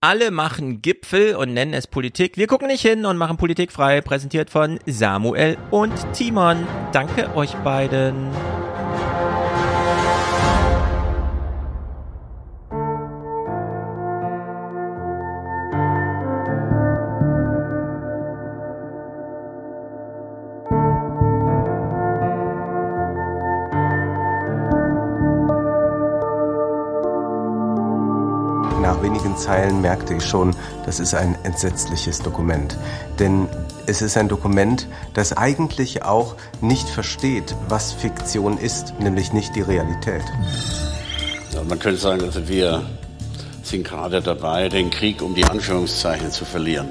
Alle machen Gipfel und nennen es Politik. Wir gucken nicht hin und machen Politik frei. Präsentiert von Samuel und Timon. Danke euch beiden. Nach wenigen Zeilen merkte ich schon, das ist ein entsetzliches Dokument. Denn es ist ein Dokument, das eigentlich auch nicht versteht, was Fiktion ist, nämlich nicht die Realität. Ja, man könnte sagen, also wir sind gerade dabei, den Krieg um die Anführungszeichen zu verlieren.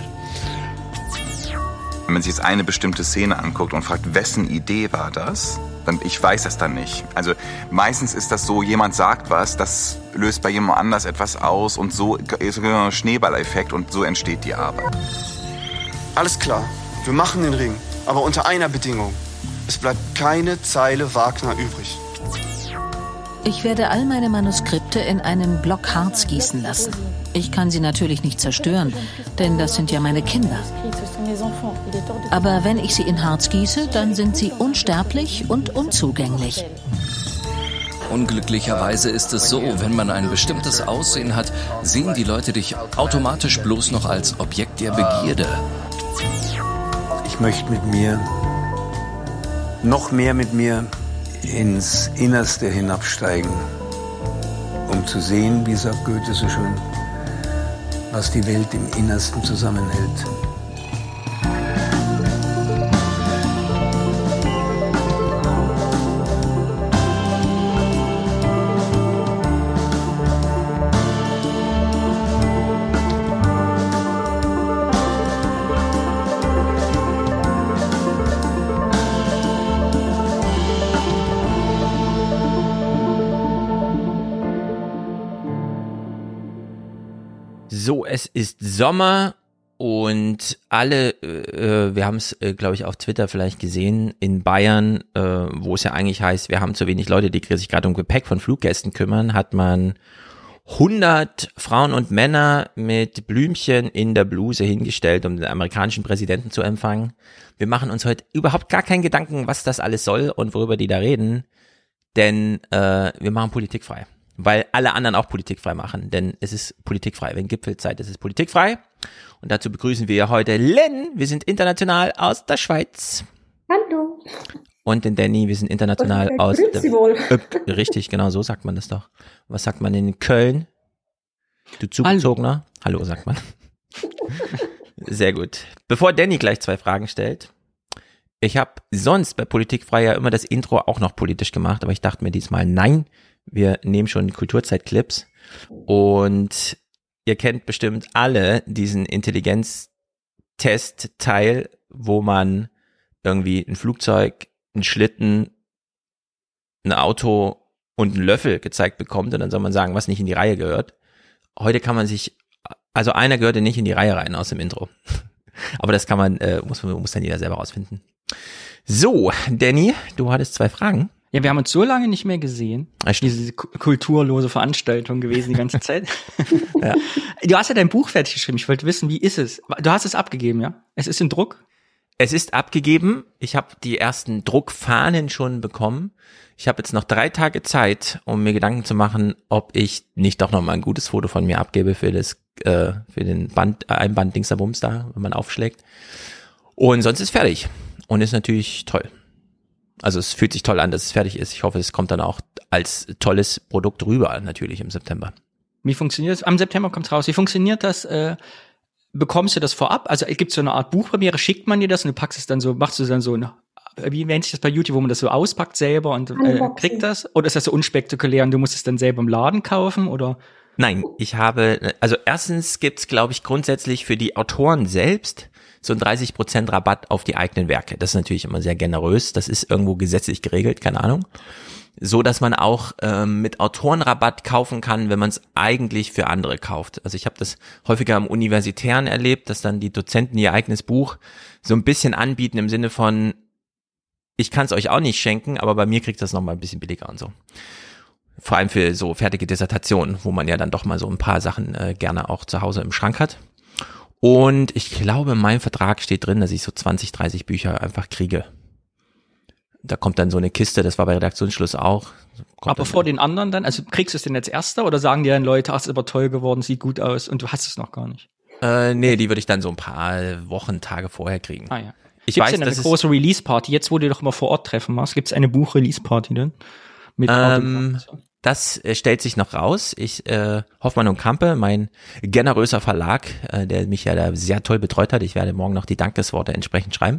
Wenn man sich jetzt eine bestimmte Szene anguckt und fragt, wessen Idee war das, dann ich weiß das dann nicht. Also meistens ist das so, jemand sagt was, das löst bei jemand anders etwas aus und so ist ein Schneeballeffekt und so entsteht die Arbeit. Alles klar, wir machen den Ring, aber unter einer Bedingung. Es bleibt keine Zeile Wagner übrig. Ich werde all meine Manuskripte in einen Block Harz gießen lassen. Ich kann sie natürlich nicht zerstören, denn das sind ja meine Kinder. Aber wenn ich sie in Harz gieße, dann sind sie unsterblich und unzugänglich. Unglücklicherweise ist es so, wenn man ein bestimmtes Aussehen hat, sehen die Leute dich automatisch bloß noch als Objekt der Begierde. Ich möchte mit mir, noch mehr mit mir, ins Innerste hinabsteigen, um zu sehen, wie sagt Goethe so schön, was die Welt im Innersten zusammenhält. So, es ist Sommer und alle, wir haben es, glaube ich, auf Twitter vielleicht gesehen, in Bayern, wo es ja eigentlich heißt, wir haben zu wenig Leute, die sich gerade um Gepäck von Fluggästen kümmern, hat man 100 Frauen und Männer mit Blümchen in der Bluse hingestellt, um den amerikanischen Präsidenten zu empfangen. Wir machen uns heute überhaupt gar keinen Gedanken, was das alles soll und worüber die da reden, denn wir machen Politik frei. Weil alle anderen auch politikfrei machen, denn es ist politikfrei. Wenn Gipfelzeit ist, ist es politikfrei. Und dazu begrüßen wir heute Lynn. Wir sind international aus der Schweiz. Hallo. Und den Danny, wir sind international aus der... Richtig, genau, so sagt man das doch. Was sagt man in Köln? Du Zugezogener? Hallo, sagt man. Sehr gut. Bevor Danny gleich 2 Fragen stellt, ich habe sonst bei Politikfrei ja immer das Intro auch noch politisch gemacht, aber ich dachte mir diesmal, nein, wir nehmen schon Kulturzeit-Clips und ihr kennt bestimmt alle diesen Intelligenztest-Teil, wo man irgendwie ein Flugzeug, einen Schlitten, ein Auto und einen Löffel gezeigt bekommt und dann soll man sagen, was nicht in die Reihe gehört. Heute kann man sich, also einer gehörte nicht in die Reihe rein aus dem Intro. Aber das kann man, muss dann jeder selber rausfinden. So, Danny, du hattest 2 Fragen. Ja, wir haben uns so lange nicht mehr gesehen. Diese kulturlose Veranstaltung gewesen die ganze Zeit. Ja. Du hast ja dein Buch fertig geschrieben. Ich wollte wissen, wie ist es? Du hast es abgegeben, ja? Es ist in Druck? Es ist abgegeben. Ich habe die ersten Druckfahnen schon bekommen. Ich habe jetzt noch 3 Tage Zeit, um mir Gedanken zu machen, ob ich nicht doch noch mal ein gutes Foto von mir abgebe für den Einband-Dingsabums da, wenn man aufschlägt. Und sonst ist fertig. Und ist natürlich toll. Also es fühlt sich toll an, dass es fertig ist. Ich hoffe, es kommt dann auch als tolles Produkt rüber, natürlich im September. Wie funktioniert es? Am September kommt's raus. Wie funktioniert das? Bekommst du das vorab? Also gibt es so eine Art Buchpremiere, schickt man dir das und du packst es dann so, machst du dann so eine, wie nennt sich das bei YouTube, wo man das so auspackt selber und kriegt das? Oder ist das so unspektakulär und du musst es dann selber im Laden kaufen? Oder? Nein, also erstens gibt's, glaube ich, grundsätzlich für die Autoren selbst so ein 30% Rabatt auf die eigenen Werke. Das ist natürlich immer sehr generös. Das ist irgendwo gesetzlich geregelt, keine Ahnung. So, dass man auch mit Autorenrabatt kaufen kann, wenn man es eigentlich für andere kauft. Also ich habe das häufiger am Universitären erlebt, dass dann die Dozenten ihr eigenes Buch so ein bisschen anbieten im Sinne von, ich kann es euch auch nicht schenken, aber bei mir kriegt das nochmal ein bisschen billiger und so. Vor allem für so fertige Dissertationen, wo man ja dann doch mal so ein paar Sachen gerne auch zu Hause im Schrank hat. Und ich glaube, in meinem Vertrag steht drin, dass ich so 20, 30 Bücher einfach kriege. Da kommt dann so eine Kiste, das war bei Redaktionsschluss auch. Aber vor den anderen dann, also kriegst du es denn als Erster oder sagen dir dann Leute, ach, ist aber toll geworden, sieht gut aus und du hast es noch gar nicht? Nee, die würde ich dann so ein paar Wochen, Tage vorher kriegen. Ah ja. Ich Gibt's weiß, denn eine dass große Release-Party, jetzt wo du doch immer vor Ort treffen machst, gibt's eine Buch-Release-Party denn? Mit das stellt sich noch raus. Hoffmann und Campe, mein generöser Verlag, der mich ja da sehr toll betreut hat. Ich werde morgen noch die Dankesworte entsprechend schreiben.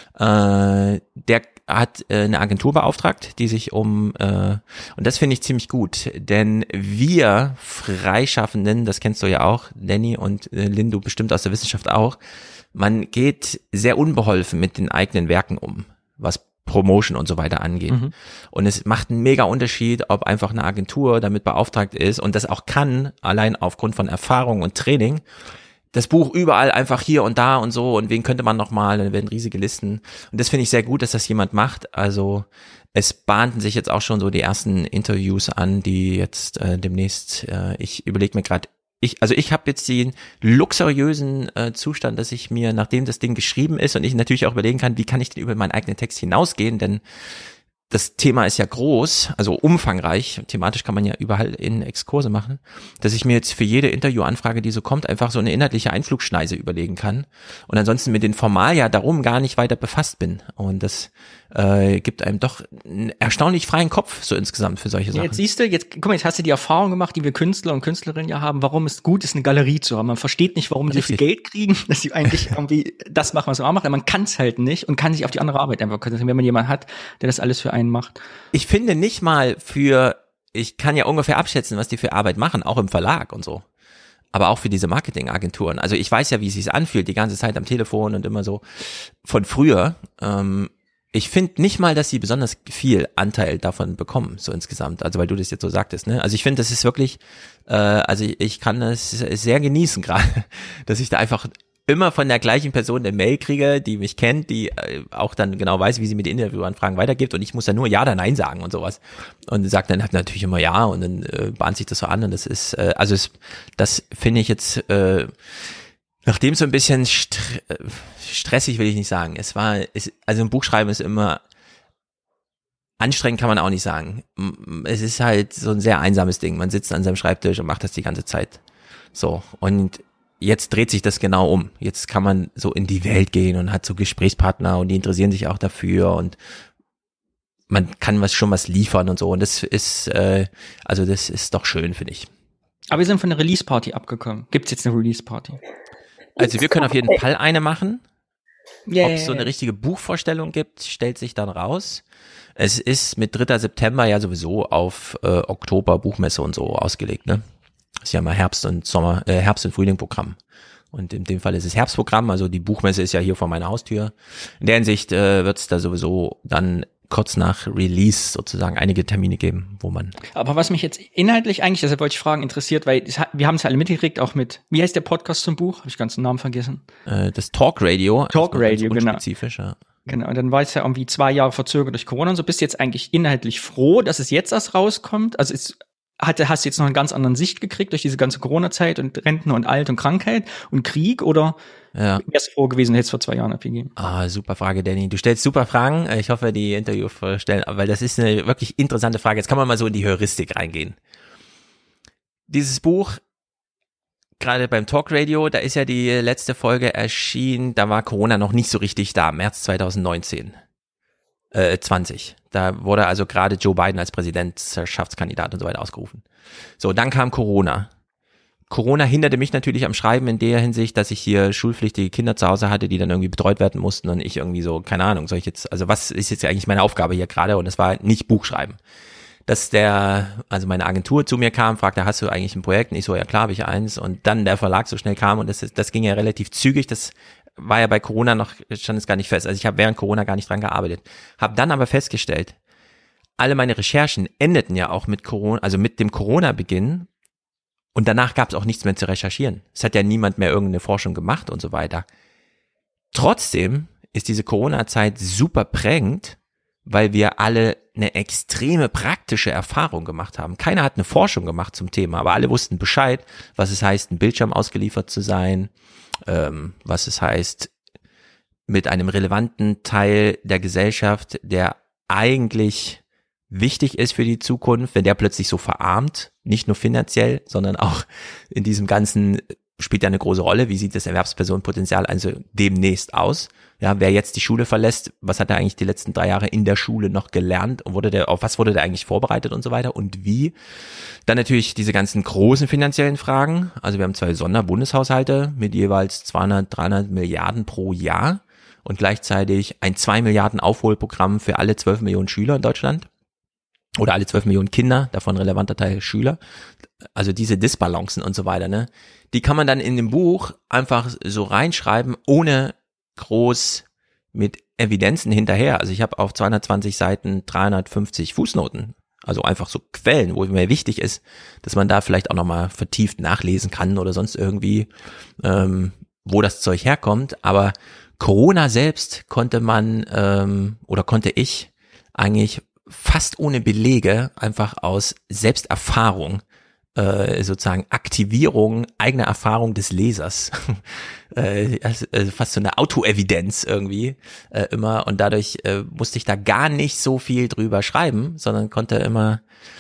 Der hat eine Agentur beauftragt, die sich und das finde ich ziemlich gut, denn wir Freischaffenden, das kennst du ja auch, Danny und Lynn, du bestimmt aus der Wissenschaft auch, man geht sehr unbeholfen mit den eigenen Werken um, was Promotion und so weiter angeht. Und es macht einen mega Unterschied, ob einfach eine Agentur damit beauftragt ist und das auch kann, allein aufgrund von Erfahrung und Training, das Buch überall einfach hier und da und so und wen könnte man noch mal, dann werden riesige Listen. Und das finde ich sehr gut, dass das jemand macht. Also es bahnten sich jetzt auch schon so die ersten Interviews an, die jetzt demnächst, ich überlege mir gerade, ich habe jetzt den luxuriösen Zustand, dass ich mir, nachdem das Ding geschrieben ist und ich natürlich auch überlegen kann, wie kann ich denn über meinen eigenen Text hinausgehen, denn das Thema ist ja groß, also umfangreich, thematisch kann man ja überall in Exkurse machen, dass ich mir jetzt für jede Interviewanfrage, die so kommt, einfach so eine inhaltliche Einflugschneise überlegen kann und ansonsten mit den Formalia darum gar nicht weiter befasst bin und das gibt einem doch einen erstaunlich freien Kopf so insgesamt für solche Sachen. Jetzt siehst du, guck mal, jetzt hast du die Erfahrung gemacht, die wir Künstler und Künstlerinnen ja haben, warum es gut ist, eine Galerie zu haben. Man versteht nicht, warum sie so viel Geld kriegen, dass sie eigentlich irgendwie das machen, was man auch macht, aber man kann es halt nicht und kann sich auf die andere Arbeit einfach konzentrieren, wenn man jemanden hat, der das alles für einen macht. Ich finde nicht mal ich kann ja ungefähr abschätzen, was die für Arbeit machen, auch im Verlag und so. Aber auch für diese Marketingagenturen. Also ich weiß ja, wie es sich anfühlt, die ganze Zeit am Telefon und immer so von früher. Ich finde nicht mal, dass sie besonders viel Anteil davon bekommen, so insgesamt. Also weil du das jetzt so sagtest, ne? Also ich finde, das ist wirklich, ich kann das sehr genießen gerade, dass ich da einfach immer von der gleichen Person eine Mail kriege, die mich kennt, die auch dann genau weiß, wie sie mir die Interviewanfragen weitergibt und ich muss dann nur Ja oder Nein sagen und sowas. Und sagt dann natürlich immer Ja und dann bahnt sich das so an und das ist, das finde ich jetzt, nachdem so ein bisschen stressig will ich nicht sagen. Also ein Buchschreiben ist immer anstrengend, kann man auch nicht sagen. Es ist halt so ein sehr einsames Ding. Man sitzt an seinem Schreibtisch und macht das die ganze Zeit. So. Und jetzt dreht sich das genau um. Jetzt kann man so in die Welt gehen und hat so Gesprächspartner und die interessieren sich auch dafür und man kann schon was liefern und so. Und das ist, das ist doch schön, finde ich. Aber wir sind von der Release-Party abgekommen. Gibt's jetzt eine Release-Party? Also wir können auf jeden Fall eine machen. Ob es so eine richtige Buchvorstellung gibt, stellt sich dann raus. Es ist mit 3. September ja sowieso auf Oktober Buchmesse und so ausgelegt, ne? Ist ja mal Herbst und Frühlingprogramm. Und in dem Fall ist es Herbstprogramm, also die Buchmesse ist ja hier vor meiner Haustür. In der Hinsicht wird es da sowieso dann kurz nach Release sozusagen einige Termine geben, wo man... Aber was mich jetzt inhaltlich eigentlich, deshalb wollte ich fragen, interessiert, weil wir haben es ja alle mitgekriegt, auch mit, wie heißt der Podcast zum Buch? Habe ich ganz den Namen vergessen. Das Talk Radio. Talk Radio, genau. Spezifisch, ja. Genau, und dann war es ja irgendwie 2 Jahre verzögert durch Corona und so. Bist du jetzt eigentlich inhaltlich froh, dass es jetzt erst rauskommt? Also hast du jetzt noch einen ganz anderen Sicht gekriegt durch diese ganze Corona-Zeit und Renten und Alt und Krankheit und Krieg oder wärst du froh gewesen, hättest es vor 2 Jahren abgegeben? Ah, super Frage, Danny. Du stellst super Fragen. Ich hoffe, die Interviewer stellen, weil das ist eine wirklich interessante Frage. Jetzt kann man mal so in die Heuristik reingehen. Dieses Buch, gerade beim Talk Radio, da ist ja die letzte Folge erschienen, da war Corona noch nicht so richtig da, März 2020. 20. Da wurde also gerade Joe Biden als Präsidentschaftskandidat und so weiter ausgerufen. So, dann kam Corona. Corona hinderte mich natürlich am Schreiben in der Hinsicht, dass ich hier schulpflichtige Kinder zu Hause hatte, die dann irgendwie betreut werden mussten und ich irgendwie so, keine Ahnung, was ist jetzt eigentlich meine Aufgabe hier gerade? Und es war nicht Buchschreiben. Dass also meine Agentur zu mir kam, fragte, hast du eigentlich ein Projekt? Und ich so, ja klar, habe ich eins. Und dann der Verlag so schnell kam und das ging ja relativ zügig, das war ja bei Corona stand es gar nicht fest. Also ich habe während Corona gar nicht dran gearbeitet. Habe dann aber festgestellt, alle meine Recherchen endeten ja auch mit Corona, also mit dem Corona-Beginn. Und danach gab es auch nichts mehr zu recherchieren. Es hat ja niemand mehr irgendeine Forschung gemacht und so weiter. Trotzdem ist diese Corona-Zeit super prägend, weil wir alle eine extreme praktische Erfahrung gemacht haben. Keiner hat eine Forschung gemacht zum Thema, aber alle wussten Bescheid, was es heißt, ein Bildschirm ausgeliefert zu sein, was es heißt, mit einem relevanten Teil der Gesellschaft, der eigentlich wichtig ist für die Zukunft, wenn der plötzlich so verarmt, nicht nur finanziell, sondern auch in diesem ganzen, spielt ja eine große Rolle, wie sieht das Erwerbspersonenpotenzial also demnächst aus? Ja, wer jetzt die Schule verlässt, was hat er eigentlich die letzten 3 Jahre in der Schule noch gelernt und auf was wurde der eigentlich vorbereitet und so weiter und wie? Dann natürlich diese ganzen großen finanziellen Fragen. Also wir haben 2 Sonderbundeshaushalte mit jeweils 200, 300 Milliarden pro Jahr und gleichzeitig ein 2 Milliarden Aufholprogramm für alle 12 Millionen Schüler in Deutschland. Oder alle 12 Millionen Kinder, davon relevanter Teil Schüler. Also diese Disbalancen und so weiter, ne? Die kann man dann in dem Buch einfach so reinschreiben, ohne groß mit Evidenzen hinterher. Also ich habe auf 220 Seiten 350 Fußnoten. Also einfach so Quellen, wo mir wichtig ist, dass man da vielleicht auch nochmal vertieft nachlesen kann oder sonst irgendwie, wo das Zeug herkommt. Aber Corona selbst konnte ich eigentlich fast ohne Belege, einfach aus Selbsterfahrung, sozusagen Aktivierung eigener Erfahrung des Lesers, also fast so eine Autoevidenz irgendwie immer, und dadurch musste ich da gar nicht so viel drüber schreiben, sondern konnte immer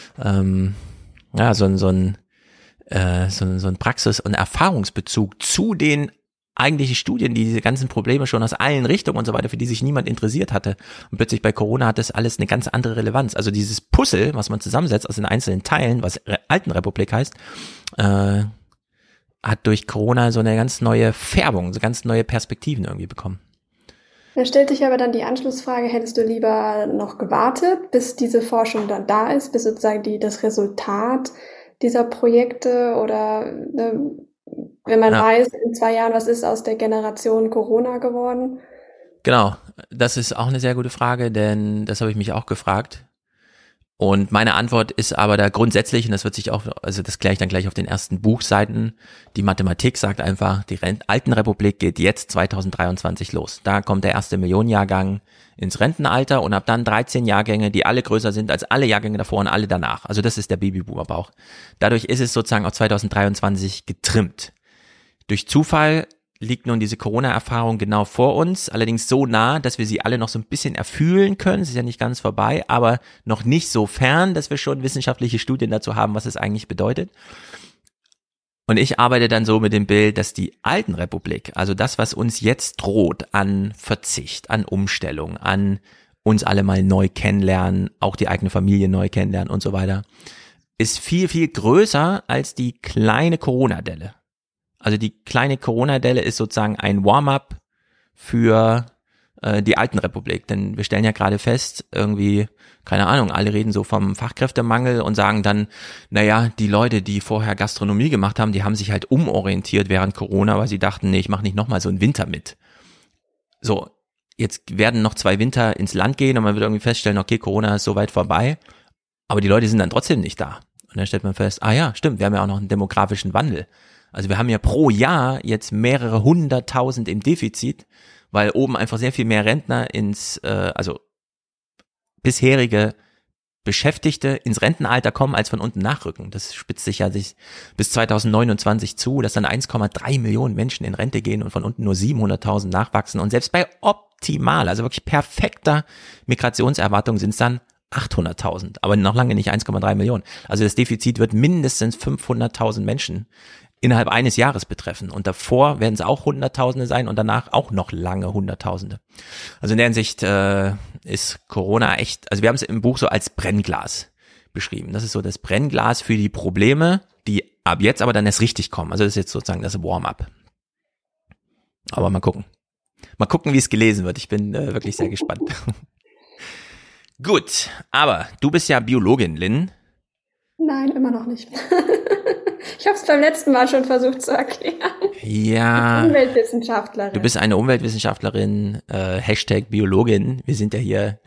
so ein Praxis- und Erfahrungsbezug zu den eigentliche Studien, die diese ganzen Probleme schon aus allen Richtungen und so weiter, für die sich niemand interessiert hatte. Und plötzlich bei Corona hat das alles eine ganz andere Relevanz. Also dieses Puzzle, was man zusammensetzt aus den einzelnen Teilen, was Altenrepublik heißt, hat durch Corona so eine ganz neue Färbung, so ganz neue Perspektiven irgendwie bekommen. Da stellt sich aber dann die Anschlussfrage, hättest du lieber noch gewartet, bis diese Forschung dann da ist, bis sozusagen das Resultat dieser Projekte oder wenn man weiß, in 2 Jahren, was ist aus der Generation Corona geworden? Genau, das ist auch eine sehr gute Frage, denn das habe ich mich auch gefragt. Und meine Antwort ist aber da grundsätzlich, und das wird sich auch, also das kläre ich dann gleich auf den ersten Buchseiten, die Mathematik sagt einfach, die Altenrepublik geht jetzt 2023 los. Da kommt der erste Millionenjahrgang ins Rentenalter und ab dann 13 Jahrgänge, die alle größer sind als alle Jahrgänge davor und alle danach. Also das ist der Babyboomer-Bauch. Dadurch ist es sozusagen auf 2023 getrimmt. Durch Zufall liegt nun diese Corona-Erfahrung genau vor uns, allerdings so nah, dass wir sie alle noch so ein bisschen erfühlen können. Es ist ja nicht ganz vorbei, aber noch nicht so fern, dass wir schon wissenschaftliche Studien dazu haben, was es eigentlich bedeutet. Und ich arbeite dann so mit dem Bild, dass die Altenrepublik, also das, was uns jetzt droht an Verzicht, an Umstellung, an uns alle mal neu kennenlernen, auch die eigene Familie neu kennenlernen und so weiter, ist viel, viel größer als die kleine Corona-Delle. Also die kleine Corona-Delle ist sozusagen ein Warm-up für die Altenrepublik, denn wir stellen ja gerade fest, irgendwie, keine Ahnung, alle reden so vom Fachkräftemangel und sagen dann, naja, die Leute, die vorher Gastronomie gemacht haben, die haben sich halt umorientiert während Corona, weil sie dachten, nee, ich mache nicht nochmal so einen Winter mit. So, jetzt werden noch 2 Winter ins Land gehen und man wird irgendwie feststellen, okay, Corona ist so weit vorbei, aber die Leute sind dann trotzdem nicht da. Und dann stellt man fest, ah ja, stimmt, wir haben ja auch noch einen demografischen Wandel. Also wir haben ja pro Jahr jetzt mehrere 100.000 im Defizit, weil oben einfach sehr viel mehr Rentner also bisherige Beschäftigte ins Rentenalter kommen, als von unten nachrücken. Das spitzt sich ja bis 2029 zu, dass dann 1,3 Millionen Menschen in Rente gehen und von unten nur 700.000 nachwachsen. Und selbst bei optimal, also wirklich perfekter Migrationserwartung sind es dann 800.000, aber noch lange nicht 1,3 Millionen. Also das Defizit wird mindestens 500.000 Menschen innerhalb eines Jahres betreffen. Und davor werden es auch Hunderttausende sein und danach auch noch lange Hunderttausende. Also in der Hinsicht ist Corona echt, also wir haben es im Buch so als Brennglas beschrieben. Das ist so das Brennglas für die Probleme, die ab jetzt aber dann erst richtig kommen. Also das ist jetzt sozusagen das Warm-up. Aber mal gucken. Mal gucken, wie es gelesen wird. Ich bin wirklich sehr gespannt. Gut, aber du bist ja Biologin, Lynn. Nein, immer noch nicht. Ich habe es beim letzten Mal schon versucht zu erklären. Ja. Umweltwissenschaftlerin. Du bist eine Umweltwissenschaftlerin, Hashtag Biologin. Wir sind ja hier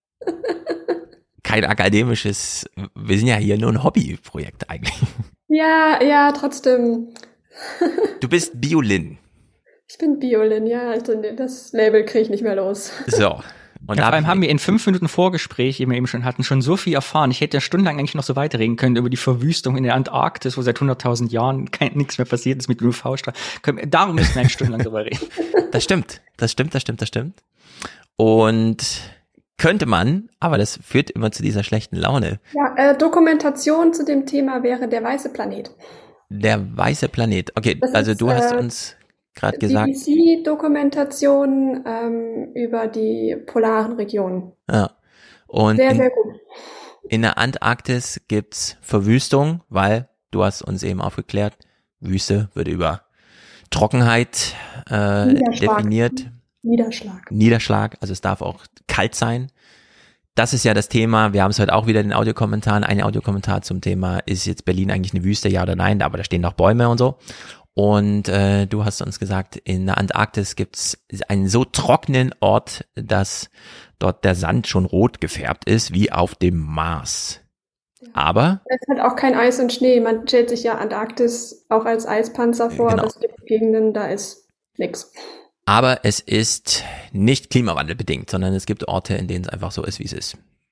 kein akademisches, wir sind ja hier nur ein Hobbyprojekt eigentlich. Ja, trotzdem. Du bist Biolin. Ich bin Biolin, ja. Also das Label kriege ich nicht mehr los. So. Und Ja, da vor allem haben wir in 5 Minuten Vorgespräch, die wir eben schon hatten, schon so viel erfahren. Ich hätte ja stundenlang eigentlich noch so weiterreden können über die Verwüstung in der Antarktis, wo seit 100.000 Jahren nichts mehr passiert ist mit dem UV-Strahl. Darum müssen wir eigentlich stundenlang drüber reden. Das stimmt. Und könnte man, aber das führt immer zu dieser schlechten Laune. Ja, Dokumentation zu dem Thema wäre der weiße Planet. Der weiße Planet. Okay, Das also ist, du hast uns gerade gesagt. BBC-Dokumentation über die polaren Regionen. Ja. Und Sehr, sehr gut. in der Antarktis gibt's Verwüstung, weil, du hast uns eben aufgeklärt, Wüste wird über Trockenheit definiert. Niederschlag, also es darf auch kalt sein. Das ist ja das Thema, wir haben es heute auch wieder in den Audiokommentaren, ein Audiokommentar zum Thema, ist jetzt Berlin eigentlich eine Wüste, ja oder nein, aber da stehen noch Bäume und so. Und du hast uns gesagt, in der Antarktis gibt's einen so trockenen Ort, dass dort der Sand schon rot gefärbt ist, wie auf dem Mars. Aber es hat auch kein Eis und Schnee. Man stellt sich ja Antarktis auch als Eispanzer vor, Genau. aber es gibt Gegenden, da ist nix. Aber es ist nicht klimawandelbedingt, sondern es gibt Orte, in denen es einfach so ist, wie es ist.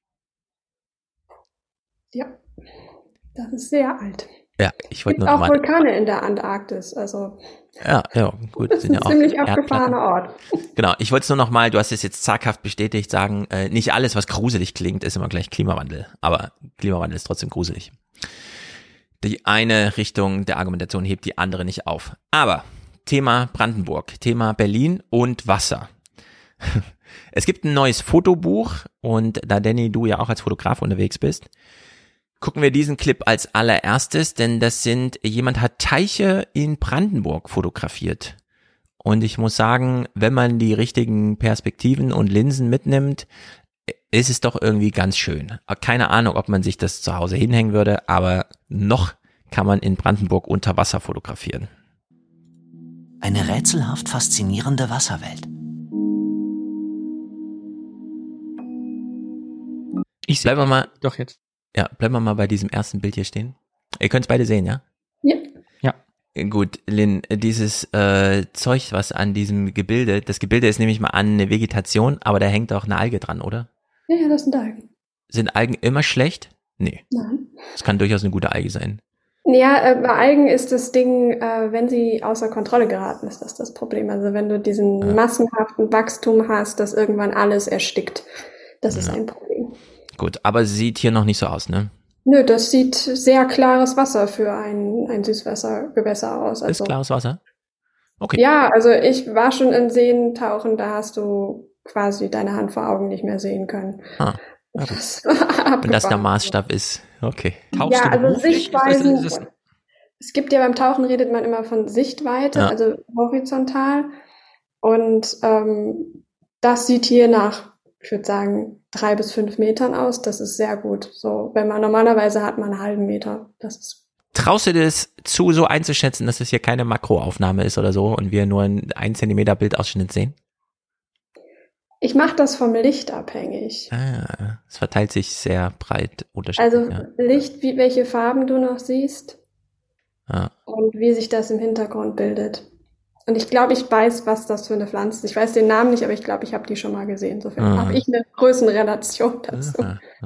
Ja, das ist sehr alt. Ja, ich Es wollte gibt nur auch mal. Vulkane in der Antarktis, also Ja, gut. das ist ein ziemlich abgefahrener Ort. Genau, ich wollte es nur noch mal, du hast es jetzt zaghaft bestätigt, sagen, nicht alles, was gruselig klingt, ist immer gleich Klimawandel. Aber Klimawandel ist trotzdem gruselig. Die eine Richtung der Argumentation hebt die andere nicht auf. Aber Thema Brandenburg, Thema Berlin und Wasser. Es gibt ein neues Fotobuch und da Danny, du ja auch als Fotograf unterwegs bist, gucken wir diesen Clip als allererstes, denn jemand hat Teiche in Brandenburg fotografiert. Und ich muss sagen, wenn man die richtigen Perspektiven und Linsen mitnimmt, ist es doch irgendwie ganz schön. Keine Ahnung, ob man sich das zu Hause hinhängen würde, aber noch kann man in Brandenburg unter Wasser fotografieren. Eine rätselhaft faszinierende Wasserwelt. Bleiben wir mal. Doch jetzt. Ja, bleiben wir mal bei diesem ersten Bild hier stehen. Ihr könnt es beide sehen, ja? Ja. Ja. Gut, Lynn, dieses Zeug, was an diesem Gebilde, das Gebilde ist nämlich mal an eine Vegetation, aber da hängt auch eine Alge dran, oder? Ja, das sind Algen. Sind Algen immer schlecht? Nee. Nein. Das kann durchaus eine gute Alge sein. Ja, bei Algen ist das Ding, wenn sie außer Kontrolle geraten, ist das Problem. Also wenn du diesen massenhaften Wachstum hast, das irgendwann alles erstickt, das ist ein Problem. Gut, aber sieht hier noch nicht so aus, ne? Nö, das sieht sehr klares Wasser für ein Süßwassergewässer aus. Ist klares Wasser? Okay. Ja, also ich war schon in Seen tauchen, da hast du quasi deine Hand vor Augen nicht mehr sehen können. Ja, das war wenn das der Maßstab ist, okay. Tauchst ja, du also beruflich? Sichtweisen. Ist das- Es gibt ja beim Tauchen redet man immer von Sichtweite, Ja. also horizontal. Und das sieht hier nach, ich würde sagen, 3 bis 5 Metern aus. Das ist sehr gut. So, wenn man normalerweise hat man einen halben Meter. Das ist Traust du dir das zu, so einzuschätzen, dass es hier keine Makroaufnahme ist oder so und wir nur einen 1 Zentimeter Bildausschnitt sehen? Ich mache das vom Licht abhängig. Es verteilt sich sehr breit unterschiedlich. Also Licht, welche Farben du noch siehst Ja. und wie sich das im Hintergrund bildet. Und ich glaube, ich weiß, was das für eine Pflanze ist. Ich weiß den Namen nicht, aber ich glaube, ich habe die schon mal gesehen. Insofern habe ich eine Größenrelation dazu.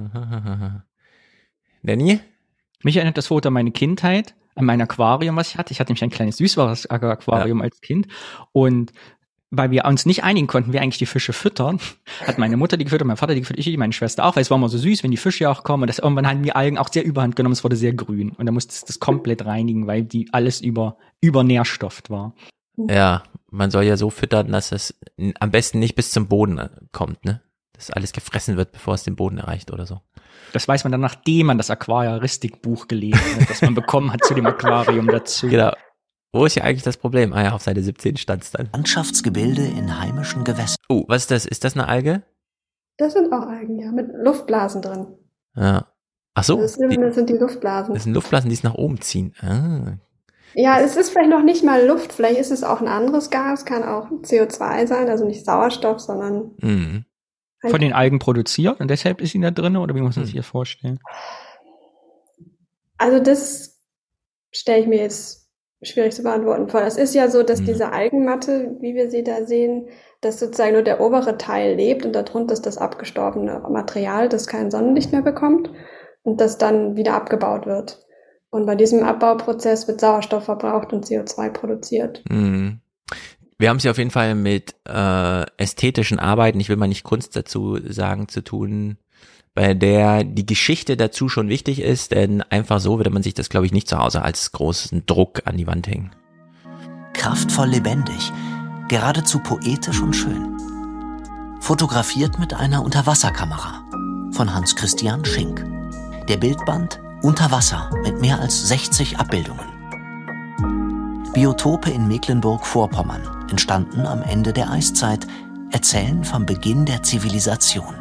Danny? Mich erinnert das Foto an meine Kindheit, an mein Aquarium, was ich hatte. Ich hatte nämlich ein kleines Süßwasser-Aquarium als Kind. Und weil wir uns nicht einigen konnten, wie eigentlich die Fische füttern, hat meine Mutter die gefüttert, mein Vater die gefüttert, meine Schwester auch, weil es war immer so süß, wenn die Fische auch kommen. Und irgendwann hatten die Algen auch sehr überhand genommen, es wurde sehr grün. Und da musste es das komplett reinigen, weil die alles übernährstofft war. Ja, man soll ja so füttern, dass es am besten nicht bis zum Boden kommt, ne? Dass alles gefressen wird, bevor es den Boden erreicht oder so. Das weiß man dann, nachdem man das Aquaristikbuch gelesen hat, das man bekommen hat zu dem Aquarium dazu. Genau. Wo ist ja eigentlich das Problem? Ah ja, auf Seite 17 stand's dann. Landschaftsgebilde in heimischen Gewässern. Oh, was ist das? Ist das eine Alge? Das sind auch Algen, ja, mit Luftblasen drin. Ja. Ach so. Das sind die Luftblasen. Das sind Luftblasen, die es nach oben ziehen. Ah. Ja, es ist vielleicht noch nicht mal Luft, vielleicht ist es auch ein anderes Gas, kann auch CO2 sein, also nicht Sauerstoff, sondern Mhm. Von den Algen produziert und deshalb ist sie da drin, oder wie muss man sich das vorstellen? Also das stelle ich mir jetzt schwierig zu beantworten. Weil es ist ja so, dass diese Algenmatte, wie wir sie da sehen, dass sozusagen nur der obere Teil lebt und darunter ist das abgestorbene Material, das kein Sonnenlicht mehr bekommt und das dann wieder abgebaut wird. Und bei diesem Abbauprozess wird Sauerstoff verbraucht und CO2 produziert. Mhm. Wir haben es ja auf jeden Fall mit ästhetischen Arbeiten, ich will mal nicht Kunst dazu sagen, zu tun, bei der die Geschichte dazu schon wichtig ist, denn einfach so würde man sich das, glaube ich, nicht zu Hause als großen Druck an die Wand hängen. Kraftvoll lebendig, geradezu poetisch und schön. Fotografiert mit einer Unterwasserkamera von Hans-Christian Schink. Der Bildband Unter Wasser mit mehr als 60 Abbildungen. Biotope in Mecklenburg-Vorpommern, entstanden am Ende der Eiszeit, erzählen vom Beginn der Zivilisation.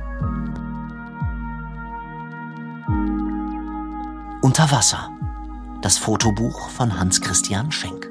Unter Wasser, das Fotobuch von Hans-Christian Schink.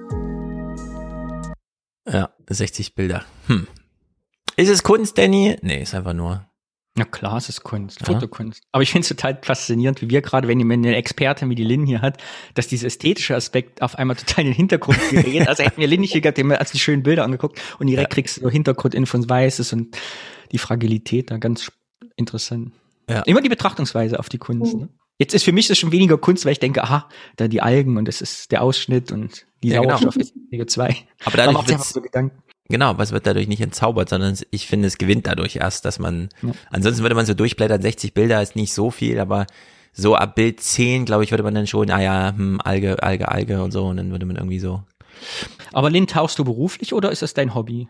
Ja, 60 Bilder. Ist es Kunst, Danny? Nee, ist einfach nur. Na klar, es ist Kunst, Fotokunst. Aber ich finde es total faszinierend, wie wir gerade, wenn eine Expertin wie die Lynn hier hat, dass dieser ästhetische Aspekt auf einmal total in den Hintergrund gerät. Also hätten wir Lynn nicht hier gehabt, als die schönen Bilder angeguckt und direkt kriegst du so Hintergrundinfo und Weißes und die Fragilität, da ganz interessant. Ja. Immer die Betrachtungsweise auf die Kunst. Ne? Jetzt ist für mich das schon weniger Kunst, weil ich denke, aha, da die Algen und das ist der Ausschnitt und die Sauerstoff ist CO2. Aber dadurch wird's so Gedanken. Genau, aber es wird dadurch nicht entzaubert, sondern ich finde, es gewinnt dadurch erst, dass man, ansonsten würde man so durchblättern, 60 Bilder ist nicht so viel, aber so ab Bild 10, glaube ich, würde man dann schon, Alge und so, und dann würde man irgendwie so. Aber Lynn, tauchst du beruflich oder ist das dein Hobby?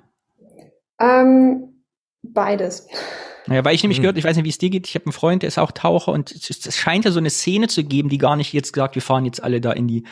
Beides. Naja, weil ich nämlich gehört, ich weiß nicht, wie es dir geht, ich habe einen Freund, der ist auch Taucher und es scheint ja so eine Szene zu geben, die gar nicht jetzt sagt, wir fahren jetzt alle da in die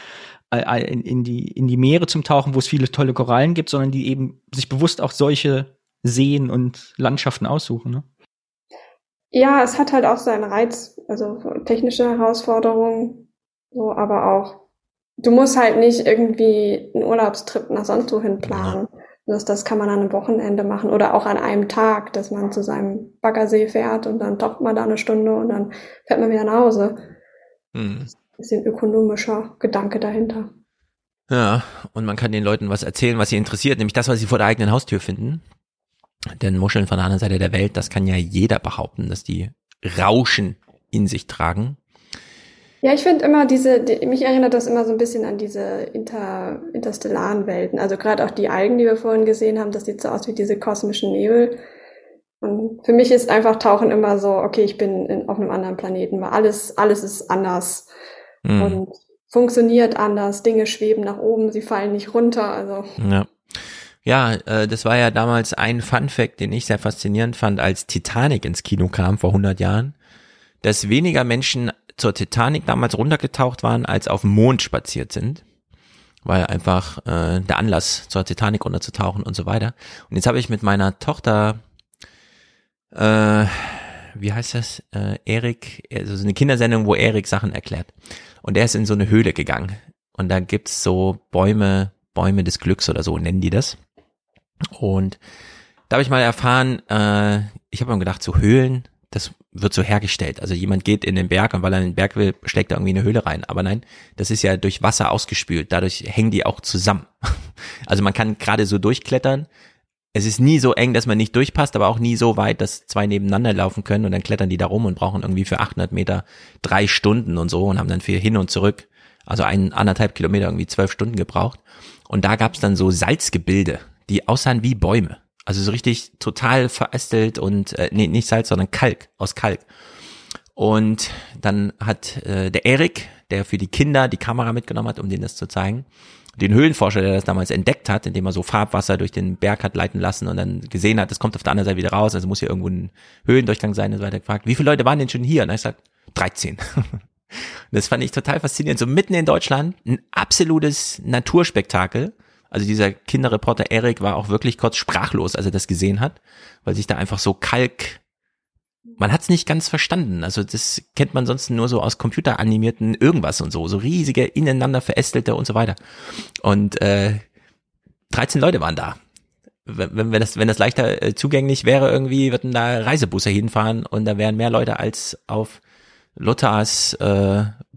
Meere zum Tauchen, wo es viele tolle Korallen gibt, sondern die eben sich bewusst auch solche Seen und Landschaften aussuchen, ne? Ja, es hat halt auch seinen Reiz, also technische Herausforderungen, so, aber auch, du musst halt nicht irgendwie einen Urlaubstrip nach sonst wohin planen. Das kann man an einem Wochenende machen oder auch an einem Tag, dass man zu seinem Baggersee fährt und dann taucht man da eine Stunde und dann fährt man wieder nach Hause. Bisschen ökonomischer Gedanke dahinter. Ja, und man kann den Leuten was erzählen, was sie interessiert, nämlich das, was sie vor der eigenen Haustür finden. Denn Muscheln von der anderen Seite der Welt, das kann ja jeder behaupten, dass die Rauschen in sich tragen. Ja, ich finde immer mich erinnert das immer so ein bisschen an diese interstellaren Welten. Also gerade auch die Algen, die wir vorhin gesehen haben, das sieht so aus wie diese kosmischen Nebel. Und für mich ist einfach Tauchen immer so, okay, ich bin auf einem anderen Planeten, weil alles ist anders. Und funktioniert anders, Dinge schweben nach oben, sie fallen nicht runter, also. Ja, das war ja damals ein Fun-Fact, den ich sehr faszinierend fand, als Titanic ins Kino kam vor 100 Jahren, dass weniger Menschen zur Titanic damals runtergetaucht waren, als auf dem Mond spaziert sind, weil einfach der Anlass zur Titanic runterzutauchen und so weiter. Und jetzt habe ich mit meiner Tochter wie heißt das? Erik, also so eine Kindersendung, wo Erik Sachen erklärt. Und der ist in so eine Höhle gegangen. Und da gibt's so Bäume des Glücks oder so, nennen die das. Und da habe ich mal erfahren, ich habe mir gedacht, so Höhlen, das wird so hergestellt. Also jemand geht in den Berg und weil er in den Berg will, steckt er irgendwie eine Höhle rein. Aber nein, das ist ja durch Wasser ausgespült. Dadurch hängen die auch zusammen. Also man kann gerade so durchklettern. Es ist nie so eng, dass man nicht durchpasst, aber auch nie so weit, dass zwei nebeneinander laufen können und dann klettern die da rum und brauchen irgendwie für 800 Meter 3 Stunden und so und haben dann für hin und zurück, also 1,5 Kilometer irgendwie 12 Stunden gebraucht. Und da gab's dann so Salzgebilde, die aussahen wie Bäume. Also so richtig total verästelt und, nicht Salz, sondern Kalk, aus Kalk. Und dann hat der Erik, der für die Kinder die Kamera mitgenommen hat, um denen das zu zeigen, den Höhlenforscher, der das damals entdeckt hat, indem er so Farbwasser durch den Berg hat leiten lassen und dann gesehen hat, das kommt auf der anderen Seite wieder raus, also muss hier irgendwo ein Höhlendurchgang sein und so weiter, gefragt, wie viele Leute waren denn schon hier? Und er sagt, 13. Das fand ich total faszinierend. So mitten in Deutschland, ein absolutes Naturspektakel. Also dieser Kinderreporter Erik war auch wirklich kurz sprachlos, als er das gesehen hat, weil sich da einfach so man hat's nicht ganz verstanden. Also das kennt man sonst nur so aus computeranimierten irgendwas und so riesige, ineinander verästelte und so weiter. Und 13 Leute waren da. Wenn das leichter zugänglich wäre, irgendwie würden da Reisebusse hinfahren und da wären mehr Leute als auf Luthers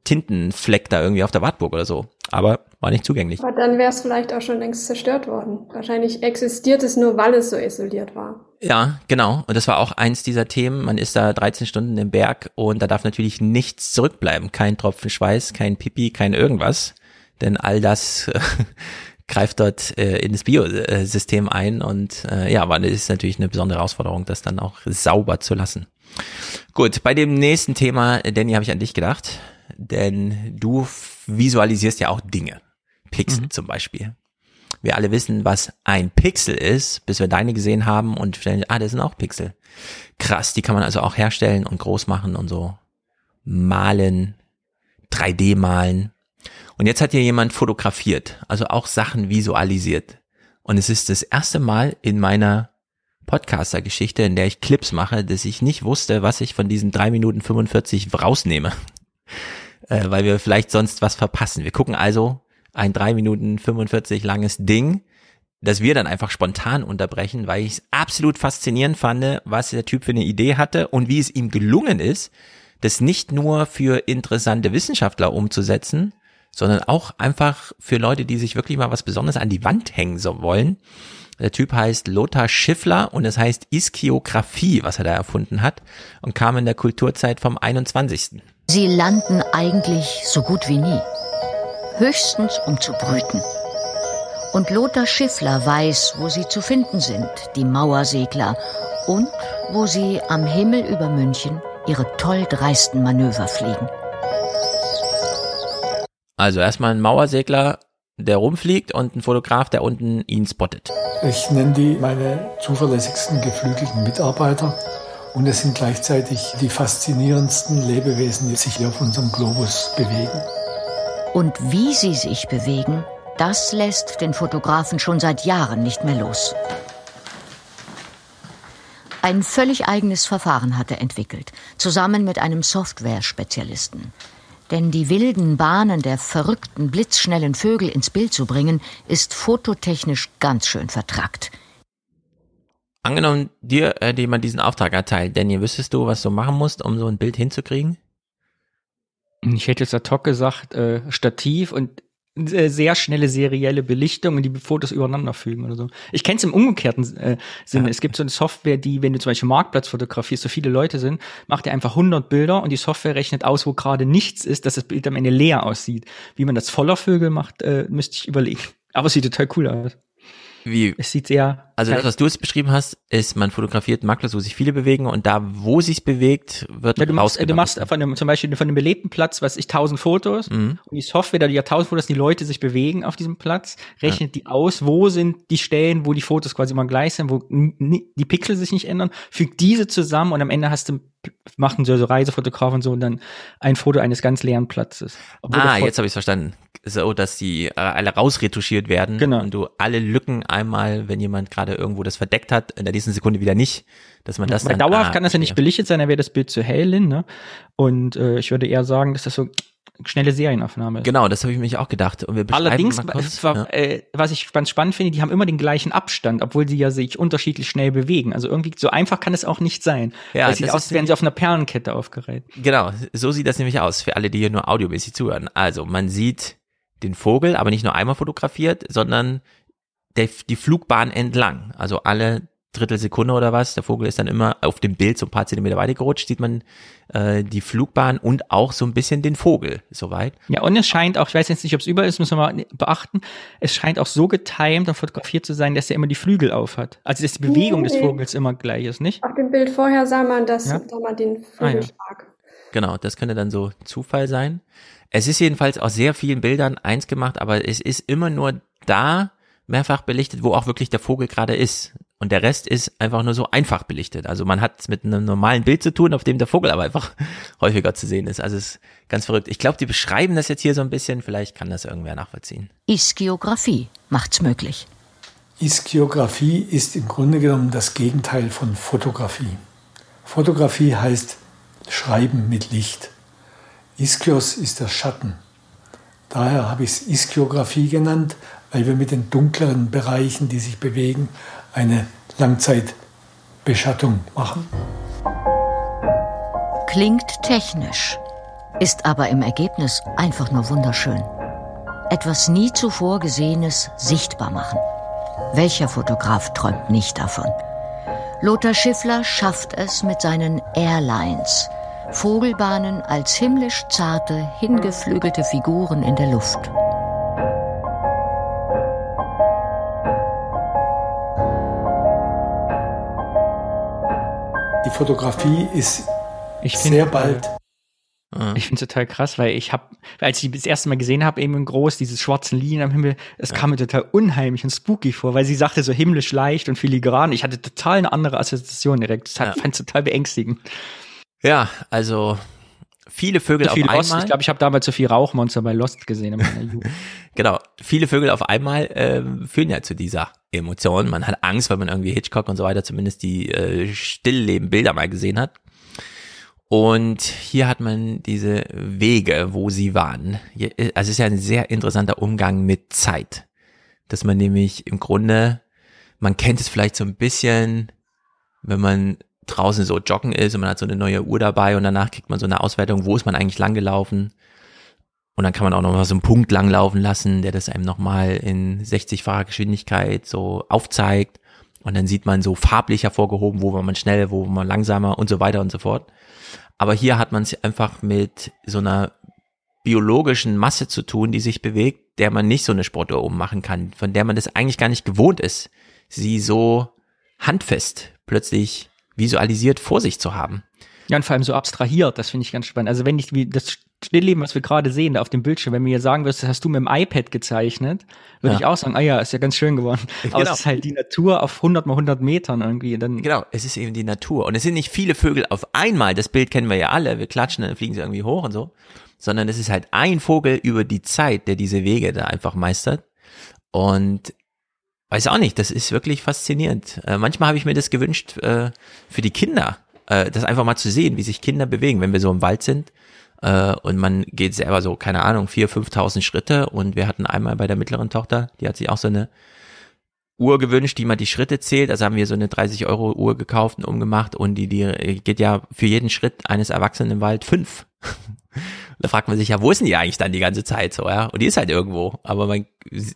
Tintenfleck da irgendwie auf der Wartburg oder so. Aber war nicht zugänglich. Aber dann wäre es vielleicht auch schon längst zerstört worden. Wahrscheinlich existiert es nur, weil es so isoliert war. Ja, genau. Und das war auch eins dieser Themen. Man ist da 13 Stunden im Berg und da darf natürlich nichts zurückbleiben. Kein Tropfen Schweiß, kein Pipi, kein irgendwas. Denn all das greift dort in das Biosystem ein. Und aber das ist natürlich eine besondere Herausforderung, das dann auch sauber zu lassen. Gut, bei dem nächsten Thema, Danny, habe ich an dich gedacht. Denn du visualisierst ja auch Dinge. Pixel zum Beispiel. Wir alle wissen, was ein Pixel ist, bis wir deine gesehen haben und stellen, das sind auch Pixel. Krass, die kann man also auch herstellen und groß machen und so malen, 3D malen. Und jetzt hat hier jemand fotografiert, also auch Sachen visualisiert. Und es ist das erste Mal in meiner Podcaster-Geschichte, in der ich Clips mache, dass ich nicht wusste, was ich von diesen 3 Minuten 45 rausnehme. Weil wir vielleicht sonst was verpassen. Wir gucken also ein 3 Minuten 45 langes Ding, das wir dann einfach spontan unterbrechen, weil ich es absolut faszinierend fand, was der Typ für eine Idee hatte und wie es ihm gelungen ist, das nicht nur für interessante Wissenschaftler umzusetzen, sondern auch einfach für Leute, die sich wirklich mal was Besonderes an die Wand hängen so wollen. Der Typ heißt Lothar Schiffler und es heißt Iskiographie, was er da erfunden hat und kam in der Kulturzeit vom 21. Sie landen eigentlich so gut wie nie. Höchstens um zu brüten. Und Lothar Schiffler weiß, wo sie zu finden sind, die Mauersegler, und wo sie am Himmel über München ihre toll dreisten Manöver fliegen. Also erstmal ein Mauersegler, der rumfliegt und ein Fotograf, der unten ihn spottet. Ich nenne die meine zuverlässigsten geflügelten Mitarbeiter. Und es sind gleichzeitig die faszinierendsten Lebewesen, die sich hier auf unserem Globus bewegen. Und wie sie sich bewegen, das lässt den Fotografen schon seit Jahren nicht mehr los. Ein völlig eigenes Verfahren hat er entwickelt, zusammen mit einem Software-Spezialisten. Denn die wilden Bahnen der verrückten, blitzschnellen Vögel ins Bild zu bringen, ist fototechnisch ganz schön vertrackt. Angenommen, dir jemand diesen Auftrag erteilt, Danny, wüsstest du, was du machen musst, um so ein Bild hinzukriegen? Ich hätte jetzt ad hoc gesagt, Stativ und sehr schnelle serielle Belichtung und die Fotos übereinander fügen oder so. Ich kenne es im umgekehrten Sinne. Ja. Es gibt so eine Software, die, wenn du zum Beispiel Marktplatz fotografierst, so viele Leute sind, macht dir einfach 100 Bilder und die Software rechnet aus, wo gerade nichts ist, dass das Bild am Ende leer aussieht. Wie man das voller Vögel macht, müsste ich überlegen. Aber es sieht total cool aus. Wie? Es sieht sehr... Also das, was du jetzt beschrieben hast, ist, man fotografiert makellos, wo sich viele bewegen und da, wo sich's bewegt, wird du machst zum Beispiel von einem belebten Platz, 1000 Fotos und die Software, da die 1000 Fotos, die Leute sich bewegen auf diesem Platz, rechnet die aus, wo sind die Stellen, wo die Fotos quasi immer gleich sind, wo die Pixel sich nicht ändern, fügt diese zusammen und am Ende machen so Reisefotografen und so und dann ein Foto eines ganz leeren Platzes. Jetzt habe ich es verstanden. So, dass die alle rausretuschiert werden. Genau. Und du alle Lücken einmal, wenn jemand gerade irgendwo das verdeckt hat, in der nächsten Sekunde wieder nicht, dass man das dann... Dauerhaft kann das ja nicht belichtet sein, dann wäre das Bild zu hell, ne? Und ich würde eher sagen, dass das so schnelle Serienaufnahme ist. Genau, das habe ich mir auch gedacht. Und wir allerdings, was ich ganz spannend finde, die haben immer den gleichen Abstand, obwohl sie ja sich unterschiedlich schnell bewegen. Also irgendwie so einfach kann es auch nicht sein. Ja, es sieht aus, als wären sie auf einer Perlenkette aufgereiht. Genau, so sieht das nämlich aus, für alle, die hier nur audiomäßig zuhören. Also man sieht den Vogel, aber nicht nur einmal fotografiert, sondern die Flugbahn entlang. Also alle Drittelsekunde oder was, der Vogel ist dann immer auf dem Bild so ein paar Zentimeter weiter gerutscht, sieht man die Flugbahn und auch so ein bisschen den Vogel soweit. Ja, und es scheint auch, ich weiß jetzt nicht, ob es überall ist, müssen wir mal beachten, es scheint auch so getimed und fotografiert zu sein, dass er immer die Flügel auf hat. Also dass die Bewegung des Vogels immer gleich ist, nicht? Auf dem Bild vorher sah man den Flügelschlag. Genau, das könnte dann so Zufall sein. Es ist jedenfalls aus sehr vielen Bildern eins gemacht, aber es ist immer nur da mehrfach belichtet, wo auch wirklich der Vogel gerade ist. Und der Rest ist einfach nur so einfach belichtet. Also man hat es mit einem normalen Bild zu tun, auf dem der Vogel aber einfach häufiger zu sehen ist. Also es ist ganz verrückt. Ich glaube, die beschreiben das jetzt hier so ein bisschen. Vielleicht kann das irgendwer nachvollziehen. Iskiographie macht's möglich. Iskiographie ist im Grunde genommen das Gegenteil von Fotografie. Fotografie heißt Schreiben mit Licht. Iskios ist der Schatten. Daher habe ich es Iskiographie genannt, weil wir mit den dunkleren Bereichen, die sich bewegen, eine Langzeitbeschattung machen. Klingt technisch. ist aber im Ergebnis einfach nur wunderschön. Etwas nie zuvor Gesehenes sichtbar machen. Welcher Fotograf träumt nicht davon? Lothar Schiffler schafft es mit seinen Airlines, Vogelbahnen als himmlisch zarte, hingeflügelte Figuren in der Luft. Die Fotografie ist sehr bald. Ich finde es total krass, weil als ich das erste Mal gesehen habe, eben in groß, diese schwarzen Linien am Himmel, es kam mir total unheimlich und spooky vor, weil sie sagte so himmlisch leicht und filigran. Ich hatte total eine andere Assoziation direkt. Fand es total beängstigend. Ja, also viele Vögel auf einmal. Ich glaube, ich habe damals so viel Rauchmonster bei Lost gesehen in meiner Jugend. Genau, viele Vögel auf einmal führen ja zu dieser Emotion. Man hat Angst, weil man irgendwie Hitchcock und so weiter zumindest die Stillleben-Bilder mal gesehen hat. Und hier hat man diese Wege, wo sie waren. Also es ist ja ein sehr interessanter Umgang mit Zeit. Dass man nämlich im Grunde, man kennt es vielleicht so ein bisschen, wenn man draußen so joggen ist und man hat so eine neue Uhr dabei und danach kriegt man so eine Auswertung, wo ist man eigentlich lang gelaufen. Und dann kann man auch noch mal so einen Punkt langlaufen lassen, der das einem nochmal in 60-facher Geschwindigkeit so aufzeigt. Und dann sieht man so farblich hervorgehoben, wo war man schnell, wo war man langsamer und so weiter und so fort. Aber hier hat man es einfach mit so einer biologischen Masse zu tun, die sich bewegt, der man nicht so eine Sportuhr ummachen kann, von der man das eigentlich gar nicht gewohnt ist, sie so handfest plötzlich visualisiert vor sich zu haben. Ja, und vor allem so abstrahiert, das finde ich ganz spannend. Also wenn ich wie das Stillleben, was wir gerade sehen, da auf dem Bildschirm, wenn mir sagen würdest, das hast du mit dem iPad gezeichnet, würde ich auch sagen, ist ja ganz schön geworden. Aber es ist halt die Natur auf 100 mal 100 Metern irgendwie. Dann genau, es ist eben die Natur. Und es sind nicht viele Vögel auf einmal, das Bild kennen wir ja alle, wir klatschen, dann fliegen sie irgendwie hoch und so, sondern es ist halt ein Vogel über die Zeit, der diese Wege da einfach meistert. Und weiß auch nicht, das ist wirklich faszinierend. Manchmal habe ich mir das gewünscht für die Kinder, das einfach mal zu sehen, wie sich Kinder bewegen, wenn wir so im Wald sind. Und man geht selber so, keine Ahnung, 4.000, 5.000 Schritte. Und wir hatten einmal bei der mittleren Tochter, die hat sich auch so eine Uhr gewünscht, die mal die Schritte zählt. Also haben wir so eine 30-Euro-Uhr gekauft und umgemacht. Und die geht ja für jeden Schritt eines Erwachsenen im Wald 5. Da fragt man sich ja, wo ist denn die eigentlich dann die ganze Zeit so, ja? Und die ist halt irgendwo. Aber man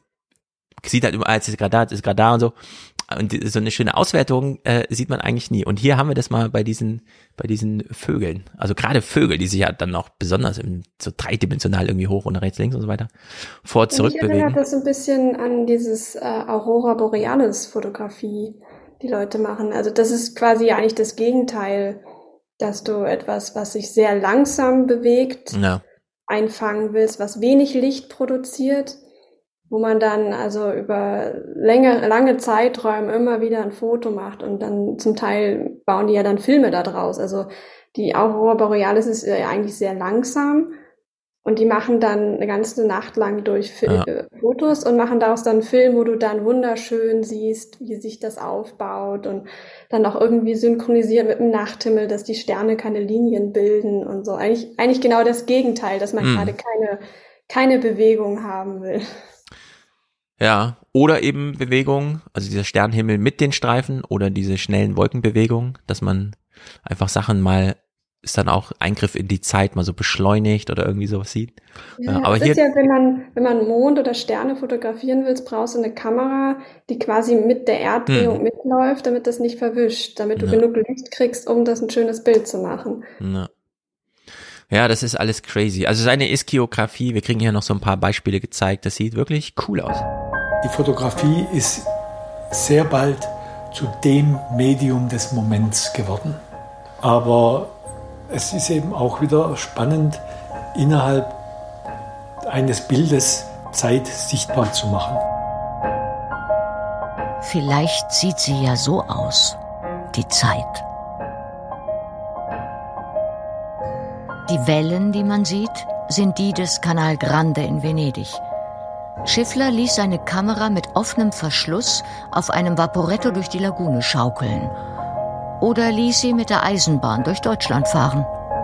sieht halt immer, es ist gerade da und so. Und so eine schöne Auswertung sieht man eigentlich nie. Und hier haben wir das mal bei diesen Vögeln. Also gerade Vögel, die sich ja dann noch besonders so dreidimensional irgendwie hoch und rechts, links und so weiter zurück bewegen. Mich erinnert das ein bisschen an dieses Aurora Borealis Fotografie, die Leute machen. Also das ist quasi eigentlich das Gegenteil, dass du etwas, was sich sehr langsam bewegt, einfangen willst, was wenig Licht produziert, wo man dann also über lange Zeiträume immer wieder ein Foto macht und dann zum Teil bauen die ja dann Filme da draus. Also die Aurora Borealis ist ja eigentlich sehr langsam und die machen dann eine ganze Nacht lang durch Fotos und machen daraus dann einen Film, wo du dann wunderschön siehst, wie sich das aufbaut und dann auch irgendwie synchronisiert mit dem Nachthimmel, dass die Sterne keine Linien bilden und so. Eigentlich genau das Gegenteil, dass man gerade keine Bewegung haben will. Ja, oder eben Bewegung, also dieser Sternenhimmel mit den Streifen oder diese schnellen Wolkenbewegungen, dass man einfach Sachen mal, ist dann auch Eingriff in die Zeit, mal so beschleunigt oder irgendwie sowas sieht. Ja, aber hier ist ja, wenn man Mond oder Sterne fotografieren willst, brauchst du eine Kamera, die quasi mit der Erddrehung mitläuft, damit das nicht verwischt, damit du genug Licht kriegst, um das ein schönes Bild zu machen. Ja, das ist alles crazy. Also seine Iskiografie, wir kriegen hier noch so ein paar Beispiele gezeigt, das sieht wirklich cool aus. Die Fotografie ist sehr bald zu dem Medium des Moments geworden. Aber es ist eben auch wieder spannend, innerhalb eines Bildes Zeit sichtbar zu machen. Vielleicht sieht sie ja so aus, die Zeit. Die Wellen, die man sieht, sind die des Canal Grande in Venedig. Schiffler ließ seine Kamera mit offenem Verschluss auf einem Vaporetto durch die Lagune schaukeln. Oder ließ sie mit der Eisenbahn durch Deutschland fahren.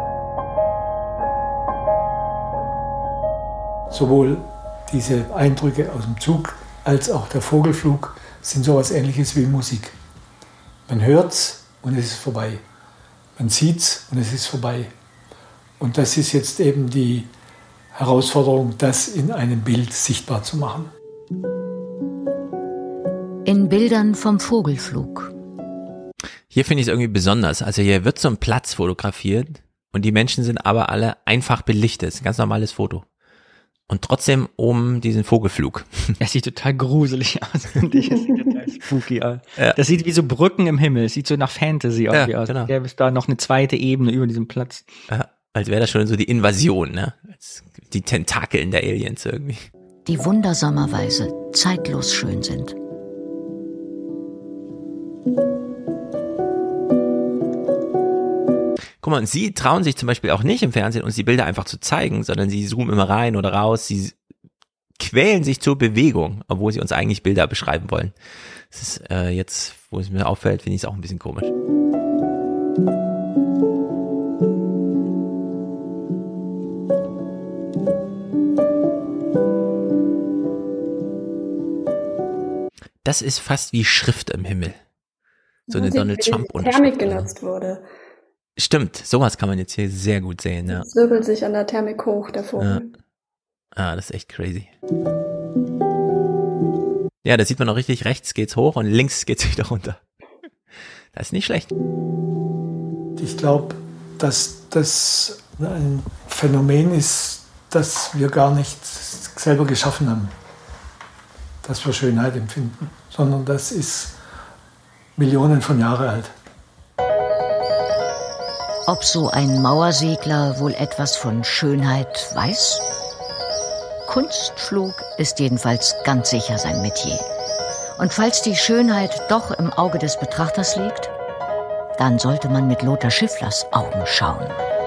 Sowohl diese Eindrücke aus dem Zug als auch der Vogelflug sind sowas Ähnliches wie Musik. Man hört's und es ist vorbei. Man sieht's und es ist vorbei. Und das ist jetzt eben die Herausforderung, das in einem Bild sichtbar zu machen. In Bildern vom Vogelflug. Hier finde ich es irgendwie besonders. Also hier wird so ein Platz fotografiert und die Menschen sind aber alle einfach belichtet. Das ist ein ganz normales Foto. Und trotzdem oben diesen Vogelflug. Es sieht total gruselig aus, finde ich. Es sieht total spooky aus. Ja. Das sieht wie so Brücken im Himmel. Es sieht so nach Fantasy irgendwie aus. Genau. Gäbe es da noch eine zweite Ebene über diesem Platz. Ja, als wäre das schon so die Invasion, ne? Die Tentakeln der Aliens irgendwie. Die wundersamerweise zeitlos schön sind. Guck mal, und sie trauen sich zum Beispiel auch nicht im Fernsehen, uns die Bilder einfach zu zeigen, sondern sie zoomen immer rein oder raus, sie quälen sich zur Bewegung, obwohl sie uns eigentlich Bilder beschreiben wollen. Das ist jetzt, wo es mir auffällt, finde ich es auch ein bisschen komisch. Das ist fast wie Schrift im Himmel. So eine Donald Trump-Unterschrift. Thermik genutzt wurde. Stimmt, sowas kann man jetzt hier sehr gut sehen. Ja. Das wirbelt sich an der Thermik hoch, der Vogel. Ja. Das ist echt crazy. Ja, da sieht man auch richtig, rechts geht's hoch und links geht's wieder runter. Das ist nicht schlecht. Ich glaube, dass das ein Phänomen ist, das wir gar nicht selber geschaffen haben, dass wir Schönheit empfinden, sondern das ist Millionen von Jahren alt. Ob so ein Mauersegler wohl etwas von Schönheit weiß? Kunstflug ist jedenfalls ganz sicher sein Metier. Und falls die Schönheit doch im Auge des Betrachters liegt, dann sollte man mit Lothar Schifflers Augen schauen.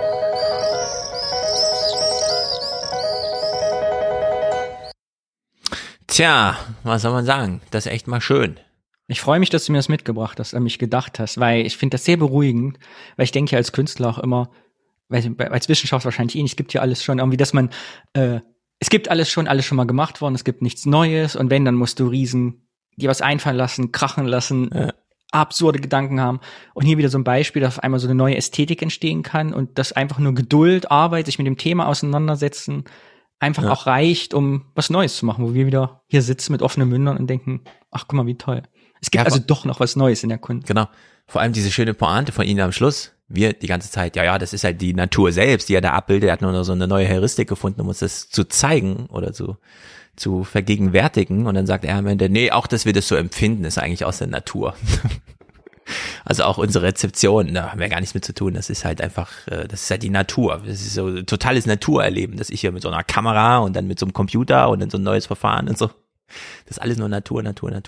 Tja, was soll man sagen? Das ist echt mal schön. Ich freue mich, dass du mir das mitgebracht hast, an mich gedacht hast, weil ich finde das sehr beruhigend, weil ich denke ja als Künstler auch immer, als Wissenschaftler wahrscheinlich nicht, es gibt ja alles schon, irgendwie, dass man, es gibt alles schon mal gemacht worden, es gibt nichts Neues und wenn, dann musst du dir was einfallen lassen, krachen lassen, absurde Gedanken haben und hier wieder so ein Beispiel, dass auf einmal so eine neue Ästhetik entstehen kann und dass einfach nur Geduld, Arbeit, sich mit dem Thema auseinandersetzen, einfach auch reicht, um was Neues zu machen, wo wir wieder hier sitzen mit offenen Mündern und denken, ach, guck mal, wie toll. Es gibt also doch noch was Neues in der Kunst. Genau. Vor allem diese schöne Pointe von Ihnen am Schluss. Wir die ganze Zeit, ja, das ist halt die Natur selbst, die er da abbildet. Er hat nur so eine neue Heuristik gefunden, um uns das zu zeigen oder zu vergegenwärtigen. Und dann sagt er am Ende, nee, auch dass wir das so empfinden, ist eigentlich aus der Natur. Also auch unsere Rezeption, da haben wir gar nichts mit zu tun. Das ist halt einfach, das ist halt die Natur. Das ist so ein totales Naturerleben, dass ich hier mit so einer Kamera und dann mit so einem Computer und dann so ein neues Verfahren und so. Das ist alles nur Natur.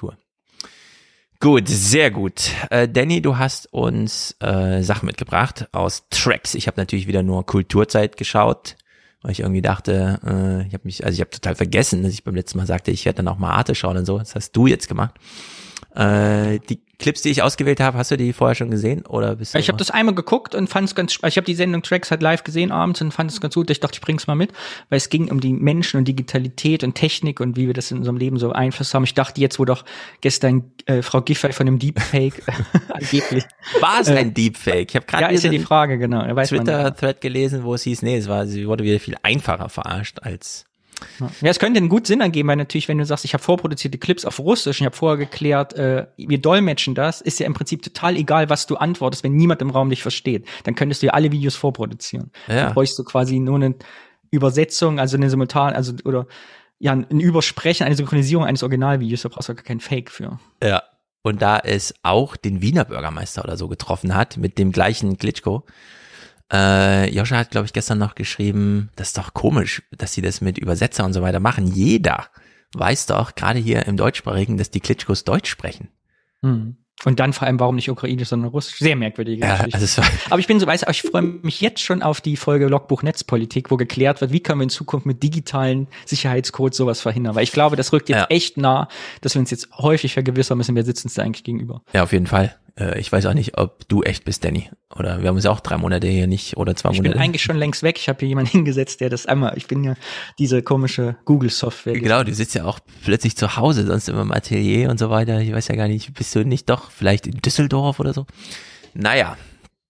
Gut, sehr gut. Danny, du hast uns Sachen mitgebracht aus Tracks. Ich habe natürlich wieder nur Kulturzeit geschaut, weil ich irgendwie dachte, ich habe total vergessen, dass ich beim letzten Mal sagte, ich werde dann auch mal Arte schauen und so. Das hast du jetzt gemacht. Die Clips, die ich ausgewählt habe, hast du die vorher schon gesehen oder bist du? Ich habe das einmal geguckt und fand es ganz, ich habe die Sendung Tracks halt live gesehen abends und fand es ganz gut. Ich dachte, ich bring's mal mit, weil es ging um die Menschen und Digitalität und Technik und wie wir das in unserem Leben so Einfluss haben. Ich dachte jetzt, wo doch gestern Frau Giffey von dem Deepfake angeblich. War es ein Deepfake? Ich habe gerade ist ja die Frage, genau. Twitter-Thread gelesen, wo es hieß, nee, sie wurde wieder viel einfacher verarscht als. Ja, es könnte einen guten Sinn ergeben, weil natürlich, wenn du sagst, ich habe vorproduzierte Clips auf Russisch und ich habe vorher geklärt, wir dolmetschen das, ist ja im Prinzip total egal, was du antwortest, wenn niemand im Raum dich versteht. Dann könntest du ja alle Videos vorproduzieren. Ja. Dann bräuchst du quasi nur eine Übersetzung, also eine Simultan, ein Übersprechen, eine Synchronisierung eines Originalvideos, da brauchst du gar keinen Fake für. Ja, und da es auch den Wiener Bürgermeister oder so getroffen hat, mit dem gleichen Klitschko, Joscha hat, glaube ich, gestern noch geschrieben, das ist doch komisch, dass sie das mit Übersetzer und so weiter machen. Jeder weiß doch, gerade hier im Deutschsprachigen, dass die Klitschkos Deutsch sprechen. Und dann vor allem, warum nicht Ukrainisch, sondern Russisch? Sehr merkwürdige Geschichte. Also aber ich freue mich jetzt schon auf die Folge Logbuch Netzpolitik, wo geklärt wird, wie können wir in Zukunft mit digitalen Sicherheitscodes sowas verhindern. Weil ich glaube, das rückt jetzt echt nah, dass wir uns jetzt häufig vergewissern müssen, wer sitzt uns da eigentlich gegenüber. Ja, auf jeden Fall. Ich weiß auch nicht, ob du echt bist, Danny. Oder wir haben uns ja auch 3 Monate hier nicht, oder 2 Monate. Ich bin eigentlich schon längst weg. Ich habe hier jemanden hingesetzt, der das einmal, ich bin ja diese komische Google-Software. Genau, du sitzt ja auch plötzlich zu Hause, sonst immer im Atelier und so weiter. Ich weiß ja gar nicht, bist du nicht doch vielleicht in Düsseldorf oder so? Naja.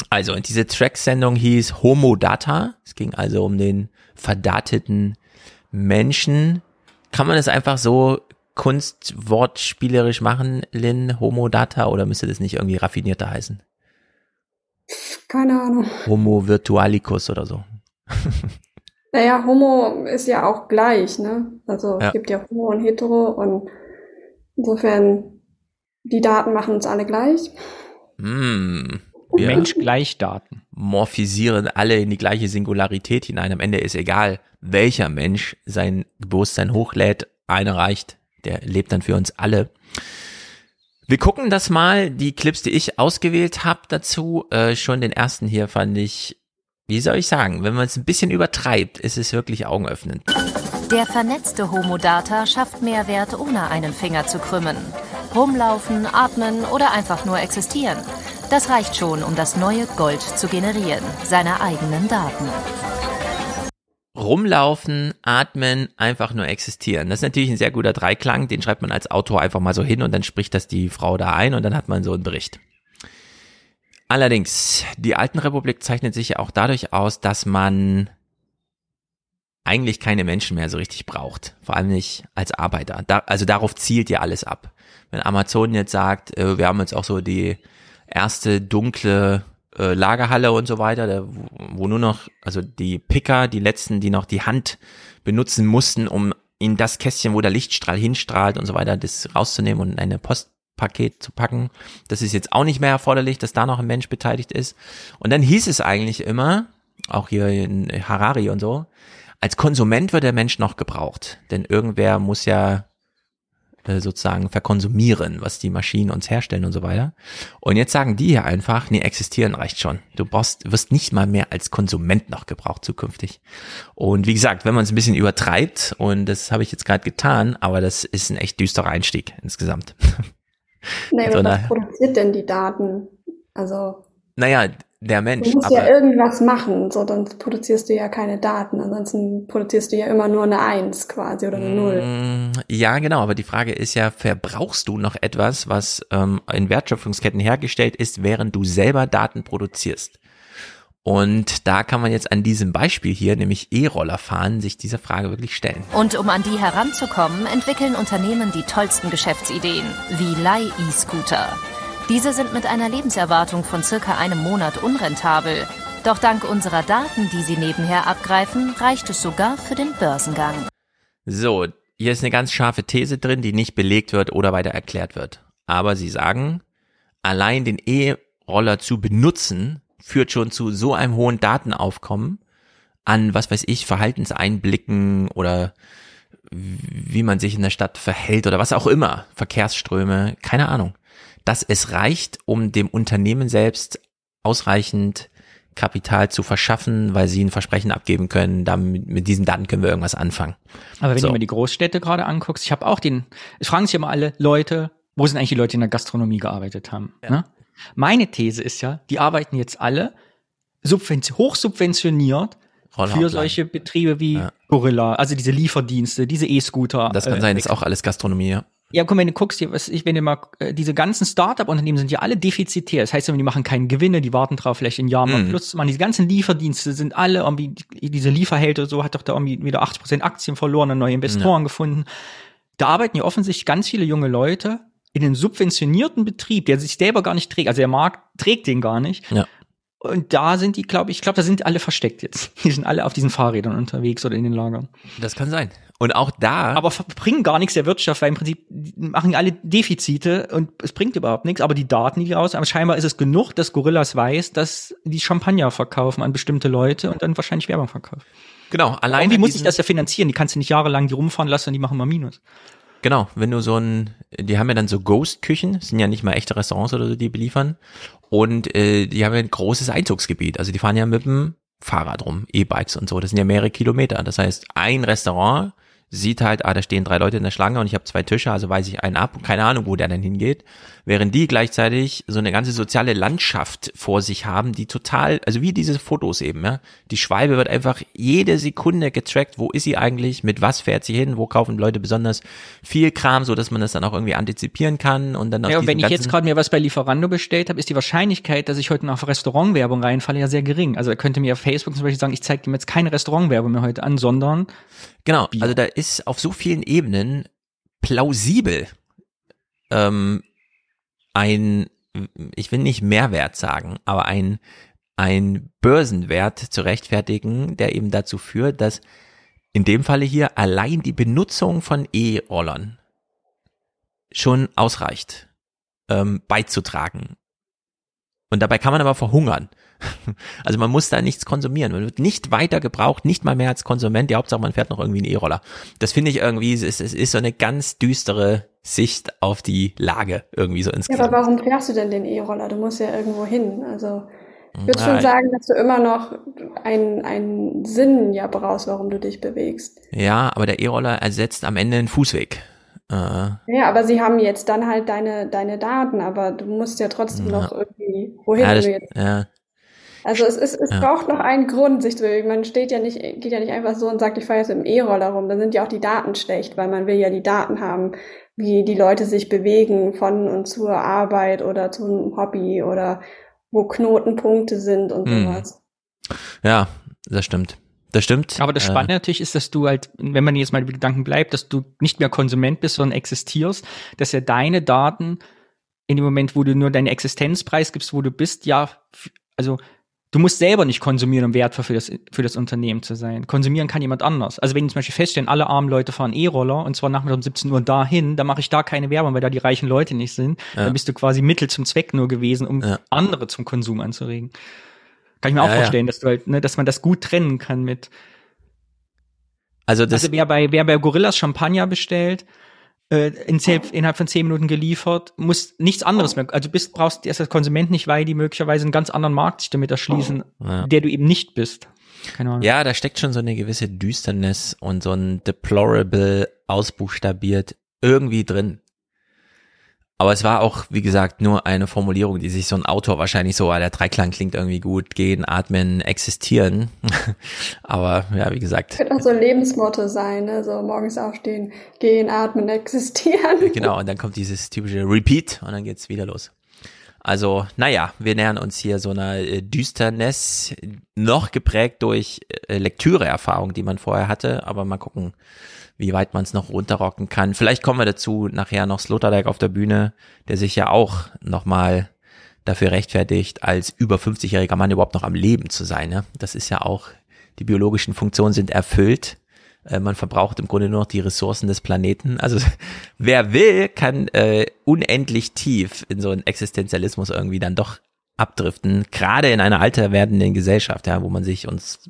Also, und diese Track-Sendung hieß Homo Data. Es ging also um den verdateten Menschen. Kann man das einfach so kunstwortspielerisch machen, Lynn, Homo Data, oder müsste das nicht irgendwie raffinierter heißen? Keine Ahnung. Homo Virtualicus oder so. Naja, Homo ist ja auch gleich, ne? Also es gibt ja Homo und Hetero und insofern, die Daten machen uns alle gleich. Wir Mensch gleich Daten. Morphisieren alle in die gleiche Singularität hinein. Am Ende ist egal, welcher Mensch sein Bewusstsein hochlädt. Einer reicht, der lebt dann für uns alle. Wir gucken das mal, die Clips, die ich ausgewählt habe dazu. Schon den ersten hier fand ich, wie soll ich sagen, wenn man es ein bisschen übertreibt, ist es wirklich augenöffnend. Der vernetzte Homo Data schafft Mehrwert, ohne einen Finger zu krümmen. Rumlaufen, atmen oder einfach nur existieren. Das reicht schon, um das neue Gold zu generieren, seine eigenen Daten. Rumlaufen, atmen, einfach nur existieren. Das ist natürlich ein sehr guter Dreiklang, den schreibt man als Autor einfach mal so hin und dann spricht das die Frau da ein und dann hat man so einen Bericht. Allerdings, die Altenrepublik zeichnet sich ja auch dadurch aus, dass man eigentlich keine Menschen mehr so richtig braucht. Vor allem nicht als Arbeiter. Also darauf zielt ja alles ab. Wenn Amazon jetzt sagt, wir haben jetzt auch so die erste dunkle Lagerhalle und so weiter, wo nur noch, also die Picker, die letzten, die noch die Hand benutzen mussten, um in das Kästchen, wo der Lichtstrahl hinstrahlt und so weiter, das rauszunehmen und in eine Postpaket zu packen. Das ist jetzt auch nicht mehr erforderlich, dass da noch ein Mensch beteiligt ist. Und dann hieß es eigentlich immer, auch hier in Harari und so, als Konsument wird der Mensch noch gebraucht. Denn irgendwer muss ja sozusagen verkonsumieren, was die Maschinen uns herstellen und so weiter. Und jetzt sagen die hier einfach, nee, existieren reicht schon. Du wirst nicht mal mehr als Konsument noch gebraucht zukünftig. Und wie gesagt, wenn man es ein bisschen übertreibt, und das habe ich jetzt gerade getan, aber das ist ein echt düsterer Einstieg insgesamt. Naja, aber was produziert denn die Daten? Also naja, der Mensch. Du musst ja irgendwas machen, so dann produzierst du ja keine Daten, ansonsten produzierst du ja immer nur eine 1 quasi oder eine 0. Ja, genau, aber die Frage ist ja, verbrauchst du noch etwas, was in Wertschöpfungsketten hergestellt ist, während du selber Daten produzierst? Und da kann man jetzt an diesem Beispiel hier, nämlich E-Roller fahren, sich dieser Frage wirklich stellen. Und um an die heranzukommen, entwickeln Unternehmen die tollsten Geschäftsideen, wie Leih-E-Scooter. Diese sind mit einer Lebenserwartung von circa einem Monat unrentabel. Doch dank unserer Daten, die sie nebenher abgreifen, reicht es sogar für den Börsengang. So, hier ist eine ganz scharfe These drin, die nicht belegt wird oder weiter erklärt wird. Aber sie sagen, allein den E-Roller zu benutzen, führt schon zu so einem hohen Datenaufkommen an, was weiß ich, Verhaltenseinblicken oder wie man sich in der Stadt verhält oder was auch immer, Verkehrsströme, keine Ahnung, dass es reicht, um dem Unternehmen selbst ausreichend Kapital zu verschaffen, weil sie ein Versprechen abgeben können, damit, mit diesen Daten können wir irgendwas anfangen. Aber wenn du mir die Großstädte gerade anguckst, ich habe auch es fragen sich immer alle Leute, wo sind eigentlich die Leute, die in der Gastronomie gearbeitet haben? Ja. Ne? Meine These ist ja, die arbeiten jetzt alle hochsubventioniert für solche Betriebe wie Gorilla, also diese Lieferdienste, diese E-Scooter. Das kann sein, das ist auch alles Gastronomie, ja. Ja, guck mal, wenn du guckst, wenn du mal, diese ganzen Start-up-Unternehmen sind ja alle defizitär. Das heißt, die machen keine Gewinne, die warten drauf, vielleicht ein Jahr mal Plus zu machen. Diese ganzen Lieferdienste sind alle irgendwie, diese Lieferhälter, so hat doch da irgendwie wieder 80% Aktien verloren und neue Investoren gefunden. Da arbeiten ja offensichtlich ganz viele junge Leute in einem subventionierten Betrieb, der sich selber gar nicht trägt. Also der Markt trägt den gar nicht. Ja. Und da sind die, glaube ich, da sind alle versteckt jetzt. Die sind alle auf diesen Fahrrädern unterwegs oder in den Lagern. Das kann sein. Und auch da. Aber bringen gar nichts der Wirtschaft, weil im Prinzip machen alle Defizite und es bringt überhaupt nichts. Aber die Daten, die raus, aber scheinbar ist es genug, dass Gorillas weiß, dass die Champagner verkaufen an bestimmte Leute und dann wahrscheinlich Werbung verkaufen. Genau. Allein wie muss ich das ja finanzieren? Die kannst du nicht jahrelang die rumfahren lassen und die machen mal Minus. Genau, wenn du die haben ja dann so Ghost-Küchen, das sind ja nicht mal echte Restaurants oder so, die beliefern. Und die haben ja ein großes Einzugsgebiet. Also die fahren ja mit dem Fahrrad rum, E-Bikes und so. Das sind ja mehrere Kilometer. Das heißt, ein Restaurant sieht halt, da stehen 3 Leute in der Schlange und ich habe 2 Tische, also weise ich einen ab und keine Ahnung, wo der dann hingeht. Während die gleichzeitig so eine ganze soziale Landschaft vor sich haben, die total, also wie diese Fotos eben, ja. Die Schwalbe wird einfach jede Sekunde getrackt, wo ist sie eigentlich, mit was fährt sie hin, wo kaufen Leute besonders viel Kram, so dass man das dann auch irgendwie antizipieren kann und dann ja, und wenn ich jetzt gerade mir was bei Lieferando bestellt habe, ist die Wahrscheinlichkeit, dass ich heute noch auf Restaurantwerbung reinfalle, ja sehr gering. Also da könnte mir auf Facebook zum Beispiel sagen, ich zeige dir jetzt keine Restaurantwerbung mehr heute an, sondern genau, also da ist auf so vielen Ebenen plausibel ich will nicht Mehrwert sagen, aber ein Börsenwert zu rechtfertigen, der eben dazu führt, dass in dem Falle hier allein die Benutzung von E-Rollern schon ausreicht, beizutragen. Und dabei kann man aber verhungern. Also man muss da nichts konsumieren. Man wird nicht weiter gebraucht, nicht mal mehr als Konsument. Die Hauptsache, man fährt noch irgendwie einen E-Roller. Das finde ich irgendwie, es ist so eine ganz düstere Sicht auf die Lage irgendwie so insgesamt. Ja, aber warum fährst du denn den E-Roller? Du musst ja irgendwo hin. Also ich würde schon sagen, dass du immer noch einen Sinn ja brauchst, warum du dich bewegst. Ja, aber der E-Roller ersetzt am Ende einen Fußweg. Ja, aber sie haben jetzt dann halt deine Daten, aber du musst ja trotzdem noch irgendwie, wohin du jetzt. Ja. Also es braucht noch einen Grund, sich zu bewegen. Man geht ja nicht einfach so und sagt, ich fahre jetzt mit dem E-Roller rum. Dann sind ja auch die Daten schlecht, weil man will ja die Daten haben, wie die Leute sich bewegen von und zur Arbeit oder zum Hobby oder wo Knotenpunkte sind und sowas. Ja, das stimmt. Das stimmt. Aber das Spannende natürlich ist, dass du halt, wenn man jetzt mal über Gedanken bleibt, dass du nicht mehr Konsument bist, sondern existierst, dass ja deine Daten in dem Moment, wo du nur deine Existenz preisgibst, wo du bist, ja, also du musst selber nicht konsumieren, um wertvoll für das Unternehmen zu sein. Konsumieren kann jemand anders. Also wenn die zum Beispiel feststellen, alle armen Leute fahren E-Roller und zwar nachmittags um 17 Uhr dahin, dann mache ich da keine Werbung, weil da die reichen Leute nicht sind. Ja. Dann bist du quasi Mittel zum Zweck nur gewesen, um andere zum Konsum anzuregen. Kann ich mir auch vorstellen, dass du halt, dass man das gut trennen kann mit. Also wer bei Gorillas Champagner bestellt, innerhalb von 10 Minuten geliefert, muss nichts anderes mehr. Also brauchst erst als Konsument nicht, weil die möglicherweise einen ganz anderen Markt sich damit erschließen, der du eben nicht bist. Keine Ahnung. Ja, da steckt schon so eine gewisse Düsternis und so ein deplorable ausbuchstabiert irgendwie drin. Aber es war auch, wie gesagt, nur eine Formulierung, die sich so ein Autor wahrscheinlich so, der Dreiklang klingt irgendwie gut, gehen, atmen, existieren. Aber ja, wie gesagt. Könnte auch so ein Lebensmotto sein, ne? So morgens aufstehen, gehen, atmen, existieren. Genau, und dann kommt dieses typische Repeat und dann geht's wieder los. Also, naja, wir nähern uns hier so einer Düsternis, noch geprägt durch Lektüreerfahrung, die man vorher hatte, aber mal gucken, wie weit man es noch runterrocken kann. Vielleicht kommen wir dazu, nachher noch Sloterdijk auf der Bühne, der sich ja auch nochmal dafür rechtfertigt, als über 50-jähriger Mann überhaupt noch am Leben zu sein. Ne? Das ist ja auch, die biologischen Funktionen sind erfüllt. Man verbraucht im Grunde nur noch die Ressourcen des Planeten. Also wer will, kann unendlich tief in so einen Existenzialismus irgendwie dann doch abdriften. Gerade in einer alter werdenden Gesellschaft, ja, wo man sich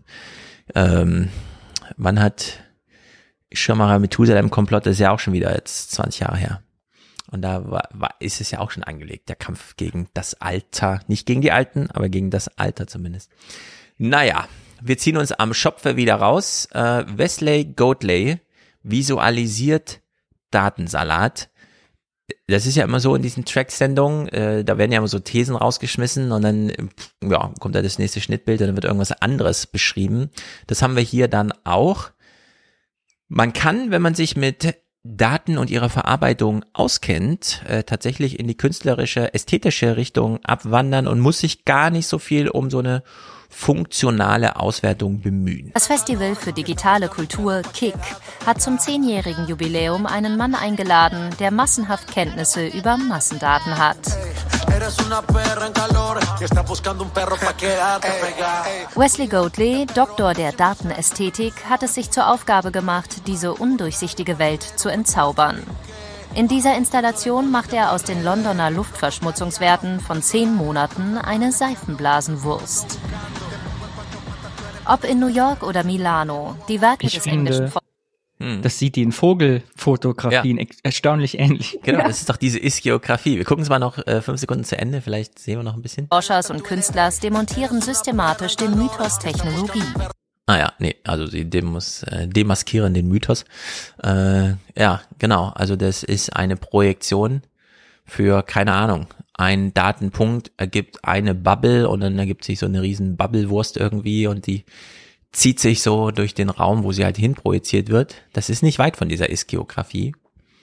man hat Schirmacher Methusalem-Komplott, ist ja auch schon wieder jetzt 20 Jahre her. Und da ist es ja auch schon angelegt, der Kampf gegen das Alter. Nicht gegen die Alten, aber gegen das Alter zumindest. Naja, wir ziehen uns am Schopfe wieder raus. Wesley Goatley visualisiert Datensalat. Das ist ja immer so in diesen Track-Sendungen, da werden ja immer so Thesen rausgeschmissen und dann kommt da das nächste Schnittbild und dann wird irgendwas anderes beschrieben. Das haben wir hier dann auch. Man kann, wenn man sich mit Daten und ihrer Verarbeitung auskennt, tatsächlich in die künstlerische, ästhetische Richtung abwandern und muss sich gar nicht so viel um so eine funktionale Auswertung bemühen. Das Festival für digitale Kultur KIK hat zum 10-jährigen Jubiläum einen Mann eingeladen, der massenhaft Kenntnisse über Massendaten hat. Wesley Goatley, Doktor der Datenästhetik, hat es sich zur Aufgabe gemacht, diese undurchsichtige Welt zu entzaubern. In dieser Installation macht er aus den Londoner Luftverschmutzungswerten von 10 Monaten eine Seifenblasenwurst. Ob in New York oder Milano, die Werke des englischen das sieht den Vogelfotografien erstaunlich ähnlich. Genau, das ist doch diese Ischiografie. Wir gucken es mal noch 5 Sekunden zu Ende, vielleicht sehen wir noch ein bisschen. Forschers und Künstlers demontieren systematisch den Mythos Technologie. Nee, also sie demaskieren den Mythos. Ja, genau, also das ist eine Projektion für, keine Ahnung, ein Datenpunkt ergibt eine Bubble und dann ergibt sich so eine riesen Bubblewurst irgendwie und die zieht sich so durch den Raum, wo sie halt hinprojiziert wird. Das ist nicht weit von dieser Iskiografie.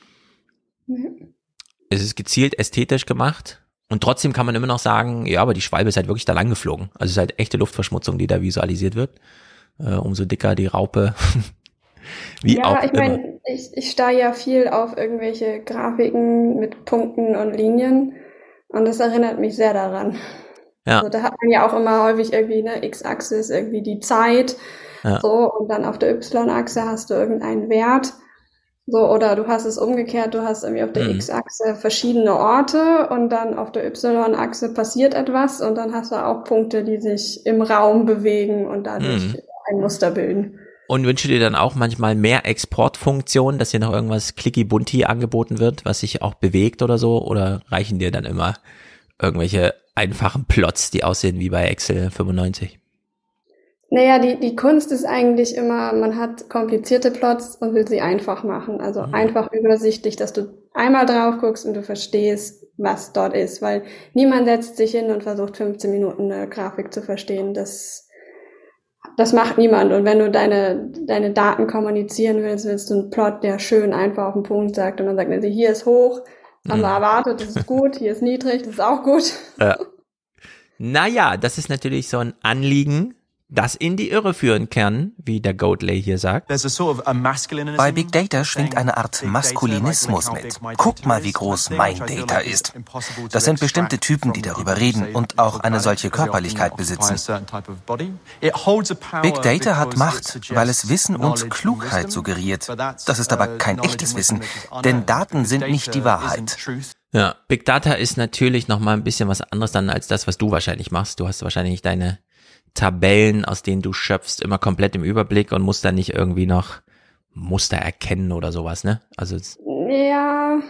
Es ist gezielt ästhetisch gemacht und trotzdem kann man immer noch sagen, ja, aber die Schwalbe ist halt wirklich da lang geflogen. Also es ist halt echte Luftverschmutzung, die da visualisiert wird. Umso dicker die Raupe. Wie auch Ja, ich meine, ich starre ja viel auf irgendwelche Grafiken mit Punkten und Linien und das erinnert mich sehr daran. Ja. Also da hat man ja auch immer häufig irgendwie eine X-Achse ist irgendwie die Zeit, Ja. so, und dann auf der Y-Achse hast du irgendeinen Wert, so, oder du hast es umgekehrt, du hast irgendwie auf der X-Achse verschiedene Orte und dann auf der Y-Achse passiert etwas und dann hast du auch Punkte, die sich im Raum bewegen und dadurch ein Muster bilden. Und wünschst du dir dann auch manchmal mehr Exportfunktionen, dass dir noch irgendwas clicky-bunti angeboten wird, was sich auch bewegt oder so? Oder reichen dir dann immer irgendwelche einfachen Plots, die aussehen wie bei Excel 95? Naja, die Kunst ist eigentlich immer, man hat komplizierte Plots und will sie einfach machen. Also einfach übersichtlich, dass du einmal drauf guckst und du verstehst, was dort ist. Weil niemand setzt sich hin und versucht 15 Minuten eine Grafik zu verstehen. Das macht niemand. Und wenn du deine Daten kommunizieren willst du einen Plot, der schön einfach auf den Punkt sagt. Und dann sagt man, hier ist hoch, haben wir erwartet, das ist gut, hier ist niedrig, das ist auch gut. Ja. Naja, das ist natürlich so ein Anliegen, das in die Irre führen kann, wie der Goatley hier sagt. Bei Big Data schwingt eine Art Maskulinismus mit. Guck mal, wie groß mein Data ist. Das sind bestimmte Typen, die darüber reden und auch eine solche Körperlichkeit besitzen. Big Data hat Macht, weil es Wissen und Klugheit suggeriert. Das ist aber kein echtes Wissen, denn Daten sind nicht die Wahrheit. Ja, Big Data ist natürlich noch mal ein bisschen was anderes dann als das, was du wahrscheinlich machst. Du hast wahrscheinlich deine Tabellen, aus denen du schöpfst, immer komplett im Überblick und musst dann nicht irgendwie noch Muster erkennen oder sowas, ne? Also Ja,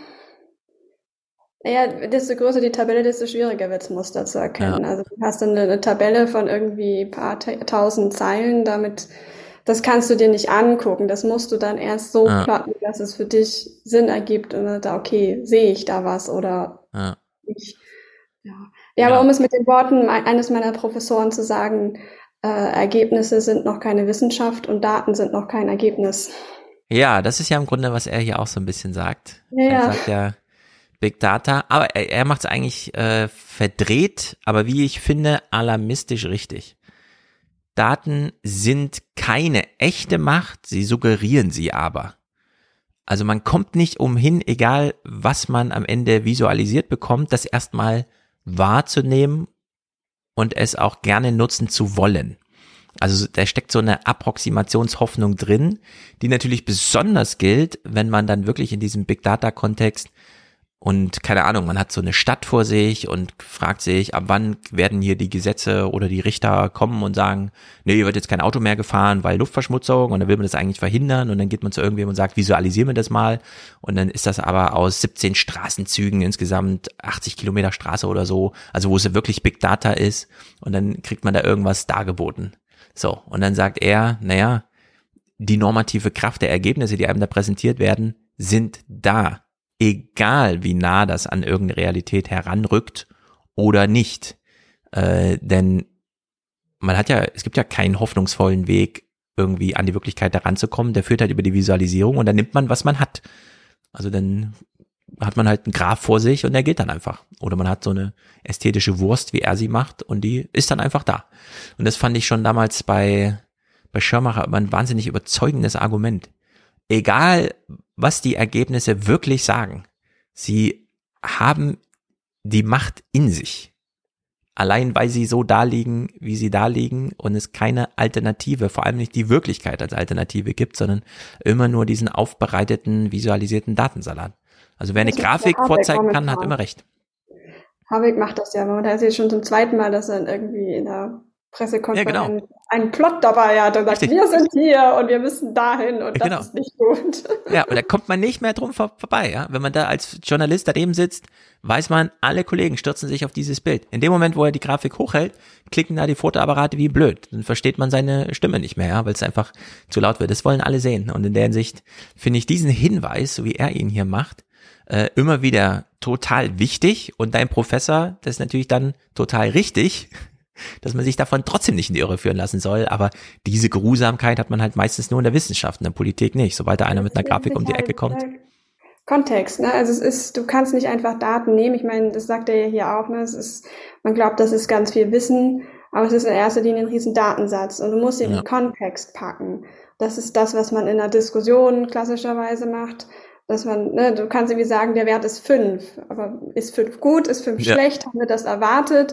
desto größer die Tabelle, desto schwieriger wird es, Muster zu erkennen. Ja. Also du hast dann eine Tabelle von irgendwie ein paar tausend Zeilen, das kannst du dir nicht angucken. Das musst du dann erst so plotten, dass es für dich Sinn ergibt und dann okay, sehe ich da was oder nicht. Ja, aber um es mit den Worten eines meiner Professoren zu sagen, Ergebnisse sind noch keine Wissenschaft und Daten sind noch kein Ergebnis. Ja, das ist ja im Grunde, was er hier auch so ein bisschen sagt. Ja. Er sagt ja Big Data, aber er macht es eigentlich verdreht, aber wie ich finde, alarmistisch richtig. Daten sind keine echte Macht, sie suggerieren sie aber. Also man kommt nicht umhin, egal was man am Ende visualisiert bekommt, das erstmal wahrzunehmen und es auch gerne nutzen zu wollen. Also da steckt so eine Approximationshoffnung drin, die natürlich besonders gilt, wenn man dann wirklich in diesem Big Data Kontext und keine Ahnung, man hat so eine Stadt vor sich und fragt sich, ab wann werden hier die Gesetze oder die Richter kommen und sagen, nee, hier wird jetzt kein Auto mehr gefahren, weil Luftverschmutzung, und dann will man das eigentlich verhindern und dann geht man zu irgendjemandem und sagt, visualisieren wir das mal, und dann ist das aber aus 17 Straßenzügen insgesamt 80 Kilometer Straße oder so, also wo es wirklich Big Data ist, und dann kriegt man da irgendwas dargeboten. So, und dann sagt er, naja, die normative Kraft der Ergebnisse, die einem da präsentiert werden, sind da. Egal wie nah das an irgendeine Realität heranrückt oder nicht. Denn es gibt ja keinen hoffnungsvollen Weg, irgendwie an die Wirklichkeit heranzukommen. Der führt halt über die Visualisierung und dann nimmt man, was man hat. Also dann hat man halt einen Graph vor sich und der geht dann einfach. Oder man hat so eine ästhetische Wurst, wie er sie macht, und die ist dann einfach da. Und das fand ich schon damals bei Schirmacher immer ein wahnsinnig überzeugendes Argument. Egal, was die Ergebnisse wirklich sagen, sie haben die Macht in sich. Allein weil sie so da liegen, wie sie da liegen, und es keine Alternative, vor allem nicht die Wirklichkeit als Alternative gibt, sondern immer nur diesen aufbereiteten, visualisierten Datensalat. Also wer eine Grafik vorzeigen kann, hat immer recht. Habeck macht das ja, da ist jetzt schon zum zweiten Mal, dass er irgendwie in der Pressekonferenz einen Plot dabei hat und sagt, wir sind hier und wir müssen dahin und das ist nicht gut. Ja, und da kommt man nicht mehr drum vorbei. Ja? Wenn man da als Journalist daneben sitzt, weiß man, alle Kollegen stürzen sich auf dieses Bild. In dem Moment, wo er die Grafik hochhält, klicken da die Fotoapparate wie blöd. Dann versteht man seine Stimme nicht mehr, ja? Weil es einfach zu laut wird. Das wollen alle sehen. Und in der Hinsicht finde ich diesen Hinweis, so wie er ihn hier macht, immer wieder total wichtig. Und dein Professor, das ist natürlich dann total richtig, dass man sich davon trotzdem nicht in die Irre führen lassen soll, aber diese Geruhsamkeit hat man halt meistens nur in der Wissenschaft, in der Politik nicht. Sobald da einer mit einer Grafik um die Ecke kommt. Kontext, ne? Also du kannst nicht einfach Daten nehmen. Ich meine, das sagt er ja hier auch, ne? Man glaubt, das ist ganz viel Wissen, aber es ist in erster Linie ein riesen Datensatz und du musst ihn in Kontext packen. Das ist das, was man in einer Diskussion klassischerweise macht. Dass man, ne, du kannst irgendwie sagen, der Wert ist 5, aber ist 5 gut, ist 5 schlecht, haben wir das erwartet?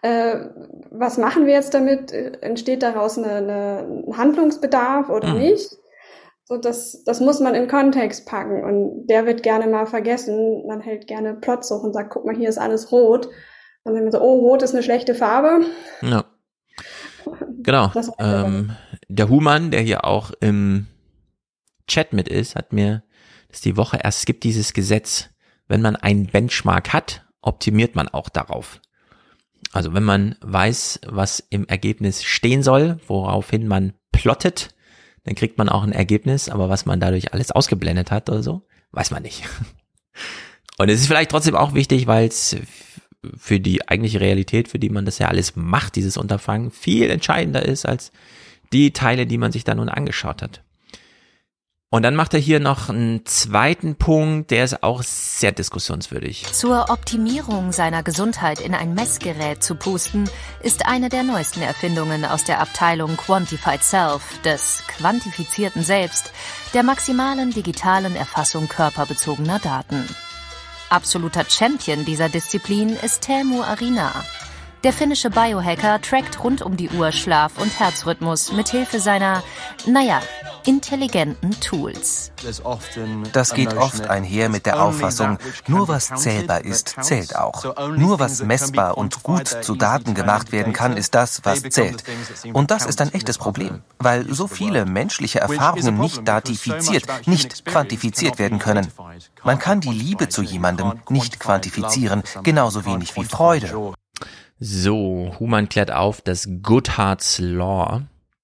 Was machen wir jetzt damit? Entsteht daraus ein Handlungsbedarf oder nicht? So, das muss man in Kontext packen und der wird gerne mal vergessen. Man hält gerne Plots hoch und sagt, guck mal, hier ist alles rot. Dann sind wir so, oh, rot ist eine schlechte Farbe. Ja. Genau. Der Humann, der hier auch im Chat mit ist, hat mir das die Woche erst, es gibt dieses Gesetz, wenn man einen Benchmark hat, optimiert man auch darauf. Also wenn man weiß, was im Ergebnis stehen soll, woraufhin man plottet, dann kriegt man auch ein Ergebnis, aber was man dadurch alles ausgeblendet hat oder so, weiß man nicht. Und es ist vielleicht trotzdem auch wichtig, weil es für die eigentliche Realität, für die man das ja alles macht, dieses Unterfangen, viel entscheidender ist als die Teile, die man sich da nun angeschaut hat. Und dann macht er hier noch einen zweiten Punkt, der ist auch sehr diskussionswürdig. Zur Optimierung seiner Gesundheit in ein Messgerät zu pusten, ist eine der neuesten Erfindungen aus der Abteilung Quantified Self, des quantifizierten Selbst, der maximalen digitalen Erfassung körperbezogener Daten. Absoluter Champion dieser Disziplin ist Teemu Arina. Der finnische Biohacker trackt rund um die Uhr Schlaf- und Herzrhythmus mithilfe seiner, intelligenten Tools. Das geht oft einher mit der Auffassung, nur was zählbar ist, zählt auch. Nur was messbar und gut zu Daten gemacht werden kann, ist das, was zählt. Und das ist ein echtes Problem, weil so viele menschliche Erfahrungen nicht datifiziert, nicht quantifiziert werden können. Man kann die Liebe zu jemandem nicht quantifizieren, genauso wenig wie Freude. So, Humann klärt auf, das Goodhart's Law.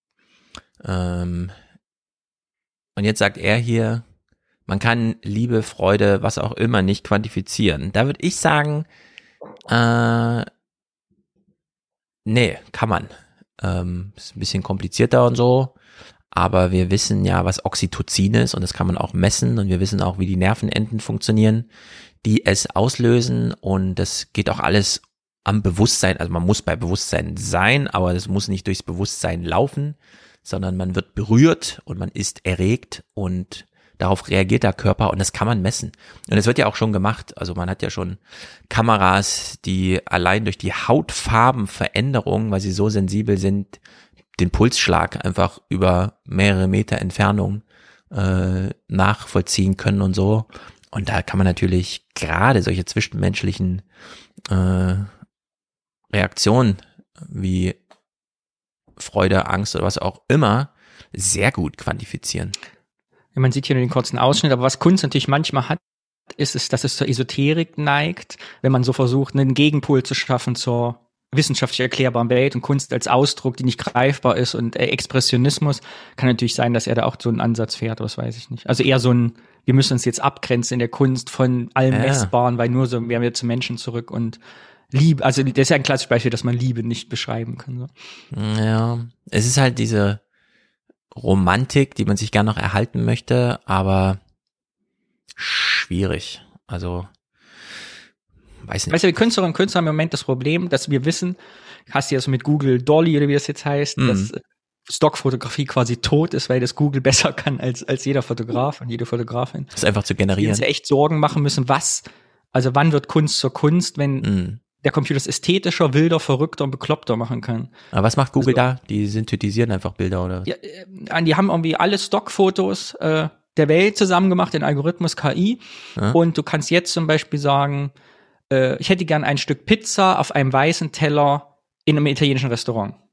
Und jetzt sagt er hier, man kann Liebe, Freude, was auch immer nicht quantifizieren. Da würde ich sagen, nee, kann man. Ist ein bisschen komplizierter und so, aber wir wissen ja, was Oxytocin ist und das kann man auch messen und wir wissen auch, wie die Nervenenden funktionieren, die es auslösen und das geht auch alles am Bewusstsein, also man muss bei Bewusstsein sein, aber das muss nicht durchs Bewusstsein laufen, sondern man wird berührt und man ist erregt und darauf reagiert der Körper und das kann man messen. Und es wird ja auch schon gemacht, also man hat ja schon Kameras, die allein durch die Hautfarbenveränderung, weil sie so sensibel sind, den Pulsschlag einfach über mehrere Meter Entfernung nachvollziehen können und so. Und da kann man natürlich gerade solche zwischenmenschlichen Reaktionen wie Freude, Angst oder was auch immer sehr gut quantifizieren. Ja, man sieht hier nur den kurzen Ausschnitt, aber was Kunst natürlich manchmal hat, ist, dass es zur Esoterik neigt, wenn man so versucht, einen Gegenpol zu schaffen zur wissenschaftlich erklärbaren Welt und Kunst als Ausdruck, die nicht greifbar ist und Expressionismus, kann natürlich sein, dass er da auch so einen Ansatz fährt, das weiß ich nicht. Also eher so ein, wir müssen uns jetzt abgrenzen in der Kunst von allem Messbaren, weil nur so werden wir zu Menschen zurück und Liebe, also das ist ja ein klassisches Beispiel, dass man Liebe nicht beschreiben kann. So. Ja, es ist halt diese Romantik, die man sich gerne noch erhalten möchte, aber schwierig. Also, weiß nicht. Weißt du, wir Künstlerinnen und Künstler haben im Moment das Problem, dass wir wissen, hast du ja so mit Google Dolly oder wie das jetzt heißt, dass Stockfotografie quasi tot ist, weil das Google besser kann als jeder Fotograf und jede Fotografin. Das ist einfach zu generieren. Wir uns echt Sorgen machen müssen, wann wird Kunst zur Kunst, wenn der Computer es ästhetischer, wilder, verrückter und bekloppter machen kann. Aber was macht Google da? Die synthetisieren einfach Bilder, oder? Ja, die haben irgendwie alle Stockfotos der Welt zusammen gemacht in Algorithmus KI. Ja. Und du kannst jetzt zum Beispiel sagen, ich hätte gern ein Stück Pizza auf einem weißen Teller in einem italienischen Restaurant.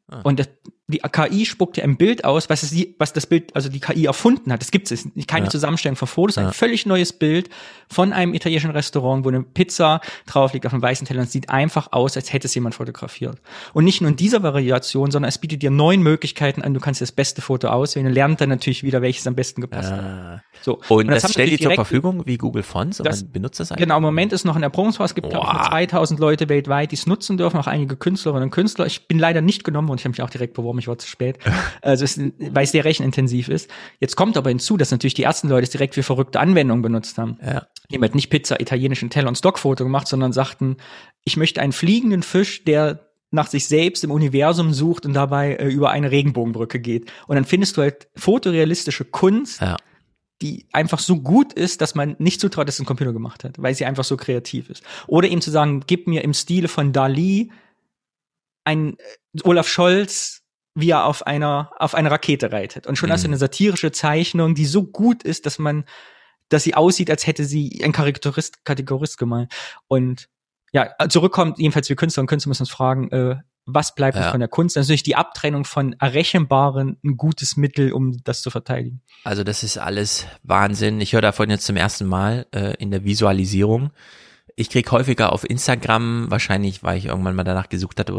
Und die KI spuckt ja ein Bild aus, was das Bild, also die KI erfunden hat. Das gibt es keine Zusammenstellung von Fotos, ein völlig neues Bild von einem italienischen Restaurant, wo eine Pizza drauf liegt auf einem weißen Teller und es sieht einfach aus, als hätte es jemand fotografiert. Und nicht nur in dieser Variation, sondern es bietet dir 9 Möglichkeiten an, du kannst dir das beste Foto auswählen und lernt dann natürlich wieder, welches am besten gepasst hat. So. Und das stellt die zur Verfügung wie Google Fonts und man benutzt das eigentlich? Genau, im Moment ist noch in der Erprobungsphase, es gibt glaube ich 2000 Leute weltweit, die es nutzen dürfen, auch einige Künstlerinnen und Künstler. Ich bin leider nicht genommen und ich habe mich auch direkt beworben, ich war zu spät, also weil es sehr rechenintensiv ist. Jetzt kommt aber hinzu, dass natürlich die ersten Leute es direkt für verrückte Anwendungen benutzt haben. Die haben halt nicht Pizza, italienischen Teller und Stockfoto gemacht, sondern sagten, ich möchte einen fliegenden Fisch, der nach sich selbst im Universum sucht und dabei über eine Regenbogenbrücke geht. Und dann findest du halt fotorealistische Kunst, die einfach so gut ist, dass man nicht zutraut, dass es ein Computer gemacht hat, weil sie einfach so kreativ ist. Oder eben zu sagen, gib mir im Stile von Dali ein Olaf Scholz, wie er auf einer Rakete reitet. Und schon hast du eine satirische Zeichnung, die so gut ist, dass sie aussieht, als hätte sie ein Kategorist gemalt. Und ja, zurückkommt, jedenfalls wir Künstler und Künstler müssen uns fragen, was bleibt von der Kunst? Das ist natürlich die Abtrennung von Errechenbaren ein gutes Mittel, um das zu verteidigen. Also das ist alles Wahnsinn. Ich höre davon jetzt zum ersten Mal in der Visualisierung. Ich krieg häufiger auf Instagram, wahrscheinlich, weil ich irgendwann mal danach gesucht hatte oder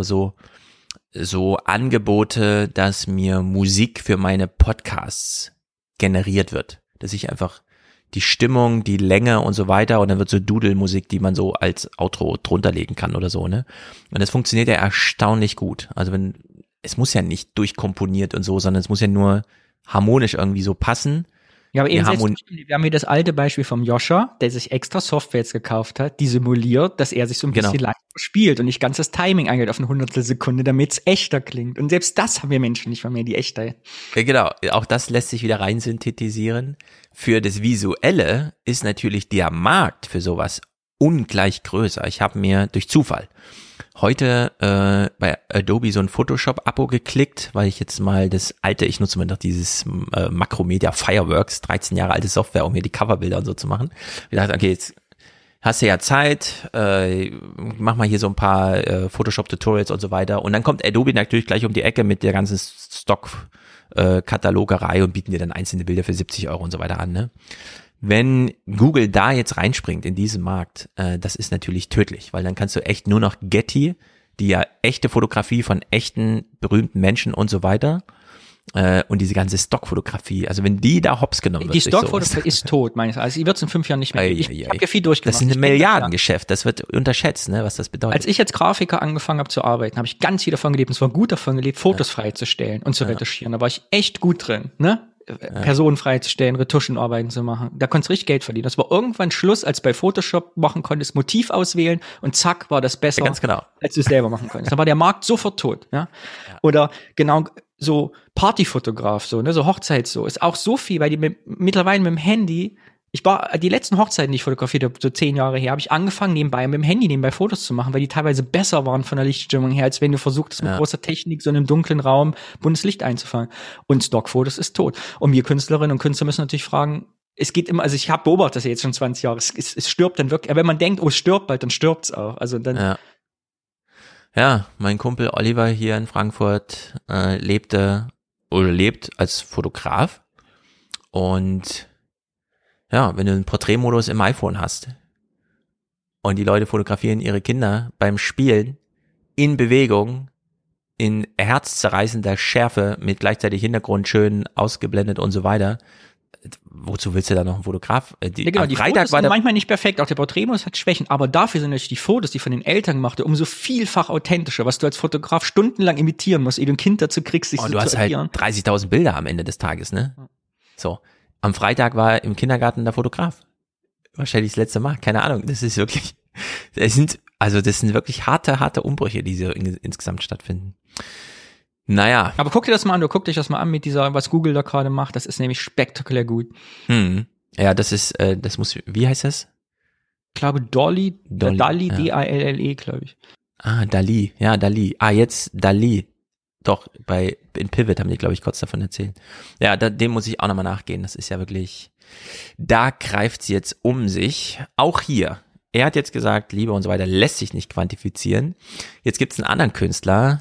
so Angebote, dass mir Musik für meine Podcasts generiert wird. Dass ich einfach die Stimmung, die Länge und so weiter und dann wird so Doodle-Musik, die man so als Outro drunter legen kann oder so, ne? Und das funktioniert ja erstaunlich gut. Also es muss ja nicht durchkomponiert und so, sondern es muss ja nur harmonisch irgendwie so passen. Ja, aber eben wir haben hier das alte Beispiel vom Joscha, der sich extra Software jetzt gekauft hat, die simuliert, dass er sich so ein bisschen leicht spielt und nicht ganz das Timing eingeht auf eine Hundertstelsekunde, damit es echter klingt. Und selbst das haben wir Menschen nicht mehr die Echtheit. Ja, genau, auch das lässt sich wieder rein synthetisieren. Für das Visuelle ist natürlich der Markt für sowas ungleich größer. Ich habe mir durch Zufall heute bei Adobe so ein Photoshop-Abo geklickt, weil ich jetzt mal ich nutze mal noch dieses Macromedia Fireworks, 13 Jahre alte Software, um mir die Coverbilder und so zu machen. Ich dachte, okay, jetzt hast du ja Zeit, mach mal hier so ein paar Photoshop-Tutorials und so weiter. Und dann kommt Adobe natürlich gleich um die Ecke mit der ganzen Stock-Katalogerei und bieten dir dann einzelne Bilder für 70 € und so weiter an, ne? Wenn Google da jetzt reinspringt in diesen Markt, das ist natürlich tödlich, weil dann kannst du echt nur noch Getty, die ja echte Fotografie von echten berühmten Menschen und so weiter und diese ganze Stockfotografie, also wenn die da hops genommen wird. Die Stockfotografie ist tot, meines Erachtens. Die wird es in 5 Jahren nicht mehr. Ich habe ja viel durchgemacht. Das ist ein Milliardengeschäft, das wird unterschätzt, ne, was das bedeutet. Als ich als Grafiker angefangen habe zu arbeiten, habe ich ganz viel davon gelebt, und zwar gut davon gelebt, Fotos freizustellen und zu retuschieren. Da war ich echt gut drin, ne? Personen freizustellen, Retuschenarbeiten zu machen. Da konntest du richtig Geld verdienen. Das war irgendwann Schluss, als bei Photoshop machen konntest, Motiv auswählen und zack, war das besser, ganz genau, als du es selber machen konntest. Da war der Markt sofort tot. Ja? Oder genau so Partyfotograf, so Hochzeit, so ist auch so viel, weil die mittlerweile mit dem Handy, die letzten Hochzeiten, die ich fotografiert habe, so 10 Jahre her, habe ich angefangen, mit dem Handy Fotos zu machen, weil die teilweise besser waren von der Lichtstimmung her, als wenn du versuchst, mit großer Technik so in einem dunklen Raum buntes Licht einzufangen. Und Stockfotos ist tot. Und wir Künstlerinnen und Künstler müssen natürlich fragen, es geht immer, also ich habe beobachtet das jetzt schon 20 Jahre, es stirbt dann wirklich, aber wenn man denkt, es stirbt bald, dann stirbt es auch. Also dann. Ja, mein Kumpel Oliver hier in Frankfurt lebt als Fotograf und ja, wenn du einen Porträtmodus im iPhone hast und die Leute fotografieren ihre Kinder beim Spielen in Bewegung, in herzzerreißender Schärfe mit gleichzeitig Hintergrund schön ausgeblendet und so weiter. Wozu willst du da noch einen Fotograf? Die Fotos sind manchmal nicht perfekt, auch der Porträtmodus hat Schwächen, aber dafür sind natürlich die Fotos, die von den Eltern gemacht werden, umso vielfach authentischer, was du als Fotograf stundenlang imitieren musst, ehe du ein Kind dazu kriegst, sich so zu agieren. Du hast halt 30.000 Bilder am Ende des Tages, ne? So. Am Freitag war im Kindergarten der Fotograf. Wahrscheinlich das letzte Mal. Keine Ahnung. Das ist wirklich, das sind wirklich harte Umbrüche, die so insgesamt stattfinden. Naja. Aber guck dir das mal an, guck dich das mal an mit was Google da gerade macht. Das ist nämlich spektakulär gut. Ja, wie heißt das? Ich glaube Dali, D-A-L-L-E, glaube ich. Dali. Ja, Dali. Jetzt Dali. Doch, in Pivot haben die, glaube ich, kurz davon erzählt. Ja, dem muss ich auch nochmal nachgehen. Das ist ja wirklich, da greift's jetzt um sich. Auch hier. Er hat jetzt gesagt, Liebe und so weiter lässt sich nicht quantifizieren. Jetzt gibt's einen anderen Künstler,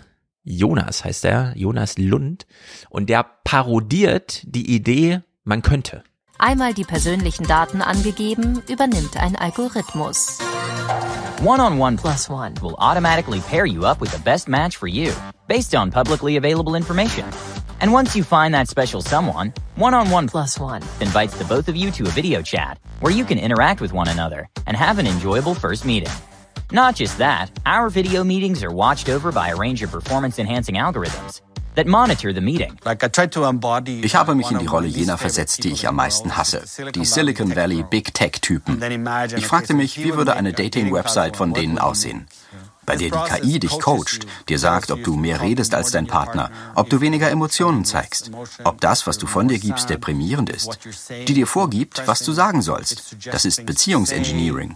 Jonas heißt er, Jonas Lund, und der parodiert die Idee, man könnte. Einmal die persönlichen Daten angegeben, übernimmt ein Algorithmus. One-on-One Plus One will automatically pair you up with the best match for you, based on publicly available information. And once you find that special someone, One-on-One Plus One invites the both of you to a video chat, where you can interact with one another and have an enjoyable first meeting. Not just that, our video meetings are watched over by a range of performance-enhancing algorithms that monitor the meeting. Ich habe mich in die Rolle jener versetzt, die ich am meisten hasse. Die Silicon Valley Big Tech-Typen. Ich fragte mich, wie würde eine Dating-Website von denen aussehen? Bei der die KI dich coacht, dir sagt, ob du mehr redest als dein Partner, ob du weniger Emotionen zeigst, ob das, was du von dir gibst, deprimierend ist, die dir vorgibt, was du sagen sollst. Das ist Beziehungsengineering.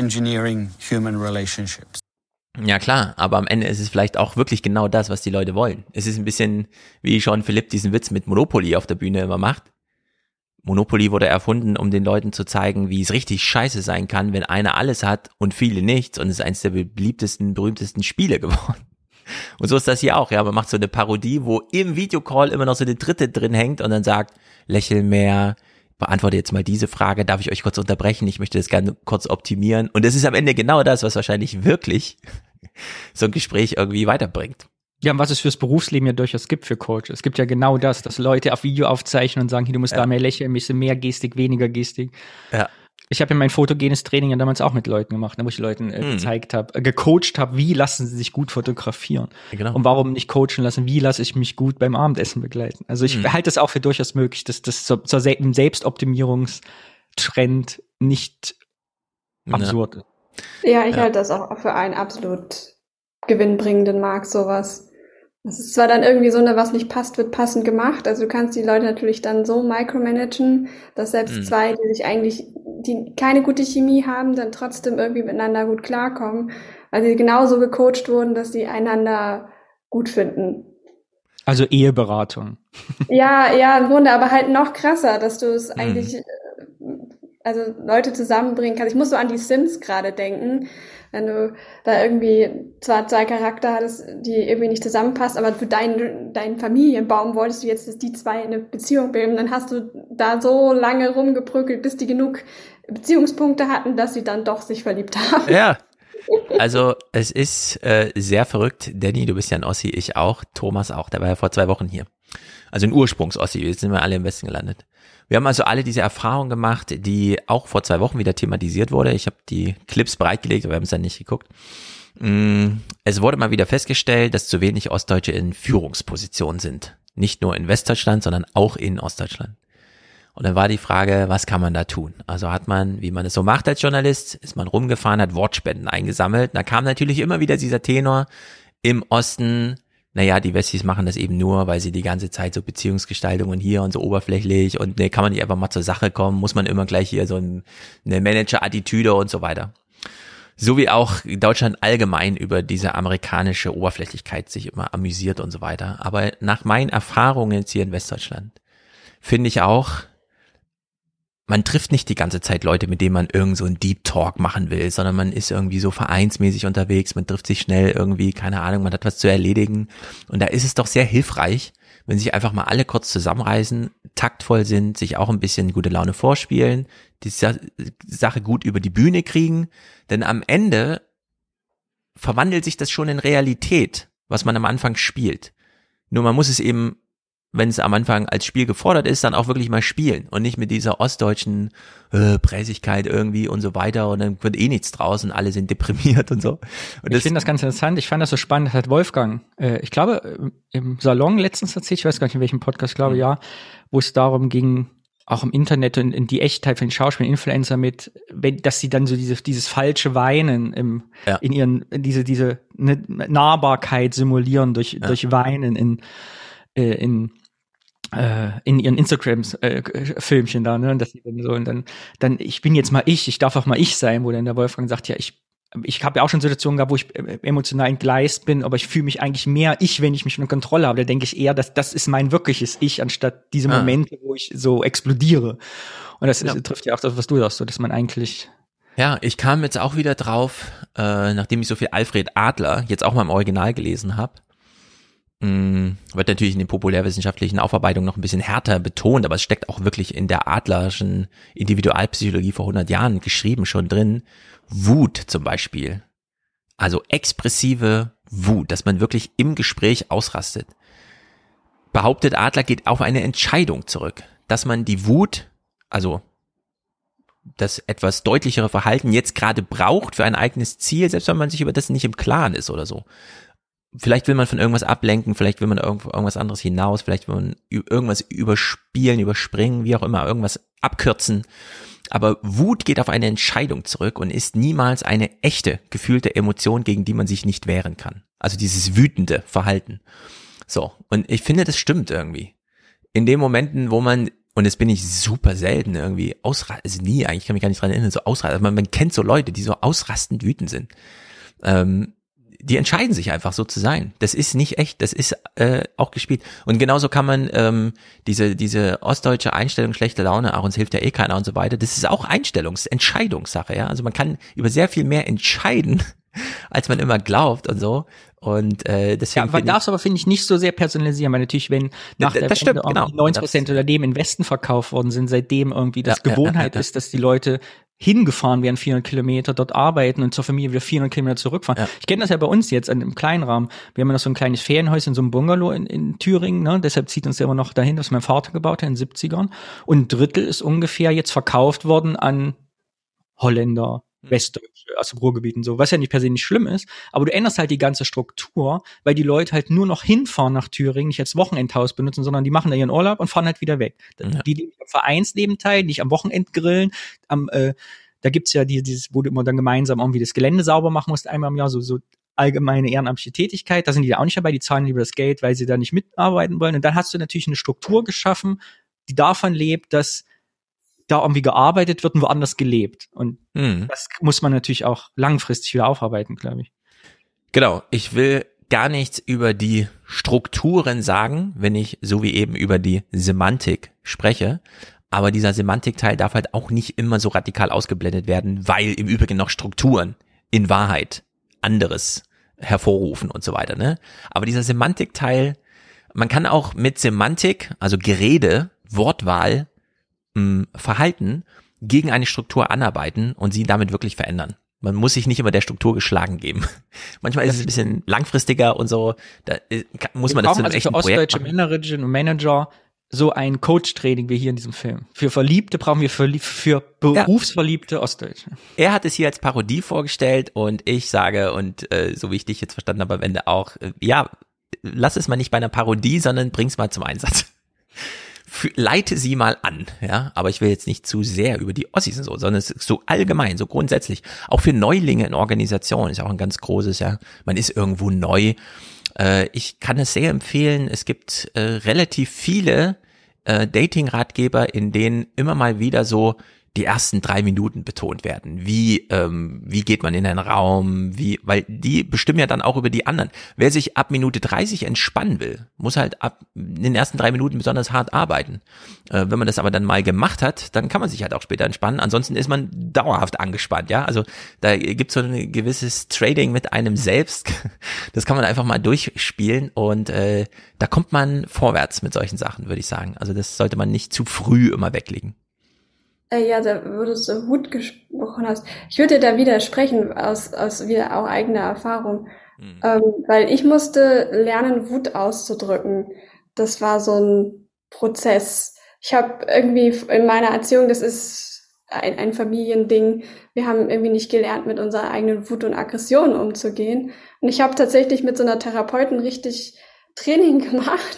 Ja klar, aber am Ende ist es vielleicht auch wirklich genau das, was die Leute wollen. Es ist ein bisschen, wie Sean Philipp diesen Witz mit Monopoly auf der Bühne immer macht. Monopoly wurde erfunden, um den Leuten zu zeigen, wie es richtig scheiße sein kann, wenn einer alles hat und viele nichts, und es ist eines der beliebtesten, berühmtesten Spiele geworden. Und so ist das hier auch, ja, man macht so eine Parodie, wo im Videocall immer noch so eine Dritte drin hängt und dann sagt, lächel mehr, beantworte jetzt mal diese Frage, darf ich euch kurz unterbrechen, ich möchte das gerne kurz optimieren, und das ist am Ende genau das, was wahrscheinlich wirklich so ein Gespräch irgendwie weiterbringt. Ja, und was es fürs Berufsleben ja durchaus gibt für Coaches. Es gibt ja genau das, dass Leute auf Video aufzeichnen und sagen, hier, du musst da mehr lächeln, ein bisschen mehr Gestik, weniger Gestik. Ja. Ich habe ja mein fotogenes Training ja damals auch mit Leuten gemacht, wo ich Leuten gecoacht habe, wie lassen sie sich gut fotografieren. Genau. Und warum nicht coachen lassen, wie lasse ich mich gut beim Abendessen begleiten. Also ich halte das auch für durchaus möglich, dass das zur Selbstoptimierungstrend nicht absurd ist. Ja, ich halte das auch für einen absolut gewinnbringenden Markt, sowas. Das ist zwar dann irgendwie so eine, was nicht passt, wird passend gemacht. Also du kannst die Leute natürlich dann so micromanagen, dass selbst zwei, die sich eigentlich, die keine gute Chemie haben, dann trotzdem irgendwie miteinander gut klarkommen, weil sie genauso gecoacht wurden, dass sie einander gut finden. Also Eheberatung. Ja, im Grunde, aber halt noch krasser, dass du es eigentlich, also Leute zusammenbringen kannst. Ich muss so an die Sims gerade denken, wenn du da irgendwie zwar zwei Charakter hattest, die irgendwie nicht zusammenpasst, aber für deinen Familienbaum wolltest du jetzt, dass die zwei eine Beziehung bilden, dann hast du da so lange rumgebröckelt, bis die genug Beziehungspunkte hatten, dass sie dann doch sich verliebt haben. Ja, also es ist sehr verrückt. Danny, du bist ja ein Ossi, ich auch, Thomas auch, der war ja vor 2 Wochen hier. Also ein Ursprungs-Ossi, jetzt sind wir alle im Westen gelandet. Wir haben also alle diese Erfahrung gemacht, die auch vor 2 Wochen wieder thematisiert wurde. Ich habe die Clips bereitgelegt, aber wir haben es dann nicht geguckt. Es wurde mal wieder festgestellt, dass zu wenig Ostdeutsche in Führungspositionen sind. Nicht nur in Westdeutschland, sondern auch in Ostdeutschland. Und dann war die Frage, was kann man da tun? Also hat man, wie man es so macht als Journalist, ist man rumgefahren, hat Wortspenden eingesammelt. Da kam natürlich immer wieder dieser Tenor im Osten, naja, die Wessis machen das eben nur, weil sie die ganze Zeit so Beziehungsgestaltungen hier und so oberflächlich und ne, kann man nicht einfach mal zur Sache kommen, muss man immer gleich hier so eine Manager-Attitüde und so weiter. So wie auch Deutschland allgemein über diese amerikanische Oberflächlichkeit sich immer amüsiert und so weiter. Aber nach meinen Erfahrungen jetzt hier in Westdeutschland finde ich auch, man trifft nicht die ganze Zeit Leute, mit denen man irgend so einen Deep Talk machen will, sondern man ist irgendwie so vereinsmäßig unterwegs, man trifft sich schnell irgendwie, keine Ahnung, man hat was zu erledigen. Und da ist es doch sehr hilfreich, wenn sich einfach mal alle kurz zusammenreißen, taktvoll sind, sich auch ein bisschen gute Laune vorspielen, die Sache gut über die Bühne kriegen. Denn am Ende verwandelt sich das schon in Realität, was man am Anfang spielt. Nur man muss es eben, wenn es am Anfang als Spiel gefordert ist, dann auch wirklich mal spielen und nicht mit dieser ostdeutschen Präsigkeit irgendwie und so weiter und dann wird eh nichts draus und alle sind deprimiert und so. Und ich finde das ganz interessant. Ich fand das so spannend, das hat Wolfgang, ich glaube, im Salon letztens erzählt, ich weiß gar nicht in welchem Podcast, glaube ja, wo es darum ging, auch im Internet und in die Echtheit von den Schauspielern, Influencer dass sie dann so dieses falsche Weinen in ihren, diese Nahbarkeit simulieren durch Weinen in ihren Instagram-Filmchen da, ne, und dass sie dann so, und dann, ich bin jetzt mal ich darf auch mal ich sein, wo dann der Wolfgang sagt, ja, ich habe ja auch schon Situationen gehabt, wo ich emotional entgleist bin, aber ich fühle mich eigentlich mehr ich, wenn ich mich unter Kontrolle habe. Da denke ich eher, dass das ist mein wirkliches Ich, anstatt diese Momente, wo ich so explodiere. Und das trifft ja auch das, was du sagst, so, dass man eigentlich... Ja, ich kam jetzt auch wieder drauf, nachdem ich so viel Alfred Adler jetzt auch mal im Original gelesen habe. wird natürlich in den populärwissenschaftlichen Aufarbeitungen noch ein bisschen härter betont, aber es steckt auch wirklich in der Adlerschen Individualpsychologie vor 100 Jahren geschrieben schon drin. Wut zum Beispiel. Also expressive Wut, dass man wirklich im Gespräch ausrastet. Behauptet Adler, geht auf eine Entscheidung zurück, dass man die Wut, also das etwas deutlichere Verhalten jetzt gerade braucht für ein eigenes Ziel, selbst wenn man sich über das nicht im Klaren ist oder so. Vielleicht will man von irgendwas ablenken, vielleicht will man irgendwas anderes hinaus, vielleicht will man irgendwas überspielen, überspringen, wie auch immer, irgendwas abkürzen. Aber Wut geht auf eine Entscheidung zurück und ist niemals eine echte, gefühlte Emotion, gegen die man sich nicht wehren kann. Also dieses wütende Verhalten. So, und ich finde, das stimmt irgendwie. In den Momenten, wo man, und das bin ich super selten irgendwie ausrasten, also nie eigentlich, ich kann mich gar nicht dran erinnern, so ausrasten, also man kennt so Leute, die so ausrastend wütend sind. Die entscheiden sich einfach so zu sein. Das ist nicht echt, das ist auch gespielt. Und genauso kann man diese ostdeutsche Einstellung, schlechte Laune, auch uns hilft ja eh keiner und so weiter, das ist auch Entscheidungssache, ja. Also man kann über sehr viel mehr entscheiden, als man immer glaubt und so. Und deswegen. Ja, man darf es aber, finde ich, nicht so sehr personalisieren, weil natürlich, wenn nach der Wende 90% der Leben in Westen verkauft worden sind, seitdem irgendwie das Gewohnheit ist, dass die Leute hingefahren werden, 400 Kilometer, dort arbeiten und zur Familie wieder 400 Kilometer zurückfahren. Ja. Ich kenne das ja bei uns jetzt im kleinen Rahmen. Wir haben ja noch so ein kleines Ferienhäuschen, so ein Bungalow in Thüringen, ne? Deshalb zieht uns ja immer noch dahin, was mein Vater gebaut hat in den 70ern. Und ein Drittel ist ungefähr jetzt verkauft worden an Holländer, Westdeutsche, aus dem Ruhrgebiet und so, was ja nicht per se nicht schlimm ist, aber du änderst halt die ganze Struktur, weil die Leute halt nur noch hinfahren nach Thüringen, nicht als Wochenendhaus benutzen, sondern die machen da ihren Urlaub und fahren halt wieder weg. Ja. Die leben am Vereinsleben teil, nicht am Wochenend grillen, da gibt's ja dieses, wo du immer dann gemeinsam irgendwie das Gelände sauber machen musst, einmal im Jahr, so allgemeine ehrenamtliche Tätigkeit, da sind die da auch nicht dabei, die zahlen lieber das Geld, weil sie da nicht mitarbeiten wollen. Und dann hast du natürlich eine Struktur geschaffen, die davon lebt, dass da irgendwie gearbeitet wird und woanders gelebt. Und das muss man natürlich auch langfristig wieder aufarbeiten, glaube ich. Genau, ich will gar nichts über die Strukturen sagen, wenn ich so wie eben über die Semantik spreche. Aber dieser Semantikteil darf halt auch nicht immer so radikal ausgeblendet werden, weil im Übrigen noch Strukturen in Wahrheit anderes hervorrufen und so weiter, ne? Aber dieser Semantikteil, man kann auch mit Semantik, also Gerede, Wortwahl, Verhalten gegen eine Struktur anarbeiten und sie damit wirklich verändern. Man muss sich nicht immer der Struktur geschlagen geben. Manchmal ist es ein bisschen langfristiger und so, da muss man das zu einem echten Projekt machen. Ostdeutsche Managerinnen und Manager so ein Coach-Training wie hier in diesem Film. Für Verliebte brauchen wir für berufsverliebte Ostdeutsche. Er hat es hier als Parodie vorgestellt und ich sage, und so wie ich dich jetzt verstanden habe am Ende auch, ja, lass es mal nicht bei einer Parodie, sondern bring's mal zum Einsatz. Leite sie mal an, ja, aber ich will jetzt nicht zu sehr über die Ossis und so, sondern es ist so allgemein, so grundsätzlich, auch für Neulinge in Organisationen ist auch ein ganz großes, ja, man ist irgendwo neu. Ich kann es sehr empfehlen, es gibt relativ viele Dating-Ratgeber, in denen immer mal wieder so die ersten 3 Minuten betont werden. Wie geht man in einen Raum, weil die bestimmen ja dann auch über die anderen. Wer sich ab Minute 30 entspannen will, muss halt ab in den ersten 3 Minuten besonders hart arbeiten. Wenn man das aber dann mal gemacht hat, dann kann man sich halt auch später entspannen. Ansonsten ist man dauerhaft angespannt, ja. Also da gibt's so ein gewisses Trading mit einem selbst. Das kann man einfach mal durchspielen und da kommt man vorwärts mit solchen Sachen, würde ich sagen. Also das sollte man nicht zu früh immer weglegen. Ja, da, wo du so Wut gesprochen hast. Ich würde dir da widersprechen, aus wieder auch eigener Erfahrung. Weil ich musste lernen, Wut auszudrücken. Das war so ein Prozess. Ich habe irgendwie in meiner Erziehung, das ist ein Familiending, wir haben irgendwie nicht gelernt, mit unserer eigenen Wut und Aggression umzugehen. Und ich habe tatsächlich mit so einer Therapeutin richtig Training gemacht.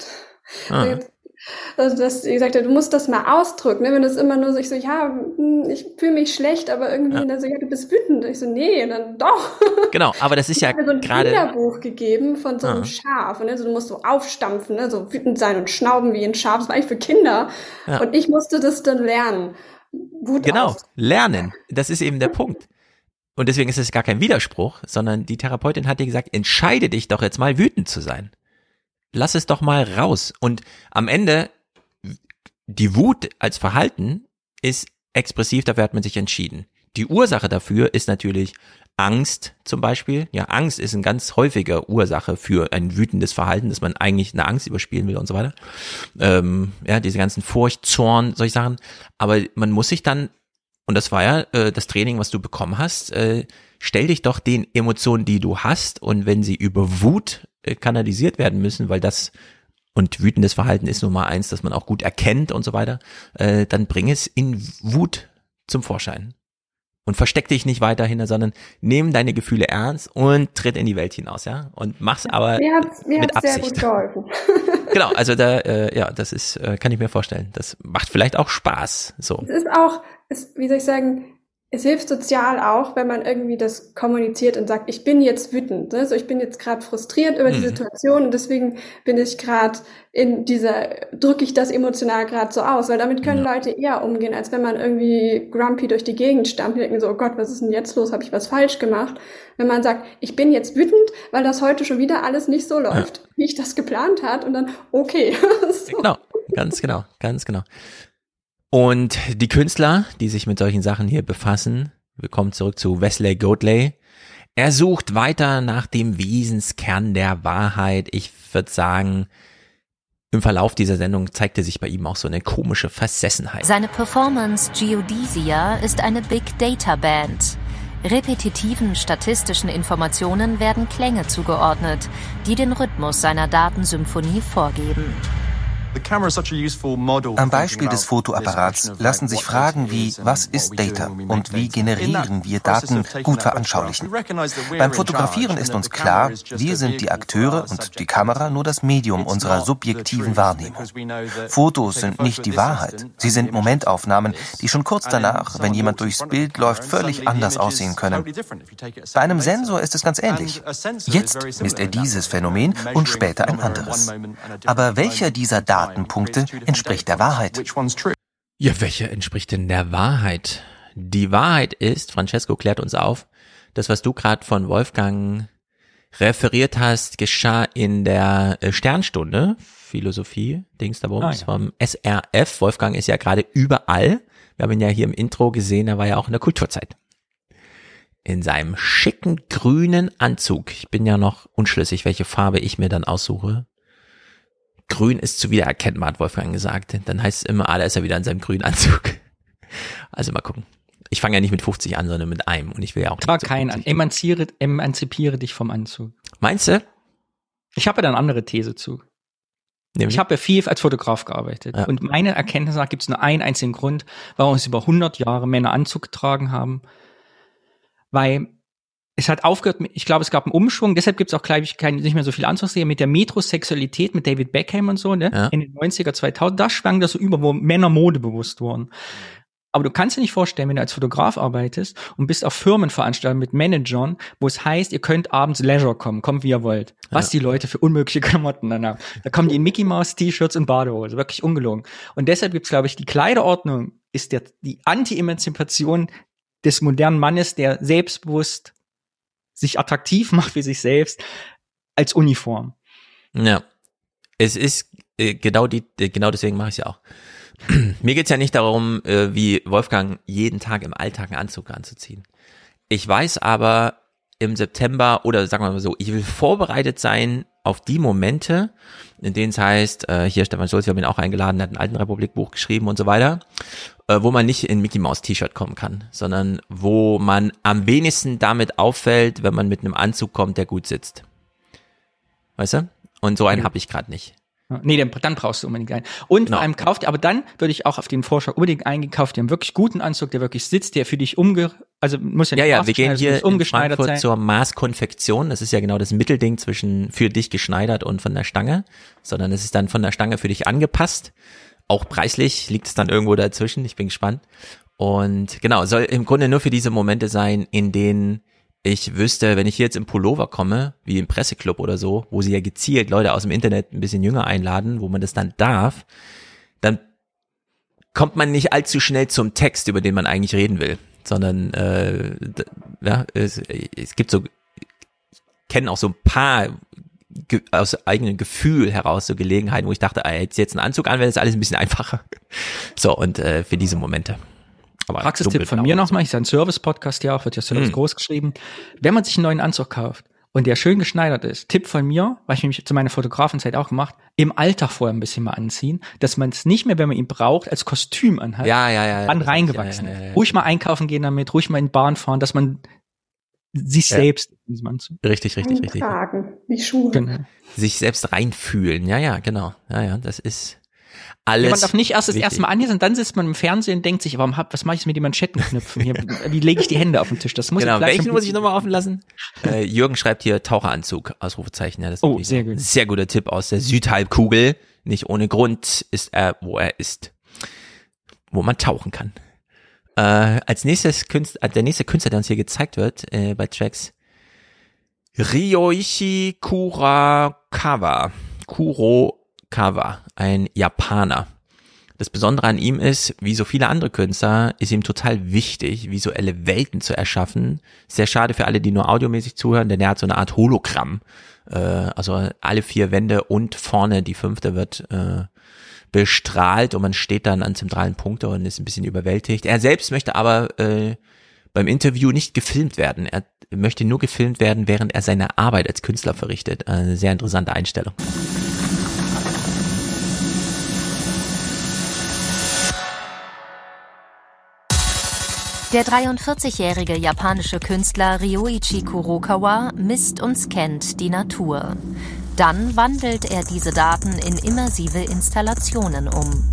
Also, dass sie gesagt hat, du musst das mal ausdrücken, ne? Wenn du es immer nur so, ich so, ja, ich fühle mich schlecht, aber irgendwie, dann so, ja, du bist wütend. Und ich so, nee, und dann doch. Genau, aber das ist ja gerade. Ich habe mir so ein Kinderbuch gegeben von so einem Schaf, und ne? So, du musst so aufstampfen, ne? So wütend sein und schnauben wie ein Schaf, das war eigentlich für Kinder. Ja. Und ich musste das dann lernen. Genau, lernen. Das ist eben der Punkt. Und deswegen ist es gar kein Widerspruch, sondern die Therapeutin hat dir gesagt, entscheide dich doch jetzt mal, wütend zu sein. Lass es doch mal raus. Und am Ende, die Wut als Verhalten ist expressiv, dafür hat man sich entschieden. Die Ursache dafür ist natürlich Angst zum Beispiel. Ja, Angst ist eine ganz häufige Ursache für ein wütendes Verhalten, dass man eigentlich eine Angst überspielen will und so weiter. Ja, diese ganzen Furcht, Zorn, solche Sachen. Aber man muss sich dann, und das war ja das Training, was du bekommen hast, stell dich doch den Emotionen, die du hast, und wenn sie über Wut kanalisiert werden müssen, weil das und wütendes Verhalten ist nun mal eins, das man auch gut erkennt und so weiter, dann bring es in Wut zum Vorschein. Und versteck dich nicht weiterhin, sondern nimm deine Gefühle ernst und tritt in die Welt hinaus, ja. Und mach's aber mit Absicht. Sehr gut geholfen. Genau, also das ist, kann ich mir vorstellen. Das macht vielleicht auch Spaß. So. Es ist auch, wie soll ich sagen, es hilft sozial auch, wenn man irgendwie das kommuniziert und sagt, ich bin jetzt wütend, ne? So, ich bin jetzt gerade frustriert über die Situation und deswegen bin ich gerade drücke ich das emotional gerade so aus, weil damit können Leute eher umgehen, als wenn man irgendwie grumpy durch die Gegend stampft und denkt so, oh Gott, was ist denn jetzt los, habe ich was falsch gemacht? Wenn man sagt, ich bin jetzt wütend, weil das heute schon wieder alles nicht so läuft, wie ich das geplant hat, und dann, okay. So. Genau, ganz genau. Und die Künstler, die sich mit solchen Sachen hier befassen, wir kommen zurück zu Wesley Goodley. Er sucht weiter nach dem Wesenskern der Wahrheit. Ich würde sagen, im Verlauf dieser Sendung zeigte sich bei ihm auch so eine komische Versessenheit. Seine Performance Geodäsia ist eine Big Data Band. Repetitiven statistischen Informationen werden Klänge zugeordnet, die den Rhythmus seiner Datensymphonie vorgeben. Am Beispiel des Fotoapparats lassen sich Fragen wie, was ist Data und wie generieren wir Daten, gut veranschaulichen. Beim Fotografieren ist uns klar, wir sind die Akteure und die Kamera nur das Medium unserer subjektiven Wahrnehmung. Fotos sind nicht die Wahrheit, sie sind Momentaufnahmen, die schon kurz danach, wenn jemand durchs Bild läuft, völlig anders aussehen können. Bei einem Sensor ist es ganz ähnlich. Jetzt misst er dieses Phänomen und später ein anderes. Aber welcher dieser Datenpunkte entspricht der Wahrheit? Ja, welche entspricht denn der Wahrheit? Die Wahrheit ist, Francesco klärt uns auf, das, was du gerade von Wolfgang referiert hast, geschah in der Sternstunde, Philosophie, Dingsdabums, vom SRF. Wolfgang ist ja gerade überall. Wir haben ihn ja hier im Intro gesehen, er war ja auch in der Kulturzeit. In seinem schicken grünen Anzug. Ich bin ja noch unschlüssig, welche Farbe ich mir dann aussuche. Grün ist zu wiedererkennbar, hat Wolfgang gesagt. Dann heißt es immer, da ist er wieder in seinem grünen Anzug. Also mal gucken. Ich fange ja nicht mit 50 an, sondern mit einem. Und ich will ja auch Trag keinen an. Emanzipiere dich vom Anzug. Meinst du? Ich habe ja da eine andere These zu. Nämlich? Ich habe ja viel als Fotograf gearbeitet. Ja. Und meine Erkenntnis nach gibt es nur einen einzigen Grund, warum es über 100 Jahre Männer Anzug getragen haben. Weil es hat aufgehört, ich glaube, es gab einen Umschwung, deshalb gibt es auch, glaube ich, nicht mehr so viel Anzugsserien mit der Metrosexualität, mit David Beckham und so, ne? Ja. In den 90er, 2000, da schwang das so über, wo Männer modebewusst wurden. Aber du kannst dir nicht vorstellen, wenn du als Fotograf arbeitest und bist auf Firmenveranstaltungen mit Managern, wo es heißt, ihr könnt abends Leisure kommt wie ihr wollt. Was die Leute für unmögliche Klamotten dann haben. Da kommen die in Mickey-Maus-T-Shirts und Badehose, wirklich ungelogen. Und deshalb gibt es, glaube ich, die Kleiderordnung ist die Anti-Emanzipation des modernen Mannes, der selbstbewusst sich attraktiv macht für sich selbst als Uniform. Ja, es ist genau deswegen mache ich es ja auch. Mir geht's ja nicht darum, wie Wolfgang jeden Tag im Alltag einen Anzug anzuziehen. Ich weiß aber im September, oder sagen wir mal so, ich will vorbereitet sein auf die Momente, in denen es heißt, hier Stefan Schulz, wir haben ihn auch eingeladen, hat ein Altenrepublik-Buch geschrieben und so weiter, wo man nicht in Mickey Mouse T-Shirt kommen kann, sondern wo man am wenigsten damit auffällt, wenn man mit einem Anzug kommt, der gut sitzt. Weißt du? Und so einen habe ich gerade nicht. Nee, dann brauchst du unbedingt einen. Und vor allem aber dann würde ich auch auf den Vorschlag unbedingt eingehen, kauf dir einen wirklich guten Anzug, der wirklich sitzt, der für dich also muss ja nicht wir gehen hier in Frankfurt zur Maßkonfektion. Das ist ja genau das Mittelding zwischen für dich geschneidert und von der Stange, sondern es ist dann von der Stange für dich angepasst. Auch preislich liegt es dann irgendwo dazwischen. Ich bin gespannt. Und genau, soll im Grunde nur für diese Momente sein, in denen ich wüsste, wenn ich hier jetzt im Pullover komme, wie im Presseclub oder so, wo sie ja gezielt Leute aus dem Internet ein bisschen jünger einladen, wo man das dann darf, dann kommt man nicht allzu schnell zum Text, über den man eigentlich reden will, sondern es gibt so, ich kenne auch so ein paar aus eigenem Gefühl heraus so Gelegenheiten, wo ich dachte, jetzt einen Anzug an, wäre das alles ein bisschen einfacher. So, und für diese Momente. Aber Praxistipp von mir nochmal, ich sage ein Service-Podcast ja auch, wird ja Service groß geschrieben. Wenn man sich einen neuen Anzug kauft und der schön geschneidert ist, Tipp von mir, weil ich nämlich zu meiner Fotografenzeit auch gemacht, im Alltag vorher ein bisschen mal anziehen, dass man es nicht mehr, wenn man ihn braucht, als Kostüm anhat, dann reingewachsen. Ja. Ruhig mal einkaufen gehen damit, ruhig mal in die Bahn fahren, dass man sich selbst in diesem Anzug. Richtig. Tragen, wie Schuhe. Genau. Sich selbst reinfühlen. Ja, genau. Ja, das ist alles. Man darf nicht erst das erste Mal anlesen und dann sitzt man im Fernsehen und denkt sich, was mache ich mit den Manschettenknöpfen hier? Wie lege ich die Hände auf den Tisch? Das muss welchen muss ich nochmal offen lassen? Jürgen schreibt hier Taucheranzug, Ausrufezeichen. Ja, das ist sehr gut. Sehr guter Tipp aus der Südhalbkugel. Nicht ohne Grund ist er, wo er ist. Wo man tauchen kann. Als nächstes der nächste Künstler, der uns hier gezeigt wird, bei Tracks, Ryoichi Kurokawa, ein Japaner. Das Besondere an ihm ist, wie so viele andere Künstler, ist ihm total wichtig, visuelle Welten zu erschaffen. Sehr schade für alle, die nur audiomäßig zuhören, denn er hat so eine Art Hologramm. Also alle 4 Wände und vorne die 5. wird bestrahlt und man steht dann an zentralen Punkten und ist ein bisschen überwältigt. Er selbst möchte aber beim Interview nicht gefilmt werden. Er möchte nur gefilmt werden, während er seine Arbeit als Künstler verrichtet. Eine sehr interessante Einstellung. Der 43-jährige japanische Künstler Ryoichi Kurokawa misst und scannt die Natur. Dann wandelt er diese Daten in immersive Installationen um.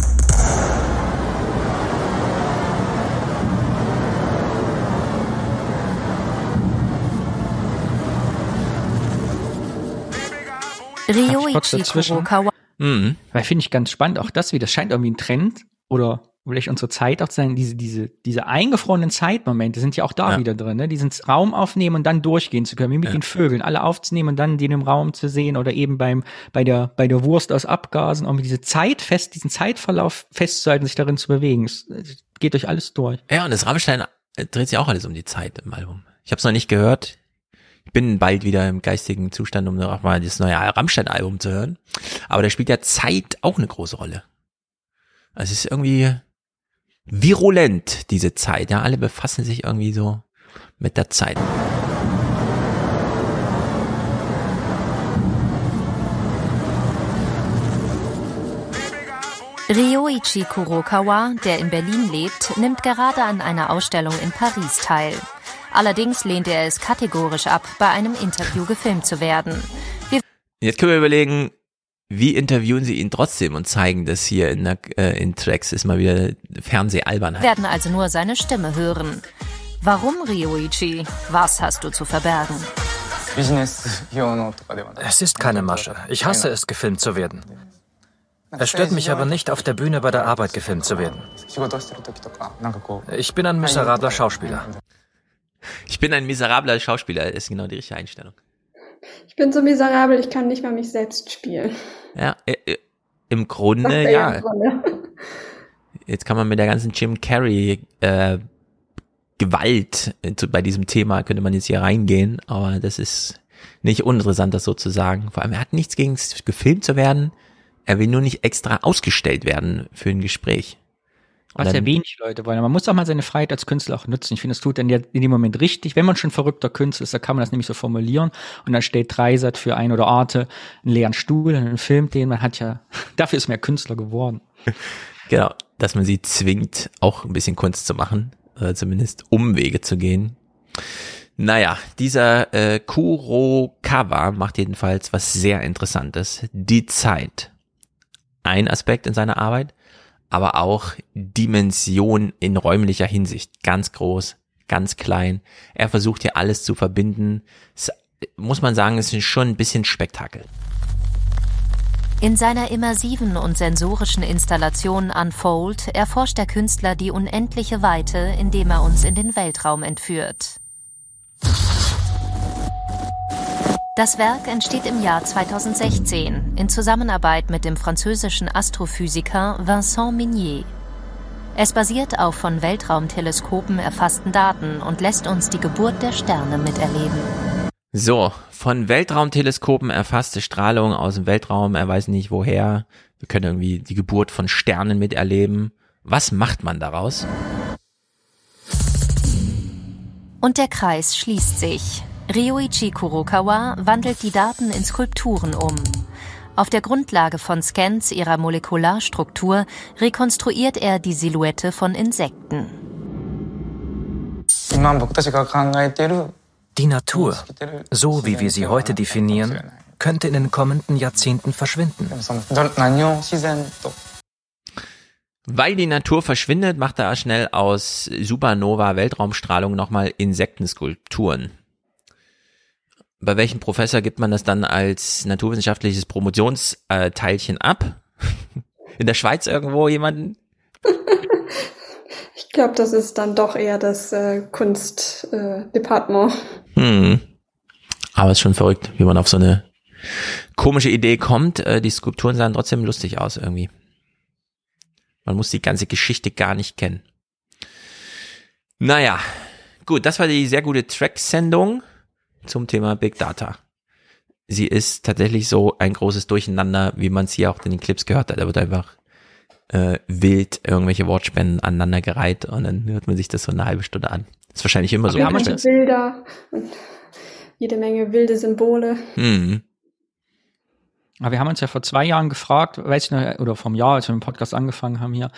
Ryoichi Kurokawa. Weil finde ich ganz spannend, auch das wieder, das scheint irgendwie ein Trend oder vielleicht unsere Zeit auch zu sein, diese eingefrorenen Zeitmomente sind ja auch da wieder drin, ne? Diesen Raum aufnehmen und dann durchgehen zu können, wie mit den Vögeln, alle aufzunehmen und dann den im Raum zu sehen oder eben bei der Wurst aus Abgasen, irgendwie diesen Zeitverlauf festzuhalten, sich darin zu bewegen. Es geht durch alles durch. Ja, und das Rammstein dreht sich auch alles um die Zeit im Album. Ich habe es noch nicht gehört. Ich bin bald wieder im geistigen Zustand, um auch mal das neue Rammstein-Album zu hören. Aber da spielt ja Zeit auch eine große Rolle. Also es ist irgendwie virulent, diese Zeit. Ja, alle befassen sich irgendwie so mit der Zeit. Ryoichi Kurokawa, der in Berlin lebt, nimmt gerade an einer Ausstellung in Paris teil. Allerdings lehnt er es kategorisch ab, bei einem Interview gefilmt zu werden. Jetzt können wir überlegen, wie interviewen sie ihn trotzdem und zeigen das hier in Tracks, ist mal wieder Fernsehalbernheit. Wir werden also nur seine Stimme hören. Warum, Ryoichi? Was hast du zu verbergen? Es ist keine Masche. Ich hasse es, gefilmt zu werden. Es stört mich aber nicht, auf der Bühne bei der Arbeit gefilmt zu werden. Ich bin ein miserabler Schauspieler. Ich bin ein miserabler Schauspieler, ist genau die richtige Einstellung. Ich bin so miserabel, ich kann nicht mal mich selbst spielen. Ja, im Grunde ja. Jetzt kann man mit der ganzen Jim Carrey Gewalt bei diesem Thema, könnte man jetzt hier reingehen, aber das ist nicht uninteressant, das so zu sagen. Vor allem, er hat nichts gegen gefilmt zu werden, er will nur nicht extra ausgestellt werden für ein Gespräch. Was ja wenig Leute wollen. Man muss auch mal seine Freiheit als Künstler auch nutzen. Ich finde, das tut in dem Moment richtig. Wenn man schon verrückter Künstler ist, dann kann man das nämlich so formulieren. Und dann steht Dreisat für ein oder Arte einen leeren Stuhl, einen Film, den man hat ja, dafür ist man ja Künstler geworden. Genau, dass man sie zwingt, auch ein bisschen Kunst zu machen, oder zumindest Umwege zu gehen. Naja, dieser Kurokawa macht jedenfalls was sehr Interessantes. Die Zeit. Ein Aspekt in seiner Arbeit, aber auch Dimension in räumlicher Hinsicht. Ganz groß, ganz klein. Er versucht hier alles zu verbinden. Es, muss man sagen, es ist schon ein bisschen Spektakel. In seiner immersiven und sensorischen Installation Unfold erforscht der Künstler die unendliche Weite, indem er uns in den Weltraum entführt. Das Werk entsteht im Jahr 2016 in Zusammenarbeit mit dem französischen Astrophysiker Vincent Minier. Es basiert auf von Weltraumteleskopen erfassten Daten und lässt uns die Geburt der Sterne miterleben. So, von Weltraumteleskopen erfasste Strahlung aus dem Weltraum, er weiß nicht woher. Wir können irgendwie die Geburt von Sternen miterleben. Was macht man daraus? Und der Kreis schließt sich. Ryoichi Kurokawa wandelt die Daten in Skulpturen um. Auf der Grundlage von Scans ihrer Molekularstruktur rekonstruiert er die Silhouette von Insekten. Die Natur, so wie wir sie heute definieren, könnte in den kommenden Jahrzehnten verschwinden. Weil die Natur verschwindet, macht er schnell aus Supernova-Weltraumstrahlung nochmal Insektenskulpturen. Bei welchem Professor gibt man das dann als naturwissenschaftliches Promotionsteilchen ab? In der Schweiz irgendwo jemanden? Ich glaube, das ist dann doch eher das Kunstdepartement. Aber es ist schon verrückt, wie man auf so eine komische Idee kommt. Die Skulpturen sahen trotzdem lustig aus irgendwie. Man muss die ganze Geschichte gar nicht kennen. Naja, gut, das war die sehr gute Track-Sendung zum Thema Big Data. Sie ist tatsächlich so ein großes Durcheinander, wie man es hier auch in den Clips gehört hat. Da wird einfach wild irgendwelche Wortspenden aneinandergereiht und dann hört man sich das so eine halbe Stunde an. Das ist wahrscheinlich immer so. Wir haben Bilder und jede Menge wilde Symbole. Aber wir haben uns ja vor 2 Jahren gefragt, weiß ich noch, oder vom Jahr, als wir mit dem Podcast angefangen haben hier,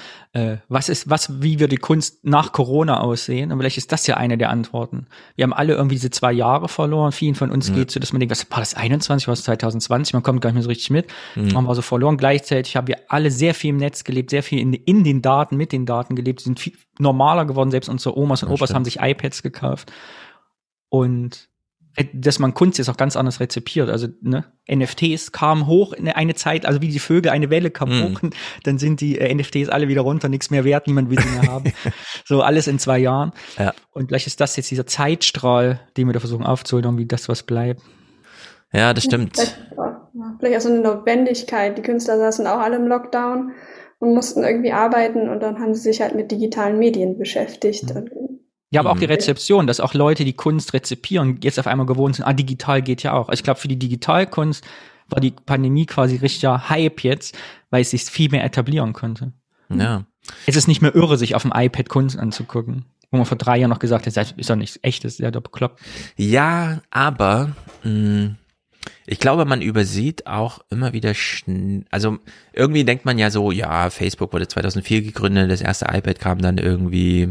wie wird die Kunst nach Corona aussehen? Und vielleicht ist das ja eine der Antworten. Wir haben alle irgendwie diese 2 Jahre verloren. Vielen von uns geht so, dass man denkt, was war das 21, was 2020? Man kommt gar nicht mehr so richtig mit. Man war so verloren. Gleichzeitig haben wir alle sehr viel im Netz gelebt, sehr viel in den Daten, mit den Daten gelebt. Sie sind viel normaler geworden. Selbst unsere Omas und Opas haben sich iPads gekauft. Und dass man Kunst jetzt auch ganz anders rezipiert. Also NFTs kamen hoch in eine Zeit, also wie die Vögel, eine Welle kam hoch, und dann sind die NFTs alle wieder runter, nichts mehr wert, niemand will sie mehr haben. So alles in 2 Jahren. Ja. Und vielleicht ist das jetzt dieser Zeitstrahl, den wir da versuchen aufzuholen, wie das was bleibt. Ja, das stimmt. Vielleicht auch so eine Notwendigkeit. Die Künstler saßen auch alle im Lockdown und mussten irgendwie arbeiten und dann haben sie sich halt mit digitalen Medien beschäftigt. Ja, aber auch die Rezeption, dass auch Leute, die Kunst rezipieren, jetzt auf einmal gewohnt sind, digital geht ja auch. Also ich glaube, für die Digitalkunst war die Pandemie quasi richtiger Hype jetzt, weil es sich viel mehr etablieren konnte. Ja. Es ist nicht mehr irre, sich auf dem iPad Kunst anzugucken, wo man vor 3 Jahren noch gesagt hat, das ist doch nichts Echtes, ist ja doch bekloppt. Ja, aber ich glaube, man übersieht auch immer wieder, also irgendwie denkt man ja so, ja, Facebook wurde 2004 gegründet, das erste iPad kam dann irgendwie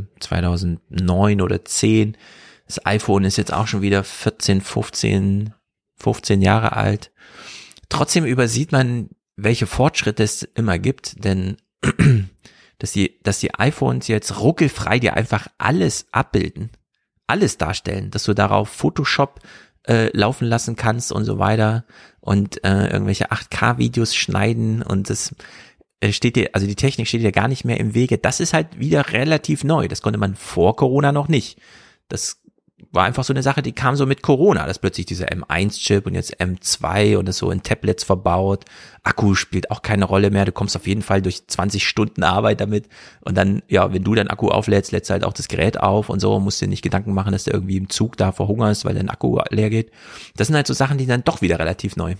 2009 oder 10. Das iPhone ist jetzt auch schon wieder 14, 15 Jahre alt. Trotzdem übersieht man, welche Fortschritte es immer gibt, denn dass die iPhones jetzt ruckelfrei dir einfach alles abbilden, alles darstellen, dass du darauf Photoshop laufen lassen kannst und so weiter und irgendwelche 8K-Videos schneiden und das steht dir, also die Technik steht dir gar nicht mehr im Wege. Das ist halt wieder relativ neu. Das konnte man vor Corona noch nicht. Das war einfach so eine Sache, die kam so mit Corona, dass plötzlich dieser M1-Chip und jetzt M2 und das so in Tablets verbaut. Akku spielt auch keine Rolle mehr. Du kommst auf jeden Fall durch 20 Stunden Arbeit damit und dann, ja, wenn du deinen Akku auflädst, lädst du halt auch das Gerät auf und so, musst dir nicht Gedanken machen, dass du irgendwie im Zug da verhungerst, weil dein Akku leer geht. Das sind halt so Sachen, die dann doch wieder relativ neu,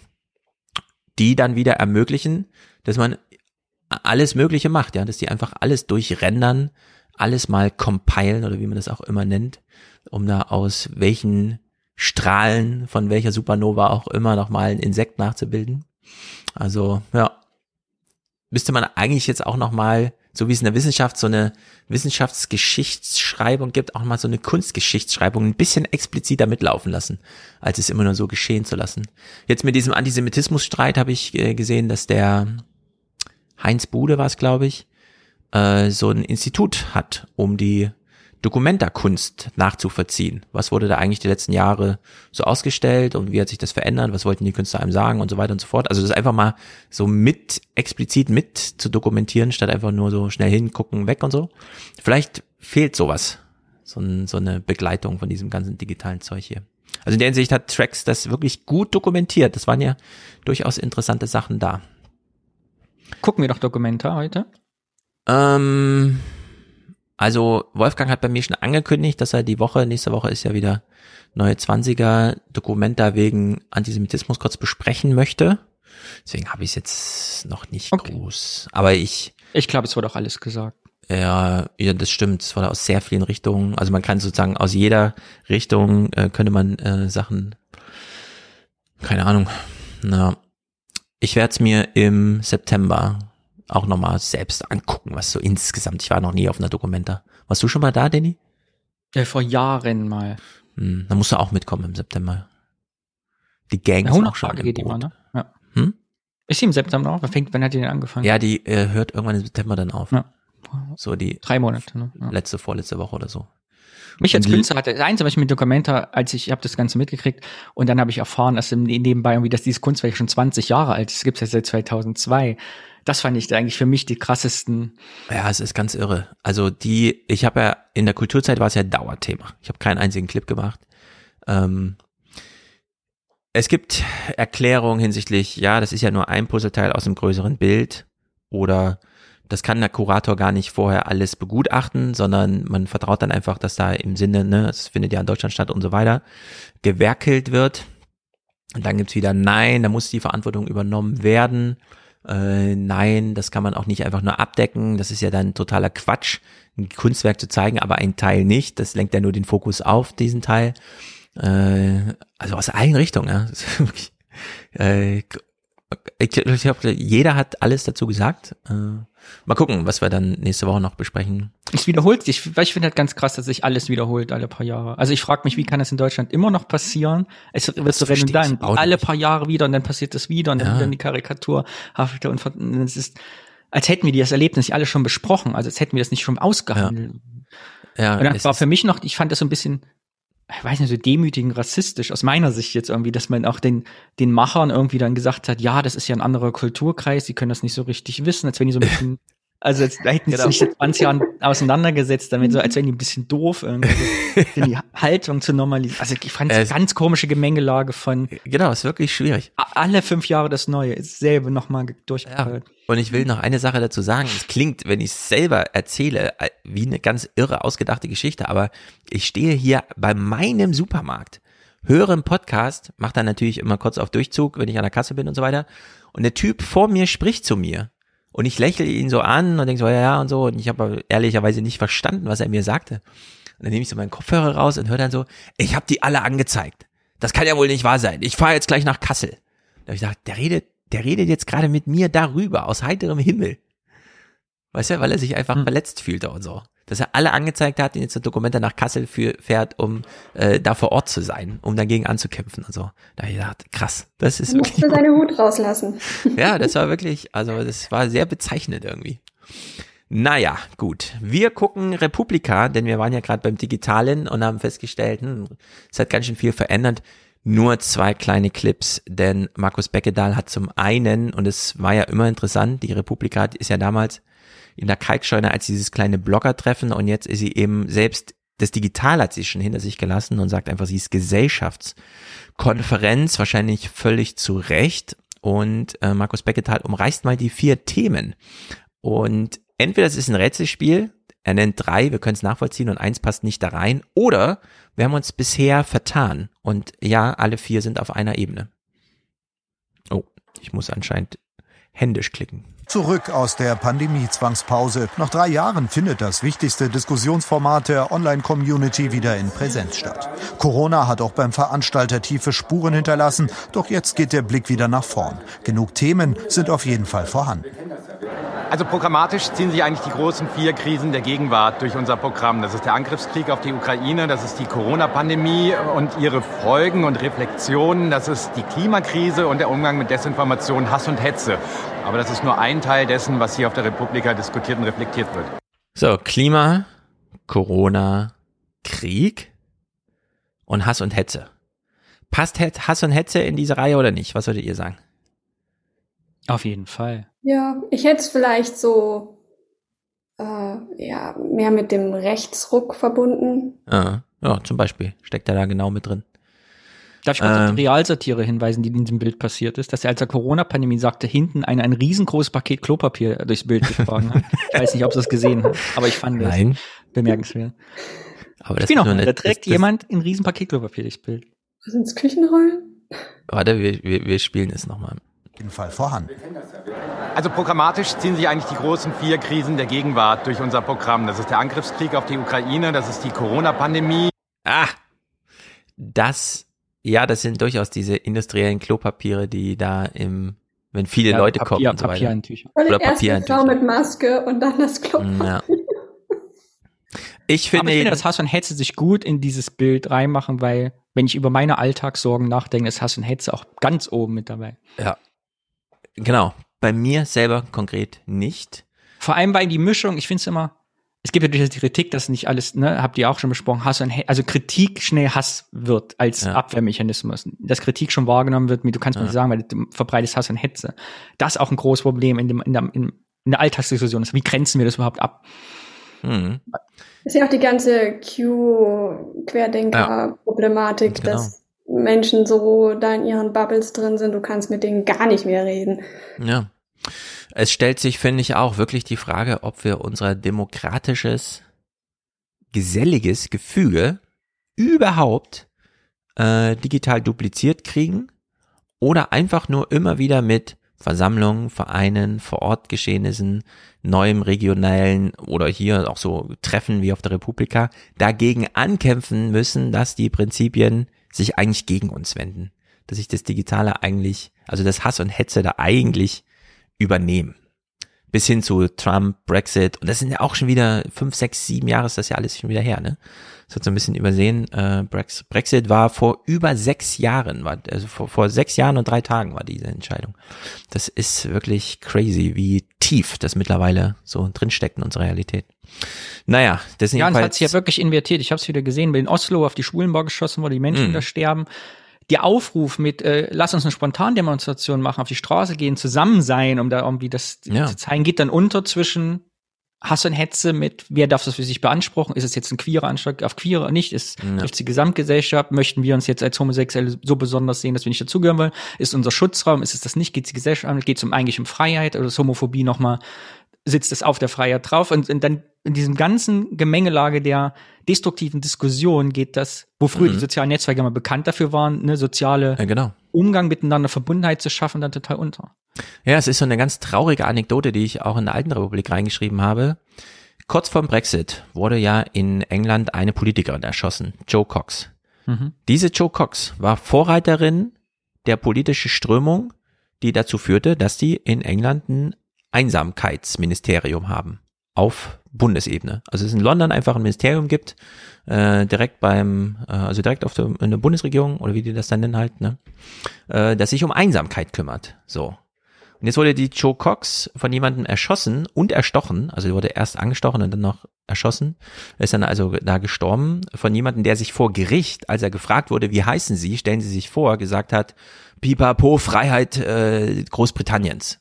die dann wieder ermöglichen, dass man alles Mögliche macht, ja, dass die einfach alles durchrendern, alles mal compilen oder wie man das auch immer nennt, um da aus welchen Strahlen von welcher Supernova auch immer nochmal ein Insekt nachzubilden. Also, ja, müsste man eigentlich jetzt auch nochmal, so wie es in der Wissenschaft so eine Wissenschaftsgeschichtsschreibung gibt, auch mal so eine Kunstgeschichtsschreibung ein bisschen expliziter mitlaufen lassen, als es immer nur so geschehen zu lassen. Jetzt mit diesem Antisemitismusstreit habe ich gesehen, dass der Heinz Bude war es, glaube ich, so ein Institut hat, um die Documenta-Kunst nachzuvollziehen. Was wurde da eigentlich die letzten Jahre so ausgestellt und wie hat sich das verändert? Was wollten die Künstler einem sagen und so weiter und so fort? Also das einfach mal so explizit mit zu dokumentieren, statt einfach nur so schnell hingucken, weg und so. Vielleicht fehlt sowas, so eine Begleitung von diesem ganzen digitalen Zeug hier. Also in der Hinsicht hat Trax das wirklich gut dokumentiert. Das waren ja durchaus interessante Sachen da. Gucken wir doch Documenta heute. Also Wolfgang hat bei mir schon angekündigt, dass er nächste Woche ist ja wieder neue 20er Documenta wegen Antisemitismus kurz besprechen möchte. Deswegen habe ich es jetzt noch nicht groß. Aber ich glaube, es wurde auch alles gesagt. Ja, das stimmt. Es war aus sehr vielen Richtungen. Also man kann sozusagen aus jeder Richtung könnte man Sachen, keine Ahnung. Na, ich werde es mir im September auch nochmal selbst angucken, was so insgesamt. Ich war noch nie auf einer Dokumenta. Warst du schon mal da, Danny? Ja, vor Jahren mal. Da musst du auch mitkommen im September. Die Gang ist auch schon im Boot. Immer, ne? Ja. Ist sie im September noch? Wann hat die denn angefangen? Ja, die hört irgendwann im September dann auf. Ja. So die 3 Monate, ne? Ja. vorletzte Woche oder so. Mich als Künstler hatte, das Einzige, was ich mit Dokumenta, ich habe das Ganze mitgekriegt und dann habe ich erfahren, dass nebenbei irgendwie, dass dieses Kunstwerk schon 20 Jahre alt ist. Das gibt's ja seit 2002. Das fand ich eigentlich für mich die krassesten. Ja, es ist ganz irre. Also ich habe ja, in der Kulturzeit war es ja Dauerthema. Ich habe keinen einzigen Clip gemacht. Es gibt Erklärungen hinsichtlich, ja, das ist ja nur ein Puzzleteil aus einem größeren Bild oder das kann der Kurator gar nicht vorher alles begutachten, sondern man vertraut dann einfach, dass da im Sinne, ne, es findet ja in Deutschland statt und so weiter, gewerkelt wird. Und dann gibt's wieder, nein, da muss die Verantwortung übernommen werden. Nein, das kann man auch nicht einfach nur abdecken. Das ist ja dann totaler Quatsch, ein Kunstwerk zu zeigen, aber ein Teil nicht. Das lenkt ja nur den Fokus auf diesen Teil. Also aus allen Richtungen, ja. Das ist wirklich, ich glaube, jeder hat alles dazu gesagt. Mal gucken, was wir dann nächste Woche noch besprechen. Es wiederholt sich. Ich finde halt ganz krass, dass sich alles wiederholt alle paar Jahre. Also ich frage mich, wie kann das in Deutschland immer noch passieren? Es wird so redundant. Alle paar Jahre wieder und dann passiert das wieder und dann wieder die Karikatur. Und es ist, als hätten wir das Erlebnis nicht alle schon besprochen. Also als hätten wir das nicht schon ausgehandelt. Ja, und dann war für mich noch, ich fand das so ein bisschen, ich weiß nicht, so demütigend rassistisch aus meiner Sicht jetzt irgendwie, dass man auch den Machern irgendwie dann gesagt hat, ja, das ist ja ein anderer Kulturkreis, die können das nicht so richtig wissen, als wenn die so ein bisschen, also als hätten die sich seit 20 Jahren auseinandergesetzt, damit so, als wenn die ein bisschen doof irgendwie die Haltung zu normalisieren. Also ich fand es eine ganz komische Gemengelage von. Genau, ist wirklich schwierig. Alle 5 Jahre das Neue, ist selber nochmal durchgefallen. Ja. Und ich will noch eine Sache dazu sagen. Es klingt, wenn ich es selber erzähle, wie eine ganz irre ausgedachte Geschichte, aber ich stehe hier bei meinem Supermarkt, höre einen Podcast, mache dann natürlich immer kurz auf Durchzug, wenn ich an der Kasse bin und so weiter. Und der Typ vor mir spricht zu mir. Und ich lächle ihn so an und denke so, ja und so. Und ich habe ehrlicherweise nicht verstanden, was er mir sagte. Und dann nehme ich so meinen Kopfhörer raus und höre dann so, ich habe die alle angezeigt. Das kann ja wohl nicht wahr sein. Ich fahre jetzt gleich nach Kassel. Da habe ich gedacht, der redet jetzt gerade mit mir darüber, aus heiterem Himmel. Weißt du, weil er sich einfach verletzt fühlte und so. Dass er alle angezeigt hat und jetzt ein Dokument nach Kassel fährt, um da vor Ort zu sein, um dagegen anzukämpfen und so. Da habe ich gedacht, krass, das ist wirklich. Musste seine Hut rauslassen. Ja, das war wirklich, also das war sehr bezeichnend irgendwie. Naja, gut. Wir gucken Republika, denn wir waren ja gerade beim Digitalen und haben festgestellt, es hat ganz schön viel verändert. Nur 2 kleine Clips, denn Markus Beckedahl hat zum einen, und es war ja immer interessant, die Republika ist ja damals in der Kalkscheune als dieses kleine Bloggertreffen und jetzt ist sie eben selbst, das Digital hat sie schon hinter sich gelassen und sagt einfach, sie ist Gesellschaftskonferenz, wahrscheinlich völlig zu Recht. Und Markus Beckedahl umreißt mal die 4 Themen. Und entweder es ist ein Rätselspiel, er nennt 3, wir können es nachvollziehen und 1 passt nicht da rein, oder wir haben uns bisher vertan. Und ja, alle 4 sind auf einer Ebene. Oh, ich muss anscheinend händisch klicken. Zurück aus der Pandemie-Zwangspause. Nach 3 Jahren findet das wichtigste Diskussionsformat der Online-Community wieder in Präsenz statt. Corona hat auch beim Veranstalter tiefe Spuren hinterlassen, doch jetzt geht der Blick wieder nach vorn. Genug Themen sind auf jeden Fall vorhanden. Also programmatisch ziehen sich eigentlich die großen 4 Krisen der Gegenwart durch unser Programm. Das ist der Angriffskrieg auf die Ukraine, das ist die Corona-Pandemie und ihre Folgen und Reflexionen, das ist die Klimakrise und der Umgang mit Desinformation, Hass und Hetze. Aber das ist nur ein Teil dessen, was hier auf der Republika diskutiert und reflektiert wird. So, Klima, Corona, Krieg und Hass und Hetze. Passt Hass und Hetze in diese Reihe oder nicht? Was würdet ihr sagen? Auf jeden Fall. Ja, ich hätte es vielleicht so mehr mit dem Rechtsruck verbunden. Ja, zum Beispiel. Steckt er da genau mit drin. Darf ich kurz auf die Realsatire hinweisen, die in diesem Bild passiert ist, dass er als der Corona-Pandemie sagte, hinten ein riesengroßes Paket Klopapier durchs Bild getragen hat. Ich weiß nicht, ob Sie das gesehen haben, aber ich fand das bemerkenswert. Aber das da trägt jemand ein riesen Paket Klopapier durchs Bild. Sind es Küchenrollen? Warte, wir spielen es nochmal. jeden Fall vorhanden. Also programmatisch ziehen sich eigentlich die großen 4 Krisen der Gegenwart durch unser Programm. Das ist der Angriffskrieg auf die Ukraine, das ist die Corona-Pandemie. Das sind durchaus diese industriellen Klopapiere, die da wenn viele Leute kommen und so weiter. Oder Papierentücher. Frau mit Maske und dann das Klopapier. Ja. Ich finde, dass Hass und Hetze sich gut in dieses Bild reinmachen, weil, wenn ich über meine Alltagssorgen nachdenke, ist Hass und Hetze auch ganz oben mit dabei. Ja, genau. Bei mir selber konkret nicht. Vor allem, weil die Mischung, ich finde es immer, es gibt natürlich die Kritik, dass nicht alles, habt ihr auch schon besprochen, Hass und Hetze, also Kritik schnell Hass wird als Abwehrmechanismus. Dass Kritik schon wahrgenommen wird, du kannst mir nicht sagen, weil du verbreitest Hass und Hetze. Das ist auch ein großes Problem in der Alltagsdiskussion. Wie grenzen wir das überhaupt ab? Das ist ja auch die ganze Querdenker-Problematik, dass Menschen so da in ihren Bubbles drin sind, du kannst mit denen gar nicht mehr reden. Ja. Es stellt sich, finde ich, auch wirklich die Frage, ob wir unser demokratisches, geselliges Gefüge überhaupt digital dupliziert kriegen oder einfach nur immer wieder mit Versammlungen, Vereinen, vor Ort Geschehnissen, neuem regionalen oder hier auch so Treffen wie auf der Republika dagegen ankämpfen müssen, dass die Prinzipien sich eigentlich gegen uns wenden. Dass sich das Digitale eigentlich, also das Hass und Hetze da eigentlich übernehmen. Bis hin zu Trump, Brexit, und das sind ja auch schon wieder 5, 6, 7 Jahre, ist das ja alles schon wieder her, ne? Das wird so ein bisschen übersehen. Brexit war vor über 6 Jahren, also vor 6 Jahren und 3 Tagen war diese Entscheidung. Das ist wirklich crazy, wie tief das mittlerweile so drinsteckt in unserer Realität. Naja, das sind es hat sich ja wirklich invertiert. Ich habe es wieder gesehen, wenn in Oslo auf die Schulen geschossen wurde, die Menschen da sterben. Der Aufruf mit, lass uns eine Spontandemonstration machen, auf die Straße gehen, zusammen sein, um da irgendwie das zu zeigen, geht dann unter zwischen Hass und Hetze mit, wer darf das für sich beanspruchen? Ist es jetzt ein queerer Anschlag auf Queere? Nicht? Trifft die Gesamtgesellschaft? Möchten wir uns jetzt als Homosexuelle so besonders sehen, dass wir nicht dazugehören wollen? Ist unser Schutzraum? Ist es das nicht? Geht es die Gesellschaft an? Geht es eigentlich um Freiheit? Oder ist Homophobie nochmal, sitzt es auf der Freiheit drauf? Und dann in diesem ganzen Gemengelage der destruktiven Diskussion geht das, wo früher die sozialen Netzwerke immer bekannt dafür waren, ne, soziale Umgang miteinander, Verbundenheit zu schaffen, dann total unter. Ja, es ist so eine ganz traurige Anekdote, die ich auch in der alten Republik reingeschrieben habe. Kurz vorm Brexit wurde ja in England eine Politikerin erschossen, Jo Cox. Diese Jo Cox war Vorreiterin der politischen Strömung, die dazu führte, dass die in England ein Einsamkeitsministerium haben. Auf Bundesebene. Also es in London einfach ein Ministerium gibt, direkt in der Bundesregierung, oder wie die das dann nennen halt, ne, das sich um Einsamkeit kümmert. So. Und jetzt wurde die Jo Cox von jemandem erschossen und erstochen, also wurde erst angestochen und dann noch erschossen, ist dann also da gestorben, von jemandem, der sich vor Gericht, als er gefragt wurde, wie heißen Sie, stellen Sie sich vor, gesagt hat, Pipapo, Freiheit Großbritanniens.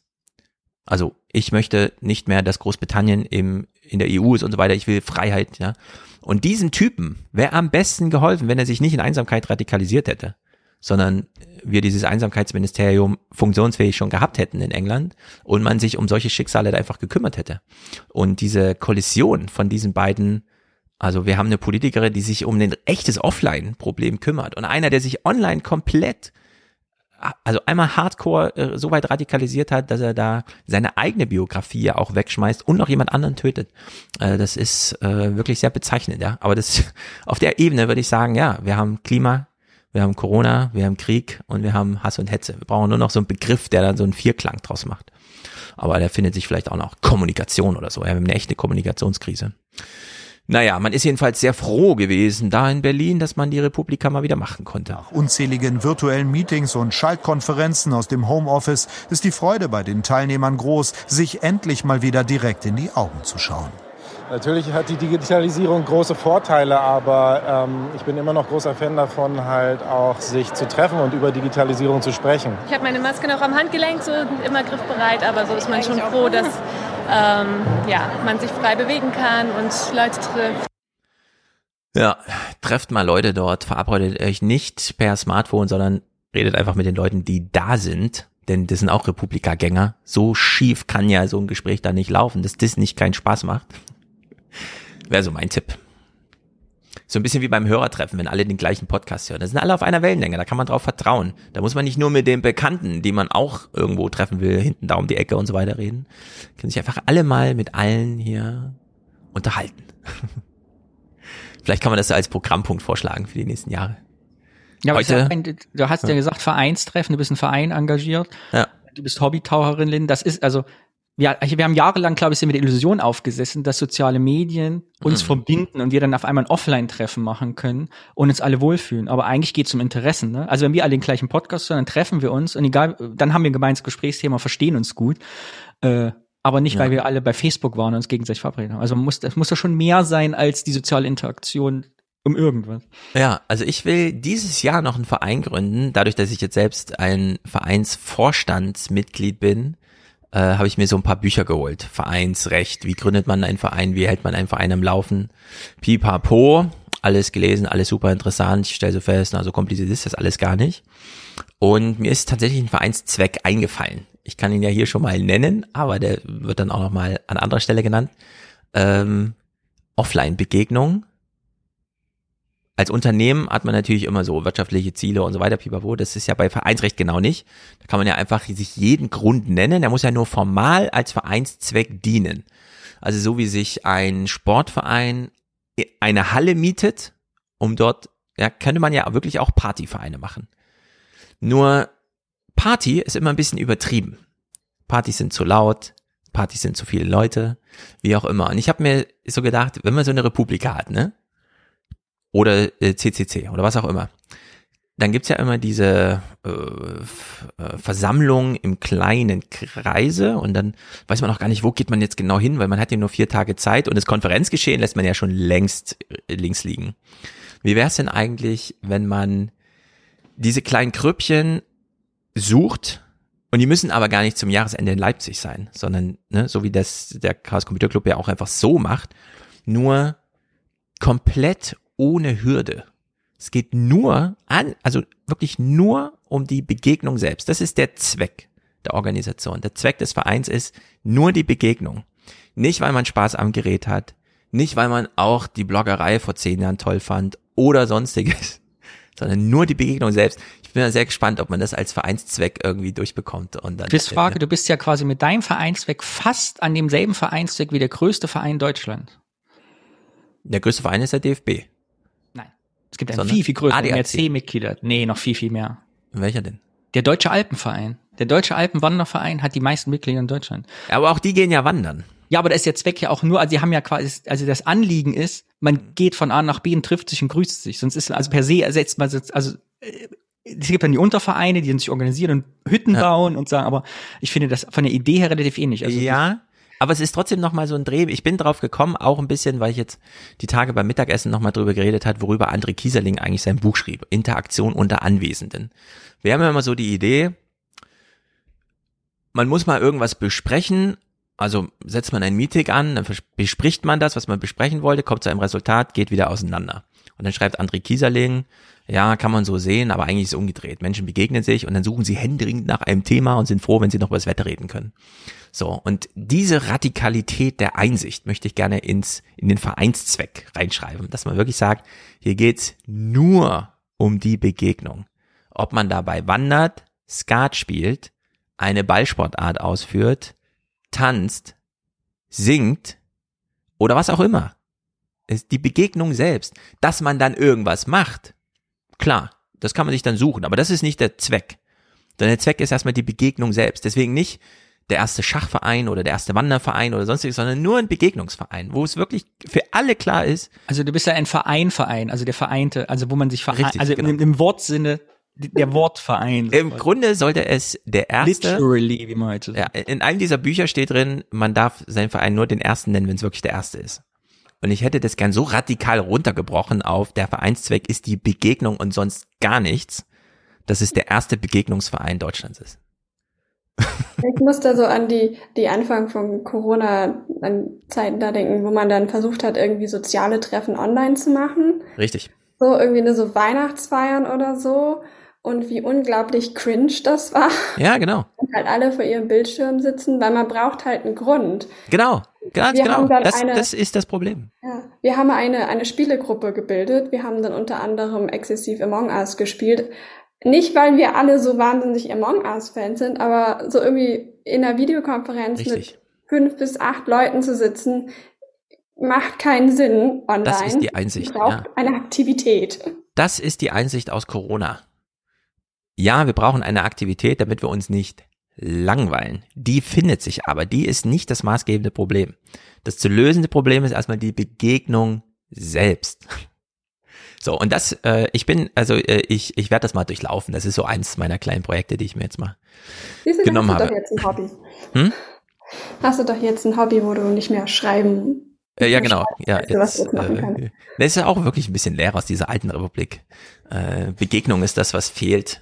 Also ich möchte nicht mehr, dass Großbritannien in der EU ist und so weiter, ich will Freiheit, ja. Und diesem Typen wäre am besten geholfen, wenn er sich nicht in Einsamkeit radikalisiert hätte, sondern wir dieses Einsamkeitsministerium funktionsfähig schon gehabt hätten in England und man sich um solche Schicksale da einfach gekümmert hätte. Und diese Kollision von diesen beiden, also wir haben eine Politikerin, die sich um ein echtes Offline-Problem kümmert und einer, der sich online komplett, also einmal hardcore so weit radikalisiert hat, dass er da seine eigene Biografie ja auch wegschmeißt und noch jemand anderen tötet. Das ist wirklich sehr bezeichnend, ja. Aber das auf der Ebene würde ich sagen, ja, wir haben Klima, wir haben Corona, wir haben Krieg und wir haben Hass und Hetze. Wir brauchen nur noch so einen Begriff, der dann so einen Vierklang draus macht. Aber der findet sich vielleicht auch noch Kommunikation oder so. Ja, wir haben eine echte Kommunikationskrise. Naja, man ist jedenfalls sehr froh gewesen da in Berlin, dass man die Republika mal wieder machen konnte. Nach unzähligen virtuellen Meetings und Schaltkonferenzen aus dem Homeoffice ist die Freude bei den Teilnehmern groß, sich endlich mal wieder direkt in die Augen zu schauen. Natürlich hat die Digitalisierung große Vorteile, aber ich bin immer noch großer Fan davon, halt auch sich zu treffen und über Digitalisierung zu sprechen. Ich habe meine Maske noch am Handgelenk, so immer griffbereit, aber so ist man schon froh, dass man sich frei bewegen kann und Leute trifft. Ja, trefft mal Leute dort, verabredet euch nicht per Smartphone, sondern redet einfach mit den Leuten, die da sind, denn das sind auch Republika-Gänger. So schief kann ja so ein Gespräch da nicht laufen, dass das nicht keinen Spaß macht. Wäre so mein Tipp. So ein bisschen wie beim Hörertreffen, wenn alle den gleichen Podcast hören. Da sind alle auf einer Wellenlänge, da kann man drauf vertrauen. Da muss man nicht nur mit den Bekannten, die man auch irgendwo treffen will, hinten da um die Ecke und so weiter reden. Können sich einfach alle mal mit allen hier unterhalten. Vielleicht kann man das als Programmpunkt vorschlagen für die nächsten Jahre. Ja, aber heute, du hast ja gesagt, Vereinstreffen, du bist ein Verein engagiert. Ja. Du bist Hobbytaucherin, Lynn. Das ist also, wir haben jahrelang, glaube ich, sind mit der Illusion aufgesessen, dass soziale Medien uns verbinden und wir dann auf einmal ein Offline-Treffen machen können und uns alle wohlfühlen. Aber eigentlich geht es um Interessen. Ne? Also wenn wir alle den gleichen Podcast hören, dann treffen wir uns und egal, dann haben wir ein gemeinsames Gesprächsthema, verstehen uns gut. Aber nicht, weil wir alle bei Facebook waren und uns gegenseitig verabreden haben. Also es muss ja schon mehr sein als die soziale Interaktion um irgendwas. Ja, also ich will dieses Jahr noch einen Verein gründen. Dadurch, dass ich jetzt selbst ein Vereinsvorstandsmitglied bin, habe ich mir so ein paar Bücher geholt. Vereinsrecht, wie gründet man einen Verein, wie hält man einen Verein am Laufen, pipapo, alles gelesen, alles super interessant. Ich stelle so fest, so kompliziert ist das alles gar nicht. Und mir ist tatsächlich ein Vereinszweck eingefallen. Ich kann ihn ja hier schon mal nennen, aber der wird dann auch noch mal an anderer Stelle genannt. Offline-Begegnung. Als Unternehmen hat man natürlich immer so wirtschaftliche Ziele und so weiter, pipapo. Das ist ja bei Vereinsrecht genau nicht. Da kann man ja einfach sich jeden Grund nennen. Der muss ja nur formal als Vereinszweck dienen. Also so wie sich ein Sportverein eine Halle mietet, um dort, ja, könnte man ja wirklich auch Partyvereine machen. Nur Party ist immer ein bisschen übertrieben. Partys sind zu laut, Partys sind zu viele Leute, wie auch immer. Und ich habe mir so gedacht, wenn man so eine Republika hat, ne? Oder CCC oder was auch immer, dann gibt's ja immer diese Versammlung im kleinen Kreise und dann weiß man auch gar nicht, wo geht man jetzt genau hin, weil man hat ja nur 4 Tage Zeit und das Konferenzgeschehen lässt man ja schon längst links liegen. Wie wär's denn eigentlich, wenn man diese kleinen Krüppchen sucht und die müssen aber gar nicht zum Jahresende in Leipzig sein, sondern so wie das der Chaos Computer Club ja auch einfach so macht, nur komplett ohne Hürde. Es geht nur wirklich nur um die Begegnung selbst. Das ist der Zweck der Organisation. Der Zweck des Vereins ist nur die Begegnung. Nicht, weil man Spaß am Gerät hat, nicht, weil man auch die Bloggerei vor 10 Jahren toll fand oder sonstiges, sondern nur die Begegnung selbst. Ich bin ja sehr gespannt, ob man das als Vereinszweck irgendwie durchbekommt. Und dann Quizfrage, du bist ja quasi mit deinem Vereinszweck fast an demselben Vereinszweck wie der größte Verein Deutschlands. Der größte Verein ist der DFB. Es gibt einen viel größeren, ADAC. mehr 10 Mitglieder. Nee, noch viel mehr. Welcher denn? Der Deutsche Alpenverein. Der Deutsche Alpenwanderverein hat die meisten Mitglieder in Deutschland. Aber auch die gehen ja wandern. Ja, aber da ist der Zweck ja auch nur, also die haben ja quasi, also das Anliegen ist, man geht von A nach B und trifft sich und grüßt sich. Sonst ist, also per se ersetzt man, also es gibt dann die Untervereine, die sich organisieren und Hütten bauen und sagen, aber ich finde das von der Idee her relativ ähnlich. Also ja. Aber es ist trotzdem nochmal so ein Dreh. Ich bin drauf gekommen, auch ein bisschen, weil ich jetzt die Tage beim Mittagessen nochmal drüber geredet hat, worüber André Kieserling eigentlich sein Buch schrieb. Interaktion unter Anwesenden. Wir haben ja immer so die Idee, man muss mal irgendwas besprechen, also setzt man ein Meeting an, dann bespricht man das, was man besprechen wollte, kommt zu einem Resultat, geht wieder auseinander. Und dann schreibt André Kieserling, ja, kann man so sehen, aber eigentlich ist es umgedreht. Menschen begegnen sich und dann suchen sie händeringend nach einem Thema und sind froh, wenn sie noch über das Wetter reden können. So, und diese Radikalität der Einsicht möchte ich gerne in den Vereinszweck reinschreiben, dass man wirklich sagt, hier geht's nur um die Begegnung. Ob man dabei wandert, Skat spielt, eine Ballsportart ausführt, tanzt, singt oder was auch immer. Ist die Begegnung selbst. Dass man dann irgendwas macht, klar, das kann man sich dann suchen, aber das ist nicht der Zweck. Sondern der Zweck ist erstmal die Begegnung selbst. Deswegen nicht der erste Schachverein oder der erste Wanderverein oder sonstiges, sondern nur ein Begegnungsverein, wo es wirklich für alle klar ist. Also du bist ja ein Verein, also der Vereinte, also wo man sich vereint, Richtig, also genau. im Wortsinne der Wortverein. Im Grunde sollte es der erste, literally, wie man heute sagt. Ja, in einem dieser Bücher steht drin, man darf seinen Verein nur den ersten nennen, wenn es wirklich der erste ist. Und ich hätte das gern so radikal runtergebrochen auf, der Vereinszweck ist die Begegnung und sonst gar nichts, dass es der erste Begegnungsverein Deutschlands ist. Ich muss da so an die Anfang von Corona, an Zeiten da denken, wo man dann versucht hat, irgendwie soziale Treffen online zu machen. Richtig. So irgendwie so Weihnachtsfeiern oder so. und wie unglaublich cringe das war. Ja, genau. Und halt alle vor ihrem Bildschirm sitzen, weil man braucht halt einen Grund. Genau, ganz Wir genau. haben dann Das ist das Problem. Ja, wir haben eine Spielegruppe gebildet. Wir haben dann unter anderem exzessiv Among Us gespielt. Nicht, weil wir alle so wahnsinnig Among Us-Fans sind, aber so irgendwie in einer Videokonferenz mit 5 bis 8 Leuten zu sitzen, macht keinen Sinn online. Das ist die Einsicht. Man braucht eine Aktivität. Das ist die Einsicht aus Corona. Ja, wir brauchen eine Aktivität, damit wir uns nicht langweilen. Die findet sich aber. Die ist nicht das maßgebende Problem. Das zu lösende Problem ist erstmal die Begegnung selbst. So, und das, ich werde das mal durchlaufen. Das ist so eins meiner kleinen Projekte, die ich mir jetzt mal genommen habe. Hast du doch jetzt ein Hobby. Hast du doch jetzt ein Hobby, wo du nicht mehr schreiben. Ja, genau. Ja, was du machen kannst. Das ist ja auch wirklich ein bisschen leer aus dieser alten Republik. Begegnung ist das, was fehlt.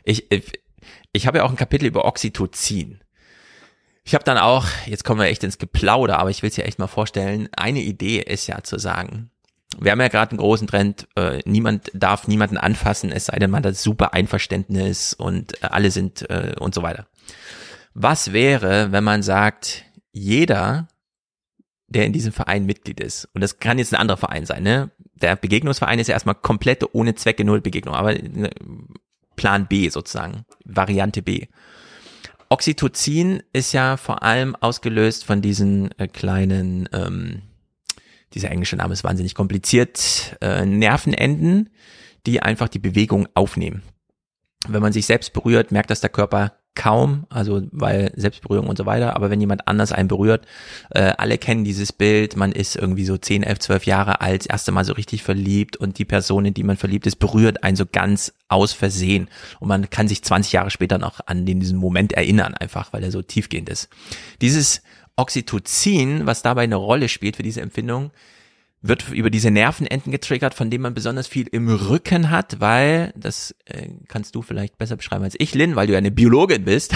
Ich habe ja auch ein Kapitel über Oxytocin. Ich habe dann auch, jetzt kommen wir echt ins Geplauder, aber ich will es ja echt mal vorstellen, eine Idee ist ja zu sagen, wir haben ja gerade einen großen Trend, niemand darf niemanden anfassen, es sei denn, man hat super Einverständnis und alle sind und so weiter. Was wäre, wenn man sagt, jeder, der in diesem Verein Mitglied ist, und das kann jetzt ein anderer Verein sein, ne? Der Begegnungsverein ist ja erstmal komplette ohne Zwecke null Begegnung, aber Plan B sozusagen, Variante B. Oxytocin ist ja vor allem ausgelöst von diesen kleinen, dieser englische Name ist wahnsinnig kompliziert, Nervenenden, die einfach die Bewegung aufnehmen. Wenn man sich selbst berührt, merkt das der Körper kaum, also weil Selbstberührung und so weiter, aber wenn jemand anders einen berührt, alle kennen dieses Bild, man ist irgendwie so 10, 11, 12 Jahre alt, das erste Mal so richtig verliebt und die Person, in die man verliebt ist, berührt einen so ganz aus Versehen und man kann sich 20 Jahre später noch an diesen Moment erinnern, einfach weil er so tiefgehend ist. Dieses Oxytocin, was dabei eine Rolle spielt für diese Empfindung, wird über diese Nervenenden getriggert, von denen man besonders viel im Rücken hat, weil, das kannst du vielleicht besser beschreiben als ich, Lynn, weil du ja eine Biologin bist,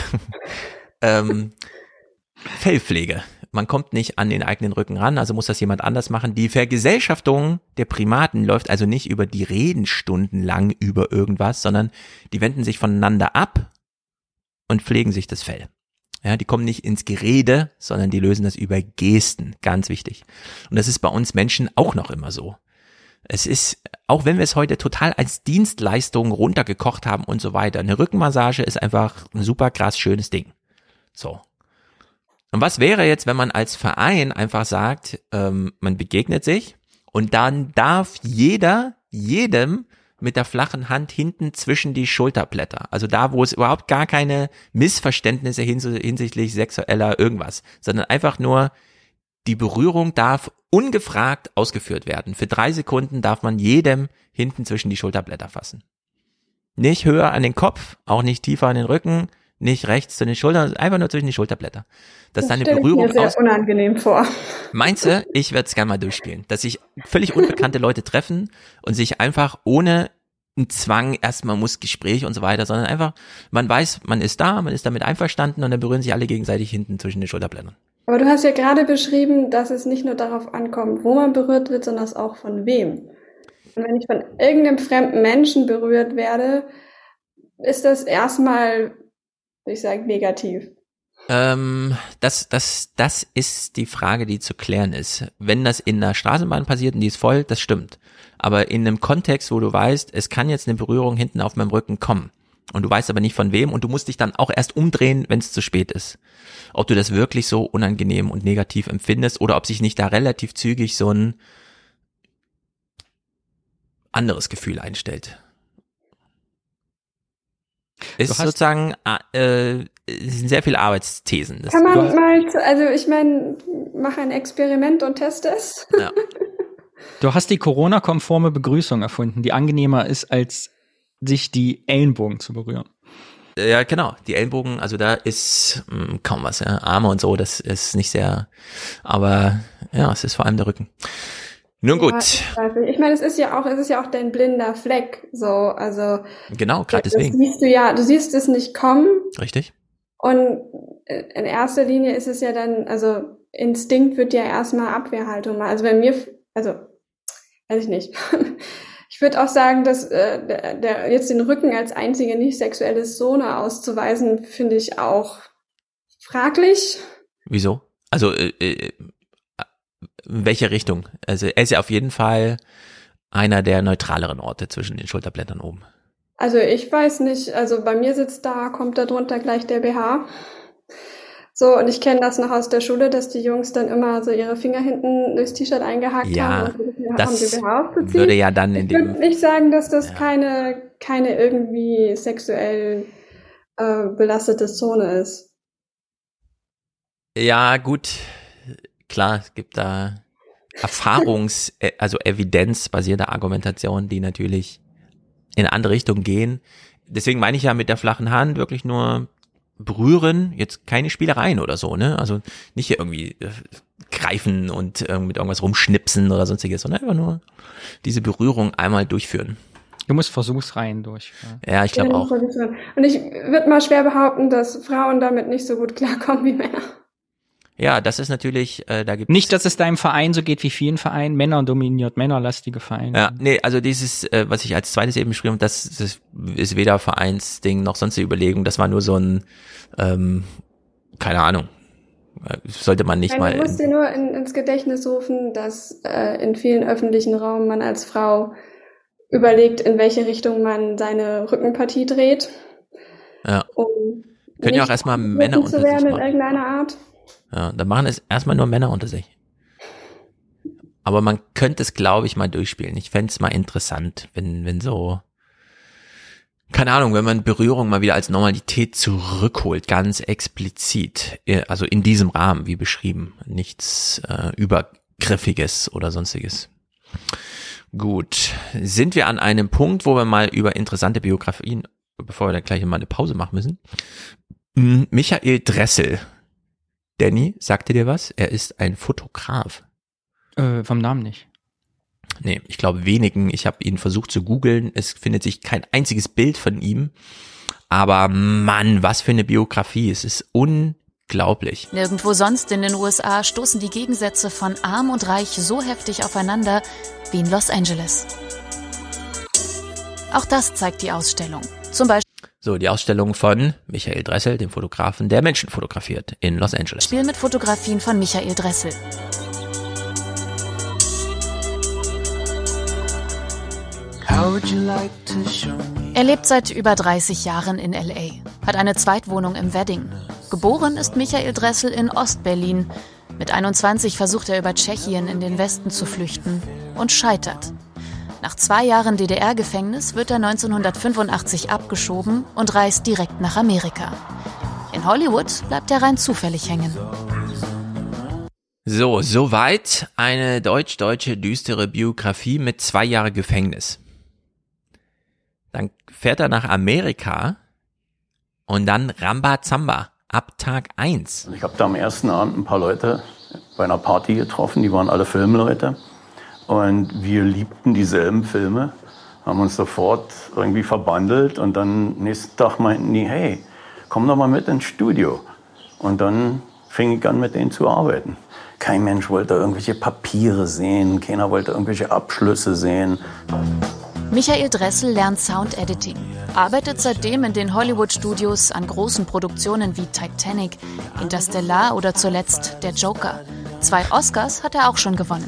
Fellpflege. Man kommt nicht an den eigenen Rücken ran, also muss das jemand anders machen. Die Vergesellschaftung der Primaten läuft also nicht über die Reden stundenlang über irgendwas, sondern die wenden sich voneinander ab und pflegen sich das Fell. Ja, die kommen nicht ins Gerede, sondern die lösen das über Gesten, ganz wichtig. Und das ist bei uns Menschen auch noch immer so. Es ist, auch wenn wir es heute total als Dienstleistung runtergekocht haben und so weiter, eine Rückenmassage ist einfach ein super krass schönes Ding. So. Und was wäre jetzt, wenn man als Verein einfach sagt, man begegnet sich und dann darf jedem mit der flachen Hand hinten zwischen die Schulterblätter. Also da, wo es überhaupt gar keine Missverständnisse hinsichtlich sexueller irgendwas, sondern einfach nur die Berührung darf ungefragt ausgeführt werden. Für 3 Sekunden darf man jedem hinten zwischen die Schulterblätter fassen. Nicht höher an den Kopf, auch nicht tiefer an den Rücken, nicht rechts zu den Schultern, einfach nur zwischen die Schulterblätter. Das ist eine Berührung. Das stelle ich mir sehr unangenehm vor. Meinst du, ich werde es gerne mal durchspielen, dass sich völlig unbekannte Leute treffen und sich einfach ohne einen Zwang, erstmal muss Gespräch und so weiter, sondern einfach, man weiß, man ist da, man ist damit einverstanden und dann berühren sich alle gegenseitig hinten zwischen den Schulterblättern. Aber du hast ja gerade beschrieben, dass es nicht nur darauf ankommt, wo man berührt wird, sondern auch von wem. Und wenn ich von irgendeinem fremden Menschen berührt werde, ist das erstmal, würde ich sagen, negativ. Das ist die Frage, die zu klären ist. Wenn das in der Straßenbahn passiert und die ist voll, das stimmt. Aber in einem Kontext, wo du weißt, es kann jetzt eine Berührung hinten auf meinem Rücken kommen und du weißt aber nicht von wem und du musst dich dann auch erst umdrehen, wenn es zu spät ist. Ob du das wirklich so unangenehm und negativ empfindest oder ob sich nicht da relativ zügig so ein anderes Gefühl einstellt. Ist sozusagen sind sehr viele Arbeitsthesen. Kann man mal, also ich meine, mach ein Experiment und teste es. Ja. Du hast die Corona-konforme Begrüßung erfunden, die angenehmer ist, als sich die Ellenbogen zu berühren. Ja, genau. Die Ellenbogen, also da ist kaum was, ja. Arme und so, das ist nicht sehr, aber ja, es ist vor allem der Rücken. Nun gut. Ja, ich meine, es ist ja auch dein blinder Fleck, so, also. Genau, gerade deswegen. Du siehst es nicht kommen. Richtig. Und in erster Linie ist es ja dann, also Instinkt wird ja erstmal Abwehrhaltung machen. Also bei mir, also, weiß ich nicht. Ich würde auch sagen, dass der jetzt den Rücken als einzige nicht sexuelle Zone auszuweisen, finde ich auch fraglich. Wieso? Also in welche Richtung? Also er ist ja auf jeden Fall einer der neutraleren Orte zwischen den Schulterblättern oben. Also ich weiß nicht, also bei mir kommt da drunter gleich der BH. So, und ich kenne das noch aus der Schule, dass die Jungs dann immer so ihre Finger hinten durchs T-Shirt eingehakt haben und das um den BH aufzuziehen. würde ja dann in Ich würde nicht sagen, dass das keine irgendwie sexuell belastete Zone ist. Ja, gut, klar, es gibt da also evidenzbasierte Argumentationen, die natürlich in eine andere Richtung gehen. Deswegen meine ich ja mit der flachen Hand wirklich nur berühren, jetzt keine Spielereien oder so, ne? Also nicht hier irgendwie greifen und mit irgendwas rumschnipsen oder sonstiges, sondern einfach nur diese Berührung einmal durchführen. Du musst Versuchsreihen durchführen. Ja, ich glaube auch. Und ich würde mal schwer behaupten, dass Frauen damit nicht so gut klarkommen wie Männer. Ja, das ist natürlich, da gibt's nicht, dass es deinem Verein so geht wie vielen Vereinen, Männer dominiert, männerlastige Vereine. Ja, nee, also dieses, was ich als zweites eben beschrieben habe, das ist weder Vereinsding noch sonst eine Überlegung, das war nur so ein, keine Ahnung, sollte man nicht mal. Man muss dir nur ins Gedächtnis rufen, dass in vielen öffentlichen Räumen man als Frau überlegt, in welche Richtung man seine Rückenpartie dreht. Ja. Um können ja auch erstmal Männer unter sich machen. In irgendeiner Art. Ja, da machen es erstmal nur Männer unter sich. Aber man könnte es, glaube ich, mal durchspielen. Ich fände es mal interessant, wenn so, keine Ahnung, wenn man Berührung mal wieder als Normalität zurückholt, ganz explizit, also in diesem Rahmen, wie beschrieben, nichts Übergriffiges oder sonstiges. Gut, sind wir an einem Punkt, wo wir mal über interessante Biografien, bevor wir dann gleich mal eine Pause machen müssen. Michael Dressel. Danny, sagte dir was? Er ist ein Fotograf. Vom Namen nicht. Nee, ich glaube wenigen. Ich habe ihn versucht zu googeln. Es findet sich kein einziges Bild von ihm. Aber Mann, was für eine Biografie. Es ist unglaublich. Nirgendwo sonst in den USA stoßen die Gegensätze von arm und reich so heftig aufeinander wie in Los Angeles. Auch das zeigt die Ausstellung. Zum Beispiel so, die Ausstellung von Michael Dressel, dem Fotografen, der Menschen fotografiert in Los Angeles. Spiel mit Fotografien von Michael Dressel. Er lebt seit über 30 Jahren in L.A., hat eine Zweitwohnung im Wedding. Geboren ist Michael Dressel in Ostberlin. Mit 21 versucht er über Tschechien in den Westen zu flüchten und scheitert. Nach 2 Jahren DDR-Gefängnis wird er 1985 abgeschoben und reist direkt nach Amerika. In Hollywood bleibt er rein zufällig hängen. So, soweit eine deutsch-deutsche düstere Biografie mit 2 Jahren Gefängnis. Dann fährt er nach Amerika und dann Rambazamba ab Tag 1. Ich habe da am ersten Abend ein paar Leute bei einer Party getroffen, die waren alle Filmleute. Und wir liebten dieselben Filme, haben uns sofort irgendwie verbandelt und dann nächsten Tag meinten die, hey, komm doch mal mit ins Studio. Und dann fing ich an, mit denen zu arbeiten. Kein Mensch wollte irgendwelche Papiere sehen, keiner wollte irgendwelche Abschlüsse sehen. Michael Dressel lernt Sound Editing, arbeitet seitdem in den Hollywood-Studios an großen Produktionen wie Titanic, Interstellar oder zuletzt Der Joker. 2 Oscars hat er auch schon gewonnen.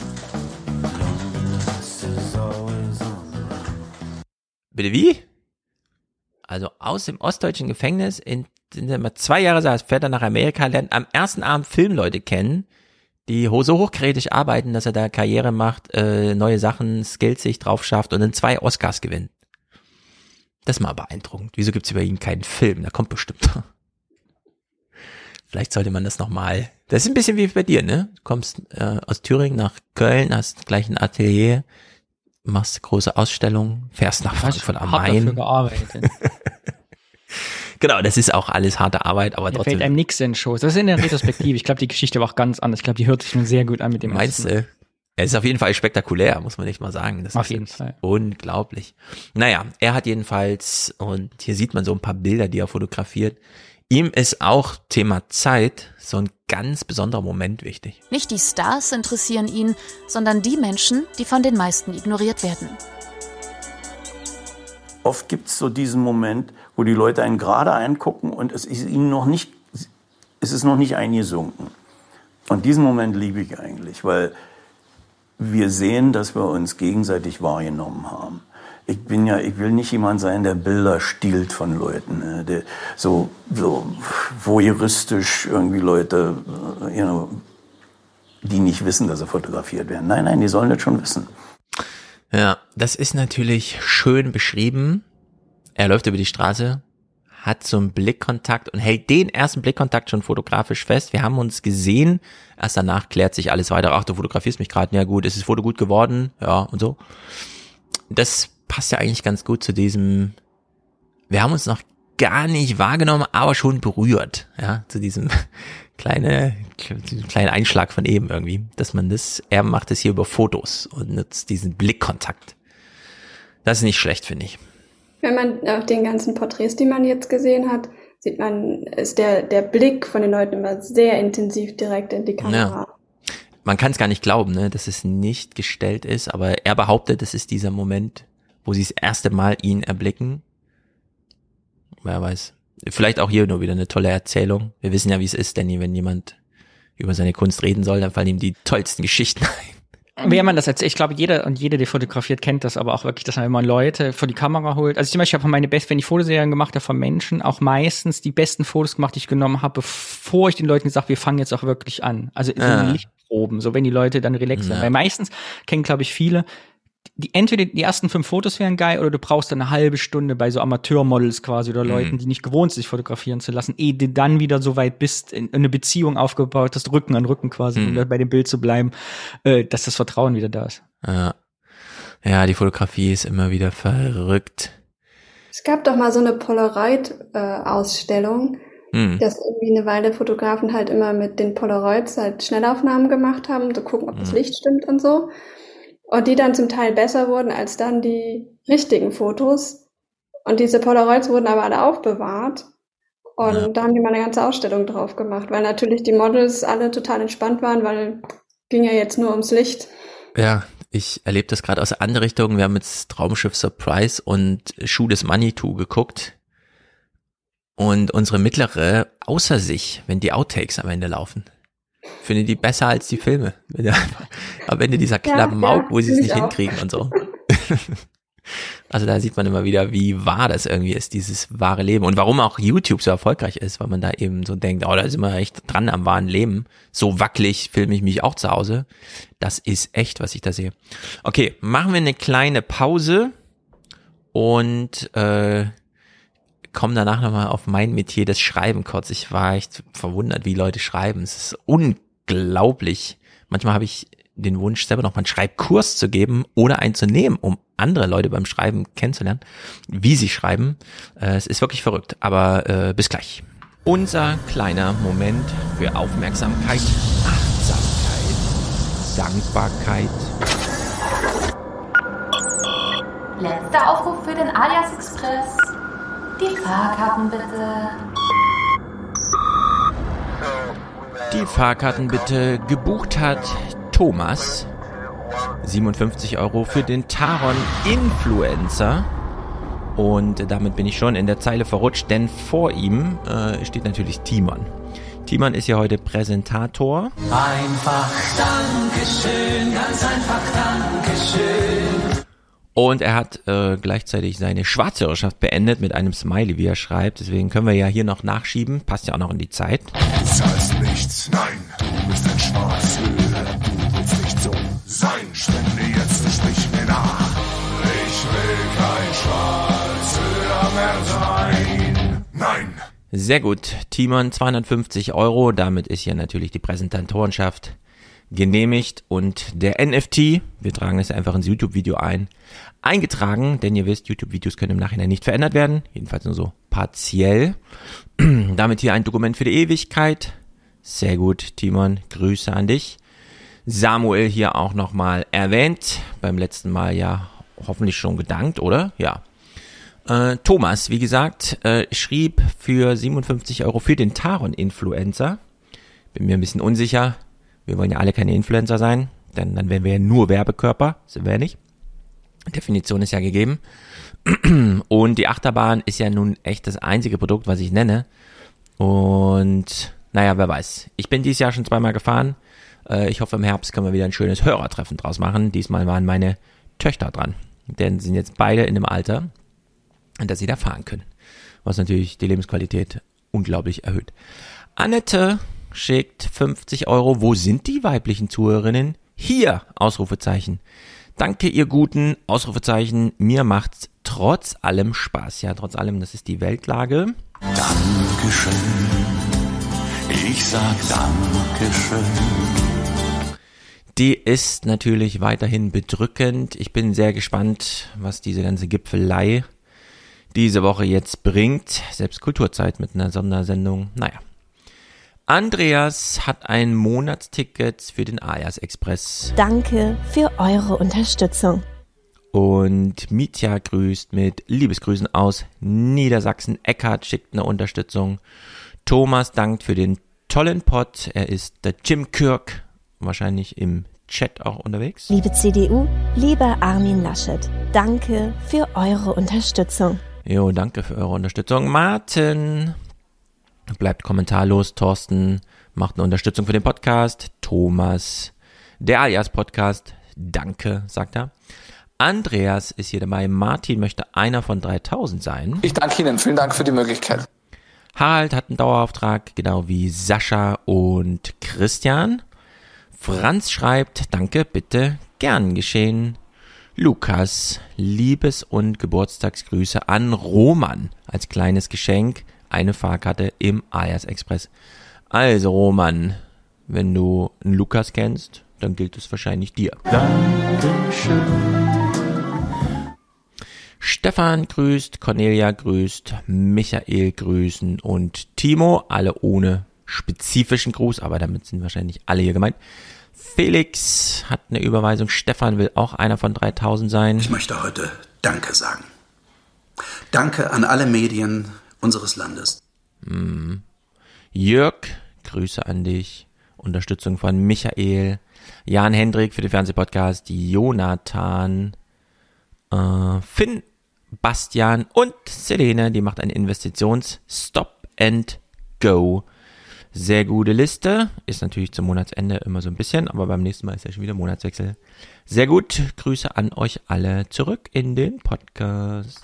Bitte wie? Also aus dem ostdeutschen Gefängnis, in dem er 2 Jahre saß, fährt er nach Amerika, lernt am ersten Abend Filmleute kennen, die so hochkarätig arbeiten, dass er da Karriere macht, neue Sachen, Skills sich drauf schafft und dann 2 Oscars gewinnt. Das ist mal beeindruckend. Wieso gibt's über ihn keinen Film? Da kommt bestimmt. Vielleicht sollte man das nochmal. Das ist ein bisschen wie bei dir, ne? Du kommst aus Thüringen nach Köln, hast gleich ein Atelier, machst große Ausstellungen, fährst nach Frankfurt am Main. Dafür gearbeitet. Genau, das ist auch alles harte Arbeit, aber trotzdem. Fällt einem nichts in den Schoß. Das ist in der Retrospektive. Ich glaube, die Geschichte war auch ganz anders. Ich glaube, die hört sich schon sehr gut an mit dem Meinst du? Es ist auf jeden Fall spektakulär, muss man nicht mal sagen. Das auf ist jeden Fall. Unglaublich. Naja, er hat jedenfalls, und hier sieht man so ein paar Bilder, die er fotografiert. Ihm ist auch Thema Zeit so ein ganz besonderer Moment wichtig. Nicht die Stars interessieren ihn, sondern die Menschen, die von den meisten ignoriert werden. oft gibt es so diesen Moment, wo die Leute einen gerade angucken und es ist noch nicht eingesunken. Und diesen Moment liebe ich eigentlich, weil wir sehen, dass wir uns gegenseitig wahrgenommen haben. Ich will nicht jemand sein, der Bilder stiehlt von Leuten, ne? Der so voyeuristisch irgendwie Leute, die nicht wissen, dass sie fotografiert werden. Nein, die sollen das schon wissen. Ja, das ist natürlich schön beschrieben. Er läuft über die Straße, hat so einen Blickkontakt und hält den ersten Blickkontakt schon fotografisch fest. Wir haben uns gesehen, erst danach klärt sich alles weiter. Ach, du fotografierst mich gerade, ja gut, ist das Foto gut geworden? Ja, und so. Das passt ja eigentlich ganz gut zu diesem, wir haben uns noch gar nicht wahrgenommen, aber schon berührt, ja, zu diesem kleinen Einschlag von eben irgendwie, dass man er macht es hier über Fotos und nutzt diesen Blickkontakt. Das ist nicht schlecht, finde ich. Wenn man auf den ganzen Porträts, die man jetzt gesehen hat, sieht man, ist der Blick von den Leuten immer sehr intensiv direkt in die Kamera. Ja. Man kann es gar nicht glauben, ne, dass es nicht gestellt ist, aber er behauptet, es ist dieser Moment, wo sie das erste Mal ihn erblicken. Wer weiß. Vielleicht auch hier nur wieder eine tolle Erzählung. Wir wissen ja, wie es ist, Danny, wenn jemand über seine Kunst reden soll, dann fallen ihm die tollsten Geschichten ein. Wie man das erzählt, ich glaube, jeder, der fotografiert, kennt das, aber auch wirklich, dass man immer Leute vor die Kamera holt. Also zum Beispiel habe ich wenn ich Fotoserien gemacht habe von Menschen, auch meistens die besten Fotos gemacht, die ich genommen habe, bevor ich den Leuten gesagt, wir fangen jetzt auch wirklich an. Also so Lichtproben, so wenn die Leute dann relaxen. Weil meistens kennen, glaube ich, viele, entweder die ersten 5 Fotos wären geil oder du brauchst dann eine halbe Stunde bei so Amateurmodels quasi oder Leuten, die nicht gewohnt sind, sich fotografieren zu lassen, ehe du dann wieder so weit bist, in eine Beziehung aufgebaut hast, Rücken an Rücken quasi, um bei dem Bild zu bleiben, dass das Vertrauen wieder da ist. Ja, die Fotografie ist immer wieder verrückt. Es gab doch mal so eine Polaroid-Ausstellung, dass irgendwie eine Weile Fotografen halt immer mit den Polaroids halt Schnellaufnahmen gemacht haben, zu gucken, ob das Licht stimmt und so. Und die dann zum Teil besser wurden als dann die richtigen Fotos. Und diese Polaroids wurden aber alle aufbewahrt. Und da haben die mal eine ganze Ausstellung drauf gemacht, weil natürlich die Models alle total entspannt waren, weil ging ja jetzt nur ums Licht. Ja, ich erlebe das gerade aus der anderen Richtung. Wir haben jetzt Traumschiff Surprise und Schuh des Manitou geguckt. Und unsere mittlere, außer sich, wenn die Outtakes am Ende laufen, finde die besser als die Filme. Am Ende dieser Klamauk, wo sie es nicht hinkriegen und so. Also da sieht man immer wieder, wie wahr das irgendwie ist, dieses wahre Leben. Und warum auch YouTube so erfolgreich ist, weil man da eben so denkt, da sind wir echt dran am wahren Leben. So wackelig filme ich mich auch zu Hause. Das ist echt, was ich da sehe. Okay, machen wir eine kleine Pause und kommen danach nochmal auf mein Metier, das Schreiben kurz. Ich war echt verwundert, wie Leute schreiben. Es ist unglaublich. Manchmal habe ich den Wunsch, selber noch mal einen Schreibkurs zu geben oder einen zu nehmen, um andere Leute beim Schreiben kennenzulernen, wie sie schreiben. Es ist wirklich verrückt, aber bis gleich. Unser kleiner Moment für Aufmerksamkeit, Achtsamkeit, Dankbarkeit. Letzter Aufruf für den Alias Express. Die Fahrkarten bitte. Die Fahrkarten bitte. Gebucht hat Thomas. 57 € für den Taron Influencer. Und damit bin ich schon in der Zeile verrutscht, denn vor ihm steht natürlich Timon. Timon ist ja heute Präsentator. Einfach Dankeschön, ganz einfach Dankeschön. Und er hat gleichzeitig seine Schwarzhörerschaft beendet mit einem Smiley, wie er schreibt. Deswegen können wir ja hier noch nachschieben. Passt ja auch noch in die Zeit. Du zahlst nichts, nein, du bist ein Schwarzhörer. Du willst nicht so sein, spende jetzt und sprich mir nach. Ich will kein Schwarzhörer mehr sein. Nein. Sehr gut. Timon, 250 €. Damit ist hier natürlich die Präsentatorenschaft genehmigt und der NFT, wir tragen es einfach ins YouTube-Video eingetragen, denn ihr wisst, YouTube-Videos können im Nachhinein nicht verändert werden, jedenfalls nur so partiell. Damit hier ein Dokument für die Ewigkeit. Sehr gut, Timon, Grüße an dich. Samuel hier auch nochmal erwähnt, beim letzten Mal ja hoffentlich schon gedankt, oder? Ja. Thomas, wie gesagt, schrieb für 57 € für den Taron-Influencer. Bin mir ein bisschen unsicher. Wir wollen ja alle keine Influencer sein, denn dann wären wir ja nur Werbekörper, sind wir ja nicht. Definition ist ja gegeben. Und die Achterbahn ist ja nun echt das einzige Produkt, was ich nenne. Und naja, wer weiß. Ich bin dieses Jahr schon 2-mal gefahren. Ich hoffe, im Herbst können wir wieder ein schönes Hörertreffen draus machen. Diesmal waren meine Töchter dran. Denn sind jetzt beide in dem Alter, dass sie da fahren können. Was natürlich die Lebensqualität unglaublich erhöht. Annette schickt 50 €. Wo sind die weiblichen Zuhörerinnen? Hier, Ausrufezeichen. Danke, ihr Guten, Ausrufezeichen. Mir macht's trotz allem Spaß. Ja, trotz allem, das ist die Weltlage. Dankeschön. Ich sag Dankeschön. Die ist natürlich weiterhin bedrückend. Ich bin sehr gespannt, was diese ganze Gipfelei diese Woche jetzt bringt. Selbst Kulturzeit mit einer Sondersendung. Naja. Andreas hat ein Monatsticket für den Alias Express. Danke für eure Unterstützung. Und Mitya grüßt mit Liebesgrüßen aus Niedersachsen. Eckhard schickt eine Unterstützung. Thomas dankt für den tollen Pod. Er ist der Jim Kirk, wahrscheinlich im Chat auch unterwegs. Liebe CDU, lieber Armin Laschet, danke für eure Unterstützung. Jo, danke für eure Unterstützung. Martin bleibt kommentarlos. Thorsten macht eine Unterstützung für den Podcast. Thomas, der Alias Podcast, danke, sagt er. Andreas ist hier dabei. Martin möchte einer von 3000 sein. Ich danke Ihnen. Vielen Dank für die Möglichkeit. Harald hat einen Dauerauftrag, genau wie Sascha und Christian. Franz schreibt, danke, bitte, gern geschehen. Lukas, Liebes- und Geburtstagsgrüße an Roman als kleines Geschenk, eine Fahrkarte im Alias Express. Also Roman, wenn du einen Lukas kennst, dann gilt es wahrscheinlich dir. Dankeschön. Stefan grüßt, Cornelia grüßt, Michael grüßen und Timo, alle ohne spezifischen Gruß, aber damit sind wahrscheinlich alle hier gemeint. Felix hat eine Überweisung, Stefan will auch einer von 3000 sein. Ich möchte heute Danke sagen. Danke an alle Medien unseres Landes. Jörg, Grüße an dich, Unterstützung von Michael, Jan Hendrik für den Fernsehpodcast, Jonathan, Finn, Bastian und Selene, die macht einen Investitions-Stop and Go. Sehr gute Liste, ist natürlich zum Monatsende immer so ein bisschen, aber beim nächsten Mal ist ja schon wieder Monatswechsel. Sehr gut, Grüße an euch alle zurück in den Podcast.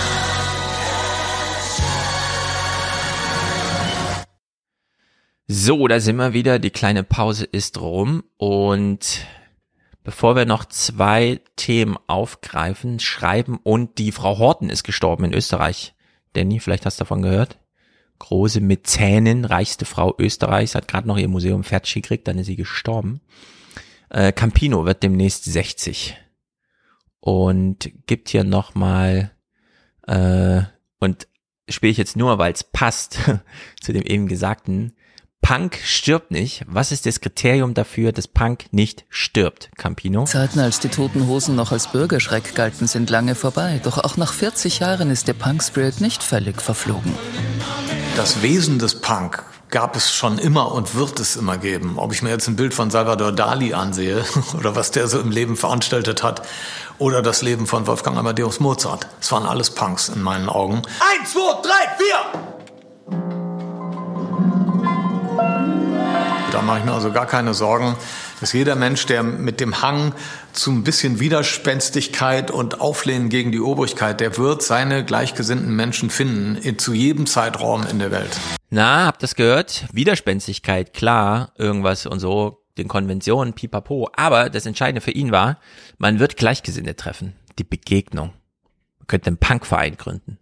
So, da sind wir wieder, die kleine Pause ist rum und bevor wir noch 2 Themen aufgreifen, schreiben und die Frau Horten ist gestorben in Österreich. Danny, vielleicht hast du davon gehört? Große Mäzenin, reichste Frau Österreichs, hat gerade noch ihr Museum fertig gekriegt, dann ist sie gestorben. Campino wird demnächst 60 und gibt hier nochmal, und spiele ich jetzt nur, weil es passt zu dem eben Gesagten, Punk stirbt nicht. Was ist das Kriterium dafür, dass Punk nicht stirbt, Campino? Zeiten, als die Toten Hosen noch als Bürgerschreck galten, sind lange vorbei. Doch auch nach 40 Jahren ist der Punk-Spirit nicht völlig verflogen. Das Wesen des Punk gab es schon immer und wird es immer geben. Ob ich mir jetzt ein Bild von Salvador Dali ansehe oder was der so im Leben veranstaltet hat oder das Leben von Wolfgang Amadeus Mozart. Es waren alles Punks in meinen Augen. 1, 2, 3, 4! Da mache ich mir also gar keine Sorgen, dass jeder Mensch, der mit dem Hang zu ein bisschen Widerspenstigkeit und Auflehnen gegen die Obrigkeit, der wird seine gleichgesinnten Menschen finden, zu jedem Zeitraum in der Welt. Na, habt das gehört? Widerspenstigkeit, klar, irgendwas und so, den Konventionen, pipapo. Aber das Entscheidende für ihn war, man wird Gleichgesinnte treffen. Die Begegnung. Man könnte einen Punkverein gründen.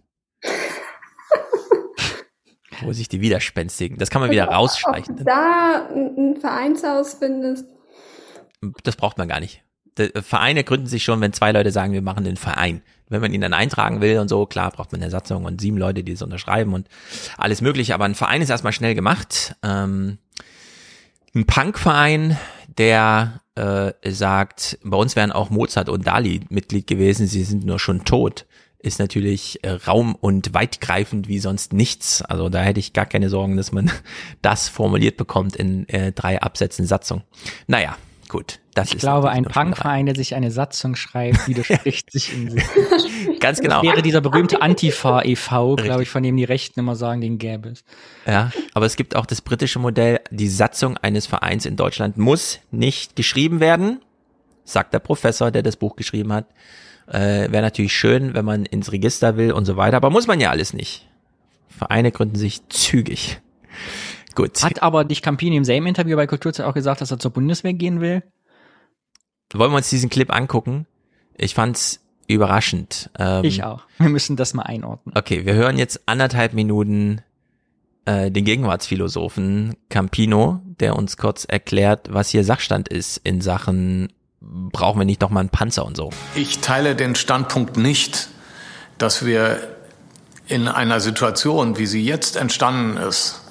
Wo sich die Widerspenstigen, das kann man wieder rausstreichen. Ob da ein Vereinshaus findest. Das braucht man gar nicht. Vereine gründen sich schon, wenn 2 Leute sagen, wir machen den Verein. Wenn man ihn dann eintragen will und so, klar, braucht man eine Satzung und 7 Leute, die es unterschreiben und alles mögliche. Aber ein Verein ist erstmal schnell gemacht. Ein Punkverein, der sagt, bei uns wären auch Mozart und Dali Mitglied gewesen, sie sind nur schon tot. Ist natürlich raum- und weitgreifend wie sonst nichts. Also da hätte ich gar keine Sorgen, dass man das formuliert bekommt in 3 Absätzen Satzung. Naja, Gut, das ich ist glaube, ein Punkverein, der sich eine Satzung schreibt, widerspricht sich in sich. Ganz genau. Das wäre dieser berühmte Antifa e.V., glaube ich, von dem die Rechten immer sagen, den gäbe es. Ja, aber es gibt auch das britische Modell, die Satzung eines Vereins in Deutschland muss nicht geschrieben werden, sagt der Professor, der das Buch geschrieben hat. Wäre natürlich schön, wenn man ins Register will und so weiter, aber muss man ja alles nicht. Vereine gründen sich zügig. Gut. Hat aber dich Campini im selben Interview bei Kulturzeit auch gesagt, dass er zur Bundeswehr gehen will? Wollen wir uns diesen Clip angucken? Ich fand's überraschend. Ich auch. Wir müssen das mal einordnen. Okay, wir hören jetzt 1,5 Minuten den Gegenwartsphilosophen Campino, der uns kurz erklärt, was hier Sachstand ist in Sachen, brauchen wir nicht noch mal einen Panzer und so. Ich teile den Standpunkt nicht, dass wir in einer Situation, wie sie jetzt entstanden ist,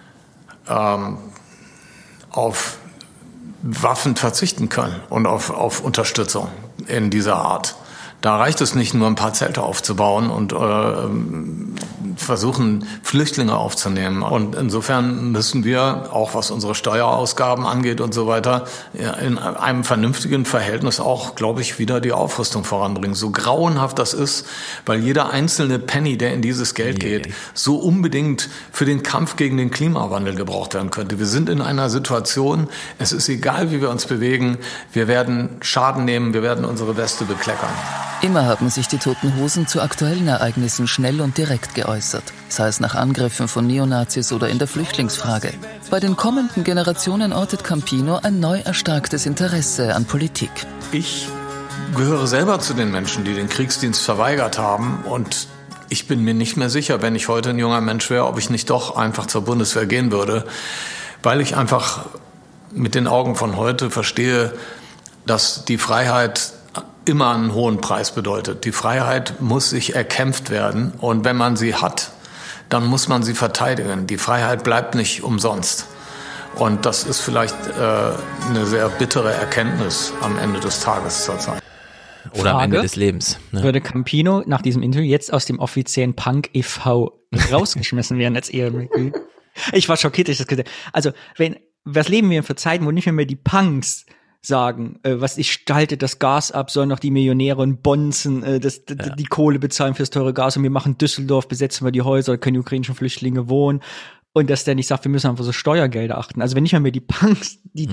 auf Waffen verzichten können und auf Unterstützung in dieser Art. Da reicht es nicht nur, ein paar Zelte aufzubauen und versuchen, Flüchtlinge aufzunehmen. Und insofern müssen wir, auch was unsere Steuerausgaben angeht und so weiter, in einem vernünftigen Verhältnis auch, glaube ich, wieder die Aufrüstung voranbringen. So grauenhaft das ist, weil jeder einzelne Penny, der in dieses Geld geht, so unbedingt für den Kampf gegen den Klimawandel gebraucht werden könnte. Wir sind in einer Situation, es ist egal, wie wir uns bewegen, wir werden Schaden nehmen, wir werden unsere Weste bekleckern. Immer haben sich die Toten Hosen zu aktuellen Ereignissen schnell und direkt geäußert, sei es nach Angriffen von Neonazis oder in der Flüchtlingsfrage. Bei den kommenden Generationen ortet Campino ein neu erstarktes Interesse an Politik. Ich gehöre selber zu den Menschen, die den Kriegsdienst verweigert haben, und ich bin mir nicht mehr sicher, wenn ich heute ein junger Mensch wäre, ob ich nicht doch einfach zur Bundeswehr gehen würde, weil ich einfach mit den Augen von heute verstehe, dass die Freiheit immer einen hohen Preis bedeutet. Die Freiheit muss sich erkämpft werden, und wenn man sie hat, dann muss man sie verteidigen. Die Freiheit bleibt nicht umsonst. Und das ist vielleicht eine sehr bittere Erkenntnis am Ende des Tages zurzeit. Oder am Ende des Lebens. Ne? Würde Campino nach diesem Interview jetzt aus dem offiziellen Punk e.V. rausgeschmissen werden als Ehrenmitglied? Ich war schockiert, dass ich das gesagt habe. Also, was leben wir für Zeiten, wo nicht mehr die Punks sagen, ich stalte das Gas ab, sollen noch die Millionäre und Bonzen die Kohle bezahlen fürs teure Gas, und wir machen Düsseldorf, besetzen wir die Häuser, da können die ukrainischen Flüchtlinge wohnen, und dass der nicht sagt, wir müssen einfach so Steuergelder achten. Also wenn nicht mehr die Punks, die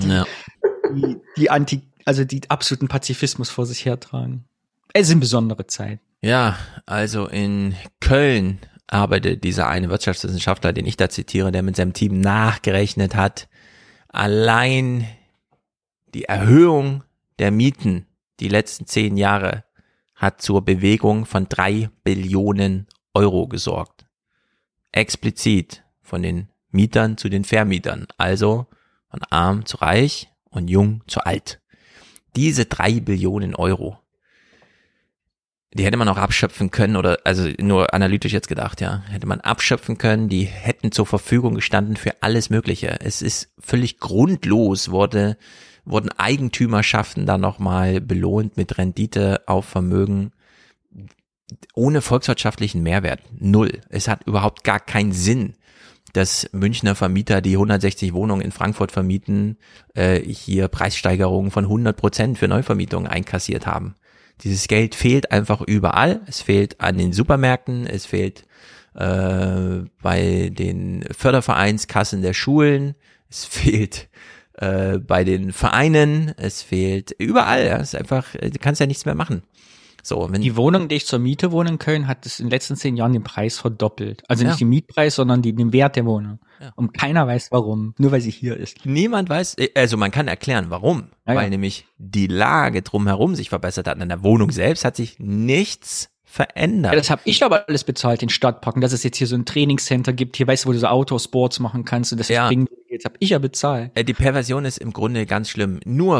absoluten Pazifismus vor sich hertragen. Es sind besondere Zeiten. Ja, also in Köln arbeitet dieser eine Wirtschaftswissenschaftler, den ich da zitiere, der mit seinem Team nachgerechnet hat, allein die Erhöhung der Mieten die letzten 10 Jahre hat zur Bewegung von 3 Billionen Euro gesorgt. Explizit von den Mietern zu den Vermietern, also von arm zu reich und jung zu alt. Diese 3 Billionen Euro, die hätte man auch abschöpfen können, oder also nur analytisch jetzt gedacht, ja, hätte man abschöpfen können, die hätten zur Verfügung gestanden für alles Mögliche. Es ist völlig grundlos, wurden Eigentümerschaften dann nochmal belohnt mit Rendite auf Vermögen ohne volkswirtschaftlichen Mehrwert. Null. Es hat überhaupt gar keinen Sinn, dass Münchner Vermieter, die 160 Wohnungen in Frankfurt vermieten, hier Preissteigerungen von 100% für Neuvermietungen einkassiert haben. Dieses Geld fehlt einfach überall. Es fehlt an den Supermärkten, es fehlt bei den Fördervereinskassen der Schulen, es fehlt bei den Vereinen, es fehlt überall. Ja. Es ist einfach, du kannst ja nichts mehr machen. So, die Wohnung, die ich zur Miete wohne in Köln, hat es in den letzten 10 Jahren den Preis verdoppelt. Also nicht den Mietpreis, sondern den Wert der Wohnung. Ja. Und keiner weiß warum, nur weil sie hier ist. Niemand weiß, also man kann erklären, warum. Ja, weil nämlich die Lage drumherum sich verbessert hat. In der Wohnung selbst hat sich nichts verändert. Ja, das habe ich aber alles bezahlt, den Stadtparken, dass es jetzt hier so ein Trainingscenter gibt, hier weißt du, wo du so Outdoor-Sports machen kannst, und das Springen, jetzt habe ich ja bezahlt. Die Perversion ist im Grunde ganz schlimm.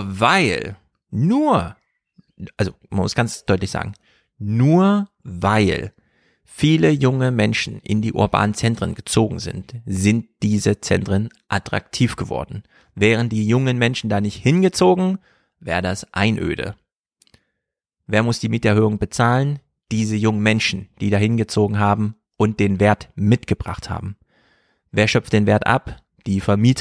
Also man muss ganz deutlich sagen, nur weil viele junge Menschen in die urbanen Zentren gezogen sind diese Zentren attraktiv geworden. Wären die jungen Menschen da nicht hingezogen, wäre das Einöde. Wer muss die Mieterhöhung bezahlen? Diese jungen Menschen, die da hingezogen haben und den Wert mitgebracht haben. Wer schöpft den Wert ab? Die Vermieter,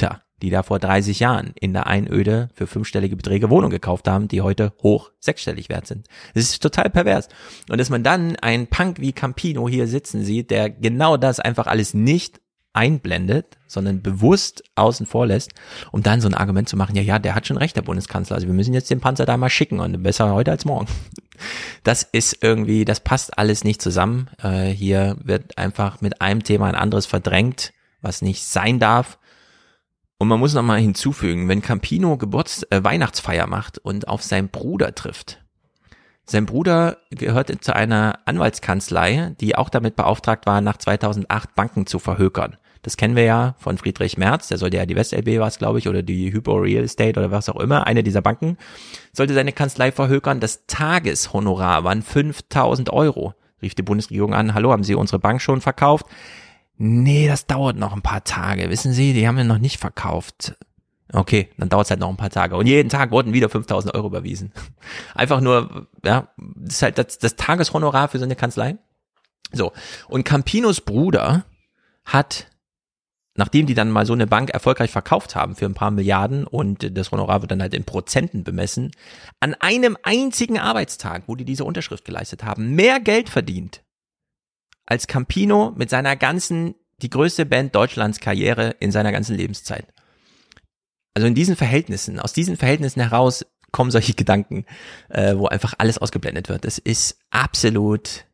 die da vor 30 Jahren in der Einöde für 5-stellige Beträge Wohnung gekauft haben, die heute hoch 6-stellig wert sind. Das ist total pervers. Und dass man dann einen Punk wie Campino hier sitzen sieht, der genau das einfach alles nicht einblendet, sondern bewusst außen vor lässt, um dann so ein Argument zu machen, ja, der hat schon recht, der Bundeskanzler, also wir müssen jetzt den Panzer da mal schicken und besser heute als morgen. Das ist irgendwie, das passt alles nicht zusammen. Hier wird einfach mit einem Thema ein anderes verdrängt, was nicht sein darf. Und man muss noch mal hinzufügen, wenn Campino Weihnachtsfeier macht und auf seinen Bruder trifft. Sein Bruder gehört zu einer Anwaltskanzlei, die auch damit beauftragt war, nach 2008 Banken zu verhökern. Das kennen wir ja von Friedrich Merz, der sollte ja die WestLB war es, glaube ich, oder die Hypo Real Estate oder was auch immer, eine dieser Banken, sollte seine Kanzlei verhökern. Das Tageshonorar waren 5.000 €. Rief die Bundesregierung an, hallo, haben Sie unsere Bank schon verkauft? Nee, das dauert noch ein paar Tage. Wissen Sie, die haben wir noch nicht verkauft. Okay, dann dauert es halt noch ein paar Tage. Und jeden Tag wurden wieder 5.000 € überwiesen. Einfach nur, ja, das ist halt das Tageshonorar für so eine Kanzlei. So, und Campinos Bruder hat, nachdem die dann mal so eine Bank erfolgreich verkauft haben für ein paar Milliarden und das Honorar wird dann halt in Prozenten bemessen, an einem einzigen Arbeitstag, wo die diese Unterschrift geleistet haben, mehr Geld verdient als Campino mit seiner die größte Band Deutschlands Karriere in seiner ganzen Lebenszeit. Also aus diesen Verhältnissen heraus kommen solche Gedanken, wo einfach alles ausgeblendet wird. Das ist absolut,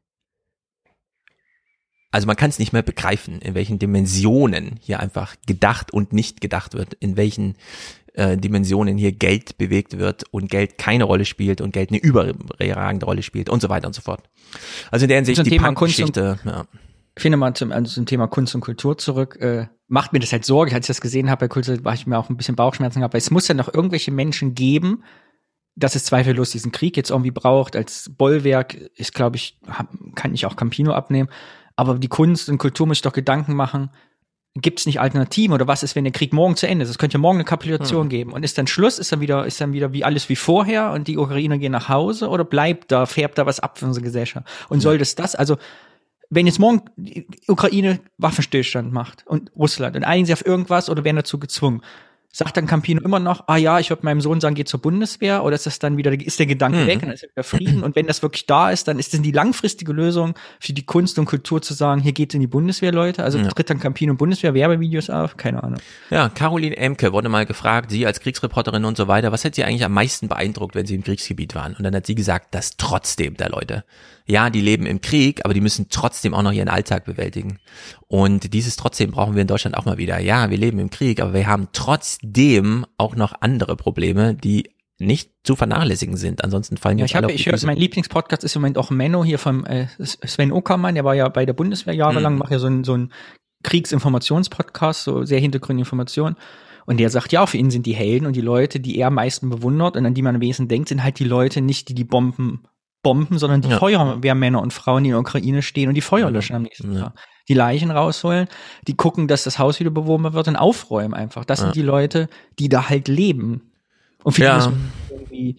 also man kann es nicht mehr begreifen, in welchen Dimensionen hier einfach gedacht und nicht gedacht wird, in welchen Dimensionen hier Geld bewegt wird und Geld keine Rolle spielt und Geld eine überragende Rolle spielt und so weiter und so fort. Also in der Hinsicht die Punk-Geschichte, ja. Ich finde mal zum Thema Kunst und Kultur zurück, macht mir das halt Sorge, als ich das gesehen habe bei Kultur, war ich mir auch ein bisschen Bauchschmerzen gehabt, weil es muss ja noch irgendwelche Menschen geben, dass es zweifellos diesen Krieg jetzt irgendwie braucht, als Bollwerk ist, glaube ich, kann ich auch Campino abnehmen, aber die Kunst und Kultur muss sich doch Gedanken machen, gibt es nicht Alternativen oder was ist, wenn der Krieg morgen zu Ende ist? Es könnte ja morgen eine Kapitulation geben und ist dann Schluss, ist dann wieder wie alles wie vorher und die Ukrainer gehen nach Hause oder färbt da was ab für unsere Gesellschaft? Und soll das, also wenn jetzt morgen die Ukraine Waffenstillstand macht und Russland und einigen sie auf irgendwas oder werden dazu gezwungen, sagt dann Campino immer noch, ich würde meinem Sohn sagen, geh zur Bundeswehr, oder ist das dann wieder, ist der Gedanke weg und dann ist wieder Frieden, und wenn das wirklich da ist, dann ist das die langfristige Lösung für die Kunst und Kultur zu sagen, hier geht's in die Bundeswehr, Leute, also tritt dann Campino Bundeswehr Werbevideos auf, keine Ahnung. Ja, Caroline Emke wurde mal gefragt, sie als Kriegsreporterin und so weiter, was hat sie eigentlich am meisten beeindruckt, wenn sie im Kriegsgebiet waren? Und dann hat sie gesagt, das Trotzdem der Leute. Ja, die leben im Krieg, aber die müssen trotzdem auch noch ihren Alltag bewältigen. Und dieses Trotzdem brauchen wir in Deutschland auch mal wieder. Ja, wir leben im Krieg, aber wir haben trotzdem auch noch andere Probleme, die nicht zu vernachlässigen sind. Ansonsten fallen ich höre, mein Lieblingspodcast ist im Moment auch Menno hier vom Sven Uckermann, der war ja bei der Bundeswehr jahrelang, macht ja so ein Kriegsinformationspodcast, so sehr hintergründige Informationen. Und der sagt ja auch, für ihn sind die Helden und die Leute, die er am meisten bewundert und an die man am wenigsten denkt, sind halt die Leute nicht, die Bomben, sondern die Feuerwehrmänner und Frauen, die in der Ukraine stehen und die Feuer löschen am nächsten Tag. Die Leichen rausholen, die gucken, dass das Haus wieder bewohnt wird und aufräumen einfach. Das sind die Leute, die da halt leben. Und für die müssen wir irgendwie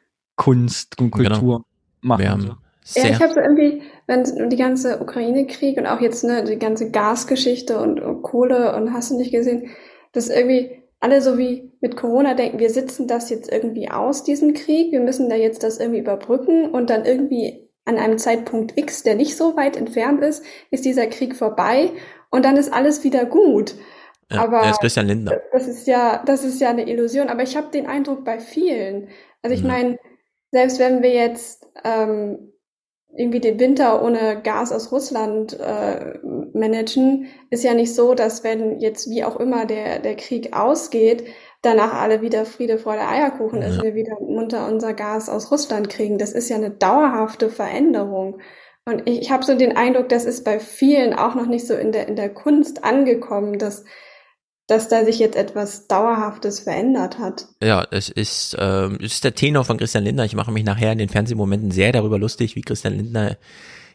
Kunst und Kultur machen. Ich habe so irgendwie, wenn die ganze Ukraine-Krieg und auch jetzt die ganze Gasgeschichte und Kohle und hast du nicht gesehen, dass irgendwie alle so wie mit Corona denken, wir sitzen das jetzt irgendwie aus, diesen Krieg, wir müssen da jetzt das irgendwie überbrücken und dann irgendwie an einem Zeitpunkt X, der nicht so weit entfernt ist dieser Krieg vorbei und dann ist alles wieder gut. Ja, aber ist Christian Lindner. Das ist ja eine Illusion, aber ich habe den Eindruck bei vielen. Also ich meine, selbst wenn wir jetzt irgendwie den Winter ohne Gas aus Russland managen, ist ja nicht so, dass wenn jetzt wie auch immer der Krieg ausgeht, danach alle wieder Friede, Freude, Eierkuchen ist, wir wieder munter unser Gas aus Russland kriegen. Das ist ja eine dauerhafte Veränderung. Und ich habe so den Eindruck, das ist bei vielen auch noch nicht so in der Kunst angekommen, dass da sich jetzt etwas Dauerhaftes verändert hat. Ja, es ist der Tenor von Christian Lindner. Ich mache mich nachher in den Fernsehmomenten sehr darüber lustig, wie Christian Lindner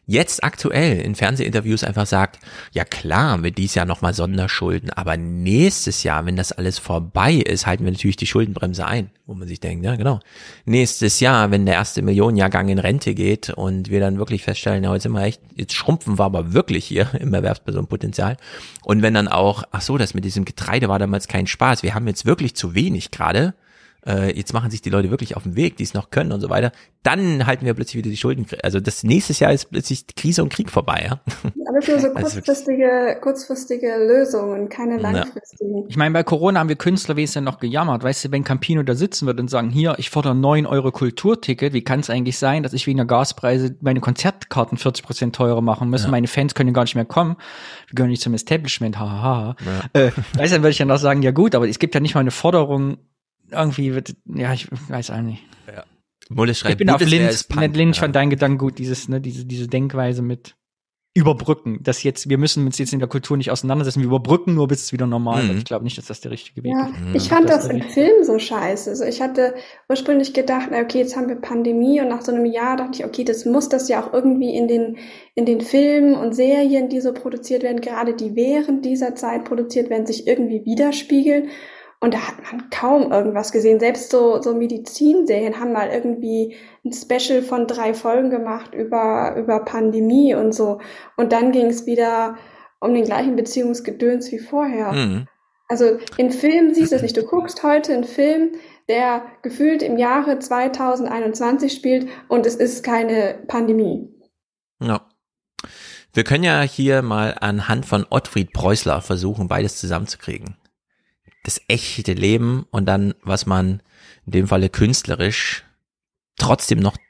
jetzt aktuell in Fernsehinterviews einfach sagt, ja klar, haben wir dieses Jahr nochmal Sonderschulden, aber nächstes Jahr, wenn das alles vorbei ist, halten wir natürlich die Schuldenbremse ein, wo man sich denkt, ja genau, nächstes Jahr, wenn der erste Millionenjahrgang in Rente geht und wir dann wirklich feststellen, ja, jetzt schrumpfen wir aber wirklich hier im Erwerbspersonenpotenzial und wenn dann auch, ach so, das mit diesem Getreide war damals kein Spaß, wir haben jetzt wirklich zu wenig gerade, jetzt machen sich die Leute wirklich auf den Weg, die es noch können und so weiter, dann halten wir plötzlich wieder die Schulden, also das nächstes Jahr ist plötzlich Krise und Krieg vorbei, ja. Alles nur so kurzfristige Lösungen, keine langfristigen. Ich meine, bei Corona haben wir Künstlerwesen noch gejammert, weißt du, wenn Campino da sitzen wird und sagen, hier, ich fordere 9 € Kulturticket, wie kann es eigentlich sein, dass ich wegen der Gaspreise meine Konzertkarten 40% teurer machen muss, meine Fans können gar nicht mehr kommen, wir gehören nicht zum Establishment, hahaha. Weißt du, dann würde ich ja noch sagen, ja gut, aber es gibt ja nicht mal eine Forderung, irgendwie wird, ja, ich weiß auch nicht. Ja. Mulle schreibt, ich bin auf Lynch fand deinen Gedanken gut, diese Denkweise mit überbrücken, dass wir müssen uns jetzt in der Kultur nicht auseinandersetzen, wir überbrücken nur, bis es wieder normal wird. Ich glaube nicht, dass das der richtige Weg ist. Ich fand das im Film so scheiße. Also ich hatte ursprünglich gedacht, okay, jetzt haben wir Pandemie und nach so einem Jahr dachte ich, okay, das muss das ja auch irgendwie in den Filmen und Serien, die so produziert werden, gerade die während dieser Zeit produziert werden, sich irgendwie widerspiegeln. Und da hat man kaum irgendwas gesehen. Selbst so Medizinserien haben mal irgendwie ein Special von 3 Folgen gemacht über Pandemie und so. Und dann ging es wieder um den gleichen Beziehungsgedöns wie vorher. Mhm. Also in Filmen siehst du es nicht. Du guckst heute einen Film, der gefühlt im Jahre 2021 spielt und es ist keine Pandemie. Ja. Wir können ja hier mal anhand von Ottfried Preußler versuchen, beides zusammenzukriegen. Das echte Leben und dann, was man in dem Falle künstlerisch trotzdem noch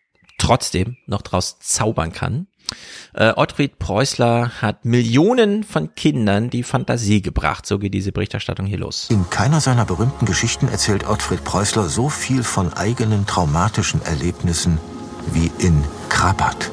draus zaubern kann. Ottfried Preußler hat Millionen von Kindern die Fantasie gebracht. So geht diese Berichterstattung hier los. In keiner seiner berühmten Geschichten erzählt Ottfried Preußler so viel von eigenen traumatischen Erlebnissen wie in Krabat.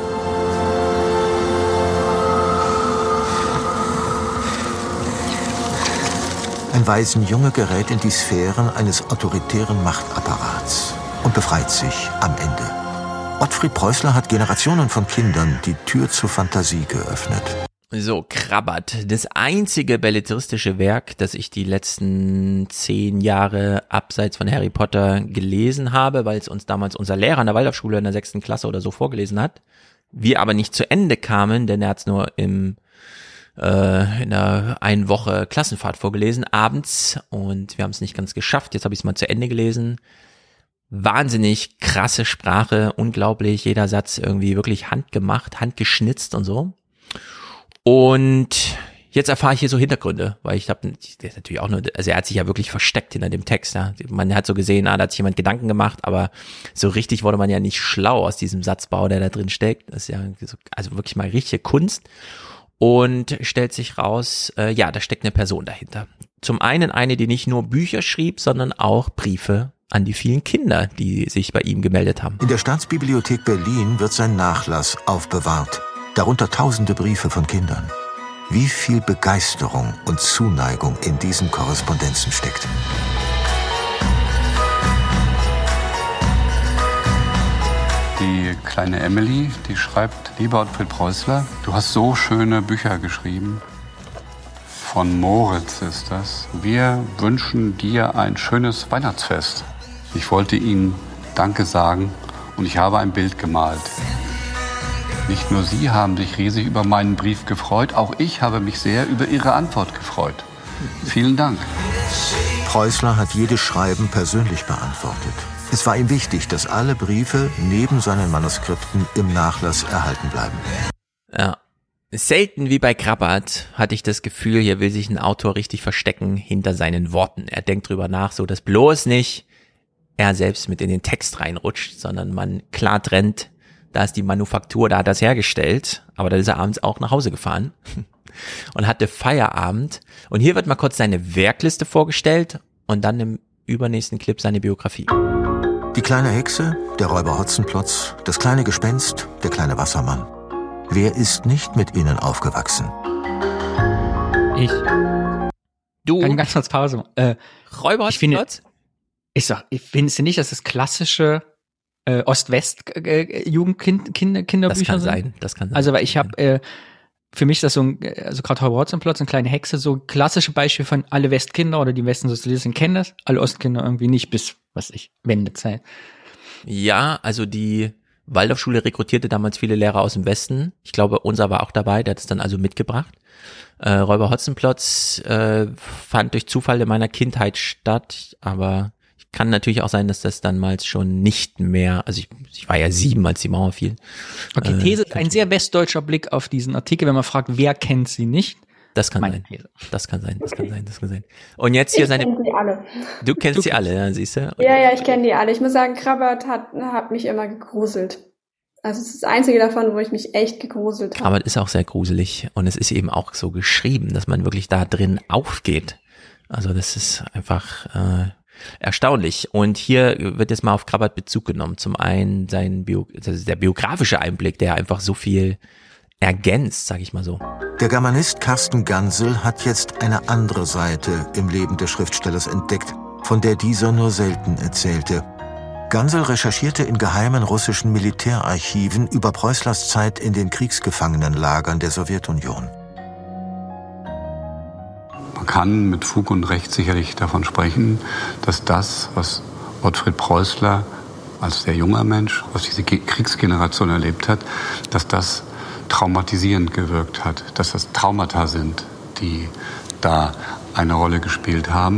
Ein Waisenjunge gerät in die Sphären eines autoritären Machtapparats und befreit sich am Ende. Ottfried Preußler hat Generationen von Kindern die Tür zur Fantasie geöffnet. So, Krabat, das einzige belletristische Werk, das ich die letzten 10 Jahre abseits von Harry Potter gelesen habe, weil es uns damals unser Lehrer an der Waldorfschule in der 6. Klasse oder so vorgelesen hat. Wir aber nicht zu Ende kamen, denn er hat es nur in einer 1 Woche Klassenfahrt vorgelesen, abends, und wir haben es nicht ganz geschafft. Jetzt habe ich es mal zu Ende gelesen. Wahnsinnig krasse Sprache, unglaublich, jeder Satz irgendwie wirklich handgemacht, handgeschnitzt und so. Und jetzt erfahre ich hier so Hintergründe, weil der ist natürlich auch nur, also er hat sich ja wirklich versteckt hinter dem Text. Ja. Man hat so gesehen, da hat sich jemand Gedanken gemacht, aber so richtig wurde man ja nicht schlau aus diesem Satzbau, der da drin steckt. Das ist ja so, also wirklich mal richtige Kunst. Und stellt sich raus, ja, da steckt eine Person dahinter. Zum einen eine, die nicht nur Bücher schrieb, sondern auch Briefe an die vielen Kinder, die sich bei ihm gemeldet haben. In der Staatsbibliothek Berlin wird sein Nachlass aufbewahrt, darunter tausende Briefe von Kindern. Wie viel Begeisterung und Zuneigung in diesen Korrespondenzen steckt. Die kleine Emily, die schreibt: Lieber Ottfried Preußler, du hast so schöne Bücher geschrieben. Von Moritz ist das. Wir wünschen dir ein schönes Weihnachtsfest. Ich wollte Ihnen Danke sagen und ich habe ein Bild gemalt. Nicht nur Sie haben sich riesig über meinen Brief gefreut, auch ich habe mich sehr über Ihre Antwort gefreut. Vielen Dank. Preußler hat jedes Schreiben persönlich beantwortet. Es war ihm wichtig, dass alle Briefe neben seinen Manuskripten im Nachlass erhalten bleiben. Ja. Selten wie bei Krabat hatte ich das Gefühl, hier will sich ein Autor richtig verstecken hinter seinen Worten. Er denkt drüber nach, so dass bloß nicht er selbst mit in den Text reinrutscht, sondern man klar trennt, da ist die Manufaktur, da hat er es hergestellt, aber dann ist er abends auch nach Hause gefahren und hatte Feierabend. Und hier wird mal kurz seine Werkliste vorgestellt und dann im übernächsten Clip seine Biografie. Die kleine Hexe, der Räuber Hotzenplotz, das kleine Gespenst, der kleine Wassermann. Wer ist nicht mit ihnen aufgewachsen? Ich. Du? Kann ich ganz kurz Pause machen? Räuber Hotzenplotz? Ich finde nicht, dass das klassische Ost-West-Kinderbücher sind. Das kann sein. Also weil ich habe für mich ist das so also gerade Hogwarts-Plot, so eine kleine Hexe, so klassische Beispiel von alle Westkinder oder die Westensozialisten kennen das, alle Ostkinder irgendwie nicht bis, Wendezeit. Ja, also die Waldorfschule rekrutierte damals viele Lehrer aus dem Westen. Ich glaube, unser war auch dabei, der hat es dann also mitgebracht. Räuber Hotzenplotz fand durch Zufall in meiner Kindheit statt, aber kann natürlich auch sein, dass das dann mal schon nicht mehr, also ich war ja 7, als die Mauer fiel. Okay, These, ein sehr westdeutscher Blick auf diesen Artikel, wenn man fragt, wer kennt sie nicht? Das kann sein. Das kann sein. Und jetzt hier ich kenn sie alle. Du kennst sie alle, ja, siehst du? Ja, ich kenne die alle. Ich muss sagen, Krabbert hat mich immer gegruselt. Also es ist das einzige davon, wo ich mich echt gegruselt habe. Krabbert ist auch sehr gruselig und es ist eben auch so geschrieben, dass man wirklich da drin aufgeht. Also das ist einfach erstaunlich. Und hier wird jetzt mal auf Krabbert Bezug genommen. Zum einen der biografische Einblick, der einfach so viel ergänzt, sag ich mal so. Der Germanist Carsten Gansel hat jetzt eine andere Seite im Leben des Schriftstellers entdeckt, von der dieser nur selten erzählte. Gansel recherchierte in geheimen russischen Militärarchiven über Preußlers Zeit in den Kriegsgefangenenlagern der Sowjetunion. Man kann mit Fug und Recht sicherlich davon sprechen, dass das, was Ottfried Preußler als sehr junger Mensch, was diese Kriegsgeneration erlebt hat, dass das traumatisierend gewirkt hat, dass das Traumata sind, die da eine Rolle gespielt haben.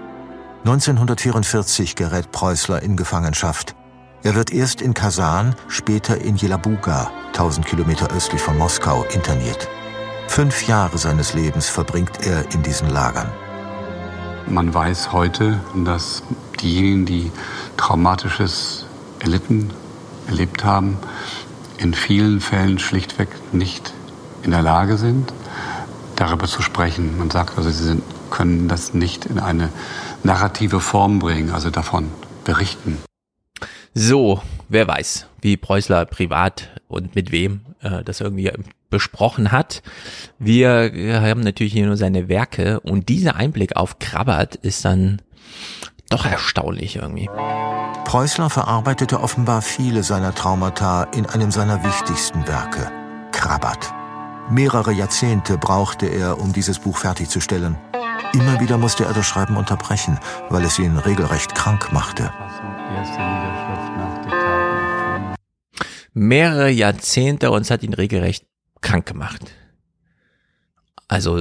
1944 gerät Preußler in Gefangenschaft. Er wird erst in Kasan, später in Jelabuga, 1000 Kilometer östlich von Moskau, interniert. 5 Jahre seines Lebens verbringt er in diesen Lagern. Man weiß heute, dass diejenigen, die Traumatisches erlebt haben, in vielen Fällen schlichtweg nicht in der Lage sind, darüber zu sprechen. Man sagt also, sie können das nicht in eine narrative Form bringen, also davon berichten. So, wer weiß, wie Preußler privat und mit wem das irgendwie besprochen hat. Wir haben natürlich hier nur seine Werke und dieser Einblick auf Krabbert ist dann doch erstaunlich irgendwie. Preußler verarbeitete offenbar viele seiner Traumata in einem seiner wichtigsten Werke, Krabbert. Mehrere Jahrzehnte brauchte er, um dieses Buch fertigzustellen. Immer wieder musste er das Schreiben unterbrechen, weil es ihn regelrecht krank machte. Mehrere Jahrzehnte und es hat ihn regelrecht krank gemacht. Also,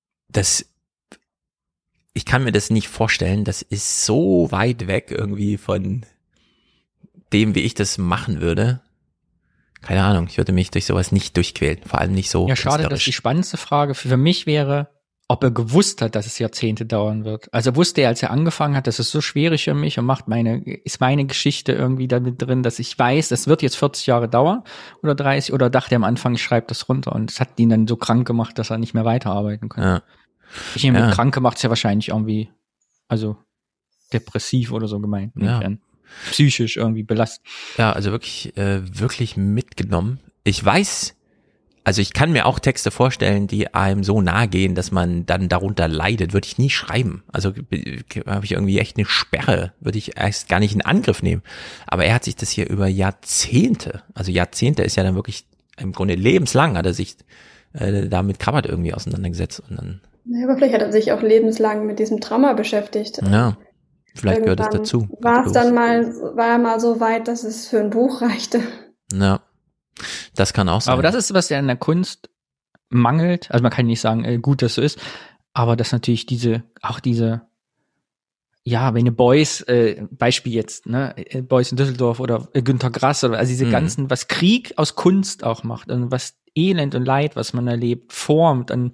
ich kann mir das nicht vorstellen, das ist so weit weg irgendwie von dem, wie ich das machen würde. Keine Ahnung, ich würde mich durch sowas nicht durchquälen, vor allem nicht so. Ja, schade, dass die spannendste Frage für mich wäre, ob er gewusst hat, dass es Jahrzehnte dauern wird. Also wusste er, als er angefangen hat, das ist so schwierig für mich und ist meine Geschichte irgendwie damit drin, dass ich weiß, das wird jetzt 40 Jahre dauern oder 30 oder dachte er am Anfang, ich schreibe das runter und es hat ihn dann so krank gemacht, dass er nicht mehr weiterarbeiten kann. Ja. Ich nehme mit krank gemacht, ist ja wahrscheinlich irgendwie, also depressiv oder so gemeint. Ja. Psychisch irgendwie belastet. Ja, also wirklich mitgenommen. Ich weiß, also ich kann mir auch Texte vorstellen, die einem so nahe gehen, dass man dann darunter leidet, würde ich nie schreiben. Also habe ich irgendwie echt eine Sperre, würde ich erst gar nicht in Angriff nehmen. Aber er hat sich das hier über Jahrzehnte, also Jahrzehnte ist ja dann wirklich im Grunde lebenslang, hat er sich da mit Krabbert irgendwie auseinandergesetzt. Und dann, ja, aber vielleicht hat er sich auch lebenslang mit diesem Trauma beschäftigt. Ja, vielleicht gehört es dazu. War er mal so weit, dass es für ein Buch reichte. Ja. Das kann auch sein. Aber das ist, was ja in der Kunst mangelt. Also man kann nicht sagen, gut, dass so ist. Aber dass natürlich ja, wenn eine Beuys, Beispiel jetzt, ne, Beuys in Düsseldorf oder Günter Grass, oder also diese ganzen, was Krieg aus Kunst auch macht und was Elend und Leid, was man erlebt, formt an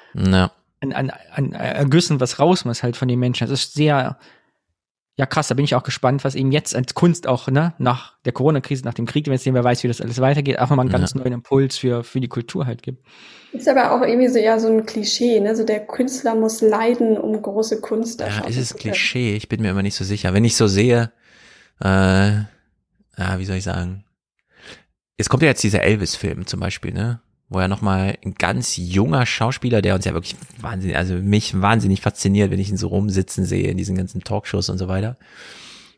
Ergüssen, was raus muss halt von den Menschen. Das ist sehr, ja krass, da bin ich auch gespannt, was eben jetzt als Kunst auch, ne, nach der Corona-Krise, nach dem Krieg, wenn jetzt wer weiß, wie das alles weitergeht, auch nochmal einen ganz neuen Impuls für die Kultur halt gibt. Ist aber auch irgendwie so so ein Klischee, ne, so der Künstler muss leiden, um große Kunst erschaffen zu können. Ja, ist es Klischee? Ich bin mir immer nicht so sicher. Wenn ich so sehe, wie soll ich sagen? Es kommt ja jetzt dieser Elvis-Film zum Beispiel, ne, wo ja nochmal ein ganz junger Schauspieler, der uns ja wirklich mich wahnsinnig fasziniert, wenn ich ihn so rumsitzen sehe in diesen ganzen Talkshows und so weiter.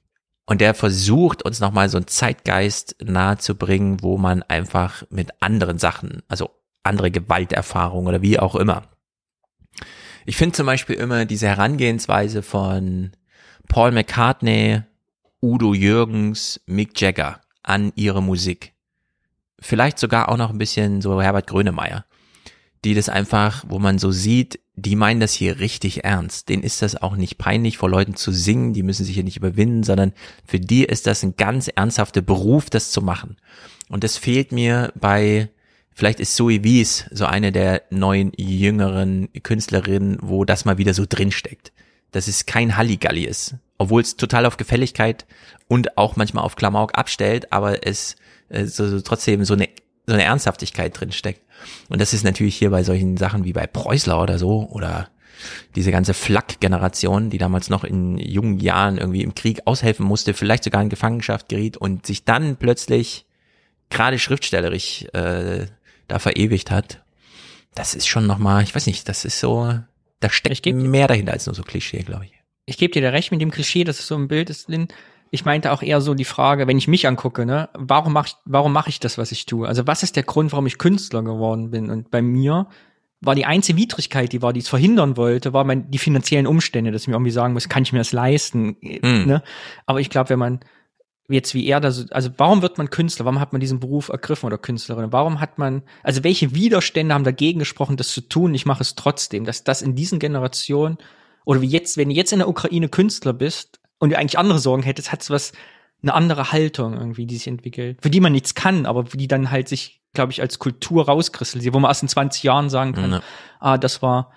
Und der versucht uns nochmal so einen Zeitgeist nahezubringen, wo man einfach mit anderen Sachen, also andere Gewalterfahrungen oder wie auch immer. Ich finde zum Beispiel immer diese Herangehensweise von Paul McCartney, Udo Jürgens, Mick Jagger an ihre Musik. Vielleicht sogar auch noch ein bisschen so Herbert Grönemeyer, die das einfach, wo man so sieht, die meinen das hier richtig ernst. Denen ist das auch nicht peinlich, vor Leuten zu singen, die müssen sich hier nicht überwinden, sondern für die ist das ein ganz ernsthafter Beruf, das zu machen. Und das fehlt mir bei, vielleicht ist Zoe Wies so eine der neuen, jüngeren Künstlerinnen, wo das mal wieder so drinsteckt. Dass es kein Halligalli ist, obwohl es total auf Gefälligkeit und auch manchmal auf Klamauk abstellt, aber es so trotzdem so eine Ernsthaftigkeit drinsteckt. Und das ist natürlich hier bei solchen Sachen wie bei Preußler oder so oder diese ganze Flak-Generation, die damals noch in jungen Jahren irgendwie im Krieg aushelfen musste, vielleicht sogar in Gefangenschaft geriet und sich dann plötzlich gerade schriftstellerisch da verewigt hat. Das ist schon nochmal, ich weiß nicht, das ist so, da steckt mehr dahinter als nur so Klischee, glaube ich. Ich gebe dir da recht mit dem Klischee, dass es so ein Bild ist, Lynn. Ich meinte auch eher so die Frage, wenn ich mich angucke, ne, warum mache ich das, was ich tue? Also was ist der Grund, warum ich Künstler geworden bin? Und bei mir war die einzige Widrigkeit, die es verhindern wollte, war die finanziellen Umstände, dass ich mir irgendwie sagen muss, kann ich mir das leisten? Ne? Aber ich glaube, wenn man jetzt wie er da so, also warum wird man Künstler? Warum hat man diesen Beruf ergriffen oder Künstlerin? Warum hat man, also welche Widerstände haben dagegen gesprochen, das zu tun? Ich mache es trotzdem, dass das in diesen Generationen oder wie jetzt, wenn du jetzt in der Ukraine Künstler bist und du eigentlich andere Sorgen hättest, hat es eine andere Haltung irgendwie, die sich entwickelt, für die man nichts kann, aber die dann halt sich, glaube ich, als Kultur rauskristallisiert, wo man erst in 20 Jahren sagen kann, das war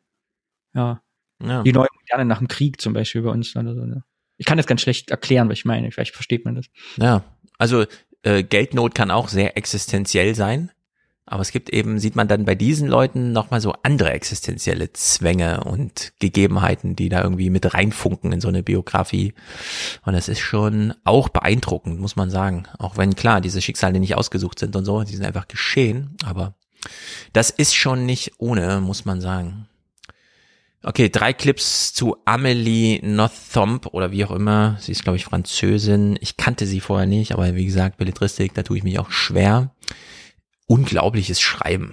die neue Moderne nach dem Krieg zum Beispiel bei uns oder so. Ne? Ich kann das ganz schlecht erklären, was ich meine, vielleicht versteht man das. Ja, also Geldnot kann auch sehr existenziell sein, aber es gibt eben, sieht man dann bei diesen Leuten nochmal so andere existenzielle Zwänge und Gegebenheiten, die da irgendwie mit reinfunken in so eine Biografie. Und das ist schon auch beeindruckend, muss man sagen. Auch wenn, klar, diese Schicksale nicht ausgesucht sind und so, die sind einfach geschehen. Aber das ist schon nicht ohne, muss man sagen. Okay, 3 Clips zu Amélie Nothomb oder wie auch immer. Sie ist, glaube ich, Französin. Ich kannte sie vorher nicht, aber wie gesagt, Belletristik, da tue ich mich auch schwer. Unglaubliches Schreiben.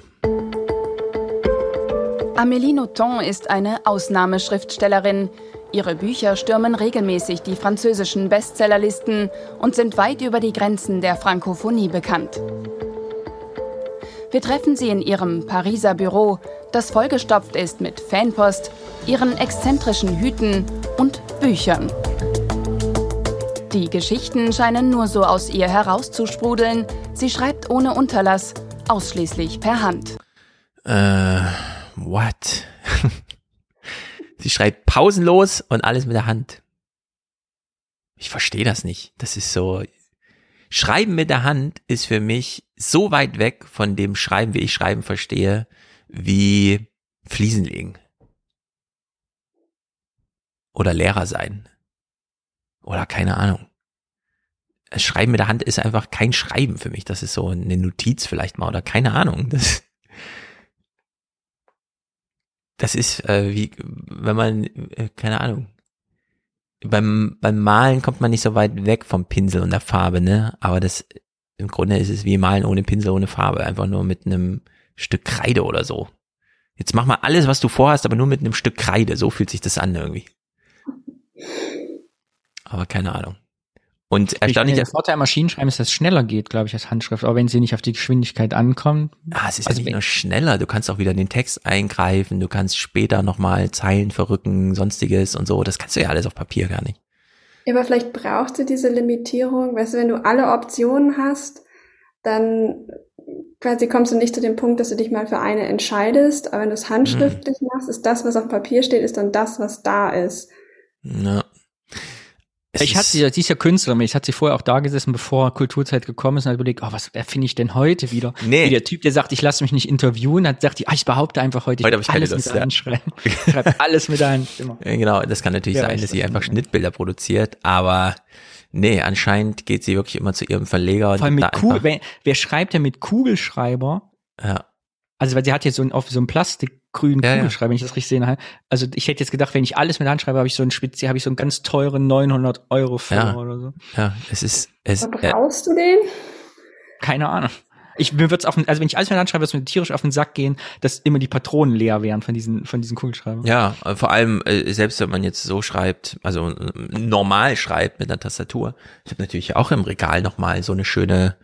Amélie Nothomb ist eine Ausnahmeschriftstellerin. Ihre Bücher stürmen regelmäßig die französischen Bestsellerlisten und sind weit über die Grenzen der Frankophonie bekannt. Wir treffen sie in ihrem Pariser Büro, das vollgestopft ist mit Fanpost, ihren exzentrischen Hüten und Büchern. Die Geschichten scheinen nur so aus ihr herauszusprudeln. Sie schreibt ohne Unterlass, ausschließlich per Hand. What? Sie schreibt pausenlos und alles mit der Hand. Ich verstehe das nicht. Das ist so, Schreiben mit der Hand ist für mich so weit weg von dem Schreiben, wie ich Schreiben verstehe, wie Fliesen legen. Oder Lehrer sein. Oder keine Ahnung. Schreiben mit der Hand ist einfach kein Schreiben für mich. Das ist so eine Notiz vielleicht mal oder keine Ahnung. Das ist wie, wenn man, keine Ahnung. Beim Malen kommt man nicht so weit weg vom Pinsel und der Farbe, ne? Aber im Grunde ist es wie Malen ohne Pinsel, ohne Farbe. Einfach nur mit einem Stück Kreide oder so. Jetzt mach mal alles, was du vorhast, aber nur mit einem Stück Kreide. So fühlt sich das an irgendwie. Aber keine Ahnung. Und erstaunlich. Der Vorteil am Maschinenschreiben ist, dass es schneller geht, glaube ich, als Handschrift, auch wenn sie nicht auf die Geschwindigkeit ankommen. Es ist also nicht nur schneller, du kannst auch wieder in den Text eingreifen, du kannst später nochmal Zeilen verrücken, sonstiges und so, das kannst du ja alles auf Papier gar nicht. Ja, aber vielleicht brauchst du diese Limitierung, weißt du, wenn du alle Optionen hast, dann quasi kommst du nicht zu dem Punkt, dass du dich mal für eine entscheidest, aber wenn du es handschriftlich machst, ist das, was auf Papier steht, ist dann das, was da ist. Ja. Sie ist ja Künstlerin, ich hatte sie vorher auch da gesessen, bevor Kulturzeit gekommen ist und hat überlegt, was finde ich denn heute wieder? Nee. Wie der Typ, der sagt, ich lasse mich nicht interviewen, hat gesagt, ich behaupte einfach heute habe ich alles mit der Hand schreiben. Ich schreibe alles mit der Hand. Immer. Ja, genau, das kann natürlich sein, dass sie einfach Schnittbilder produziert, aber nee, anscheinend geht sie wirklich immer zu ihrem Verleger. Vor allem wer schreibt denn mit Kugelschreiber? Ja. Also, weil sie hat jetzt auf so einem Plastik grünen Kugelschreiber, wenn ich das richtig sehe. Also ich hätte jetzt gedacht, wenn ich alles mit der Hand schreibe, habe ich so einen ganz teuren 900 € Füller oder so. Ja, es ist. Brauchst du den? Keine Ahnung. Mir wird's wenn ich alles mit der Hand schreibe, wird's mir tierisch auf den Sack gehen, dass immer die Patronen leer wären von diesen Kugelschreibern. Ja, vor allem, selbst wenn man jetzt so schreibt, also normal schreibt mit einer Tastatur. Ich habe natürlich auch im Regal nochmal so eine schöne,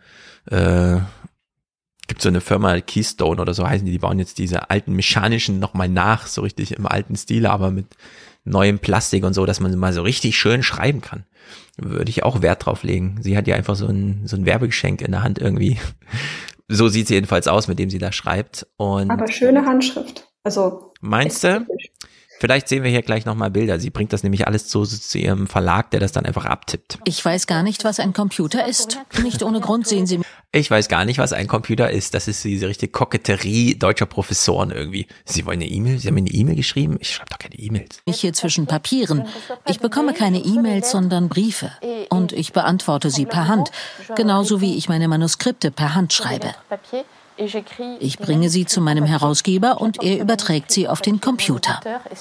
gibt so eine Firma, Keystone oder so heißen die bauen jetzt diese alten mechanischen nochmal nach, so richtig im alten Stil, aber mit neuem Plastik und so, dass man mal so richtig schön schreiben kann. Würde ich auch Wert drauf legen. Sie hat ja einfach so ein Werbegeschenk in der Hand irgendwie. So sieht sie jedenfalls aus, mit dem sie da schreibt. Aber schöne Handschrift. Also. Meinst du? Vielleicht sehen wir hier gleich nochmal Bilder. Sie bringt das nämlich alles zu ihrem Verlag, der das dann einfach abtippt. Ich weiß gar nicht, was ein Computer ist. Nicht ohne Grund sehen Sie mich. Ich weiß gar nicht, was ein Computer ist. Das ist diese richtige Koketterie deutscher Professoren irgendwie. Sie wollen eine E-Mail? Sie haben mir eine E-Mail geschrieben? Ich schreibe doch keine E-Mails. Ich hier zwischen Papieren. Ich bekomme keine E-Mails, sondern Briefe. Und ich beantworte sie per Hand. Genauso wie ich meine Manuskripte per Hand schreibe. Ich bringe sie zu meinem Herausgeber und er überträgt sie auf den Computer.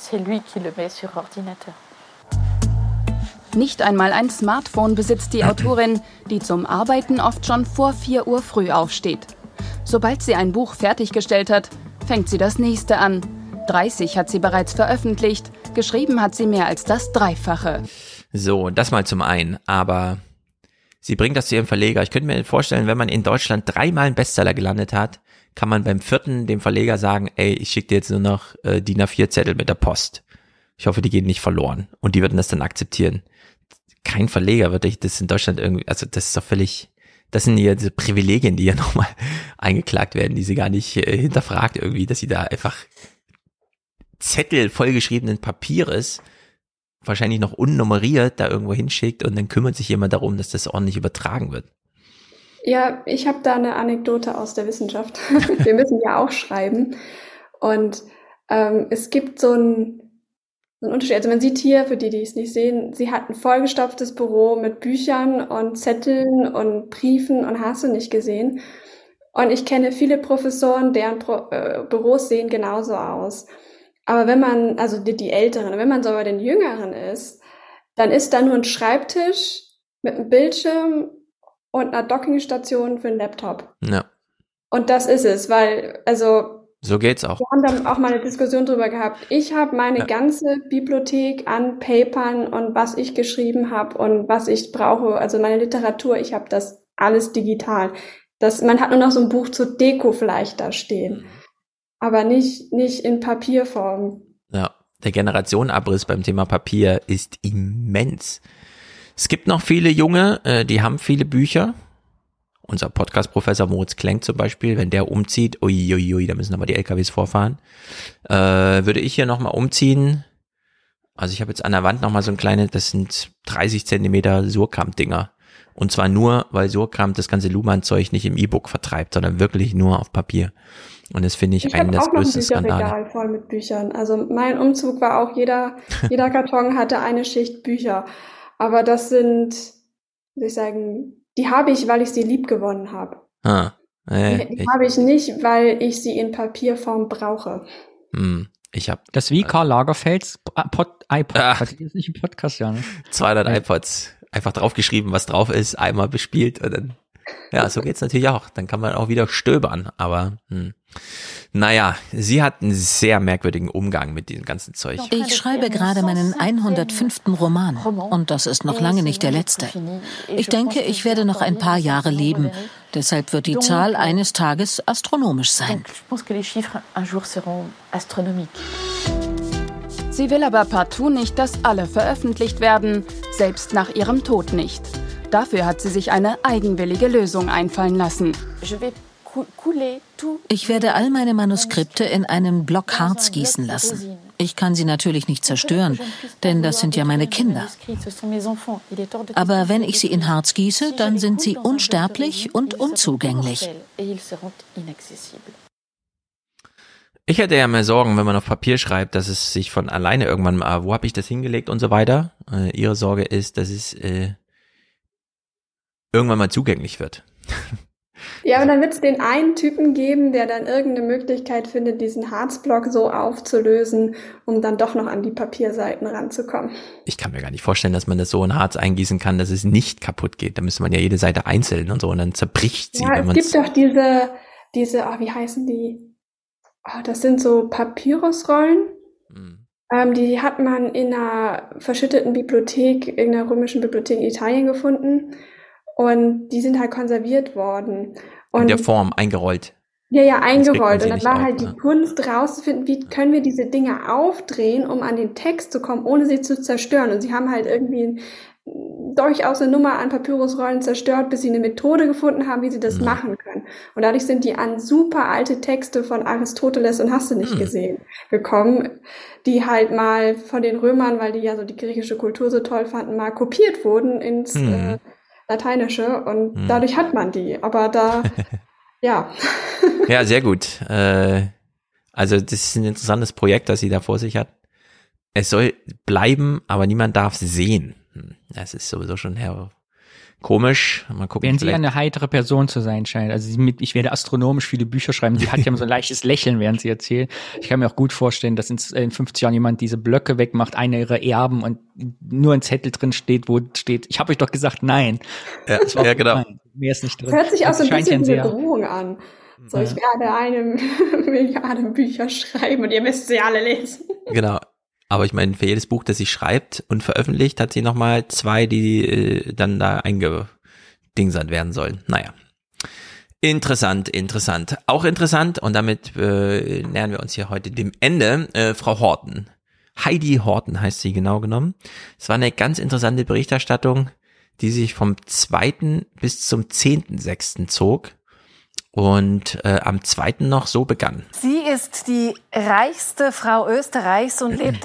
Nicht einmal ein Smartphone besitzt die Autorin, die zum Arbeiten oft schon vor 4 Uhr früh aufsteht. Sobald sie ein Buch fertiggestellt hat, fängt sie das nächste an. 30 hat sie bereits veröffentlicht, geschrieben hat sie mehr als das Dreifache. So, das mal zum einen, aber sie bringt das zu ihrem Verleger. Ich könnte mir vorstellen, wenn man in Deutschland 3-mal einen Bestseller gelandet hat, kann man beim 4. dem Verleger sagen, ey, ich schicke dir jetzt nur noch DIN A4 Zettel mit der Post. Ich hoffe, die gehen nicht verloren. Und die würden das dann akzeptieren. Kein Verleger würde das in Deutschland irgendwie, also das ist doch völlig, das sind ja diese Privilegien, die ja nochmal eingeklagt werden, die sie gar nicht hinterfragt irgendwie, dass sie da einfach Zettel vollgeschriebenen Papieres, wahrscheinlich noch unnummeriert, da irgendwo hinschickt und dann kümmert sich jemand darum, dass das ordentlich übertragen wird. Ja, ich habe da eine Anekdote aus der Wissenschaft. Wir müssen ja auch schreiben. Und es gibt so einen Unterschied. Also man sieht hier, für die, die es nicht sehen, sie hat ein vollgestopftes Büro mit Büchern und Zetteln und Briefen und hast du nicht gesehen. Und ich kenne viele Professoren, deren Büros sehen genauso aus. Aber wenn man, also die Älteren, wenn man so bei den Jüngeren ist, dann ist da nur ein Schreibtisch mit einem Bildschirm und einer Dockingstation für einen Laptop. Ja. Und das ist es, weil, also so geht's auch. Wir haben dann auch mal eine Diskussion drüber gehabt. Ich habe meine ganze Bibliothek an Papern und was ich geschrieben habe und was ich brauche, also meine Literatur, ich habe das alles digital. Man hat nur noch so ein Buch zur Deko vielleicht da stehen, aber nicht in Papierform. Ja, der Generationenabriss beim Thema Papier ist immens. Es gibt noch viele Junge, die haben viele Bücher. Unser Podcast-Professor Moritz Klenk zum Beispiel, wenn der umzieht, uiuiui, da müssen aber die LKWs vorfahren, würde ich hier nochmal umziehen. Also ich habe jetzt an der Wand nochmal so ein kleines, das sind 30 Zentimeter Surkamp-Dinger. Und zwar nur, weil Surkamp das ganze Luhmann-Zeug nicht im E-Book vertreibt, sondern wirklich nur auf Papier. Und das finde ich einen der größten Skandale. Ich habe auch noch ein Bücherregal voll mit Büchern. Also mein Umzug war auch, jeder Karton hatte eine Schicht Bücher. Aber das sind, würde ich sagen, die habe ich, weil ich sie lieb gewonnen habe. Die habe ich nicht, weil ich sie in Papierform brauche. Ich habe das wie Karl Lagerfelds iPod. Hat das nicht im Podcast, ja, ne? 200 iPods. Einfach draufgeschrieben, was drauf ist, einmal bespielt und dann, ja, so geht's natürlich auch. Dann kann man auch wieder stöbern, aber naja, sie hat einen sehr merkwürdigen Umgang mit diesem ganzen Zeug. Ich schreibe gerade meinen 105. Roman und das ist noch lange nicht der letzte. Ich denke, ich werde noch ein paar Jahre leben. Deshalb wird die Zahl eines Tages astronomisch sein. Sie will aber partout nicht, dass alle veröffentlicht werden, selbst nach ihrem Tod nicht. Dafür hat sie sich eine eigenwillige Lösung einfallen lassen. Ich werde all meine Manuskripte in einen Block Harz gießen lassen. Ich kann sie natürlich nicht zerstören, denn das sind ja meine Kinder. Aber wenn ich sie in Harz gieße, dann sind sie unsterblich und unzugänglich. Ich hätte ja mehr Sorgen, wenn man auf Papier schreibt, dass es sich von alleine irgendwann mal, wo habe ich das hingelegt und so weiter. Ihre Sorge ist, dass es irgendwann mal zugänglich wird. Ja, aber dann wird es den einen Typen geben, der dann irgendeine Möglichkeit findet, diesen Harzblock so aufzulösen, um dann doch noch an die Papierseiten ranzukommen. Ich kann mir gar nicht vorstellen, dass man das so in Harz eingießen kann, dass es nicht kaputt geht. Da müsste man ja jede Seite einzeln und so und dann zerbricht sie. Ja, es gibt doch diese, wie heißen die? Das sind so Papyrusrollen. Die hat man in einer verschütteten Bibliothek, in einer römischen Bibliothek in Italien gefunden. Und die sind halt konserviert worden. Und in der Form eingerollt. Ja, eingerollt. Und dann war halt die Kunst rauszufinden, wie können wir diese Dinge aufdrehen, um an den Text zu kommen, ohne sie zu zerstören. Und sie haben halt irgendwie durchaus eine Nummer an Papyrusrollen zerstört, bis sie eine Methode gefunden haben, wie sie das machen können. Und dadurch sind die an super alte Texte von Aristoteles und hast du nicht gesehen gekommen, die halt mal von den Römern, weil die ja so die griechische Kultur so toll fanden, mal kopiert wurden ins Lateinische und dadurch hat man die. Aber da, ja. Ja, sehr gut. Also das ist ein interessantes Projekt, das sie da vor sich hat. Es soll bleiben, aber niemand darf es sehen. Das ist sowieso schon komisch. Mal gucken. Wenn sie eine heitere Person zu sein scheint. Also ich werde astronomisch viele Bücher schreiben. Sie hat ja immer so ein leichtes Lächeln, während sie erzählt. Ich kann mir auch gut vorstellen, dass in 50 Jahren jemand diese Blöcke wegmacht, einer ihrer Erben und nur ein Zettel drin steht, wo steht, ich habe euch doch gesagt, nein. Ja, genau. Nein, mehr ist nicht drin. Das hört sich auch so ein bisschen wie eine Drohung an. So, ich werde 1 Milliarde Bücher schreiben und ihr müsst sie alle lesen. Genau. Aber ich meine, für jedes Buch, das sie schreibt und veröffentlicht, hat sie nochmal 2, die dann da eingedingsert werden sollen. Naja. Interessant. Auch interessant, und damit nähern wir uns hier heute dem Ende. Frau Horten. Heidi Horten heißt sie genau genommen. Es war eine ganz interessante Berichterstattung, die sich vom 2. bis zum 10.6. zog. Und am 2. noch so begann. Sie ist die reichste Frau Österreichs und lebt,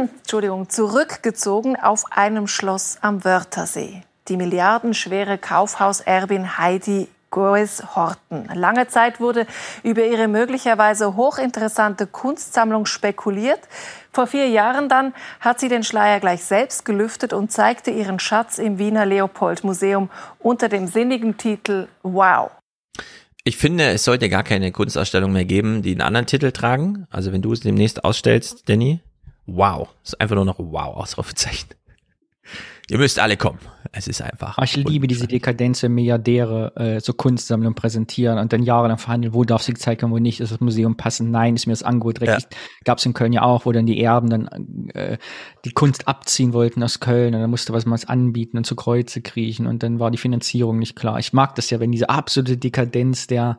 zurückgezogen auf einem Schloss am Wörthersee. Die milliardenschwere Kaufhauserbin Heidi Goes Horten. Lange Zeit wurde über ihre möglicherweise hochinteressante Kunstsammlung spekuliert. Vor 4 Jahren dann hat sie den Schleier gleich selbst gelüftet und zeigte ihren Schatz im Wiener Leopold-Museum unter dem sinnigen Titel Wow. Ich finde, es sollte gar keine Kunstausstellung mehr geben, die einen anderen Titel tragen. Also wenn du es demnächst ausstellst, Danny, wow. Es ist einfach nur noch wow, Ausrufezeichen. Ihr müsst alle kommen. Es ist einfach. Ich liebe diese Dekadenz, wenn Milliardäre so Kunstsammlungen präsentieren und dann jahrelang verhandeln, wo darf sie gezeigt werden, wo nicht, ist das Museum passend, nein, ist mir das Angebot recht. Ja. Gab es in Köln ja auch, wo dann die Erben dann die Kunst abziehen wollten aus Köln und dann musste was anbieten und zu Kreuze kriechen und dann war die Finanzierung nicht klar. Ich mag das ja, wenn diese absolute Dekadenz der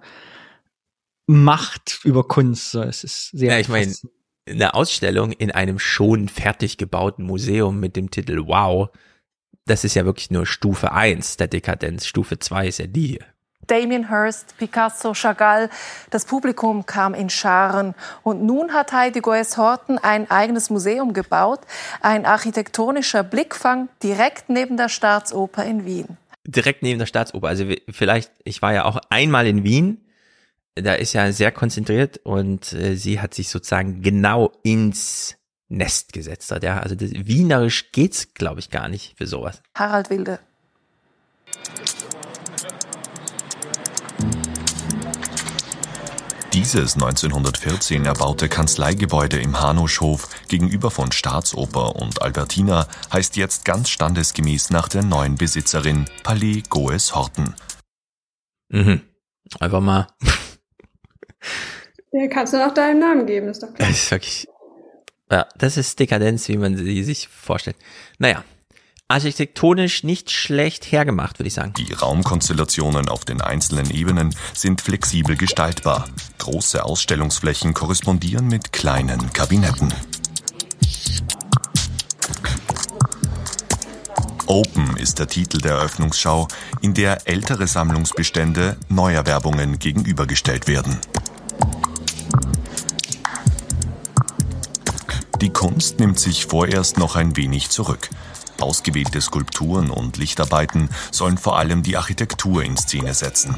Macht über Kunst, so, es ist sehr. Ja, ich meine, eine Ausstellung in einem schon fertig gebauten Museum mit dem Titel Wow, das ist ja wirklich nur Stufe 1 der Dekadenz. Stufe 2 ist ja die hier. Damien Hirst, Picasso, Chagall, das Publikum kam in Scharen. Und nun hat Heidi Goes Horten ein eigenes Museum gebaut. Ein architektonischer Blickfang direkt neben der Staatsoper in Wien. Direkt neben der Staatsoper. Also vielleicht, ich war ja auch einmal in Wien. Da ist ja sehr konzentriert und sie hat sich sozusagen genau ins Nest gesetzt hat, ja. Also wienerisch geht's, glaube ich, gar nicht für sowas. Harald Wilde. Dieses 1914 erbaute Kanzleigebäude im Hanuschhof gegenüber von Staatsoper und Albertina heißt jetzt ganz standesgemäß nach der neuen Besitzerin Palais Goes Horten. Einfach mal. Ja, kannst du noch deinen Namen geben, ist doch klar. Das ist wirklich. Ja, das ist Dekadenz, wie man sie sich vorstellt. Naja, architektonisch nicht schlecht hergemacht, würde ich sagen. Die Raumkonstellationen auf den einzelnen Ebenen sind flexibel gestaltbar. Große Ausstellungsflächen korrespondieren mit kleinen Kabinetten. Open ist der Titel der Eröffnungsschau, in der ältere Sammlungsbestände Neuerwerbungen gegenübergestellt werden. Die Kunst nimmt sich vorerst noch ein wenig zurück. Ausgewählte Skulpturen und Lichtarbeiten sollen vor allem die Architektur in Szene setzen.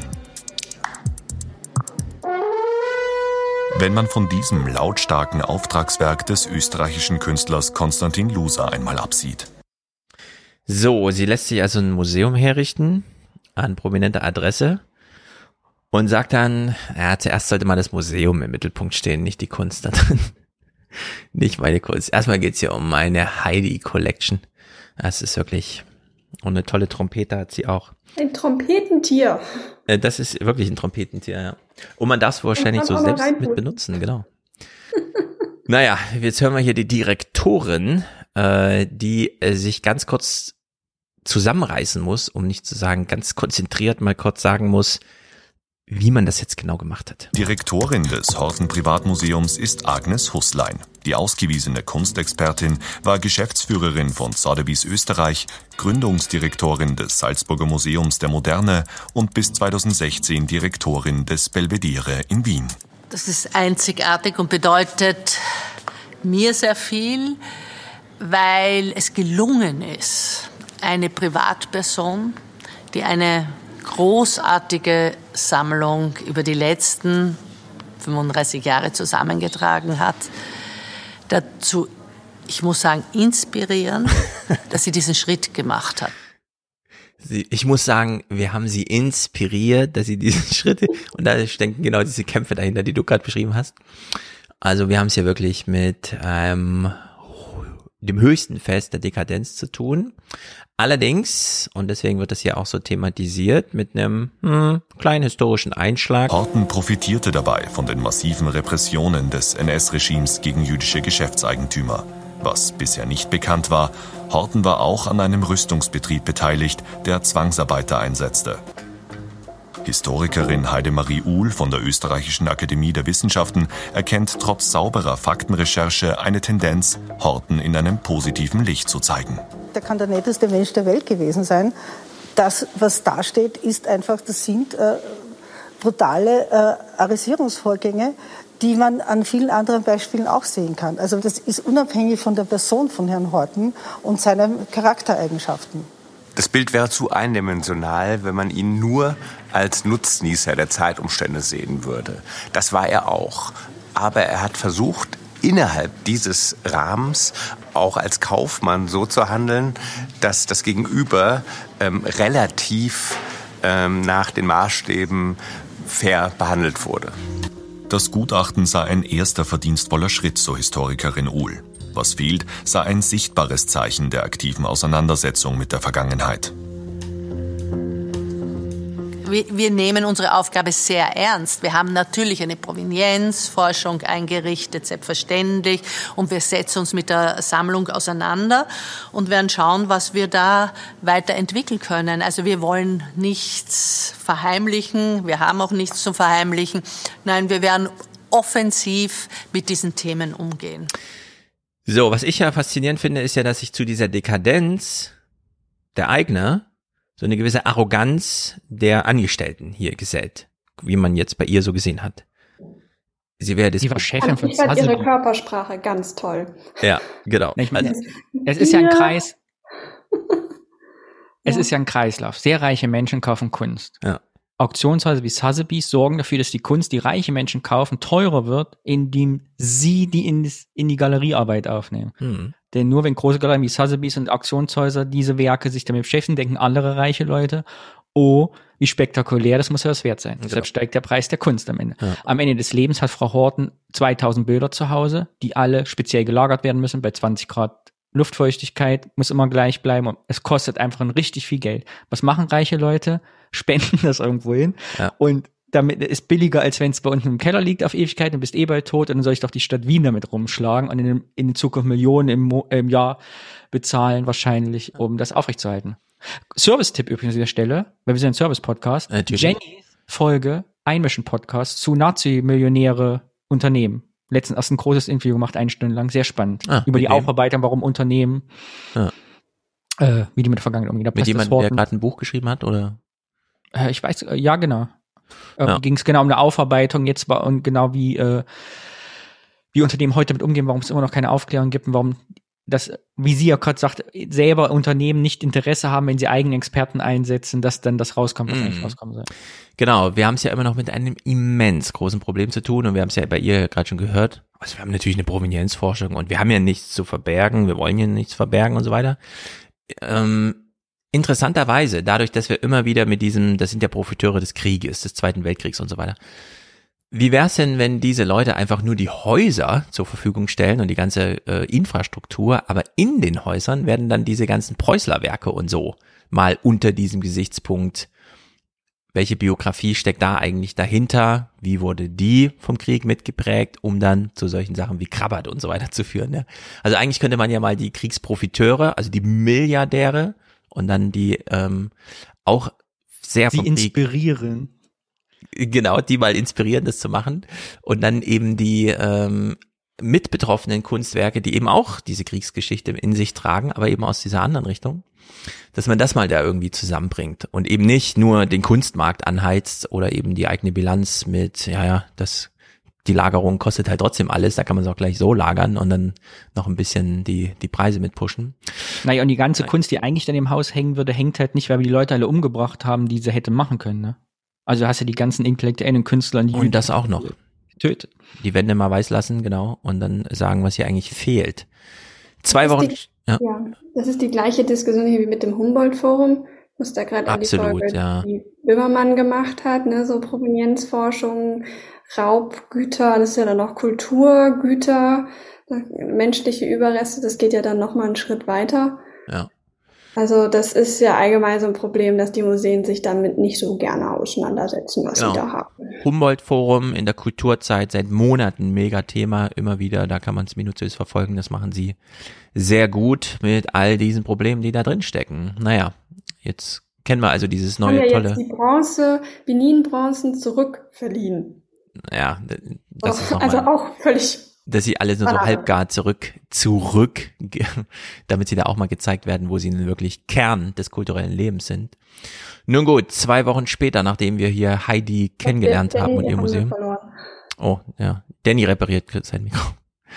Wenn man von diesem lautstarken Auftragswerk des österreichischen Künstlers Konstantin Luser einmal absieht. So, sie lässt sich also ein Museum herrichten an prominenter Adresse Und sagt dann, zuerst sollte mal das Museum im Mittelpunkt stehen, nicht die Kunst da drin. Nicht meine Kunst. Erstmal geht's hier um meine Heidi Collection. Das ist wirklich, und eine tolle Trompete hat sie auch. Ein Trompetentier. Das ist wirklich ein Trompetentier, ja. Und man darf es wahrscheinlich so selbst mit benutzen, genau. Naja, jetzt hören wir hier die Direktorin, die sich ganz kurz zusammenreißen muss, um nicht zu sagen, ganz konzentriert mal kurz sagen muss, wie man das jetzt genau gemacht hat. Direktorin des Horten Privatmuseums ist Agnes Hußlein. Die ausgewiesene Kunstexpertin war Geschäftsführerin von Sotheby's Österreich, Gründungsdirektorin des Salzburger Museums der Moderne und bis 2016 Direktorin des Belvedere in Wien. Das ist einzigartig und bedeutet mir sehr viel, weil es gelungen ist, eine Privatperson, die eine großartige Sammlung über die letzten 35 Jahre zusammengetragen hat, dazu, ich muss sagen, inspirieren, dass sie diesen Schritt gemacht hat. Ich muss sagen, wir haben sie inspiriert, dass sie diese Schritte, und da stecken genau diese Kämpfe dahinter, die du gerade beschrieben hast. Also wir haben es hier wirklich mit dem höchsten Fest der Dekadenz zu tun. Allerdings, und deswegen wird das hier auch so thematisiert, mit einem kleinen historischen Einschlag. Horten profitierte dabei von den massiven Repressionen des NS-Regimes gegen jüdische Geschäftseigentümer. Was bisher nicht bekannt war, Horten war auch an einem Rüstungsbetrieb beteiligt, der Zwangsarbeiter einsetzte. Historikerin Heidemarie Uhl von der Österreichischen Akademie der Wissenschaften erkennt trotz sauberer Faktenrecherche eine Tendenz, Horten in einem positiven Licht zu zeigen. Der kann der netteste Mensch der Welt gewesen sein. Das, was da steht, ist einfach, das sind brutale Arisierungsvorgänge, die man an vielen anderen Beispielen auch sehen kann. Also das ist unabhängig von der Person von Herrn Horten und seinen Charaktereigenschaften. Das Bild wäre zu eindimensional, wenn man ihn nur als Nutznießer der Zeitumstände sehen würde. Das war er auch. Aber er hat versucht, innerhalb dieses Rahmens auch als Kaufmann so zu handeln, dass das Gegenüber relativ nach den Maßstäben fair behandelt wurde. Das Gutachten sei ein erster verdienstvoller Schritt, so Historikerin Uhl. Was fehlt, sei ein sichtbares Zeichen der aktiven Auseinandersetzung mit der Vergangenheit. Wir nehmen unsere Aufgabe sehr ernst. Wir haben natürlich eine Provenienzforschung eingerichtet, selbstverständlich. Und wir setzen uns mit der Sammlung auseinander und werden schauen, was wir da weiterentwickeln können. Also wir wollen nichts verheimlichen. Wir haben auch nichts zu verheimlichen. Nein, wir werden offensiv mit diesen Themen umgehen. So, was ich ja faszinierend finde, ist ja, dass sich zu dieser Dekadenz der Eigner so eine gewisse Arroganz der Angestellten hier gesellt, wie man jetzt bei ihr so gesehen hat. Sie wäre das. Sie war Chefin von Ich fand ihre Körpersprache ganz toll. Ja, genau. Ich meine, es ist ja ein Kreis. Es ist ja ein Kreislauf. Sehr reiche Menschen kaufen Kunst. Ja. Auktionshäuser wie Sotheby's sorgen dafür, dass die Kunst, die reiche Menschen kaufen, teurer wird, indem sie die in die Galeriearbeit aufnehmen. Denn nur wenn große Galerien wie Sotheby's und Auktionshäuser diese Werke sich damit beschäftigen, denken andere reiche Leute, oh, wie spektakulär, das muss ja was wert sein. Genau. Deshalb steigt der Preis der Kunst am Ende. Ja. Am Ende des Lebens hat Frau Horten 2000 Bilder zu Hause, die alle speziell gelagert werden müssen. Bei 20 Grad Luftfeuchtigkeit muss immer gleich bleiben. Und es kostet einfach richtig viel Geld. Was machen reiche Leute? Spenden das irgendwo hin. Ja. Und damit ist billiger, als wenn es bei unten im Keller liegt auf Ewigkeit und bist bald tot. Und dann soll ich doch die Stadt Wien damit rumschlagen und in Zukunft Millionen im Jahr bezahlen wahrscheinlich, um das aufrechtzuerhalten. Service-Tipp übrigens an der Stelle, weil wir sind ein Service-Podcast. Jennys Folge, Einmischen-Podcast zu Nazi-Millionäre Unternehmen. Letztens erst ein großes Interview gemacht, 1 Stunde lang, sehr spannend. Über die Aufarbeitung, warum Unternehmen, wie die mit der Vergangenheit umgehen. Mit jemandem, der gerade ein Buch geschrieben hat, oder? Ich weiß, ja, genau. Ging es genau um eine Aufarbeitung jetzt und genau wie Unternehmen heute damit umgehen, warum es immer noch keine Aufklärung gibt und warum das, wie sie ja gerade sagt, selber Unternehmen nicht Interesse haben, wenn sie eigene Experten einsetzen, dass dann das rauskommt, was eigentlich rauskommen soll. Genau, wir haben es ja immer noch mit einem immens großen Problem zu tun und wir haben es ja bei ihr gerade schon gehört. Also wir haben natürlich eine Provenienzforschung und wir haben ja nichts zu verbergen, wir wollen ja nichts verbergen und so weiter. interessanterweise, dadurch, dass wir immer wieder mit diesem, das sind ja Profiteure des Krieges, des Zweiten Weltkriegs und so weiter. Wie wär's denn, wenn diese Leute einfach nur die Häuser zur Verfügung stellen und die ganze Infrastruktur, aber in den Häusern werden dann diese ganzen Preußler-Werke und so mal unter diesem Gesichtspunkt, welche Biografie steckt da eigentlich dahinter, wie wurde die vom Krieg mitgeprägt, um dann zu solchen Sachen wie Krabbert und so weiter zu führen. Ne? Also eigentlich könnte man ja mal die Kriegsprofiteure, also die Milliardäre und dann die auch sehr vom Krieg inspirieren. Genau, die mal inspirieren, das zu machen. Und dann eben die mitbetroffenen Kunstwerke, die eben auch diese Kriegsgeschichte in sich tragen, aber eben aus dieser anderen Richtung, dass man das mal da irgendwie zusammenbringt und eben nicht nur den Kunstmarkt anheizt oder eben die eigene Bilanz mit, die Lagerung kostet halt trotzdem alles, da kann man es auch gleich so lagern und dann noch ein bisschen die Preise mit pushen. Naja, und die ganze Kunst, die eigentlich dann im Haus hängen würde, hängt halt nicht, weil wir die Leute alle umgebracht haben, die sie hätte machen können, ne? Also hast du die ganzen intellektuellen Künstler, die und das auch noch getötet. Die Wände mal weiß lassen, genau, und dann sagen, was hier eigentlich fehlt. 2 Wochen. Das ist die gleiche Diskussion hier wie mit dem Humboldt-Forum. Ich muss da gerade an die Folge, die Böhmermann gemacht hat, ne, so Provenienzforschung, Raubgüter, das ist ja dann auch Kulturgüter, menschliche Überreste, das geht ja dann nochmal einen Schritt weiter. Ja. Also das ist ja allgemein so ein Problem, dass die Museen sich damit nicht so gerne auseinandersetzen, was sie da haben. Humboldt-Forum in der Kulturzeit seit Monaten mega Thema, immer wieder, da kann man es minutiös verfolgen, das machen sie sehr gut mit all diesen Problemen, die da drin stecken. Naja, jetzt kennen wir also dieses neue tolle... Jetzt die Benin-Bronzen zurückverliehen. Ja, das ist also auch völlig... Dass sie alle nur so halbgar zurück, damit sie da auch mal gezeigt werden, wo sie nun wirklich Kern des kulturellen Lebens sind. Nun gut, 2 Wochen später, nachdem wir hier Heidi kennengelernt haben und ihr Museum. Oh, ja, Danny repariert sein Mikro.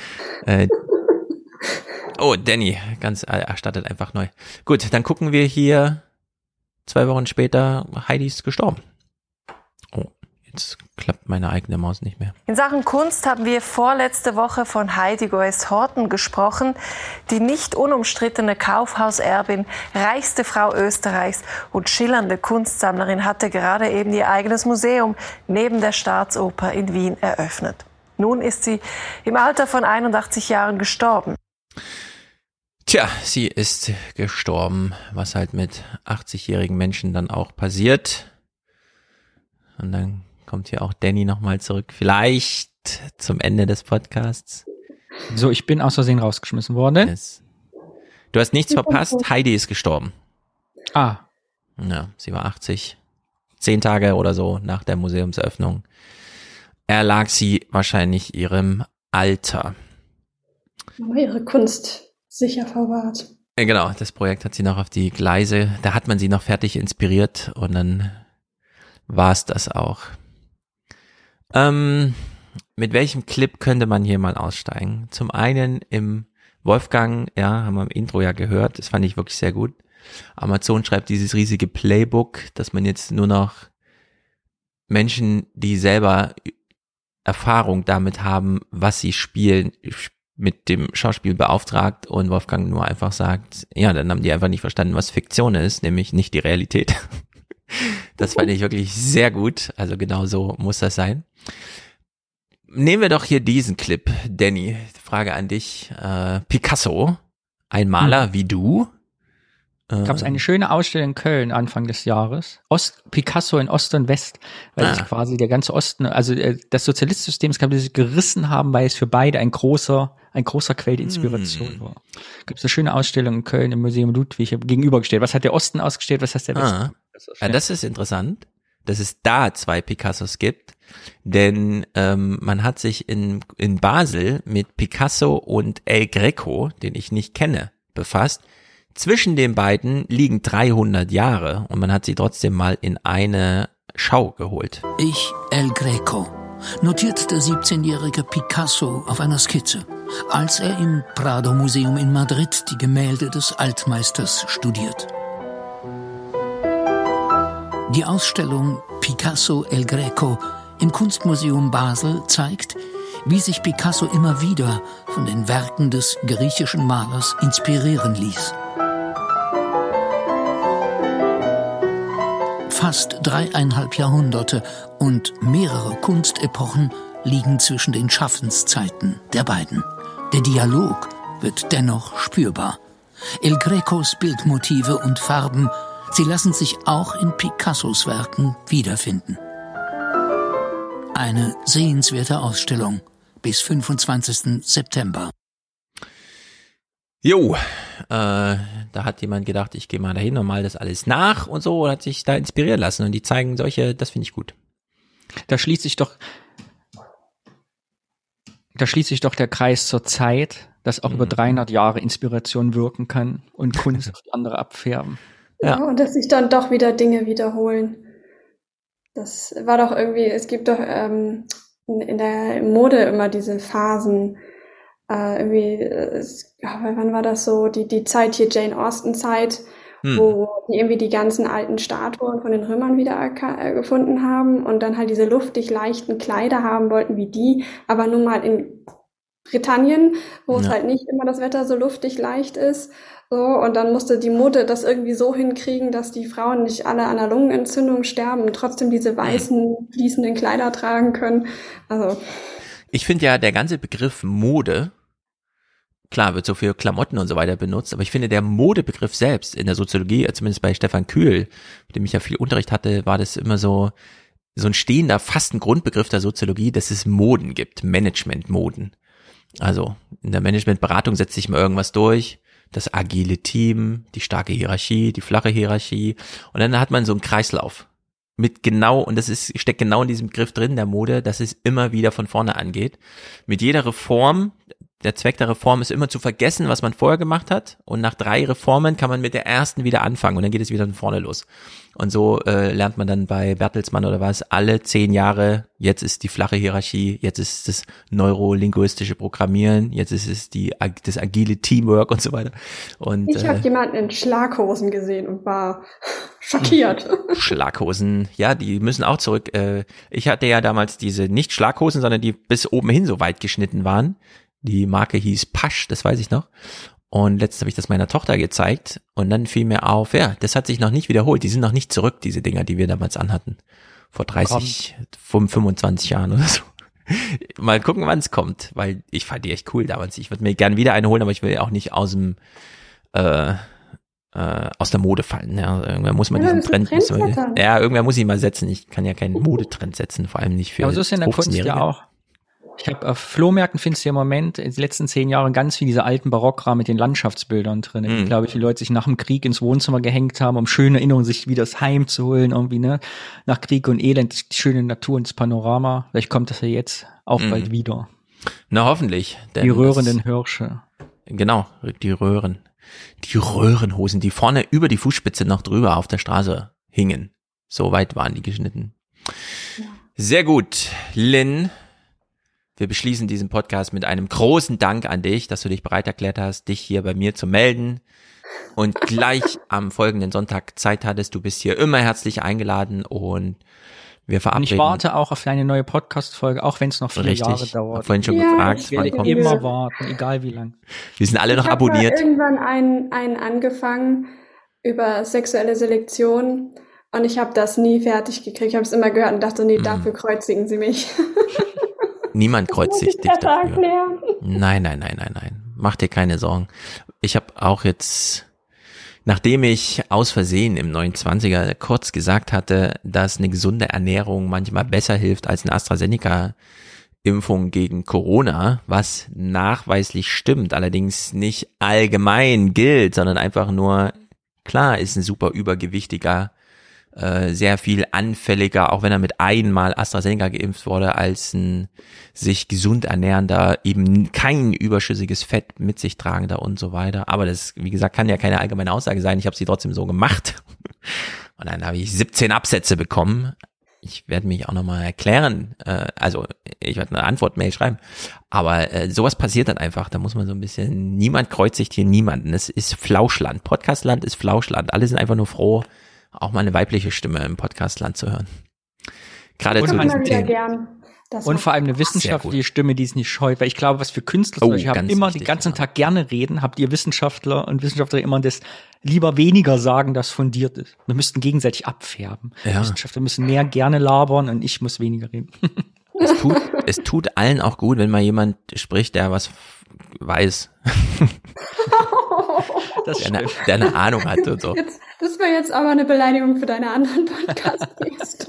Danny, ganz erstattet einfach neu. Gut, dann gucken wir hier 2 Wochen später, Heidi ist gestorben. Jetzt klappt meine eigene Maus nicht mehr. In Sachen Kunst haben wir vorletzte Woche von Heidi Goes Horten gesprochen. Die nicht unumstrittene Kaufhauserbin, reichste Frau Österreichs und schillernde Kunstsammlerin hatte gerade eben ihr eigenes Museum neben der Staatsoper in Wien eröffnet. Nun ist sie im Alter von 81 Jahren gestorben. Tja, sie ist gestorben, was halt mit 80-jährigen Menschen dann auch passiert. Und dann kommt hier auch Danny nochmal zurück, vielleicht zum Ende des Podcasts. So, ich bin aus Versehen rausgeschmissen worden. Yes. Du hast nichts verpasst, Heidi ist gestorben. Ah. Ja, sie war 80, 10 Tage oder so nach der Museumseröffnung. Erlag sie wahrscheinlich ihrem Alter. Aber ihre Kunst sicher verwahrt. Genau, das Projekt hat sie noch auf die Gleise, da hat man sie noch fertig inspiriert und dann war es das auch. Mit welchem Clip könnte man hier mal aussteigen? Zum einen im Wolfgang, haben wir im Intro ja gehört, das fand ich wirklich sehr gut. Amazon schreibt dieses riesige Playbook, dass man jetzt nur noch Menschen, die selber Erfahrung damit haben, was sie spielen, mit dem Schauspiel beauftragt und Wolfgang nur einfach sagt, dann haben die einfach nicht verstanden, was Fiktion ist, nämlich nicht die Realität. Das fand ich wirklich sehr gut. Also genau so muss das sein. Nehmen wir doch hier diesen Clip, Danny. Frage an dich. Picasso, ein Maler wie du. Gab es eine schöne Ausstellung in Köln Anfang des Jahres. Picasso in Ost und West, weil sich quasi der ganze Osten, also das Sozialistsystem, sich gerissen haben, weil es für beide ein großer Quell der Inspiration war. Gibt es eine schöne Ausstellung in Köln im Museum Ludwig gegenübergestellt. Was hat der Osten ausgestellt, was hat der Westen? Das ist interessant, dass es da 2 Picassos gibt, denn man hat sich in Basel mit Picasso und El Greco, den ich nicht kenne, befasst. Zwischen den beiden liegen 300 Jahre und man hat sie trotzdem mal in eine Schau geholt. Ich, El Greco, notiert der 17-jährige Picasso auf einer Skizze, als er im Prado-Museum in Madrid die Gemälde des Altmeisters studiert. Die Ausstellung Picasso El Greco im Kunstmuseum Basel zeigt, wie sich Picasso immer wieder von den Werken des griechischen Malers inspirieren ließ. Fast 3,5 Jahrhunderte und mehrere Kunstepochen liegen zwischen den Schaffenszeiten der beiden. Der Dialog wird dennoch spürbar. El Grecos Bildmotive und Farben, sie lassen sich auch in Picassos Werken wiederfinden. Eine sehenswerte Ausstellung bis 25. September. Jo, da hat jemand gedacht, ich gehe mal dahin und mal das alles nach und so und hat sich da inspirieren lassen und die zeigen solche, das finde ich gut. Da schließt sich doch der Kreis zur Zeit, dass auch über 300 Jahre Inspiration wirken kann und Kunst auf andere abfärben. Ja, und dass sich dann doch wieder Dinge wiederholen. Das war doch irgendwie, es gibt doch in der Mode immer diese Phasen, wann war das so, die Zeit hier, Jane Austen-Zeit, wo die irgendwie die ganzen alten Statuen von den Römern wieder gefunden haben und dann halt diese luftig leichten Kleider haben wollten wie die, aber nun mal in Britannien, wo es halt nicht immer das Wetter so luftig leicht ist. So, und dann musste die Mode das irgendwie so hinkriegen, dass die Frauen nicht alle an einer Lungenentzündung sterben und trotzdem diese weißen, fließenden Kleider tragen können. Also ich finde ja, der ganze Begriff Mode, klar, wird so für Klamotten und so weiter benutzt, aber ich finde, der Modebegriff selbst in der Soziologie, zumindest bei Stefan Kühl, mit dem ich ja viel Unterricht hatte, war das immer so ein stehender, fast ein Grundbegriff der Soziologie, dass es Moden gibt, Management-Moden. Also in der Managementberatung setzt sich mal irgendwas durch, das agile Team, die starke Hierarchie, die flache Hierarchie und dann hat man so einen Kreislauf mit genau, und steckt genau in diesem Begriff drin, der Mode, dass es immer wieder von vorne angeht. Mit jeder Reform, der Zweck der Reform ist immer zu vergessen, was man vorher gemacht hat und nach 3 Reformen kann man mit der ersten wieder anfangen und dann geht es wieder von vorne los. Und so lernt man dann bei Bertelsmann oder was, alle 10 Jahre, jetzt ist die flache Hierarchie, jetzt ist das neurolinguistische Programmieren, jetzt ist es das agile Teamwork und so weiter. Und ich habe jemanden in Schlaghosen gesehen und war schockiert. Schlaghosen, ja, die müssen auch zurück. Ich hatte ja damals diese nicht Schlaghosen, sondern die bis oben hin so weit geschnitten waren. Die Marke hieß Pasch, das weiß ich noch. Und letztens habe ich das meiner Tochter gezeigt und dann fiel mir auf, ja, das hat sich noch nicht wiederholt. Die sind noch nicht zurück, diese Dinger, die wir damals anhatten. Vor 25 Jahren oder so. Mal gucken, wann es kommt, weil ich fand die echt cool damals. Ich würde mir gerne wieder eine holen, aber ich will auch nicht aus der Mode fallen. Ja, irgendwer muss mal diesen Trend. Irgendwer muss ihn mal setzen. Ich kann ja keinen Modetrend setzen, vor allem nicht für. Aber so ist in der Kunst ja auch. Ich habe auf Flohmärkten findest du im Moment in den letzten 10 Jahren ganz viel diese alten Barockrahmen mit den Landschaftsbildern drin. Ich glaube, die Leute sich nach dem Krieg ins Wohnzimmer gehängt haben, um schöne Erinnerungen sich wieder das Heim zu holen, irgendwie, ne? Nach Krieg und Elend, die schöne Natur ins Panorama. Vielleicht kommt das ja jetzt auch bald wieder. Na, hoffentlich. Die röhrenden Hirsche. Genau, die Röhrenhosen, die vorne über die Fußspitze noch drüber auf der Straße hingen. So weit waren die geschnitten. Ja. Sehr gut, Lynn. Wir beschließen diesen Podcast mit einem großen Dank an dich, dass du dich bereit erklärt hast, dich hier bei mir zu melden und gleich am folgenden Sonntag Zeit hattest. Du bist hier immer herzlich eingeladen und wir verabreden. Und ich warte auch auf deine neue Podcast-Folge, auch wenn es noch 4 Jahre dauert. Hab vorhin schon gefragt. Ich werde immer warten, egal wie lang. Wir sind alle noch abonniert. Ich habe irgendwann einen angefangen über sexuelle Selektion und ich habe das nie fertig gekriegt. Ich habe es immer gehört und dachte, nee, dafür kreuzigen sie mich. Niemand kreuzigt dich dafür. Nein. Mach dir keine Sorgen. Ich habe auch jetzt, nachdem ich aus Versehen im 29er kurz gesagt hatte, dass eine gesunde Ernährung manchmal besser hilft als eine AstraZeneca-Impfung gegen Corona, was nachweislich stimmt, allerdings nicht allgemein gilt, sondern einfach nur, klar, ist ein super übergewichtiger, sehr viel anfälliger, auch wenn er mit einmal AstraZeneca geimpft wurde, als ein sich gesund ernährender, eben kein überschüssiges Fett mit sich tragender und so weiter. Aber das, wie gesagt, kann ja keine allgemeine Aussage sein. Ich habe sie trotzdem so gemacht. Und dann habe ich 17 Absätze bekommen. Ich werde mich auch nochmal erklären. Also ich werde eine Antwortmail schreiben. Aber sowas passiert dann einfach. Da muss man so ein bisschen, niemand kreuzigt hier niemanden. Es ist Flauschland. Podcastland ist Flauschland. Alle sind einfach nur froh, auch mal eine weibliche Stimme im Podcastland zu hören. Geradezu diesen Themen. Und vor allem eine wissenschaftliche Stimme, die es nicht scheut. Weil ich glaube, was für Künstler zum Beispiel haben immer den ganzen Tag gerne reden, habt ihr Wissenschaftler und Wissenschaftler immer das lieber weniger sagen, das fundiert ist. Wir müssten gegenseitig abfärben. Ja. Wissenschaftler müssen mehr gerne labern und ich muss weniger reden. Es tut allen auch gut, wenn mal jemand spricht, der was weiß. der eine Ahnung hat und so. Das wäre jetzt aber eine Beleidigung für deine anderen Podcasts.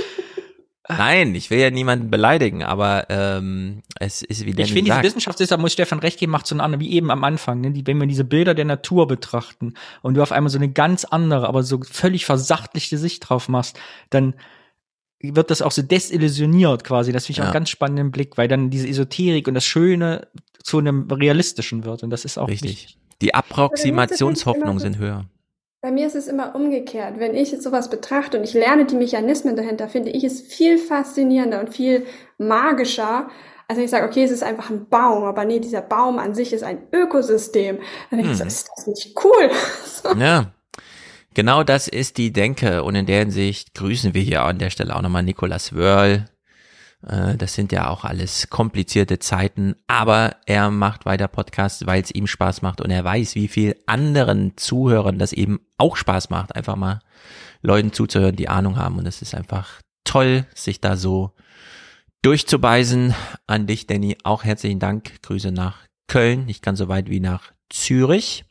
Nein, ich will ja niemanden beleidigen, aber es ist wie der Ich finde, diese Wissenschaft ist, da muss Stefan recht geben, macht so eine andere, wie eben am Anfang, ne? Wenn wir diese Bilder der Natur betrachten und du auf einmal so eine ganz andere, aber so völlig versachtlichte Sicht drauf machst, dann wird das auch so desillusioniert quasi. Das finde ich auch einen ganz spannenden Blick, weil dann diese Esoterik und das Schöne zu einem realistischen wird und das ist auch richtig. Die Approximationshoffnungen sind höher. Bei mir ist es immer umgekehrt. Wenn ich jetzt sowas betrachte und ich lerne die Mechanismen dahinter, finde ich es viel faszinierender und viel magischer, als wenn ich sage, okay, es ist einfach ein Baum, aber nee, dieser Baum an sich ist ein Ökosystem. Dann denke ich so, ist das nicht cool? So. Ja, genau das ist die Denke und in der Hinsicht grüßen wir hier an der Stelle auch nochmal Nicolas Wörl. Das sind ja auch alles komplizierte Zeiten, aber er macht weiter Podcasts, weil es ihm Spaß macht und er weiß, wie viel anderen Zuhörern das eben auch Spaß macht, einfach mal Leuten zuzuhören, die Ahnung haben und es ist einfach toll, sich da so durchzubeißen. An dich, Danny, auch herzlichen Dank. Grüße nach Köln, nicht ganz so weit wie nach Zürich.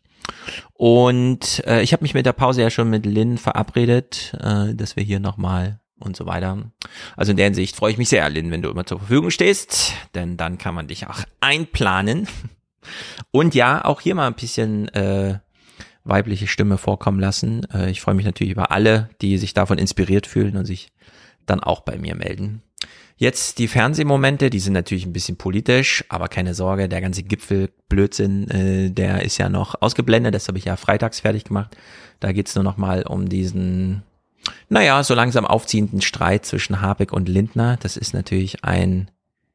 Und ich habe mich mit der Pause ja schon mit Lynn verabredet, dass wir hier nochmal und so weiter. Also in der Hinsicht freue ich mich sehr, Lynn, wenn du immer zur Verfügung stehst, denn dann kann man dich auch einplanen. Und ja, auch hier mal ein bisschen weibliche Stimme vorkommen lassen. Ich freue mich natürlich über alle, die sich davon inspiriert fühlen und sich dann auch bei mir melden. Jetzt die Fernsehmomente, die sind natürlich ein bisschen politisch, aber keine Sorge, der ganze Gipfelblödsinn, der ist ja noch ausgeblendet, das habe ich ja freitags fertig gemacht. Da geht's nur noch mal um diesen, naja, so langsam aufziehenden Streit zwischen Habeck und Lindner. Das ist natürlich ein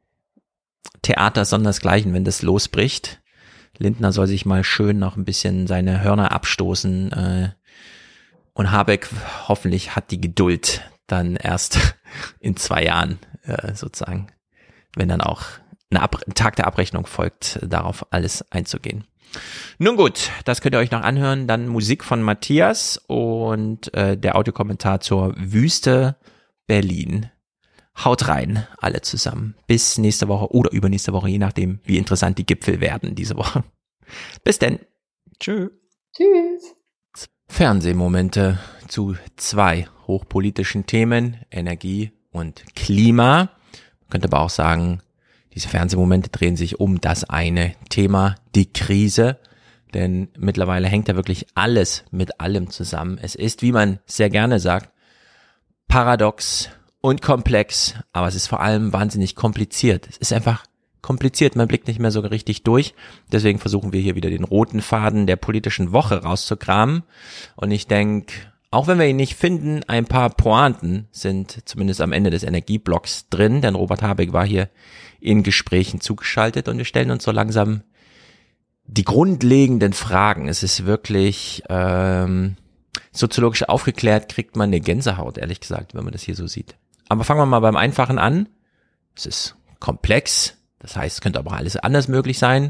Theater sondersgleichen, wenn das losbricht. Lindner soll sich mal schön noch ein bisschen seine Hörner abstoßen und Habeck hoffentlich hat die Geduld dann erst in 2 Jahren sozusagen, wenn dann auch ein Tag der Abrechnung folgt, darauf alles einzugehen. Nun gut, das könnt ihr euch noch anhören. Dann Musik von Matthias und der Audiokommentar zur Wüste Berlin. Haut rein, alle zusammen. Bis nächste Woche oder übernächste Woche, je nachdem, wie interessant die Gipfel werden diese Woche. Bis denn. Tschö. Tschüss. Fernsehmomente zu 2 hochpolitischen Themen, Energie und Klima. Man könnte aber auch sagen, diese Fernsehmomente drehen sich um das eine Thema, die Krise. Denn mittlerweile hängt ja wirklich alles mit allem zusammen. Es ist, wie man sehr gerne sagt, paradox und komplex, aber es ist vor allem wahnsinnig kompliziert. Es ist einfach kompliziert, man blickt nicht mehr so richtig durch. Deswegen versuchen wir hier wieder den roten Faden der politischen Woche rauszukramen. Und ich denke, auch wenn wir ihn nicht finden, ein paar Pointen sind zumindest am Ende des Energieblocks drin, denn Robert Habeck war hier in Gesprächen zugeschaltet und wir stellen uns so langsam die grundlegenden Fragen. Es ist wirklich soziologisch aufgeklärt, kriegt man eine Gänsehaut, ehrlich gesagt, wenn man das hier so sieht. Aber fangen wir mal beim Einfachen an. Es ist komplex, das heißt, es könnte aber auch alles anders möglich sein.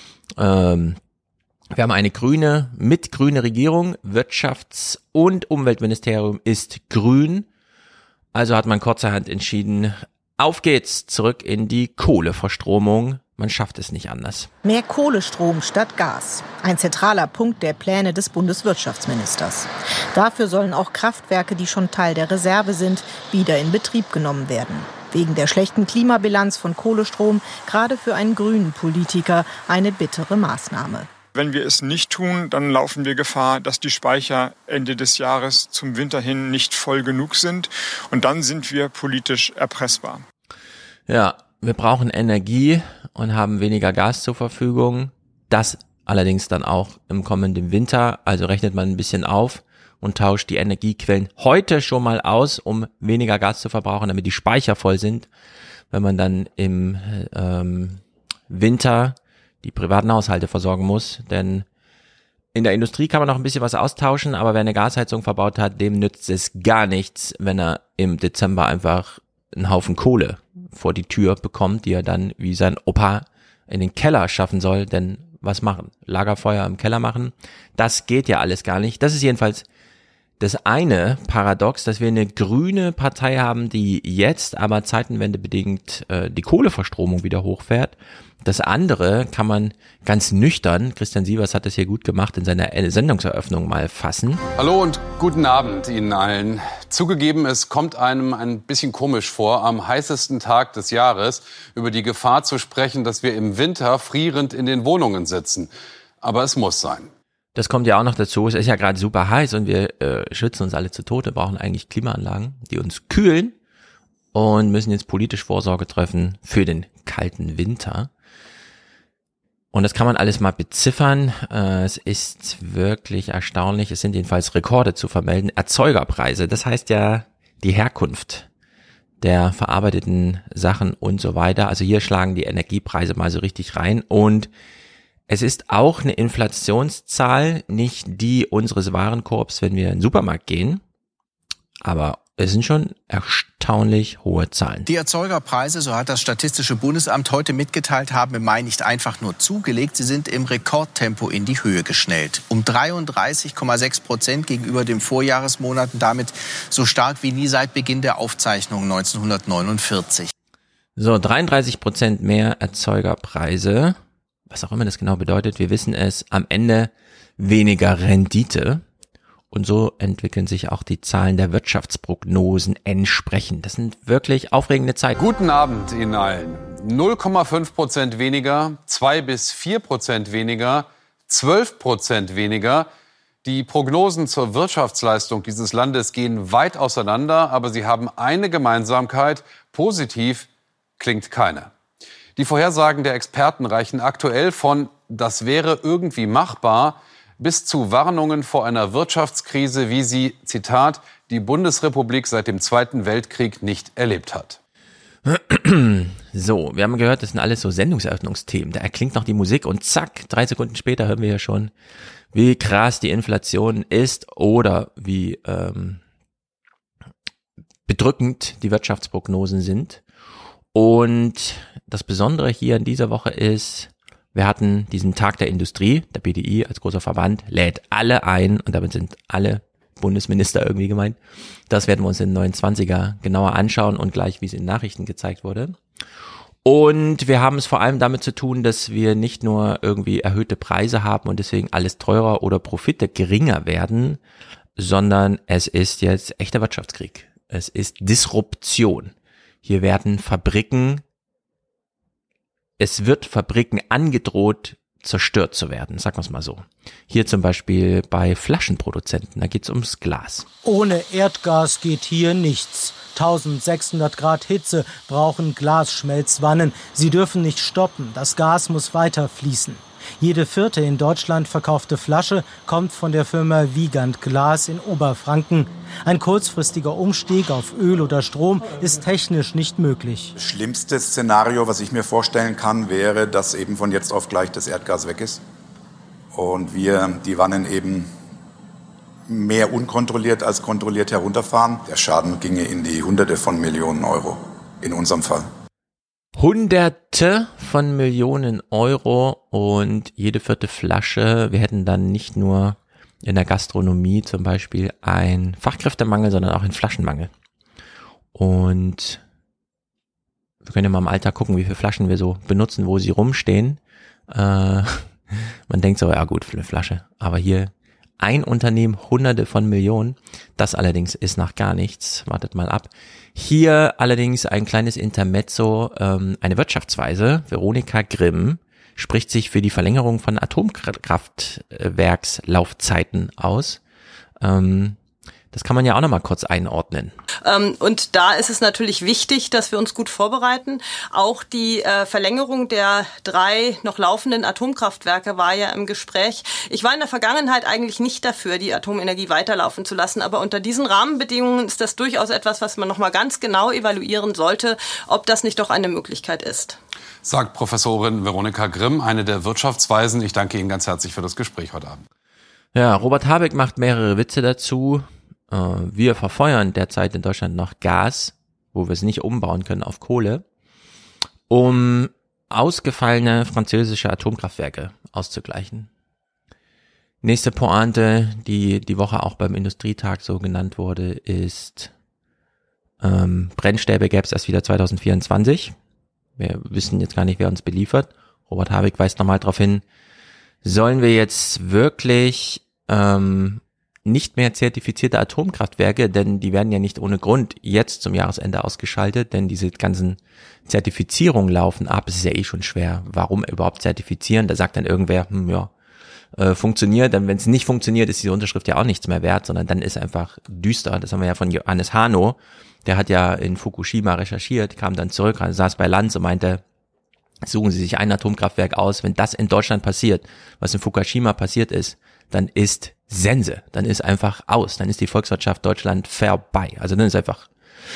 Wir haben eine grüne Regierung, Wirtschafts- und Umweltministerium ist grün. Also hat man kurzerhand entschieden, auf geht's, zurück in die Kohleverstromung. Man schafft es nicht anders. Mehr Kohlestrom statt Gas. Ein zentraler Punkt der Pläne des Bundeswirtschaftsministers. Dafür sollen auch Kraftwerke, die schon Teil der Reserve sind, wieder in Betrieb genommen werden. Wegen der schlechten Klimabilanz von Kohlestrom gerade für einen grünen Politiker eine bittere Maßnahme. Wenn wir es nicht tun, dann laufen wir Gefahr, dass die Speicher Ende des Jahres zum Winter hin nicht voll genug sind. Und dann sind wir politisch erpressbar. Ja, wir brauchen Energie und haben weniger Gas zur Verfügung. Das allerdings dann auch im kommenden Winter. Also rechnet man ein bisschen auf und tauscht die Energiequellen heute schon mal aus, um weniger Gas zu verbrauchen, damit die Speicher voll sind. Wenn man dann im Winter die privaten Haushalte versorgen muss, denn in der Industrie kann man noch ein bisschen was austauschen, aber wer eine Gasheizung verbaut hat, dem nützt es gar nichts, wenn er im Dezember einfach einen Haufen Kohle vor die Tür bekommt, die er dann wie sein Opa in den Keller schaffen soll, denn was machen? Lagerfeuer im Keller machen? Das geht ja alles gar nicht. Das ist jedenfalls das eine Paradox, dass wir eine grüne Partei haben, die jetzt aber zeitenwendebedingt die Kohleverstromung wieder hochfährt. Das andere kann man ganz nüchtern, Christian Sievers hat das hier gut gemacht, in seiner Sendungseröffnung mal fassen. Hallo und guten Abend Ihnen allen. Zugegeben, es kommt einem ein bisschen komisch vor, am heißesten Tag des Jahres über die Gefahr zu sprechen, dass wir im Winter frierend in den Wohnungen sitzen. Aber es muss sein. Das kommt ja auch noch dazu, es ist ja gerade super heiß und wir schwitzen uns alle zu Tode, brauchen eigentlich Klimaanlagen, die uns kühlen und müssen jetzt politisch Vorsorge treffen für den kalten Winter. Und das kann man alles mal beziffern. Es ist wirklich erstaunlich. Es sind jedenfalls Rekorde zu vermelden. Erzeugerpreise, das heißt ja die Herkunft der verarbeiteten Sachen und so weiter. Also hier schlagen die Energiepreise mal so richtig rein. Und es ist auch eine Inflationszahl, nicht die unseres Warenkorbs, wenn wir in den Supermarkt gehen. Aber es sind schon erstaunlich hohe Zahlen. Die Erzeugerpreise, so hat das Statistische Bundesamt heute mitgeteilt, haben im Mai nicht einfach nur zugelegt, sie sind im Rekordtempo in die Höhe geschnellt. Um 33,6% gegenüber dem Vorjahresmonat und damit so stark wie nie seit Beginn der Aufzeichnung 1949. So, 33% mehr Erzeugerpreise, was auch immer das genau bedeutet, wir wissen es, am Ende weniger Rendite. Und so entwickeln sich auch die Zahlen der Wirtschaftsprognosen entsprechend. Das sind wirklich aufregende Zeiten. Guten Abend Ihnen allen. 0,5% weniger, 2-4% weniger, 12% weniger. Die Prognosen zur Wirtschaftsleistung dieses Landes gehen weit auseinander, aber sie haben eine Gemeinsamkeit. Positiv klingt keine. Die Vorhersagen der Experten reichen aktuell von das wäre irgendwie machbar bis zu Warnungen vor einer Wirtschaftskrise, wie sie, Zitat, die Bundesrepublik seit dem Zweiten Weltkrieg nicht erlebt hat. So, wir haben gehört, das sind alles so Sendungseröffnungsthemen. Da erklingt noch die Musik und zack, 3 Sekunden später hören wir ja schon, wie krass die Inflation ist oder wie bedrückend die Wirtschaftsprognosen sind. Und das Besondere hier in dieser Woche ist, wir hatten diesen Tag der Industrie, der BDI als großer Verband lädt alle ein und damit sind alle Bundesminister irgendwie gemeint. Das werden wir uns in den 29er genauer anschauen und gleich, wie es in Nachrichten gezeigt wurde. Und wir haben es vor allem damit zu tun, dass wir nicht nur irgendwie erhöhte Preise haben und deswegen alles teurer oder Profite geringer werden, sondern es ist jetzt echter Wirtschaftskrieg. Es ist Disruption. Hier werden es wird Fabriken angedroht, zerstört zu werden, sagen wir es mal so. Hier zum Beispiel bei Flaschenproduzenten, da geht es ums Glas. Ohne Erdgas geht hier nichts. 1600 Grad Hitze brauchen Glasschmelzwannen. Sie dürfen nicht stoppen, das Gas muss weiter fließen. Jede 4. in Deutschland verkaufte Flasche kommt von der Firma Wiegand Glas in Oberfranken. Ein kurzfristiger Umstieg auf Öl oder Strom ist technisch nicht möglich. Das schlimmste Szenario, was ich mir vorstellen kann, wäre, dass eben von jetzt auf gleich das Erdgas weg ist und wir die Wannen eben mehr unkontrolliert als kontrolliert herunterfahren. Der Schaden ginge in die Hunderte von Millionen Euro in unserem Fall. Hunderte von Millionen Euro und jede 4. Flasche. Wir hätten dann nicht nur in der Gastronomie zum Beispiel einen Fachkräftemangel, sondern auch einen Flaschenmangel. Und wir können ja mal im Alltag gucken, wie viele Flaschen wir so benutzen, wo sie rumstehen. Man denkt so, ja gut, für eine Flasche. Aber hier ein Unternehmen, Hunderte von Millionen. Das allerdings ist noch gar nichts. Wartet mal ab. Hier allerdings ein kleines Intermezzo, eine Wirtschaftsweise. Veronika Grimm spricht sich für die Verlängerung von Atomkraftwerkslaufzeiten aus. Das kann man ja auch noch mal kurz einordnen. Und da ist es natürlich wichtig, dass wir uns gut vorbereiten. Auch die Verlängerung der 3 noch laufenden Atomkraftwerke war ja im Gespräch. Ich war in der Vergangenheit eigentlich nicht dafür, die Atomenergie weiterlaufen zu lassen. Aber unter diesen Rahmenbedingungen ist das durchaus etwas, was man noch mal ganz genau evaluieren sollte, ob das nicht doch eine Möglichkeit ist. Sagt Professorin Veronika Grimm, eine der Wirtschaftsweisen. Ich danke Ihnen ganz herzlich für das Gespräch heute Abend. Ja, Robert Habeck macht mehrere Witze dazu. Wir verfeuern derzeit in Deutschland noch Gas, wo wir es nicht umbauen können auf Kohle, um ausgefallene französische Atomkraftwerke auszugleichen. Nächste Pointe, die die Woche auch beim Industrietag so genannt wurde, ist Brennstäbe gäbe es erst wieder 2024. Wir wissen jetzt gar nicht, wer uns beliefert. Robert Habeck weist nochmal darauf hin, sollen wir jetzt wirklich nicht mehr zertifizierte Atomkraftwerke, denn die werden ja nicht ohne Grund jetzt zum Jahresende ausgeschaltet, denn diese ganzen Zertifizierungen laufen ab. Es ist ja eh schon schwer. Warum überhaupt zertifizieren? Da sagt dann irgendwer, funktioniert. Dann, wenn es nicht funktioniert, ist diese Unterschrift ja auch nichts mehr wert, sondern dann ist einfach düster. Das haben wir ja von Johannes Hano. Der hat ja in Fukushima recherchiert, kam dann zurück, saß bei Lanz und meinte, suchen Sie sich ein Atomkraftwerk aus. Wenn das in Deutschland passiert, was in Fukushima passiert ist, dann ist Sense. Dann ist einfach aus. Dann ist die Volkswirtschaft Deutschland vorbei. Also dann ist einfach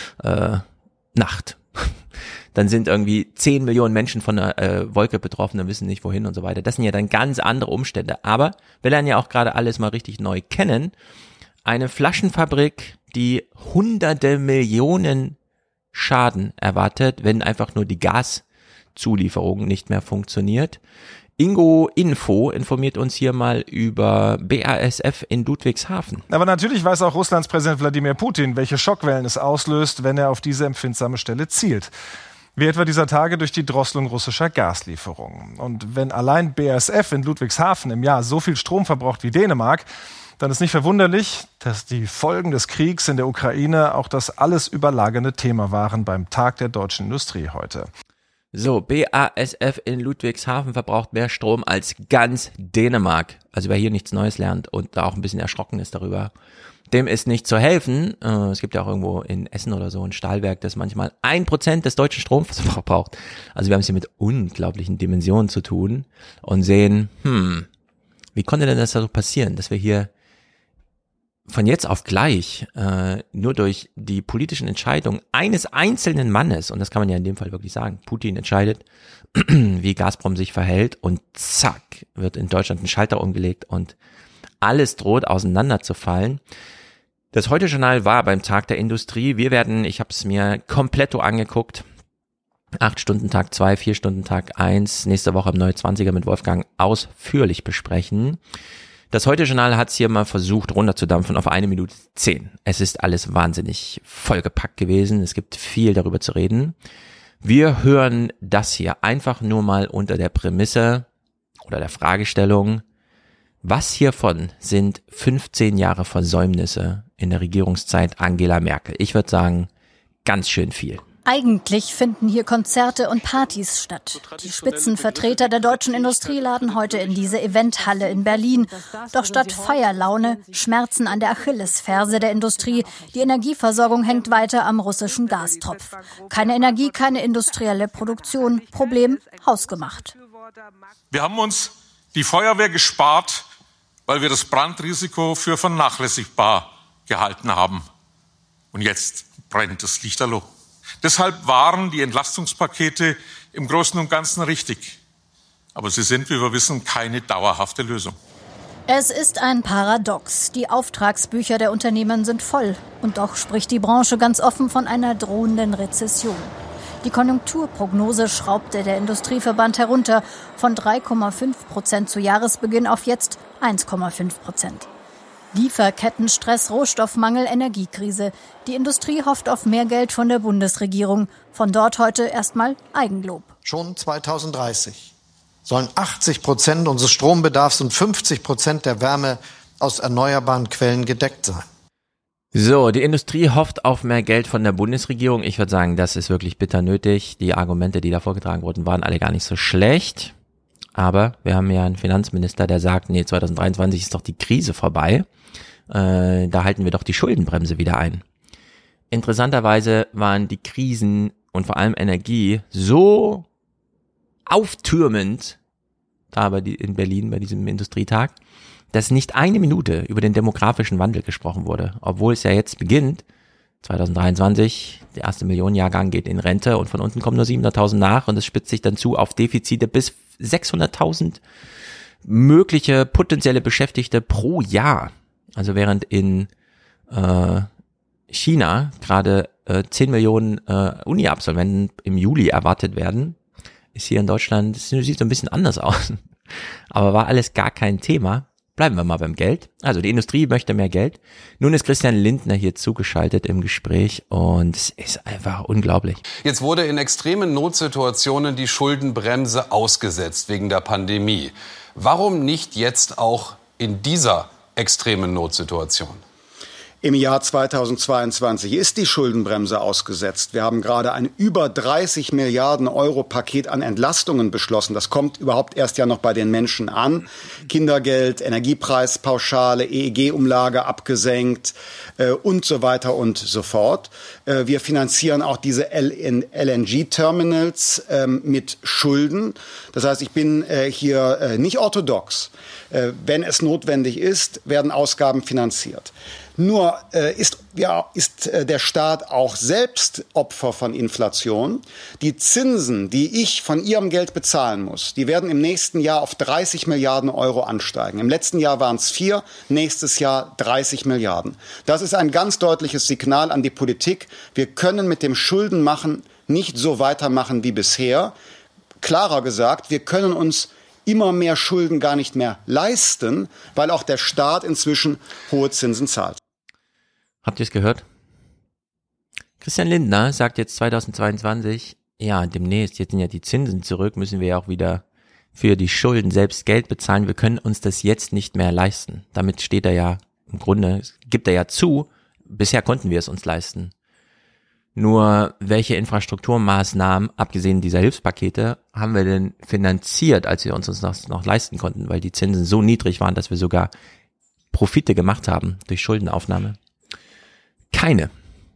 Nacht. Dann sind irgendwie 10 Millionen Menschen von einer Wolke betroffen und wissen nicht wohin und so weiter. Das sind ja dann ganz andere Umstände. Aber wir lernen ja auch gerade alles mal richtig neu kennen. Eine Flaschenfabrik, die hunderte Millionen Schaden erwartet, wenn einfach nur die Gaszulieferung nicht mehr funktioniert. Ingo Info informiert uns hier mal über BASF in Ludwigshafen. Aber natürlich weiß auch Russlands Präsident Wladimir Putin, welche Schockwellen es auslöst, wenn er auf diese empfindsame Stelle zielt. Wie etwa dieser Tage durch die Drosselung russischer Gaslieferungen. Und wenn allein BASF in Ludwigshafen im Jahr so viel Strom verbraucht wie Dänemark, dann ist nicht verwunderlich, dass die Folgen des Kriegs in der Ukraine auch das alles überlagernde Thema waren beim Tag der deutschen Industrie heute. So, BASF in Ludwigshafen verbraucht mehr Strom als ganz Dänemark. Also wer hier nichts Neues lernt und da auch ein bisschen erschrocken ist darüber, dem ist nicht zu helfen. Es gibt ja auch irgendwo in Essen oder so ein Stahlwerk, das manchmal 1% des deutschen Stroms verbraucht. Also wir haben es hier mit unglaublichen Dimensionen zu tun und sehen, wie konnte denn das so passieren, dass wir hier von jetzt auf gleich nur durch die politischen Entscheidungen eines einzelnen Mannes, und das kann man ja in dem Fall wirklich sagen, Putin entscheidet, wie Gazprom sich verhält und zack, wird in Deutschland ein Schalter umgelegt und alles droht auseinanderzufallen. Das Heute-Journal war beim Tag der Industrie. Ich habe es mir kompletto angeguckt. 8-Stunden-Tag 2, 4-Stunden-Tag 1, nächste Woche im Neue 20er mit Wolfgang ausführlich besprechen. Das Heute-Journal hat es hier mal versucht runterzudampfen auf 1 Minute 10. Es ist alles wahnsinnig vollgepackt gewesen. Es gibt viel darüber zu reden. Wir hören das hier einfach nur mal unter der Prämisse oder der Fragestellung, was hiervon sind 15 Jahre Versäumnisse in der Regierungszeit Angela Merkel? Ich würde sagen, ganz schön viel. Eigentlich finden hier Konzerte und Partys statt. Die Spitzenvertreter der deutschen Industrie laden heute in diese Eventhalle in Berlin. Doch statt Feierlaune Schmerzen an der Achillesferse der Industrie. Die Energieversorgung hängt weiter am russischen Gastropf. Keine Energie, keine industrielle Produktion. Problem hausgemacht. Wir haben uns die Feuerwehr gespart, weil wir das Brandrisiko für vernachlässigbar gehalten haben. Und jetzt brennt es lichterloh. Deshalb waren die Entlastungspakete im Großen und Ganzen richtig. Aber sie sind, wie wir wissen, keine dauerhafte Lösung. Es ist ein Paradox. Die Auftragsbücher der Unternehmen sind voll. Und doch spricht die Branche ganz offen von einer drohenden Rezession. Die Konjunkturprognose schraubte der Industrieverband herunter von 3,5% zu Jahresbeginn auf jetzt 1,5%. Lieferkettenstress, Rohstoffmangel, Energiekrise. Die Industrie hofft auf mehr Geld von der Bundesregierung. Von dort heute erstmal Eigenlob. Schon 2030 sollen 80% unseres Strombedarfs und 50% der Wärme aus erneuerbaren Quellen gedeckt sein. So, die Industrie hofft auf mehr Geld von der Bundesregierung. Ich würde sagen, das ist wirklich bitter nötig. Die Argumente, die da vorgetragen wurden, waren alle gar nicht so schlecht. Aber wir haben ja einen Finanzminister, der sagt, nee, 2023 ist doch die Krise vorbei. Da halten wir doch die Schuldenbremse wieder ein. Interessanterweise waren die Krisen und vor allem Energie so auftürmend da in Berlin bei diesem Industrietag, dass nicht eine Minute über den demografischen Wandel gesprochen wurde. Obwohl es ja jetzt beginnt, 2023, der erste Millionenjahrgang geht in Rente und von unten kommen nur 700.000 nach und es spitzt sich dann zu auf Defizite bis 600.000 mögliche potenzielle Beschäftigte pro Jahr. Also während in China gerade 10 Millionen Uni-Absolventen im Juli erwartet werden, ist hier in Deutschland, das sieht so ein bisschen anders aus. Aber war alles gar kein Thema. Bleiben wir mal beim Geld. Also die Industrie möchte mehr Geld. Nun ist Christian Lindner hier zugeschaltet im Gespräch und es ist einfach unglaublich. Jetzt wurde in extremen Notsituationen die Schuldenbremse ausgesetzt wegen der Pandemie. Warum nicht jetzt auch in dieser extremen Notsituation? Im Jahr 2022 ist die Schuldenbremse ausgesetzt. Wir haben gerade ein über 30 Milliarden Euro Paket an Entlastungen beschlossen. Das kommt überhaupt erst ja noch bei den Menschen an. Kindergeld, Energiepreispauschale, EEG-Umlage abgesenkt und so weiter und so fort. Wir finanzieren auch diese LNG-Terminals mit Schulden. Das heißt, ich bin hier nicht orthodox. Wenn es notwendig ist, werden Ausgaben finanziert. Nur ist der Staat auch selbst Opfer von Inflation. Die Zinsen, die ich von Ihrem Geld bezahlen muss, die werden im nächsten Jahr auf 30 Milliarden Euro ansteigen. Im letzten Jahr waren es 4, nächstes Jahr 30 Milliarden. Das ist ein ganz deutliches Signal an die Politik. Wir können mit dem Schuldenmachen nicht so weitermachen wie bisher. Klarer gesagt, wir können uns immer mehr Schulden gar nicht mehr leisten, weil auch der Staat inzwischen hohe Zinsen zahlt. Habt ihr es gehört? Christian Lindner sagt jetzt 2022, ja, demnächst, jetzt sind ja die Zinsen zurück, müssen wir ja auch wieder für die Schulden selbst Geld bezahlen. Wir können uns das jetzt nicht mehr leisten. Damit steht er ja, im Grunde gibt er ja zu, bisher konnten wir es uns leisten. Nur welche Infrastrukturmaßnahmen, abgesehen dieser Hilfspakete, haben wir denn finanziert, als wir uns das noch leisten konnten, weil die Zinsen so niedrig waren, dass wir sogar Profite gemacht haben durch Schuldenaufnahme? Keine.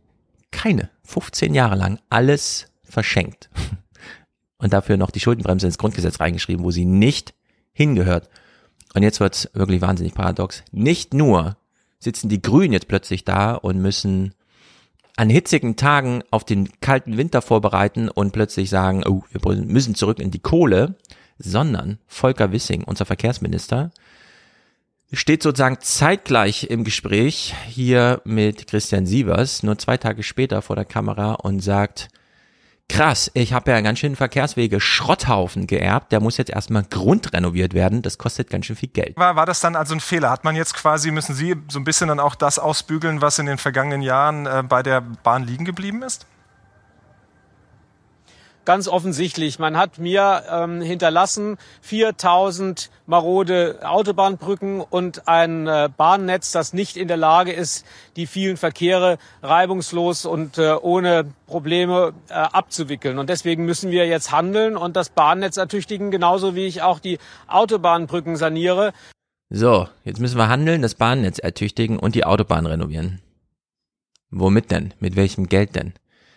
15 Jahre lang alles verschenkt. Und dafür noch die Schuldenbremse ins Grundgesetz reingeschrieben, wo sie nicht hingehört. Und jetzt wird's wirklich wahnsinnig paradox. Nicht nur sitzen die Grünen jetzt plötzlich da und müssen an hitzigen Tagen auf den kalten Winter vorbereiten und plötzlich sagen, oh, wir müssen zurück in die Kohle, sondern Volker Wissing, unser Verkehrsminister, steht sozusagen zeitgleich im Gespräch hier mit Christian Sievers, nur 2 Tage später vor der Kamera und sagt, krass, ich habe ja ganz schön Verkehrswege Schrotthaufen geerbt, der muss jetzt erstmal grundrenoviert werden, das kostet ganz schön viel Geld. War das dann also ein Fehler? Hat man jetzt quasi, müssen Sie so ein bisschen dann auch das ausbügeln, was in den vergangenen Jahren bei der Bahn liegen geblieben ist? Ganz offensichtlich. Man hat mir hinterlassen 4.000 marode Autobahnbrücken und ein Bahnnetz, das nicht in der Lage ist, die vielen Verkehre reibungslos und ohne Probleme abzuwickeln. Und deswegen müssen wir jetzt handeln und das Bahnnetz ertüchtigen, genauso wie ich auch die Autobahnbrücken saniere. So, jetzt müssen wir handeln, das Bahnnetz ertüchtigen und die Autobahn renovieren. Womit denn? Mit welchem Geld denn?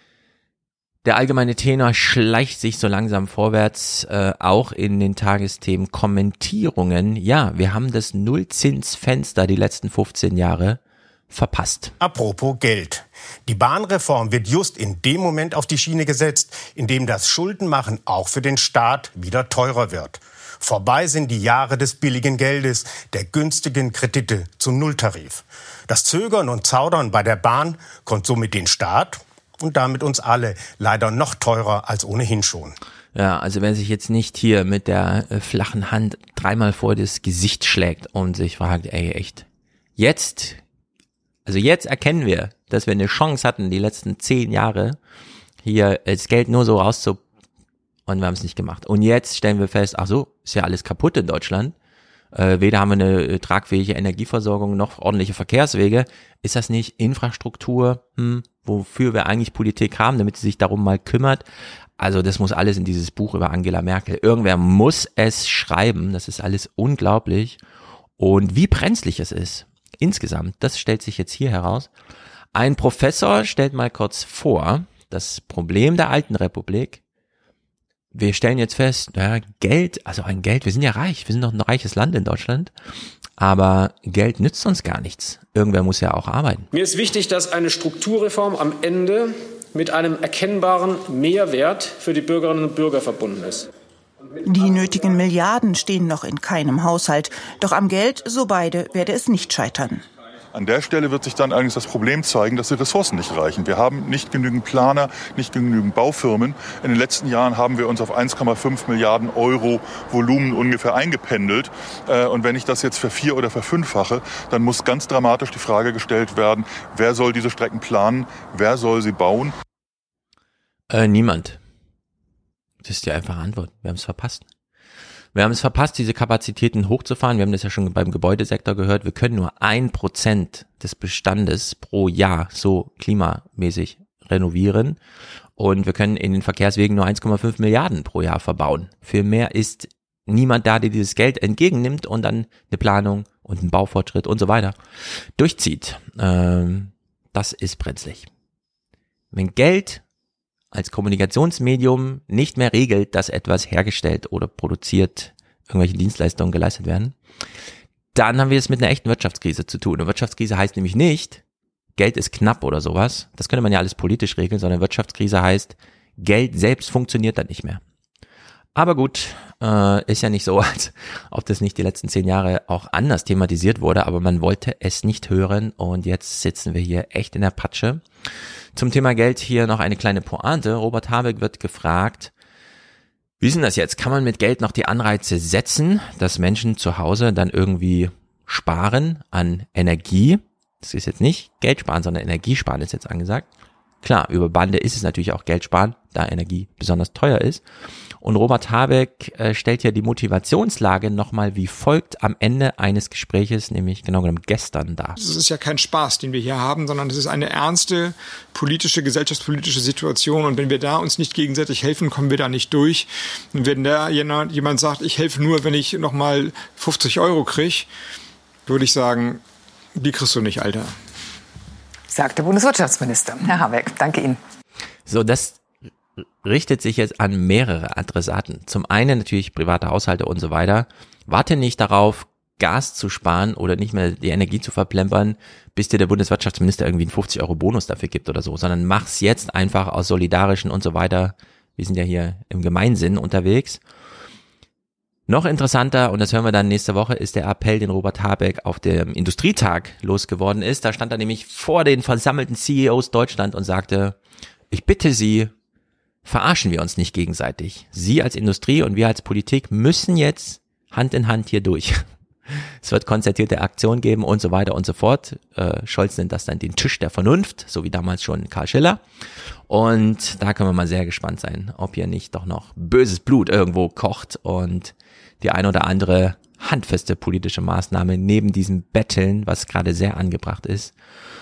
Der allgemeine Tenor schleicht sich so langsam vorwärts, auch in den Tagesthemen Kommentierungen. Ja, wir haben das Nullzinsfenster die letzten 15 Jahre verpasst. Apropos Geld. Die Bahnreform wird just in dem Moment auf die Schiene gesetzt, in dem das Schuldenmachen auch für den Staat wieder teurer wird. Vorbei sind die Jahre des billigen Geldes, der günstigen Kredite zum Nulltarif. Das Zögern und Zaudern bei der Bahn kommt somit den Staat und damit uns alle leider noch teurer als ohnehin schon. Ja, also wer sich jetzt nicht hier mit der flachen Hand 3-mal vor das Gesicht schlägt und sich fragt, ey, echt, jetzt erkennen wir, dass wir eine Chance hatten, die letzten 10 Jahre hier das Geld nur so und wir haben es nicht gemacht. Und jetzt stellen wir fest, ach so, ist ja alles kaputt in Deutschland. Weder haben wir eine tragfähige Energieversorgung noch ordentliche Verkehrswege. Ist das nicht Infrastruktur, wofür wir eigentlich Politik haben, damit sie sich darum mal kümmert? Also das muss alles in dieses Buch über Angela Merkel. Irgendwer muss es schreiben. Das ist alles unglaublich. Und wie brenzlig es ist insgesamt, das stellt sich jetzt hier heraus. Ein Professor stellt mal kurz vor, das Problem der alten Republik. Wir stellen jetzt fest, Geld, wir sind ja reich, wir sind doch ein reiches Land in Deutschland, aber Geld nützt uns gar nichts. Irgendwer muss ja auch arbeiten. Mir ist wichtig, dass eine Strukturreform am Ende mit einem erkennbaren Mehrwert für die Bürgerinnen und Bürger verbunden ist. Die nötigen Milliarden stehen noch in keinem Haushalt, doch am Geld, so beide, werde es nicht scheitern. An der Stelle wird sich dann eigentlich das Problem zeigen, dass die Ressourcen nicht reichen. Wir haben nicht genügend Planer, nicht genügend Baufirmen. In den letzten Jahren haben wir uns auf 1,5 Milliarden Euro Volumen ungefähr eingependelt. Und wenn ich das jetzt vervier- oder verfünffache, dann muss ganz dramatisch die Frage gestellt werden, wer soll diese Strecken planen, wer soll sie bauen? Niemand. Das ist die einfache Antwort. Wir haben es verpasst. Wir haben es verpasst, diese Kapazitäten hochzufahren. Wir haben das ja schon beim Gebäudesektor gehört. Wir können nur 1% des Bestandes pro Jahr so klimamäßig renovieren. Und wir können in den Verkehrswegen nur 1,5 Milliarden pro Jahr verbauen. Für mehr ist niemand da, der dieses Geld entgegennimmt und dann eine Planung und einen Baufortschritt und so weiter durchzieht. Das ist brenzlig. Wenn Geld als Kommunikationsmedium nicht mehr regelt, dass etwas hergestellt oder produziert, irgendwelche Dienstleistungen geleistet werden, dann haben wir es mit einer echten Wirtschaftskrise zu tun. Und Wirtschaftskrise heißt nämlich nicht, Geld ist knapp oder sowas. Das könnte man ja alles politisch regeln, sondern Wirtschaftskrise heißt, Geld selbst funktioniert dann nicht mehr. Aber gut, ist ja nicht so, als ob das nicht die letzten 10 Jahre auch anders thematisiert wurde, aber man wollte es nicht hören und jetzt sitzen wir hier echt in der Patsche. Zum Thema Geld hier noch eine kleine Pointe. Robert Habeck wird gefragt, wie ist denn das jetzt? Kann man mit Geld noch die Anreize setzen, dass Menschen zu Hause dann irgendwie sparen an Energie? Das ist jetzt nicht Geld sparen, sondern Energie sparen ist jetzt angesagt. Klar, über Bande ist es natürlich auch Geld sparen, da Energie besonders teuer ist. Und Robert Habeck stellt ja die Motivationslage nochmal wie folgt am Ende eines Gespräches, nämlich genau genommen gestern dar. Es ist ja kein Spaß, den wir hier haben, sondern es ist eine ernste politische, gesellschaftspolitische Situation. Und wenn wir da uns nicht gegenseitig helfen, kommen wir da nicht durch. Und wenn da jemand sagt, ich helfe nur, wenn ich nochmal 50 Euro kriege, würde ich sagen, die kriegst du nicht, Alter. Sagt der Bundeswirtschaftsminister. Herr Habeck, danke Ihnen. So, das richtet sich jetzt an mehrere Adressaten. Zum einen natürlich private Haushalte und so weiter. Warte nicht darauf, Gas zu sparen oder nicht mehr die Energie zu verplempern, bis dir der Bundeswirtschaftsminister irgendwie einen 50 Euro Bonus dafür gibt oder so, sondern mach's jetzt einfach aus solidarischen und so weiter. Wir sind ja hier im Gemeinsinn unterwegs. Noch interessanter, und das hören wir dann nächste Woche, ist der Appell, den Robert Habeck auf dem Industrietag losgeworden ist. Da stand er nämlich vor den versammelten CEOs Deutschland und sagte, ich bitte Sie, verarschen wir uns nicht gegenseitig. Sie als Industrie und wir als Politik müssen jetzt Hand in Hand hier durch. Es wird konzertierte Aktionen geben und so weiter und so fort. Scholz nennt das dann den Tisch der Vernunft, so wie damals schon Karl Schiller. Und da können wir mal sehr gespannt sein, ob hier nicht doch noch böses Blut irgendwo kocht und die ein oder andere handfeste politische Maßnahme neben diesem Betteln, was gerade sehr angebracht ist,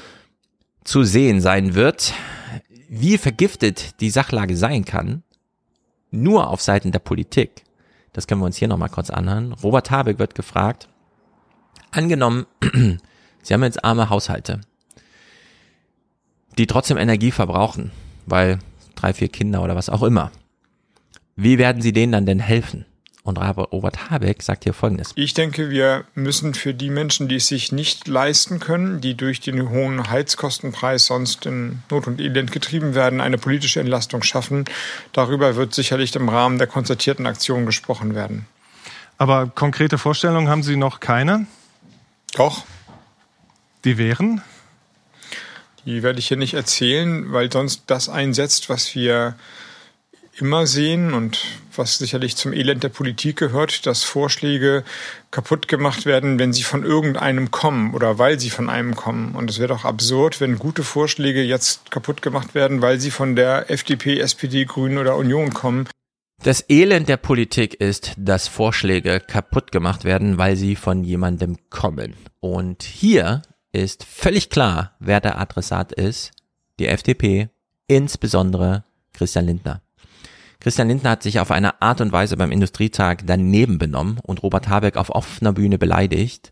zu sehen sein wird. Wie vergiftet die Sachlage sein kann, nur auf Seiten der Politik, das können wir uns hier nochmal kurz anhören. Robert Habeck wird gefragt, angenommen, Sie haben jetzt arme Haushalte, die trotzdem Energie verbrauchen, weil 3, 4 Kinder oder was auch immer. Wie werden Sie denen dann denn helfen? Und Robert Habeck sagt hier Folgendes. Ich denke, wir müssen für die Menschen, die es sich nicht leisten können, die durch den hohen Heizkostenpreis sonst in Not und Elend getrieben werden, eine politische Entlastung schaffen. Darüber wird sicherlich im Rahmen der konzertierten Aktion gesprochen werden. Aber konkrete Vorstellungen haben Sie noch keine? Doch. Die wären? Die werde ich hier nicht erzählen, weil sonst das einsetzt, was wir immer sehen und was sicherlich zum Elend der Politik gehört, dass Vorschläge kaputt gemacht werden, wenn sie von irgendeinem kommen oder weil sie von einem kommen. Und es wäre doch absurd, wenn gute Vorschläge jetzt kaputt gemacht werden, weil sie von der FDP, SPD, Grünen oder Union kommen. Das Elend der Politik ist, dass Vorschläge kaputt gemacht werden, weil sie von jemandem kommen. Und hier ist völlig klar, wer der Adressat ist. Die FDP, insbesondere Christian Lindner. Christian Lindner hat sich auf eine Art und Weise beim Industrietag daneben benommen und Robert Habeck auf offener Bühne beleidigt.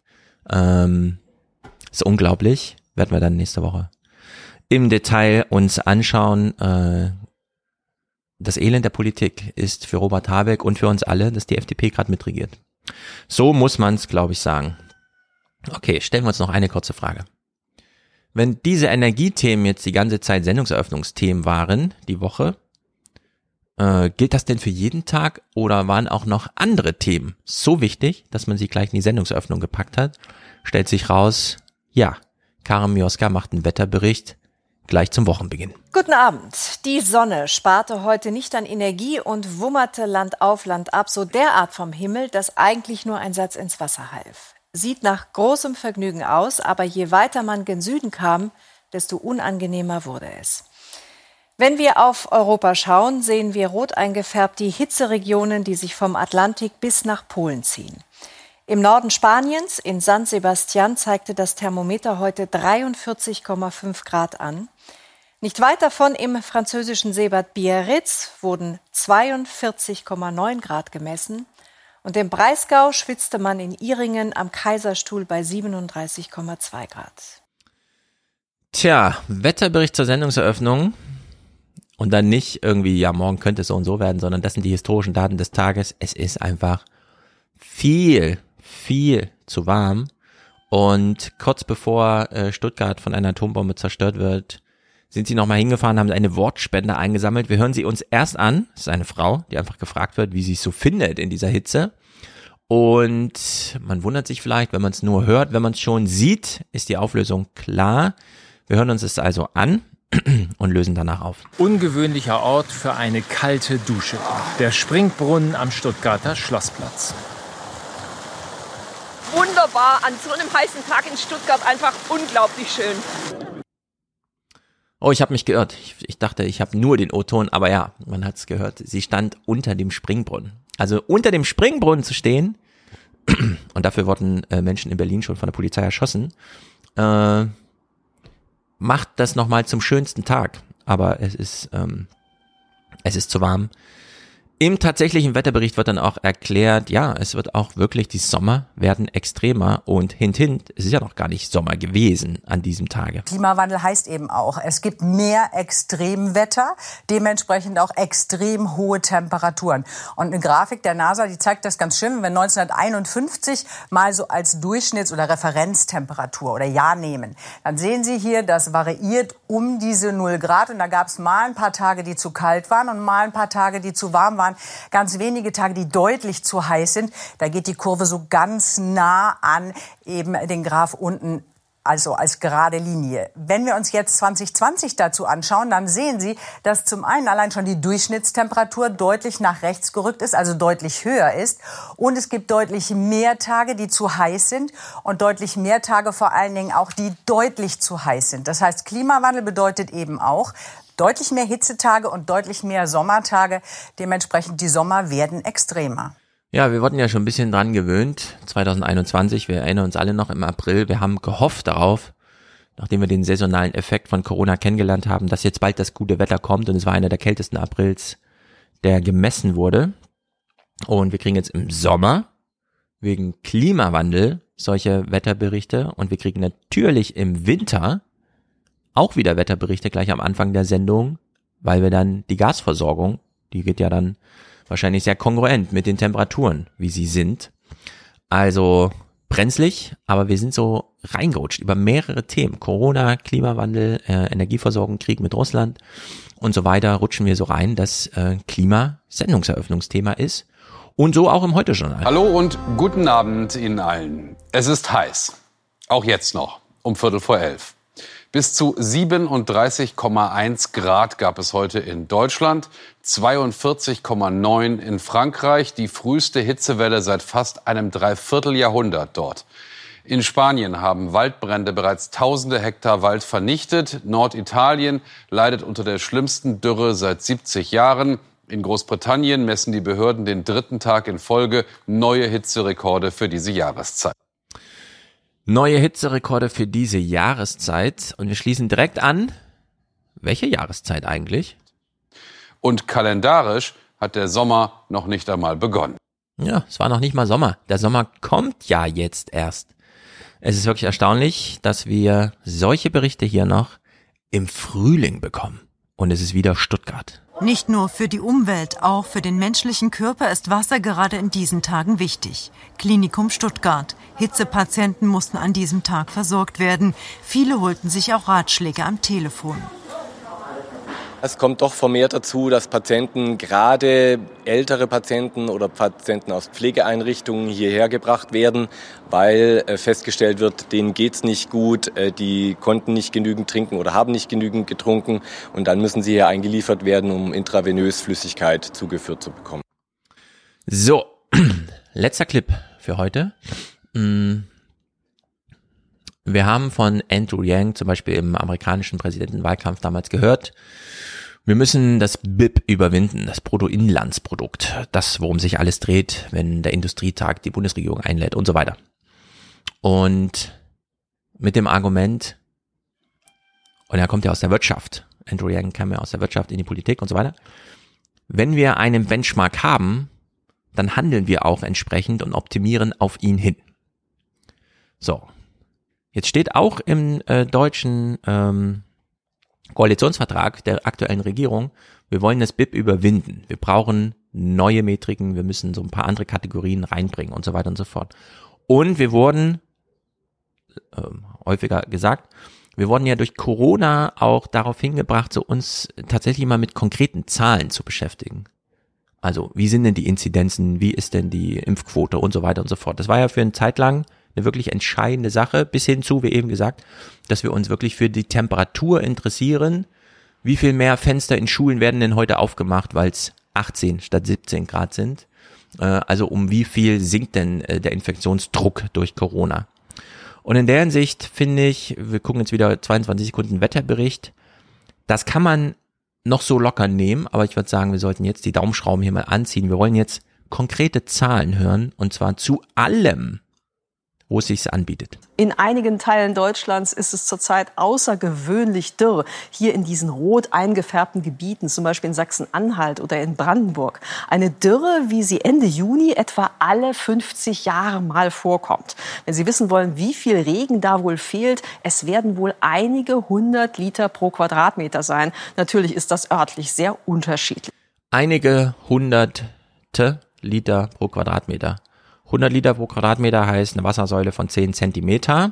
Ist unglaublich. Werden wir dann nächste Woche im Detail uns anschauen. Das Elend der Politik ist für Robert Habeck und für uns alle, dass die FDP gerade mitregiert. So muss man es, glaube ich, sagen. Okay, stellen wir uns noch eine kurze Frage. Wenn diese Energiethemen jetzt die ganze Zeit Sendungseröffnungsthemen waren, die Woche, gilt das denn für jeden Tag oder waren auch noch andere Themen so wichtig, dass man sie gleich in die Sendungseröffnung gepackt hat? Stellt sich raus, ja, Karin Mioska macht einen Wetterbericht gleich zum Wochenbeginn. Guten Abend. Die Sonne sparte heute nicht an Energie und wummerte Land auf, Land ab, so derart vom Himmel, dass eigentlich nur ein Satz ins Wasser half. Sieht nach großem Vergnügen aus, aber je weiter man gen Süden kam, desto unangenehmer wurde es. Wenn wir auf Europa schauen, sehen wir rot eingefärbt die Hitzeregionen, die sich vom Atlantik bis nach Polen ziehen. Im Norden Spaniens, in San Sebastian, zeigte das Thermometer heute 43,5 Grad an. Nicht weit davon im französischen Seebad Biarritz wurden 42,9 Grad gemessen. Und im Breisgau schwitzte man in Ihringen am Kaiserstuhl bei 37,2 Grad. Tja, Wetterbericht zur Sendungseröffnung. Und dann nicht irgendwie, ja, morgen könnte es so und so werden, sondern das sind die historischen Daten des Tages. Es ist einfach viel zu warm. Und kurz bevor Stuttgart von einer Atombombe zerstört wird, sind sie nochmal hingefahren, haben eine Wortspende eingesammelt. Wir hören sie uns erst an. Das ist eine Frau, die einfach gefragt wird, wie sie es so findet in dieser Hitze. Und man wundert sich vielleicht, wenn man es nur hört. Wenn man es schon sieht, ist die Auflösung klar. Wir hören uns es also an und lösen danach auf. Ungewöhnlicher Ort für eine kalte Dusche. Der Springbrunnen am Stuttgarter Schlossplatz. Wunderbar, an so einem heißen Tag in Stuttgart einfach unglaublich schön. Oh, ich habe mich geirrt. Ich dachte, ich habe nur den O-Ton, aber ja, man hat es gehört. Sie stand unter dem Springbrunnen. Also unter dem Springbrunnen zu stehen, und dafür wurden Menschen in Berlin schon von der Polizei erschossen, macht das nochmal zum schönsten Tag, aber es ist zu warm. Im tatsächlichen Wetterbericht wird dann auch erklärt, ja, es wird auch wirklich, die Sommer werden extremer und hint, es ist ja noch gar nicht Sommer gewesen an diesem Tage. Klimawandel heißt eben auch, es gibt mehr Extremwetter, dementsprechend auch extrem hohe Temperaturen. Und eine Grafik der NASA, die zeigt das ganz schön, wenn wir 1951 mal so als Durchschnitts- oder Referenztemperatur oder Jahr nehmen, dann sehen Sie hier, das variiert um diese 0 Grad und da gab es mal ein paar Tage, die zu kalt waren und mal ein paar Tage, die zu warm waren. Ganz wenige Tage, die deutlich zu heiß sind. Da geht die Kurve so ganz nah an eben den Graph unten, also als gerade Linie. Wenn wir uns jetzt 2020 dazu anschauen, dann sehen Sie, dass zum einen allein schon die Durchschnittstemperatur deutlich nach rechts gerückt ist, also deutlich höher ist. Und es gibt deutlich mehr Tage, die zu heiß sind und deutlich mehr Tage vor allen Dingen auch, die deutlich zu heiß sind. Das heißt, Klimawandel bedeutet eben auch, deutlich mehr Hitzetage und deutlich mehr Sommertage. Dementsprechend die Sommer werden extremer. Ja, wir wurden ja schon ein bisschen dran gewöhnt. 2021, wir erinnern uns alle noch im April. Wir haben gehofft darauf, nachdem wir den saisonalen Effekt von Corona kennengelernt haben, dass jetzt bald das gute Wetter kommt. Und es war einer der kältesten Aprils, der gemessen wurde. Und wir kriegen jetzt im Sommer wegen Klimawandel solche Wetterberichte. Und wir kriegen natürlich im Winter auch wieder Wetterberichte gleich am Anfang der Sendung, weil wir dann die Gasversorgung, die geht ja dann wahrscheinlich sehr kongruent mit den Temperaturen, wie sie sind. Also brenzlig, aber wir sind so reingerutscht über mehrere Themen. Corona, Klimawandel, Energieversorgung, Krieg mit Russland und so weiter, rutschen wir so rein, dass Klima Sendungseröffnungsthema ist. Und so auch im Heute-Journal. Hallo und guten Abend Ihnen allen. Es ist heiß. Auch jetzt noch, um 11:15. Bis zu 37,1 Grad gab es heute in Deutschland, 42,9 in Frankreich, die früheste Hitzewelle seit fast einem Dreivierteljahrhundert dort. In Spanien haben Waldbrände bereits tausende Hektar Wald vernichtet. Norditalien leidet unter der schlimmsten Dürre seit 70 Jahren. In Großbritannien messen die Behörden den 3. Tag in Folge neue Hitzerekorde für diese Jahreszeit. Neue Hitzerekorde für diese Jahreszeit. Und wir schließen direkt an. Welche Jahreszeit eigentlich? Und kalendarisch hat der Sommer noch nicht einmal begonnen. Ja, es war noch nicht mal Sommer. Der Sommer kommt ja jetzt erst. Es ist wirklich erstaunlich, dass wir solche Berichte hier noch im Frühling bekommen. Und es ist wieder Stuttgart. Nicht nur für die Umwelt, auch für den menschlichen Körper ist Wasser gerade in diesen Tagen wichtig. Klinikum Stuttgart. Hitzepatienten mussten an diesem Tag versorgt werden. Viele holten sich auch Ratschläge am Telefon. Es kommt doch vermehrt dazu, dass Patienten, gerade ältere Patienten oder Patienten aus Pflegeeinrichtungen hierher gebracht werden, weil festgestellt wird, denen geht's nicht gut, die konnten nicht genügend trinken oder haben nicht genügend getrunken und dann müssen sie hier eingeliefert werden, um intravenös Flüssigkeit zugeführt zu bekommen. So, letzter Clip für heute. Wir haben von Andrew Yang zum Beispiel im amerikanischen Präsidentenwahlkampf damals gehört, wir müssen das BIP überwinden, das Bruttoinlandsprodukt, das, worum sich alles dreht, wenn der Industrietag die Bundesregierung einlädt und so weiter. Und mit dem Argument, und er kommt ja aus der Wirtschaft, Andrew Yang kam ja aus der Wirtschaft in die Politik und so weiter, wenn wir einen Benchmark haben, dann handeln wir auch entsprechend und optimieren auf ihn hin. So, jetzt steht auch im deutschen Koalitionsvertrag der aktuellen Regierung, wir wollen das BIP überwinden. Wir brauchen neue Metriken, wir müssen so ein paar andere Kategorien reinbringen und so weiter und so fort. Und wir wurden, häufiger gesagt, wir wurden ja durch Corona auch darauf hingebracht, so uns tatsächlich mal mit konkreten Zahlen zu beschäftigen. Also, wie sind denn die Inzidenzen, wie ist denn die Impfquote und so weiter und so fort. Das war ja für eine Zeit lang eine wirklich entscheidende Sache, bis hin zu, wie eben gesagt, dass wir uns wirklich für die Temperatur interessieren. Wie viel mehr Fenster in Schulen werden denn heute aufgemacht, weil es 18 statt 17 Grad sind? Also um wie viel sinkt denn der Infektionsdruck durch Corona? Und in der Hinsicht finde ich, wir gucken jetzt wieder 22 Sekunden Wetterbericht, das kann man noch so locker nehmen, aber ich würde sagen, wir sollten jetzt die Daumenschrauben hier mal anziehen. Wir wollen jetzt konkrete Zahlen hören und zwar zu allem, wo es sich anbietet. In einigen Teilen Deutschlands ist es zurzeit außergewöhnlich dürr. Hier in diesen rot eingefärbten Gebieten, zum Beispiel in Sachsen-Anhalt oder in Brandenburg. Eine Dürre, wie sie Ende Juni etwa alle 50 Jahre mal vorkommt. Wenn Sie wissen wollen, wie viel Regen da wohl fehlt, es werden wohl einige 100 Liter pro Quadratmeter sein. Natürlich ist das örtlich sehr unterschiedlich. Einige hunderte Liter pro Quadratmeter. 100 Liter pro Quadratmeter heißt eine Wassersäule von 10 Zentimeter.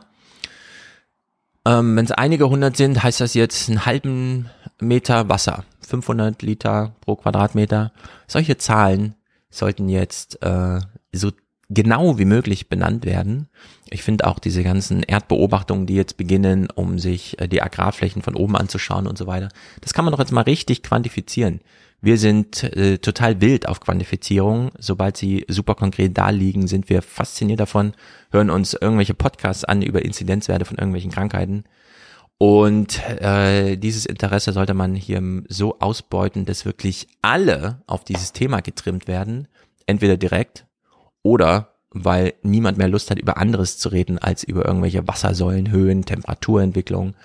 Wenn es einige 100 sind, heißt das jetzt einen halben Meter Wasser. 500 Liter pro Quadratmeter. Solche Zahlen sollten jetzt so genau wie möglich benannt werden. Ich finde auch diese ganzen Erdbeobachtungen, die jetzt beginnen, um sich die Agrarflächen von oben anzuschauen und so weiter. Das kann man doch jetzt mal richtig quantifizieren. Wir sind total wild auf Quantifizierung. Sobald sie super konkret da liegen, sind wir fasziniert davon, hören uns irgendwelche Podcasts an über Inzidenzwerte von irgendwelchen Krankheiten. Und dieses Interesse sollte man hier so ausbeuten, dass wirklich alle auf dieses Thema getrimmt werden. Entweder direkt oder weil niemand mehr Lust hat, über anderes zu reden, als über irgendwelche Wassersäulenhöhen, Temperaturentwicklung.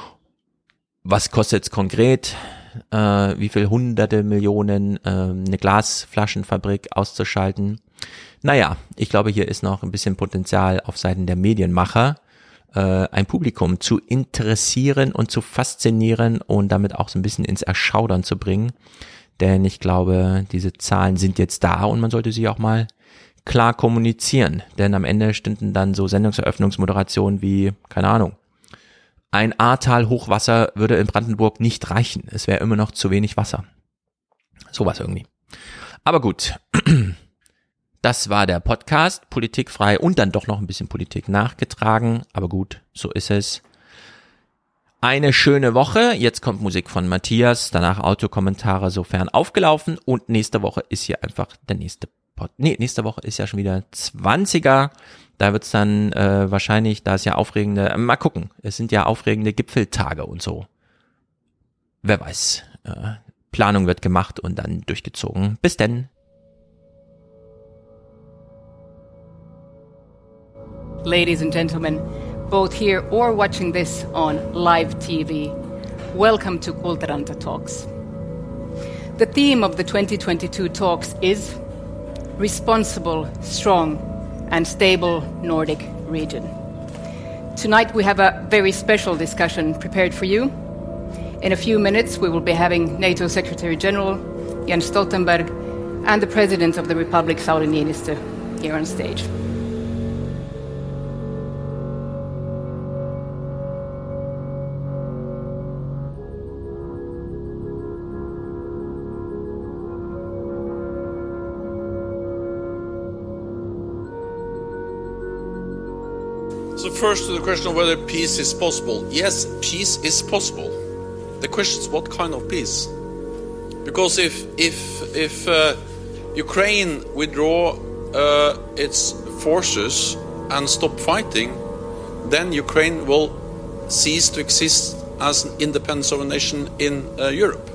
Was kostet es konkret? Wie viel hunderte Millionen eine Glasflaschenfabrik auszuschalten. Naja, ich glaube, hier ist noch ein bisschen Potenzial auf Seiten der Medienmacher, ein Publikum zu interessieren und zu faszinieren und damit auch so ein bisschen ins Erschaudern zu bringen. Denn ich glaube, diese Zahlen sind jetzt da und man sollte sie auch mal klar kommunizieren. Denn am Ende stünden dann so Sendungseröffnungsmoderationen wie, keine Ahnung, ein Ahrtal Hochwasser würde in Brandenburg nicht reichen. Es wäre immer noch zu wenig Wasser. Sowas irgendwie. Aber gut. Das war der Podcast. Politikfrei und dann doch noch ein bisschen Politik nachgetragen. Aber gut, so ist es. Eine schöne Woche. Jetzt kommt Musik von Matthias. Danach Autokommentare sofern aufgelaufen. Und nächste Woche ist hier einfach der nächste nächste Woche ist ja schon wieder 20er. Da wird's dann wahrscheinlich, da ist ja aufregende, mal gucken, es sind ja aufregende Gipfeltage und so. Wer weiß. Planung wird gemacht und dann durchgezogen. Bis denn. Ladies and gentlemen, both here or watching this on live TV, welcome to Kultaranta Talks. The theme of the 2022 talks is Responsible, Strong and Stable Nordic Region. Tonight we have a very special discussion prepared for you. In a few minutes we will be having NATO Secretary General Jens Stoltenberg and the President of the Republic, Sauli Niinistö, here on stage. So first to the question of whether peace is possible. Yes, peace is possible. The question is what kind of peace? Because if Ukraine withdraw its forces and stop fighting, then Ukraine will cease to exist as an independent sovereign nation in Europe.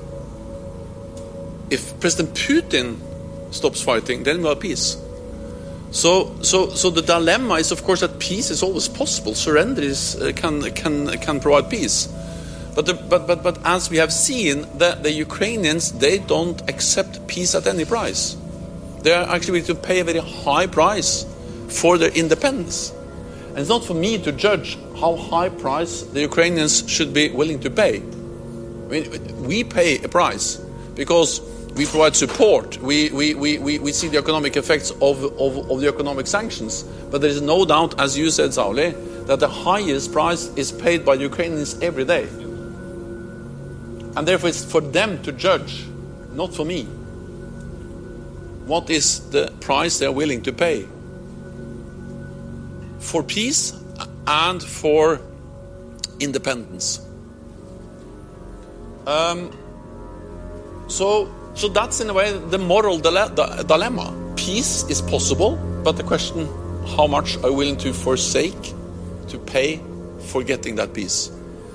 If President Putin stops fighting, then we'll have peace. So the dilemma is, of course, that peace is always possible. Surrender can provide peace, but as we have seen, the Ukrainians, they don't accept peace at any price. They are actually willing to pay a very high price for their independence. And it's not for me to judge how high price the Ukrainians should be willing to pay. I mean, we pay a price because we provide support. We see the economic effects of the economic sanctions. But there is no doubt, as you said, Sauli, that the highest price is paid by the Ukrainians every day. And therefore it's for them to judge, not for me, what is the price they are willing to pay for peace and for independence. So that's in a way the moral dilemma. Peace is possible, but the question, how much are you willing to forsake, to pay for getting that peace?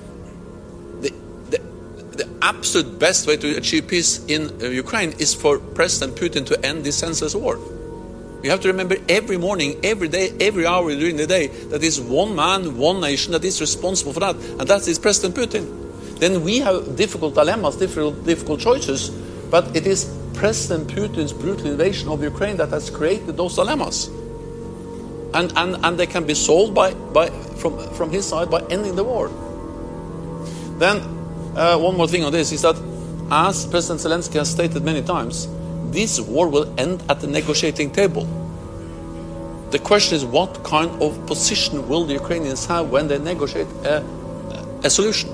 The absolute best way to achieve peace in Ukraine is for President Putin to end this senseless war. We have to remember every morning, every day, every hour during the day, that is one man, one nation that is responsible for that, and that is President Putin. Then we have difficult dilemmas, difficult choices, but it is President Putin's brutal invasion of Ukraine that has created those dilemmas. And they can be solved from his side by ending the war. Then one more thing on this is that, as President Zelensky has stated many times, this war will end at the negotiating table. The question is, what kind of position will the Ukrainians have when they negotiate a solution?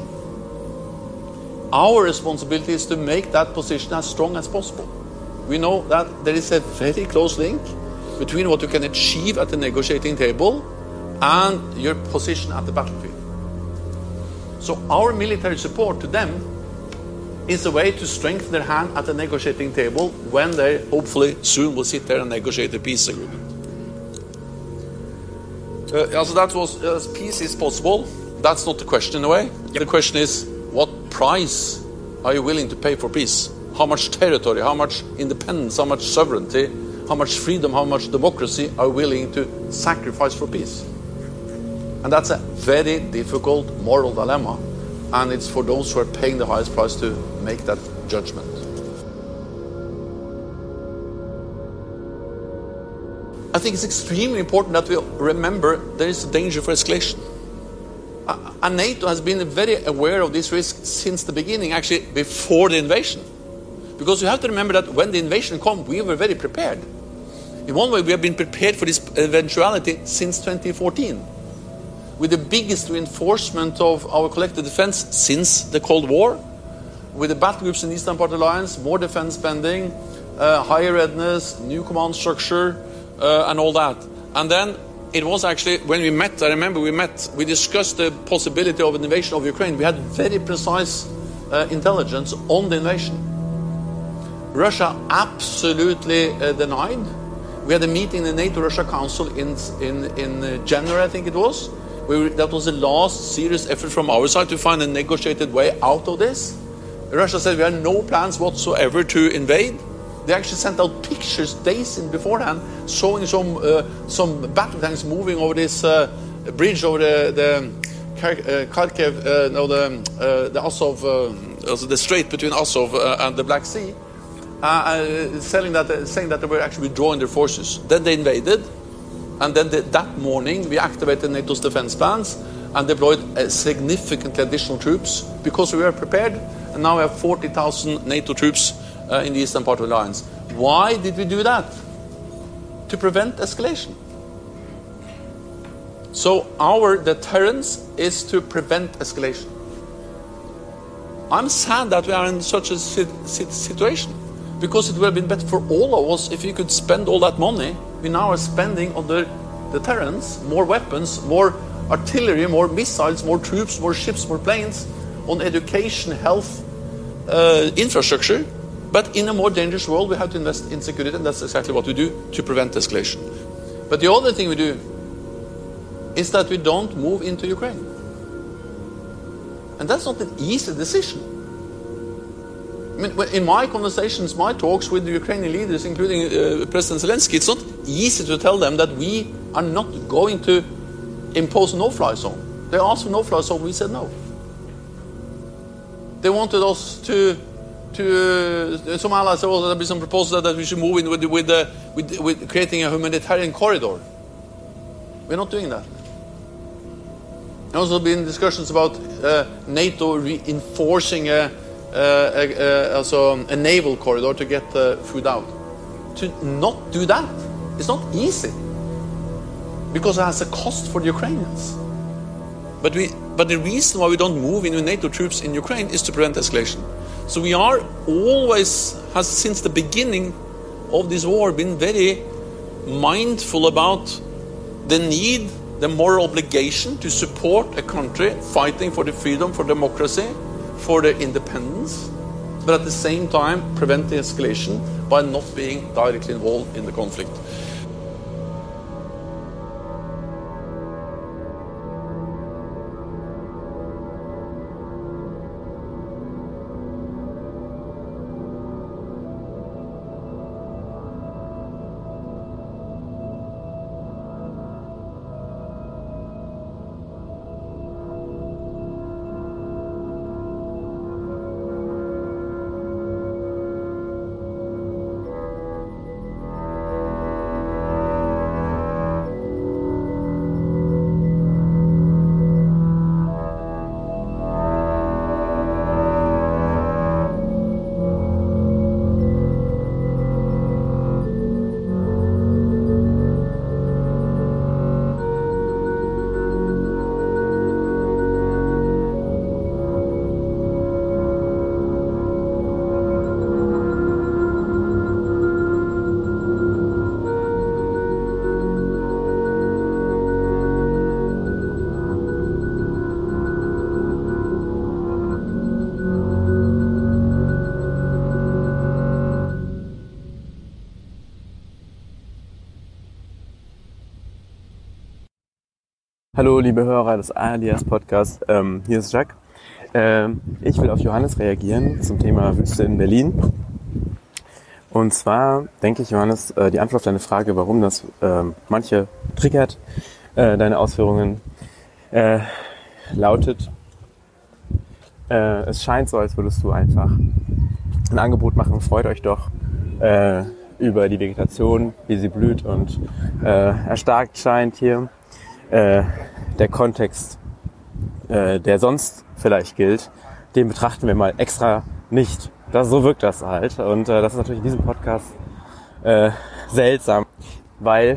Our responsibility is to make that position as strong as possible. We know that there is a very close link between what you can achieve at the negotiating table and your position at the battlefield. So our military support to them is a way to strengthen their hand at the negotiating table when they hopefully soon will sit there and negotiate a peace agreement. So that was peace is possible. That's not the question in a way. The question is, what price are you willing to pay for peace? How much territory, how much independence, how much sovereignty, how much freedom, how much democracy are you willing to sacrifice for peace? And that's a very difficult moral dilemma, and it's for those who are paying the highest price to make that judgment. I think it's extremely important that we remember there is a danger for escalation. And NATO has been very aware of this risk since the beginning, actually before the invasion. Because you have to remember that when the invasion came, we were very prepared. In one way, we have been prepared for this eventuality since 2014. With the biggest reinforcement of our collective defense since the Cold War. With the battle groups in the eastern part of the alliance, more defense spending, higher readiness, new command structure, and all that. And then it was actually, when we met, I remember we discussed the possibility of an invasion of Ukraine. We had very precise intelligence on the invasion. Russia absolutely denied. We had a meeting in the NATO-Russia Council in January, I think it was. That was the last serious effort from our side to find a negotiated way out of this. Russia said we had no plans whatsoever to invade. They actually sent out pictures days beforehand showing some battle tanks moving over this bridge over the Kharkiv, the Azov, also the strait between Azov and the Black Sea, saying that they were actually withdrawing their forces. Then they invaded, and then that morning we activated NATO's defense plans and deployed significant additional troops because we were prepared. And now we have 40,000 NATO troops in the eastern part of the alliance. Why did we do that? To prevent escalation. So our deterrence is to prevent escalation. I'm sad that we are in such a situation, because it would have been better for all of us if we could spend all that money we now are spending on the deterrence, more weapons, more artillery, more missiles, more troops, more ships, more planes, on education, health, infrastructure. But in a more dangerous world, we have to invest in security, and that's exactly what we do to prevent escalation. But the other thing we do is that we don't move into Ukraine. And that's not an easy decision. I mean, in my conversations, my talks with the Ukrainian leaders, including President Zelensky, it's not easy to tell them that we are not going to impose a no-fly zone. They asked for no-fly zone, we said no. They wanted us to some allies said, well, there'll be some proposals that we should move in with creating a humanitarian corridor. We're not doing that. There's also been discussions about NATO reinforcing a naval corridor to get food out. To not do that, it's not easy, because it has a cost for the Ukrainians. But the reason why we don't move in with NATO troops in Ukraine is to prevent escalation. So we are always, has since the beginning of this war, been very mindful about the need, the moral obligation to support a country fighting for the freedom, for democracy, for their independence, but at the same time prevent the escalation by not being directly involved in the conflict. Hallo liebe Hörer des ARD Podcasts, hier ist Jacques. Ich will auf Johannes reagieren zum Thema Wüste in Berlin. Und zwar denke ich, Johannes, die Antwort auf deine Frage, warum das manche triggert, deine Ausführungen, lautet, es scheint so, als würdest du einfach ein Angebot machen, freut euch doch über die Vegetation, wie sie blüht und erstarkt scheint hier. Der Kontext, der sonst vielleicht gilt, den betrachten wir mal extra nicht. So wirkt das halt. Und das ist natürlich in diesem Podcast seltsam, weil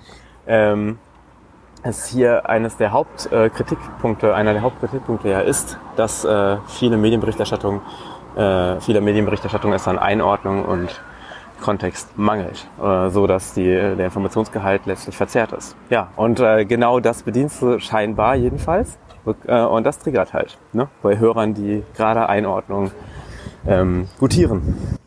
es hier einer der Hauptkritikpunkte ja ist, dass viele Medienberichterstattung es an Einordnung und Kontext mangelt, so dass der Informationsgehalt letztlich verzerrt ist. Ja, und genau das bedienst du scheinbar jedenfalls. Und das triggert halt, ne, bei Hörern, die gerade Einordnung gutieren.